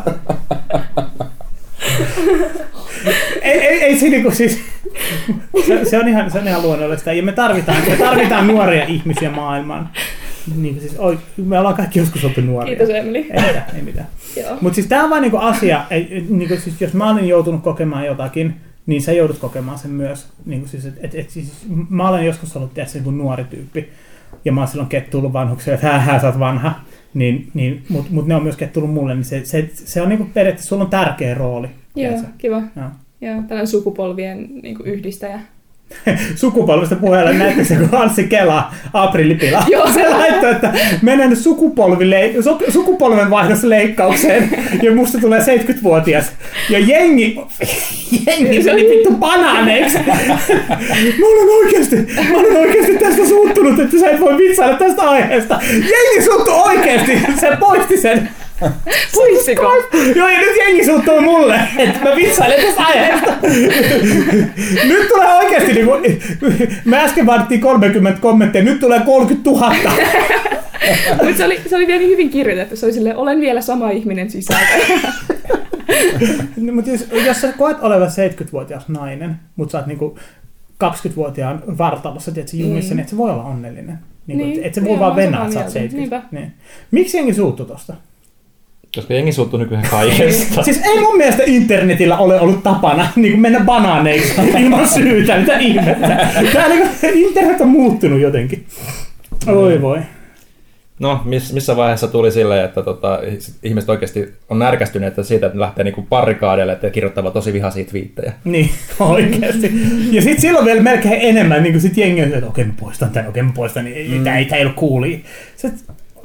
G: ei, ei, ei se niinku siis... Se, se, on ihan, se on ihan luonnollista. Ja me tarvitaan, me tarvitaan nuoria ihmisiä maailmaan. Niin, siis, oi, me ollaan kaikki joskus oltu nuoria.
H: Kiitos, Emeli.
G: Ei mitään, ei mitään. Mutta siis tää on vaan niinku asia, ei, niinku, siis, jos mä olen joutunut kokemaan jotakin, niin sä joudut kokemaan sen myös. Niinku, siis, et, et, et, siis, mä olen joskus ollut tietysti niin nuori tyyppi. Ja mä oon silloin kettuillut vanhuksia, että hää, hää, sä oot vanha. Niin, niin, Mutta mut ne on myös kettuillut mulle, niin se, se, se on niinku periaatteessa, sulla on tärkeä rooli.
H: Joo,
G: tiedätkö?
H: kiva.
G: Joo.
H: Joo, tällainen sukupolvien niinku yhdistäjä.
G: Sukupolvesta puheella näette se, kun Anssi Kela, April-Lipila, se laittoi, että menen sukupolvile- sukupolvenvaihdosleikkaukseen ja musta tulee seitsemänkymmentävuotias. Ja jengi, jengi meni vittu banaaneiksi. Mä olen oikeasti, mä olen oikeasti tästä suuttunut, että sä et voi vitsailla tästä aiheesta. Jengi suuttu oikeasti, se poisti sen.
H: Puissiko?
G: Joo, ja nyt jengi suuttuu mulle, että mä vitsailen tästä aiheesta. Nyt tulee oikeesti niinku... Me äsken vaadittiin kolmekymmentä kommentteja, nyt tulee kolmekymmentätuhatta.
H: Mutta se oli, se oli vielä niin hyvin kirjoitettu. Se oli silleen, olen vielä sama ihminen sisältä.
G: No, mutta jos, jos sä koet olevan seitsemänkymmentävuotias nainen, mutta sä oot niinku kaksikymmentävuotiaan vartalossa, tiedätkö, jumissa, mm. niin et sä voi olla onnellinen. Niin, niin, et se voi vaan venää, että sä oot seitsemänkymmentä. Niin. Miksi jengi suuttu tosta?
F: Koska jengi suuttuu nykyään kaikesta.
G: Siis ei mun mielestä internetillä ole ollut tapana niin mennä banaaneiksi ilman syytä, mitä ihmettä. Tää niin internet on muuttunut jotenkin. Oi voi.
F: No, miss, missä vaiheessa tuli silleen, että tota, ihmiset oikeasti on närkästyneet siitä, että ne lähtee niinku barrikaadeille, että kirjoittavat tosi vihaisia twiittejä.
G: Niin, oikeasti. Ja sit silloin vielä melkein enemmän, niin kuin sit jengi on, että okei mä poistan tän, okei mä poistan, niin mm. tää ei, tää ei ole coolia. Sit,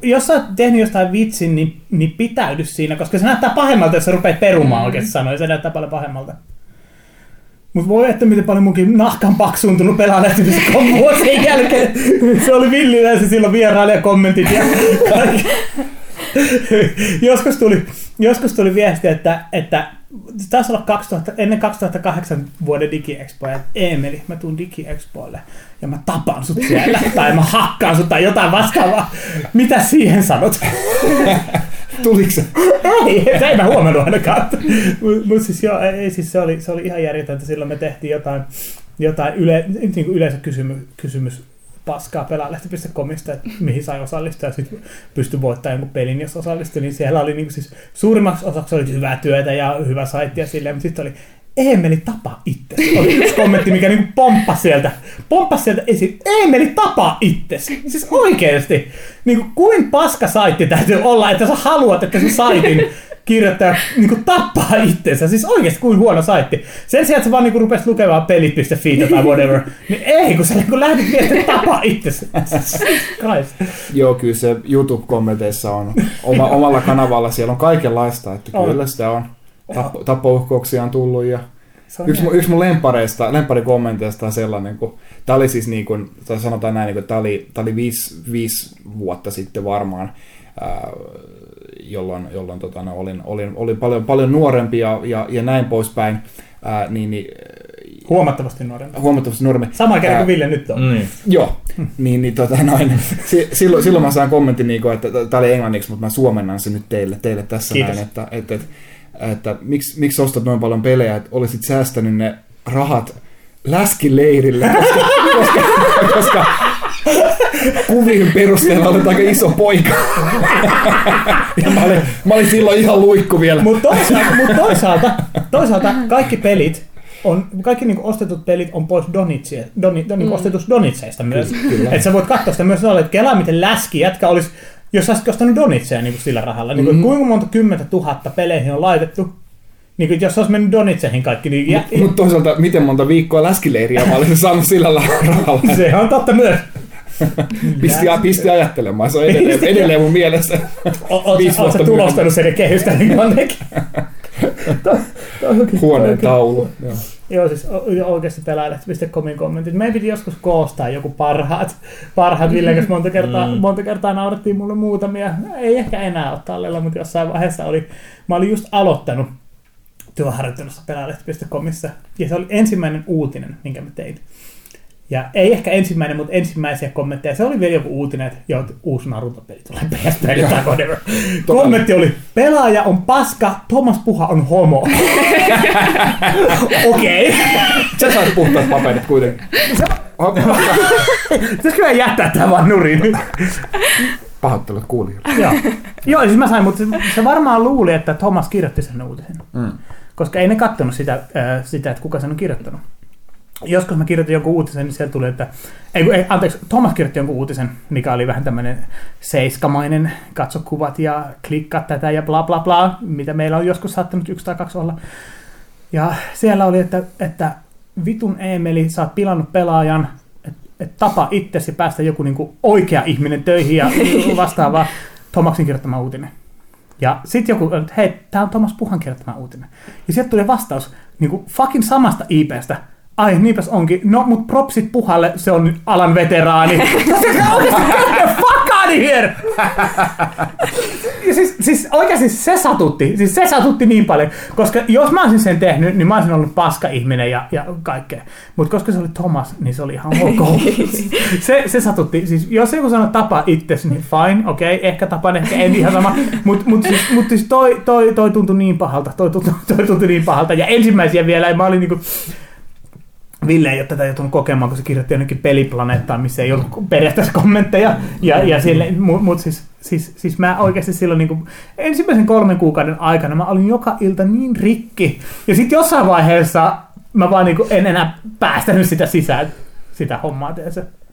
G: jos sä oot tehnyt jostain vitsin, niin, niin pitäydy siinä, koska se näyttää pahemmalta, jos sä rupeat perumaan mm. oikeasti sanoa, se näyttää paljon pahemmalta. Mut voi että miten paljon munkin nahka on paksuuntunut pelaajalehti piste com vuosien jälkeen. Se oli villiläisen silloin vierailijakommentit ja kaikki. Joskus tuli, joskus tuli viesti, että, että taisi olla kaksituhatta, ennen kaksituhattakahdeksan vuoden DigiExpoa, että Eemeli, mä tuun DigiExpoille ja mä tapan sut siellä, tai mä hakkaan sut tai jotain vastaavaa. Mitä siihen sanot?
I: Tuliko se?
G: Ei, ei mä huomannut ainakaan. Mutta siis joo, ei, siis se, oli, se oli ihan järjetöntä. Silloin me tehtiin jotain, jotain yle, niin kuin yleensä kysymys, kysymys paskaa pelaajalehti piste comista, että mihin sai osallistua ja sitten pystyi voittamaan jonkun pelin, jos osallistui, niin siellä oli niin kuin siis suurimmaksi osaksi oli hyvää työtä ja hyvä saitti ja silleen, mutta sitten oli Eemeli tapaa itsesi. Oli yksi kommentti, mikä niin kuin pomppasi sieltä, pomppasi sieltä esiin. Eemeli tapaa itsesi. Siis oikeesti. Niin kuin, kuin paska saitti täytyy olla, että sä haluat, että se saitin kirjoittaja niin kuin tappaa itsensä. Siis oikeesti kuin huono saitti. Sen sijaan, että sä vaan niin kuin rupesit lukemaan pelit piste fi tai whatever, niin ei, kun sä niin kuin lähdit viestiin tapaa itsesi.
I: Joo, kyllä se YouTube-kommenteissa on oma, omalla kanavalla. Siellä on kaikenlaista, että kyllä sitä on. Tappo, tappouhkouksia on tullut ja yksi, yksi mun lempareista, lemparikommenteista on sellainen, kun tää oli siis niin kuin, tai sanotaan näin, että tää oli, tää oli viisi, viisi vuotta sitten varmaan, ää, jolloin, jolloin tota, no, olin, olin, olin paljon, paljon nuorempi ja, ja, ja näin poispäin. Ää, niin, niin,
G: huomattavasti nuorempi.
I: Huomattavasti nuorempi.
G: Sama kerran kuin Ville nyt on.
I: Mm. Joo, mm. niin, niin tota, noin, silloin, silloin mä sain kommentin, niin kuin, että tää oli englanniksi, mutta mä suomennan se nyt teille, teille tässä
G: Kiitos.
I: näin, että, että, että että miksi, miksi ostat noin paljon pelejä, että olisit säästänyt ne rahat läskileirille, koska, koska, koska kuvien perusteella olet aika iso poika. Ja mä olin, mä olin silloin ihan luikku vielä.
G: Mutta toisaalta, mut toisaalta, toisaalta kaikki pelit, on, kaikki niinku ostetut pelit on pois donitsia, doni, don, mm. ostetusta donitseista myös. Että sä voit katsoa sitä myös, että kelaa miten läski jätkä olisi, jos olisit ostanut donitseja niin sillä rahalla. Niin mm-hmm. Kuinka monta kymmentä tuhatta peleihin on laitettu? Niin jos olisi mennyt donitseihin kaikki. Niin
I: Mutta mut toisaalta, miten monta viikkoa läskileiriä mä olisin saanut sillä rahalla?
G: Se on totta myös.
I: Pisti, pisti ajattelemaan, se on edelleen, edelleen mun mielessä.
G: Oletko sä tulostanut sen kehystä niin jonnekin?
I: Huoneen taulu. Joo.
G: Joo, siis oikeasti pelaajalehti piste comin kommentit. Meidän piti joskus koostaa joku parhaat, parhaat Villen kanssa monta kertaa, mm. monta kertaa naurattiin mulle muutamia. Ei ehkä enää ole tallella, mutta jossain vaiheessa oli, mä olin just aloittanut työharjoittelussa pelaajalehti piste comissa. Ja se oli ensimmäinen uutinen, minkä mä tein. Ja ei ehkä ensimmäinen, mutta ensimmäisiä kommentteja. Se oli vielä joku uutinen, että joo, uusi Naruto-peli tulee P S P:lle tai whatever. Kommentti oli, pelaaja on paska, Thomas Puha on homo. Okei. Okay.
I: Sä sait puhtaat paperit kuitenkin.
G: Pitäisikö mä jättää tämän vaan nurin?
I: Pahoittelut kuulijoille.
G: Joo. Joo, siis mä sain, mutta se varmaan luuli, että Thomas kirjoitti sen uutisen. Mm. Koska ei ne katsonut sitä, äh, sitä, että kuka sen on kirjoittanut. Joskus mä kirjoitin jonkun uutisen, niin sieltä tuli, että... Ei, ei, anteeksi, Thomas kirjoitti jonkun uutisen, mikä oli vähän tämmöinen seiskamainen, katso kuvat ja klikkaa tätä ja bla bla bla, mitä meillä on joskus saattanut yksi tai kaksi olla. Ja siellä oli, että, että vitun Eemeli, sä oot pilannut pelaajan, että et tapa itsesi ja päästä joku niinku oikea ihminen töihin ja vastaavaa. Thomasin kirjoittama uutinen. Ja sitten joku, että hei, tää on Thomas Puhan kirjoittama uutinen. Ja sieltä tuli vastaus niinku fucking samasta I P:stä. Ai, niinpäs onkin. No, mut propsit Puhalle, se on alan veteraani. Se on oikeasti fuck out of here! siis, siis oikeasti se satutti. Siis se satutti niin paljon. Koska jos mä olisin sen tehnyt, niin mä olisin ollut paska ihminen ja, ja kaikkea. Mutta koska se oli Thomas, niin se oli ihan ok. se, se satutti. Siis jos joku sanoo tapa itsesi, niin fine, okei, okay, ehkä tapan, ehkä en ihan sama. Mutta mut siis, mut siis toi, toi, toi tuntui niin pahalta. Toi tuntui, toi tuntui niin pahalta. Ja ensimmäisiä vielä, ja mä olin niinku... Ville ei ole tätä joutunut kokemaan, kun se kirjoitti jonnekin peliplaneettaan, missä ei ollut periaatteessa kommentteja. Ja, ja Mutta mut siis, siis, siis mä oikeasti silloin niin kuin, ensimmäisen kolmen kuukauden aikana mä olin joka ilta niin rikki. Ja sitten jossain vaiheessa mä vaan niin kuin, en enää päästänyt sitä sisään, sitä hommaa teensä.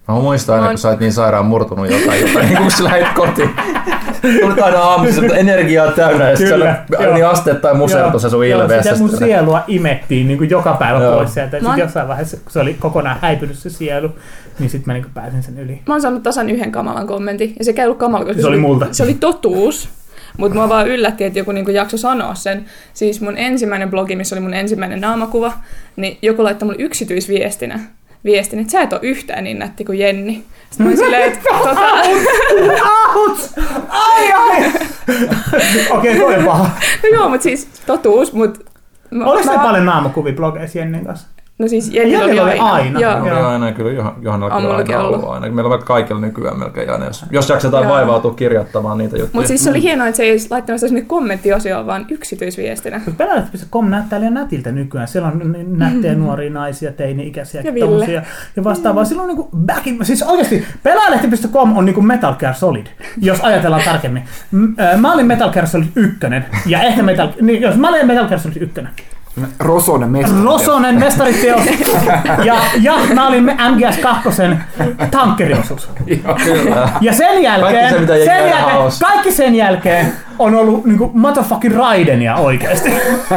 D: Mä muistan aina,
H: on...
D: kun sä oot niin sairaan murtunut jotain, jotain niin kun sä lähdit kotiin. Tulit aina aamussa, että energiaa täynnä ja sitten sä niin asteittain musertu se sun ilmeessä.
G: Sitä mun sielua imettiin niin kuin joka päivä joo. pois sieltä. Sitten jossain vaiheessa, kun se oli kokonaan häipynyt se sielu, niin sitten mä niin pääsin sen yli.
H: Mä oon saanut tasan yhden kamalan kommentin. Ja sekä ei ollut kamala, koska
G: se oli, multa.
H: se oli totuus. Mutta mua vaan yllätti, että joku niinku jakso sanoa sen. Siis mun ensimmäinen blogi, missä oli mun ensimmäinen naamakuva, niin joku laittoi mulle yksityisviestinä. Viestin, että sä et ole yhtään niin nätti kuin Jenni. Sitten mä olin silleen, että tota...
G: Auts! Ai ai! Okei, toi on paha.
H: No joo, mutta siis totuus, mutta...
G: Oliko se paljon naamakuvia blogeissa Jennin kanssa?
H: No siis Jennillä oli,
G: oli
H: aina.
G: aina.
H: Joo.
D: Oli aina, kyllä Johannallakin on aina ollut aina. Meillä on kaikilla nykyään melkein aina, jos, jos jaksetaan joo. vaivautua kirjoittamaan niitä juttuja.
H: Mutta siis se oli hienoa, että se ei laittanut sitä sinne kommenttiosioon, vaan yksityisviestinä.
G: Pelaajalehti piste com näyttää liian nätiltä nykyään. Siellä on nättejä nuoria naisia, teini-ikäisiä
H: ja
G: tommosia ja vastaavaa. Silloin on niinku back in, siis oikeasti pelaajalehti piste com on niinku Metal Gear Solid, jos ajatellaan tarkemmin. Mä olin Metal Gear Solid ykkönen ja ehkä Metal, niin jos mä olin Metal Gear Solid ykkönen.
I: Rosonen mestariteos.
G: Rosonen mestariteos. ja, ja mä olin M G S kaksi tankkeriosuus. Ja sen jälkeen, kaikki, se, sen jälkeen kaikki sen jälkeen on ollut niinku motherfucking Raidenia oikeesti.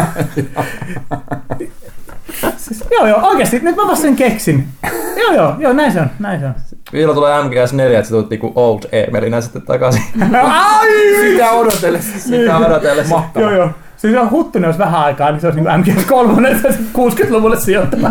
G: Siis, joo joo, oikeesti, nyt mä vasta sen keksin. Joo joo, joo, näin se on, näin se on.
D: Vielä tulee M G S neljä, että se tulet niinku Old Emelinä sitten takaisin.
G: Ai!
I: Sitä odotellessa.
D: Sitä odotellessa.
G: Joo joo. Siis on Huttunen, jos vähän aikaa, niin se olisi niin M G S kolme, se olisi kuusikymmentäluvulle sijoittava.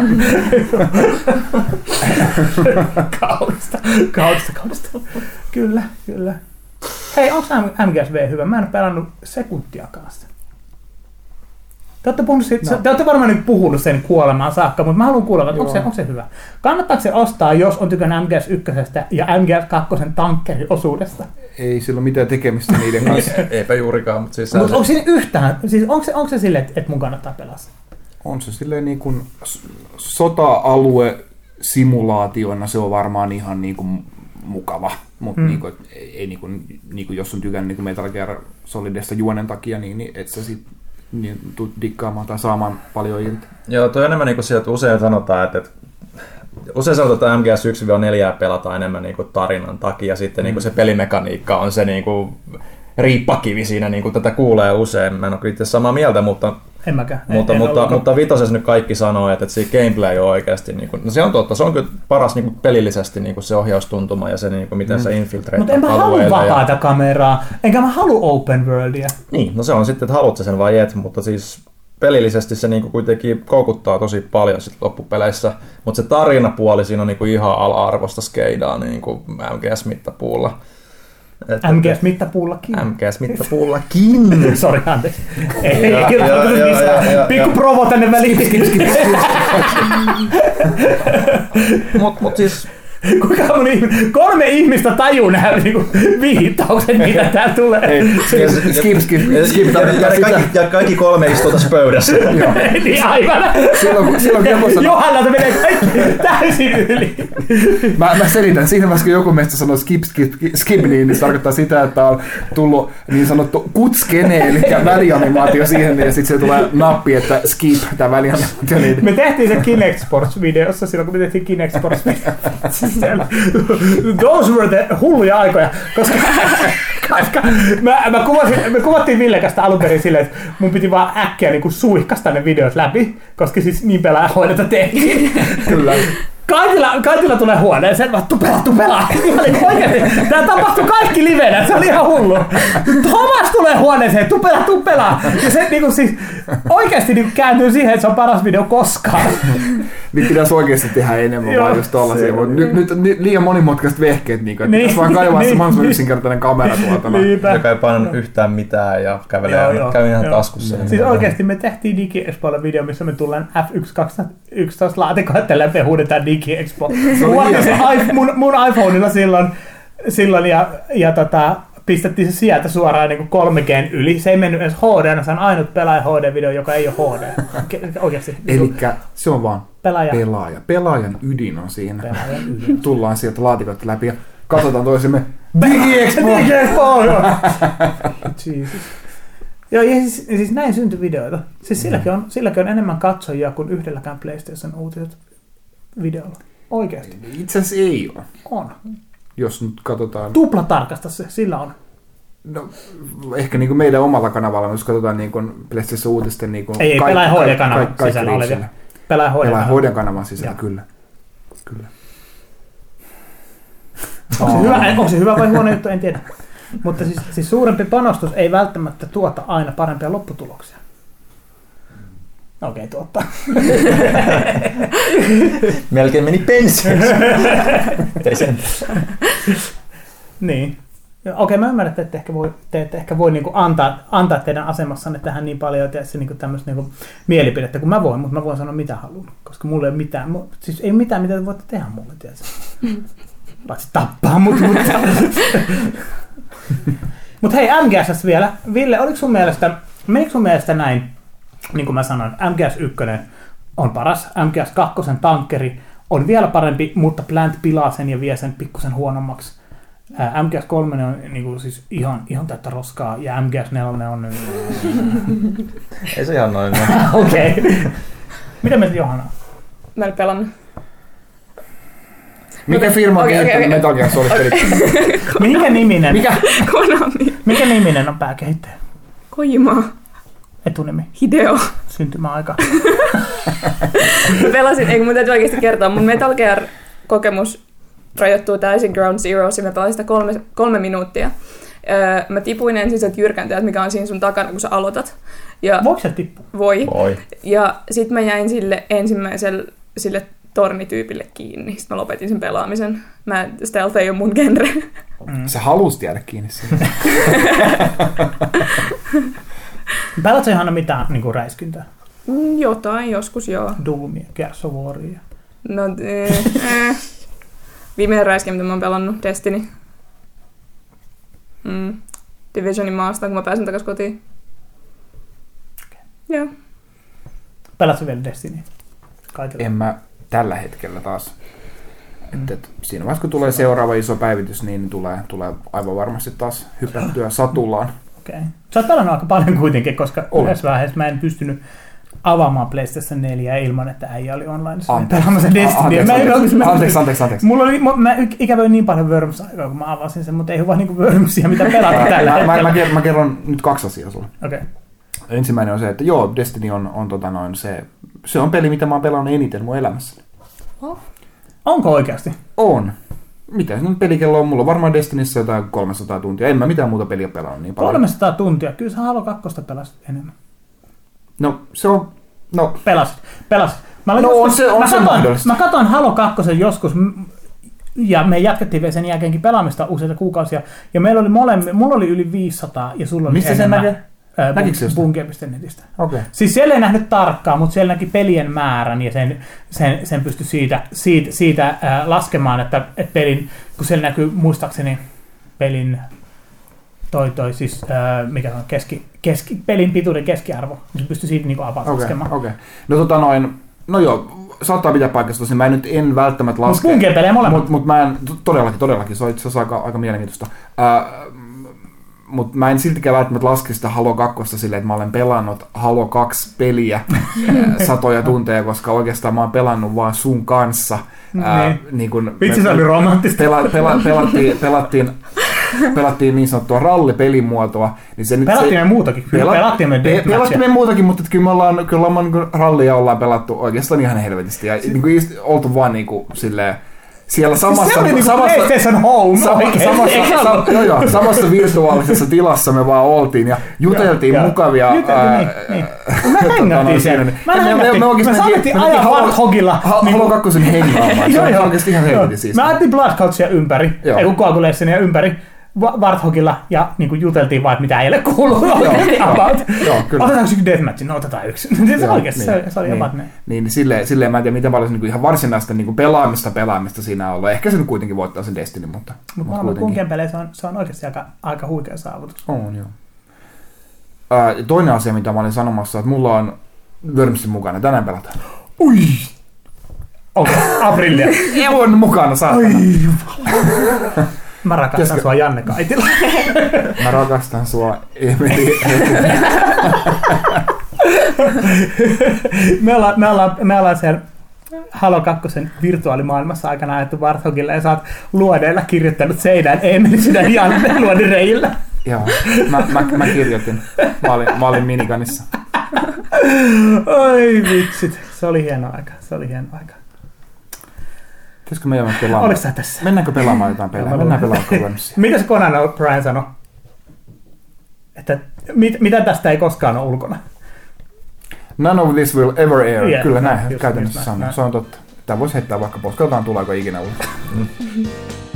G: kaudesta, kaudesta, kaudesta. Kyllä, kyllä. Hei, onko M G S V hyvä? Mä en ole pelannut sekuntiakaan sitä. Te olette, puhunut siitä, no. te olette varmaan nyt puhunut sen kuolemaan saakka, mutta mä haluan kuulla, että onko se, onko se hyvä? Kannattaako se ostaa, jos on tykännyt M G S yksi ja M G S kaksi tankkeriosuudesta?
I: Ei sillä ole mitään tekemistä niiden kanssa.
D: Eipä juurikaan, mutta siis...
G: Mutta onko siinä yhtään, siis onko se, onko se silleen, että mun kannattaa pelaa?
I: On se silleen niin kuin sota-alue simulaationa, se on varmaan ihan niin kuin mukava. Mutta mm. niin kuin, ei, niin kuin, niin kuin jos on tykännyt niin kuin Metal Gear Solidesta juonen takia, niin, niin et sä sit niin tulet dikkaamaan tai saamaan paljon irti.
D: Joo, toi on enemmän niin kuin sieltä usein sanotaan, että, että usein sanotaan, että M G S yksi neljä pelataan enemmän niin kuin tarinan takia, ja sitten mm. niin kuin se pelimekaniikka on se niin kuin riippakivi siinä, niin kuin tätä kuulee usein. Mä en ole itse samaa mieltä, mutta,
G: en mäkään.
D: mutta,
G: en,
D: mutta,
G: en
D: mutta vitosessa nyt kaikki sanoo, että, että se gameplay on oikeasti, niin kuin, no se on totta, se on kyllä paras niin kuin pelillisesti niin kuin se ohjaustuntuma ja se, niin kuin, miten mm. se infiltreittaa
G: alueelle. Mutta en mä halua vapaata ja... kameraa, enkä mä halua open worldia.
D: Niin, no se on sitten, että haluat sen vai et, mutta siis pelillisesti se niinku kuitenkin koukuttaa tosi paljon sit loppupeleissä, mutta se tarinapuoli siinä on niinku ihan ala-arvosta skeidaa niinku M G S-mittapuulla.
G: M G S-mittapuullakin?
D: M G S-mittapuullakin!
G: Sori, anteeksi. Ei, ei, pikku provo tänne väliin.
D: Mut, mut siis...
G: Kuinka moni ihminen, kolme ihmistä tajuu nämä niinku viittaukset, mitä tää tulee.
I: Ei, skip, skip, skip.
D: Ja kaikki kolme istuu tässä pöydässä.
G: Niin aivan. Johannalta menee kaikki täysin yli.
I: Mä, mä selitän. Siinä vaiheessa, kun joku meistä sanoo skip, skip, skip, niin se tarkoittaa sitä, että on tullut niin sanottu kutskene, eli välianimaatio siihen, ja sitten se tulee nappi, että skip, tää välianimaatio. Niin.
G: Me tehtiin se Kinect Sports-videossa silloin, kun me tehtiin Kinect Sports-videossa. Those were the hulluja aikoja, koska, koska mä, mä kuvasin, me kuvattiin Villekästä alun perin silleen, että mun piti vaan äkkiä niin suihkasta ne videot läpi, koska siis niin pelaajahoidetta tehtiin. Kyllä. Kaikilla, kaikilla tulee huoneeseen, vaan tupela, tupela. Tää tapahtui kaikki livenä, se oli ihan hullu. Thomas tulee huoneeseen, tupela, tupela. Ja se niinku siis oikeesti niinku kääntyy siihen, että se on paras video koskaan.
I: Nyt pitäisi oikeesti tehdä enemmän vaan just tollasia. Nyt, nyt, nyt liian monimutkaiset vehkeet, niin, että niin, pitäisi vaan kaivaa niin, se mahdollisimman yksinkertainen kamera tuolta.
D: Joka ei painanut yhtään mitään ja kävelee ja käy ihan taskussa.
G: Siis oikeesti me tehtiin DigiExpoilla video, missä me tullaan F yksi kaksituhattayksitoista laatikoitteleen ja huudetaan DigiExpo. mun, mun iPhoneilla silloin, silloin ja, ja tota, pistettiin se sieltä suoraan niin kolme G:n yli. Se ei mennyt edes H D, se on ainut pelaaja H D-video, joka ei ole H D. Oikeasti.
I: Elikkä se on vaan
G: pelaaja.
I: pelaaja. Pelaajan ydin on siinä.
G: Pelaajan ydin.
I: Tullaan sieltä laatikoita läpi ja katsotaan toisemme
G: DigiExpo! DigiExpo! Jesus. Joo, ja siis, siis näin syntyi videoita. Siis silläkin on, silläkin on enemmän katsojia kuin yhdelläkään PlayStation uutiset videolla. Oikeasti.
I: Itse asiassa ei ole.
G: On.
I: Jos nyt katsotaan...
G: Tupla tarkasta se, sillä on.
I: No, ehkä niin kuin meidän omalla kanavalla, jos katsotaan niin kuin PlayStation uutisten... Niin kuin
G: ei, ei Pelaajan H D-kanavan ka- sisällä olevia. Pelaajan
I: H D-kanavan sisällä, kyllä. kyllä.
G: Onko se, hyvä, onko se hyvä vai huono juttu, en tiedä. Mutta siis, siis suurempi panostus ei välttämättä tuota aina parempia lopputuloksia. Okei, okay, tuottaa.
E: Melkein meni pensioon. Ei sen.
G: Niin. Okei, okay, mä ymmärrän, että te ehkä voi, te ette ehkä voi niinku antaa, antaa teidän asemassanne tähän niin paljon se niinku tämmöistä niinku mielipidettä kuin mä voin, mutta mä voin sanoa mitä haluan, koska mulla ei ole mitään, siis ei mitään mitä te voitte tehdä mulle, tietysti. Paitsi tappaa mut, mutta... Mut hei, M G S vielä. Ville, oliko sun mielestä, menikö sun mielestä näin, niin kuin mä sanoin, M G S yksi on paras, M G S kaksi tankkeri on vielä parempi, mutta Plant pilaa sen ja vie sen pikkusen huonommaksi. M G S kolme on niin kuin, siis ihan, ihan täyttä roskaa ja M G S neljä on...
E: Ei se ihan noin.
G: Okei. Okay. Mitä mieltä Johanna?
H: Mä en pelannut.
I: Mikä okay. firma on okay, kehittänyt okay, Metal Gear Solid pelit?
G: Minkä niminen?
H: Mikä? Konami.
G: Mikä niminen on pääkehittäjä?
H: Kojima.
G: Etunimi?
H: Hideo.
G: Syntymäaika.
H: Pelasin, eikö mun täytyy oikeasti kertoa, mun Metal Gear-kokemus rajoittuu täysin Ground Zeroes ja mä pelasin sitä kolme, kolme minuuttia. Öö, mä tipuin ensin sieltä jyrkänteeltä, mikä on siinä sun takana, kun sä aloitat. Ja
G: voiko se tippua?
H: Voi.
E: Voi.
H: Ja sit mä jäin sille ensimmäiselle sille tornityypille kiinni. Sitten mä lopetin sen pelaamisen. Mä, stealth ei ole mun genre.
I: Mm. Sä halusit jäädä kiinni siihen.
G: Pelatko sä Johanna mitään niin räiskyntää?
H: Jotain, joskus joo.
G: Doomia, Gears of Waria.
H: No, eh, eh. Viimeinen räiskä, mitä mä oon pelannut, Destiny. Mm. Divisionin maasta, kun mä pääsen takas kotiin.
G: Okay.
H: Joo.
G: Pelatko vielä Destiny? Kaikilla.
I: En mä tällä hetkellä taas. Mm. Et, et, siinä vaiheessa, kun tulee seuraava iso päivitys, niin tulee, tulee aivan varmasti taas hypättyä satulaan.
G: Okei. Okay. Sä oot pelannut aika paljon kuitenkin, koska Olen. yhdessä vaiheessa mä en pystynyt avaamaan PlayStation neljä ilman, että äijä oli online.
I: Anteeksi, anteeksi, anteeksi, anteeksi, anteeksi.
G: Mulla oli, mä ikävöin niin paljon Worms-aikaa, kun mä avasin sen, mutta ei ole vaan niinku Wormsia, mitä pelata tällä
I: hetkellä. Mä, mä, kerron, mä kerron nyt kaksi asiaa sulle.
G: Okei. Okay.
I: Ensimmäinen on se, että joo, Destiny on, on, tota noin, se, se on peli, mitä mä oon pelannut eniten mun elämässä.
G: Oh. Onko oikeasti?
I: On. Mitä se nyt pelikello on? Mulla on varmaan Destinissä jotain kolmesataa tuntia. En mä mitään muuta peliä pelannut niin paljon.
G: kolmesataa tuntia? Kyllä sä Halo kaksi pelasit enemmän.
I: No, se on... No.
G: Pelasit. Pelasit. Mä
I: no
G: joskus,
I: on se, on
G: mä
I: se
G: katon,
I: mahdollista.
G: Mä katon Halo kaksi joskus, ja me jatkettiin vielä sen jälkeenkin pelaamista useita kuukausia, ja meillä oli molemmat, mulla oli yli viisisataa, ja sulla oli
I: mistä
G: enemmän.
I: Mistä sen näkikö?
G: Bungie piste netistä.
I: Okay.
G: Siis siellä ei nähnyt tarkkaan, mutta siellä näki pelien määrän, ja sen, sen, sen pystyi siitä, siitä, siitä äh, laskemaan, että, että pelin, kun siellä näkyy muistaakseni pelin toi, toi siis, äh, mikä on keski, keski, pelin pituuden keskiarvo, niin pystyi siitä niinku avaa
I: okay,
G: laskemaan.
I: Okay. No tota noin, no joo, saattaa pitää paikasta, tosin mä en nyt en välttämättä laske.
G: Mutta Bungie pelejä molemmat.
I: Mutta mut mä en, todellakin, todellakin, se on itse asiassa aika, aika mielenkiintoista. Äh, Mutta mä en siltikään välttämättä laske sitä Halo kaksi silleen, että mä olen pelannut Halo kaksi peliä satoja tunteja, koska oikeastaan mä oon pelannut vaan sun kanssa. Ää, niin kun
G: vitsi, se oli romanttista.
I: Pela, pela, pelattiin, pelattiin, pelattiin niin sanottua rallipelimuotoa. Niin se
G: pelattiin
I: se,
G: me muutakin. Pela, pelattiin me
I: pe, pelattiin me muutakin, mutta kyllä me ollaan, kyllä me niin rallia ollaan pelattu oikeastaan ihan helvetisti. Ja niin kuin oltu vaan niin kuin silleen, siellä samassa,
G: se oli niinku
I: samassa,
G: PlayStation Home
I: sama, samassa, sam, joo, joo, samassa virtuaalisessa tilassa me vaan oltiin ja juteltiin joo, mukavia...
G: Juteltiin, ää, niin, niin. Me hengättiin sen. Me, me, me, me, me saatiin ajaa Warthogilla.
I: Halo kakkosen hengaamaan. Se on oikeasti ihan helvetin siis.
G: Me ajettiin Blood Couchia ympäri, ei kun Coagulationia ympäri. Warthogilla ja niin kuin juteltiin vaan, että mitä äijälle kuuluu. Otetaanko yksi deathmatch? No otetaan yksi. Se oikeasti, se, se oli
I: niin,
G: jopa ne.
I: Niin, silleen, silleen mä en tiedä, miten paljon se niin ihan varsinaista niin pelaamista pelaamista siinä on ollut. Ehkä se nyt kuitenkin voittaa sen Destiny, mutta...
G: Mutta mut Bungien peleissä on, se on oikeasti aika, aika huikea saavutus.
I: On, joo. Ää, toinen asia, mitä mä olin sanomassa, että mulla on Wormsin mukana. Tänään pelataan.
G: Ui! Okei, okay, aprillia.
I: On mukana, saatana.
G: Mä rakastan Keska... sua Janne Kaitila.
I: Mä rakastan sua Emeli.
G: me, ollaan, me, ollaan, me ollaan siellä Halo kaksi virtuaalimaailmassa aikana ajettu Warthogilla ja sä oot luodeilla kirjoittanut seinään Emeli sydän Janne luodireillä.
I: Joo, mä, mä, mä kirjoitin. Mä olin, mä olin minikanissa.
G: Oi vitsit, se oli hieno aika, se oli hieno aika.
I: Pitäisikö me jäämään pelaamaan?
G: Oliko sä tässä?
I: Mennäänkö pelaamaan jotain pelejä? Mennään pelaamaan Covenantia.
G: Mitä se Conan O'Brien sanoi? Että mit, mitä tästä ei koskaan ole ulkona?
I: None of this will ever air.
G: Yeah,
I: Kyllä näin
G: just,
I: käytännössä
G: just,
I: sanoo.
G: näin.
I: Se on totta. Tämä voisi heittää vaikka pois. Katsotaan tuleeko ikinä ulkona.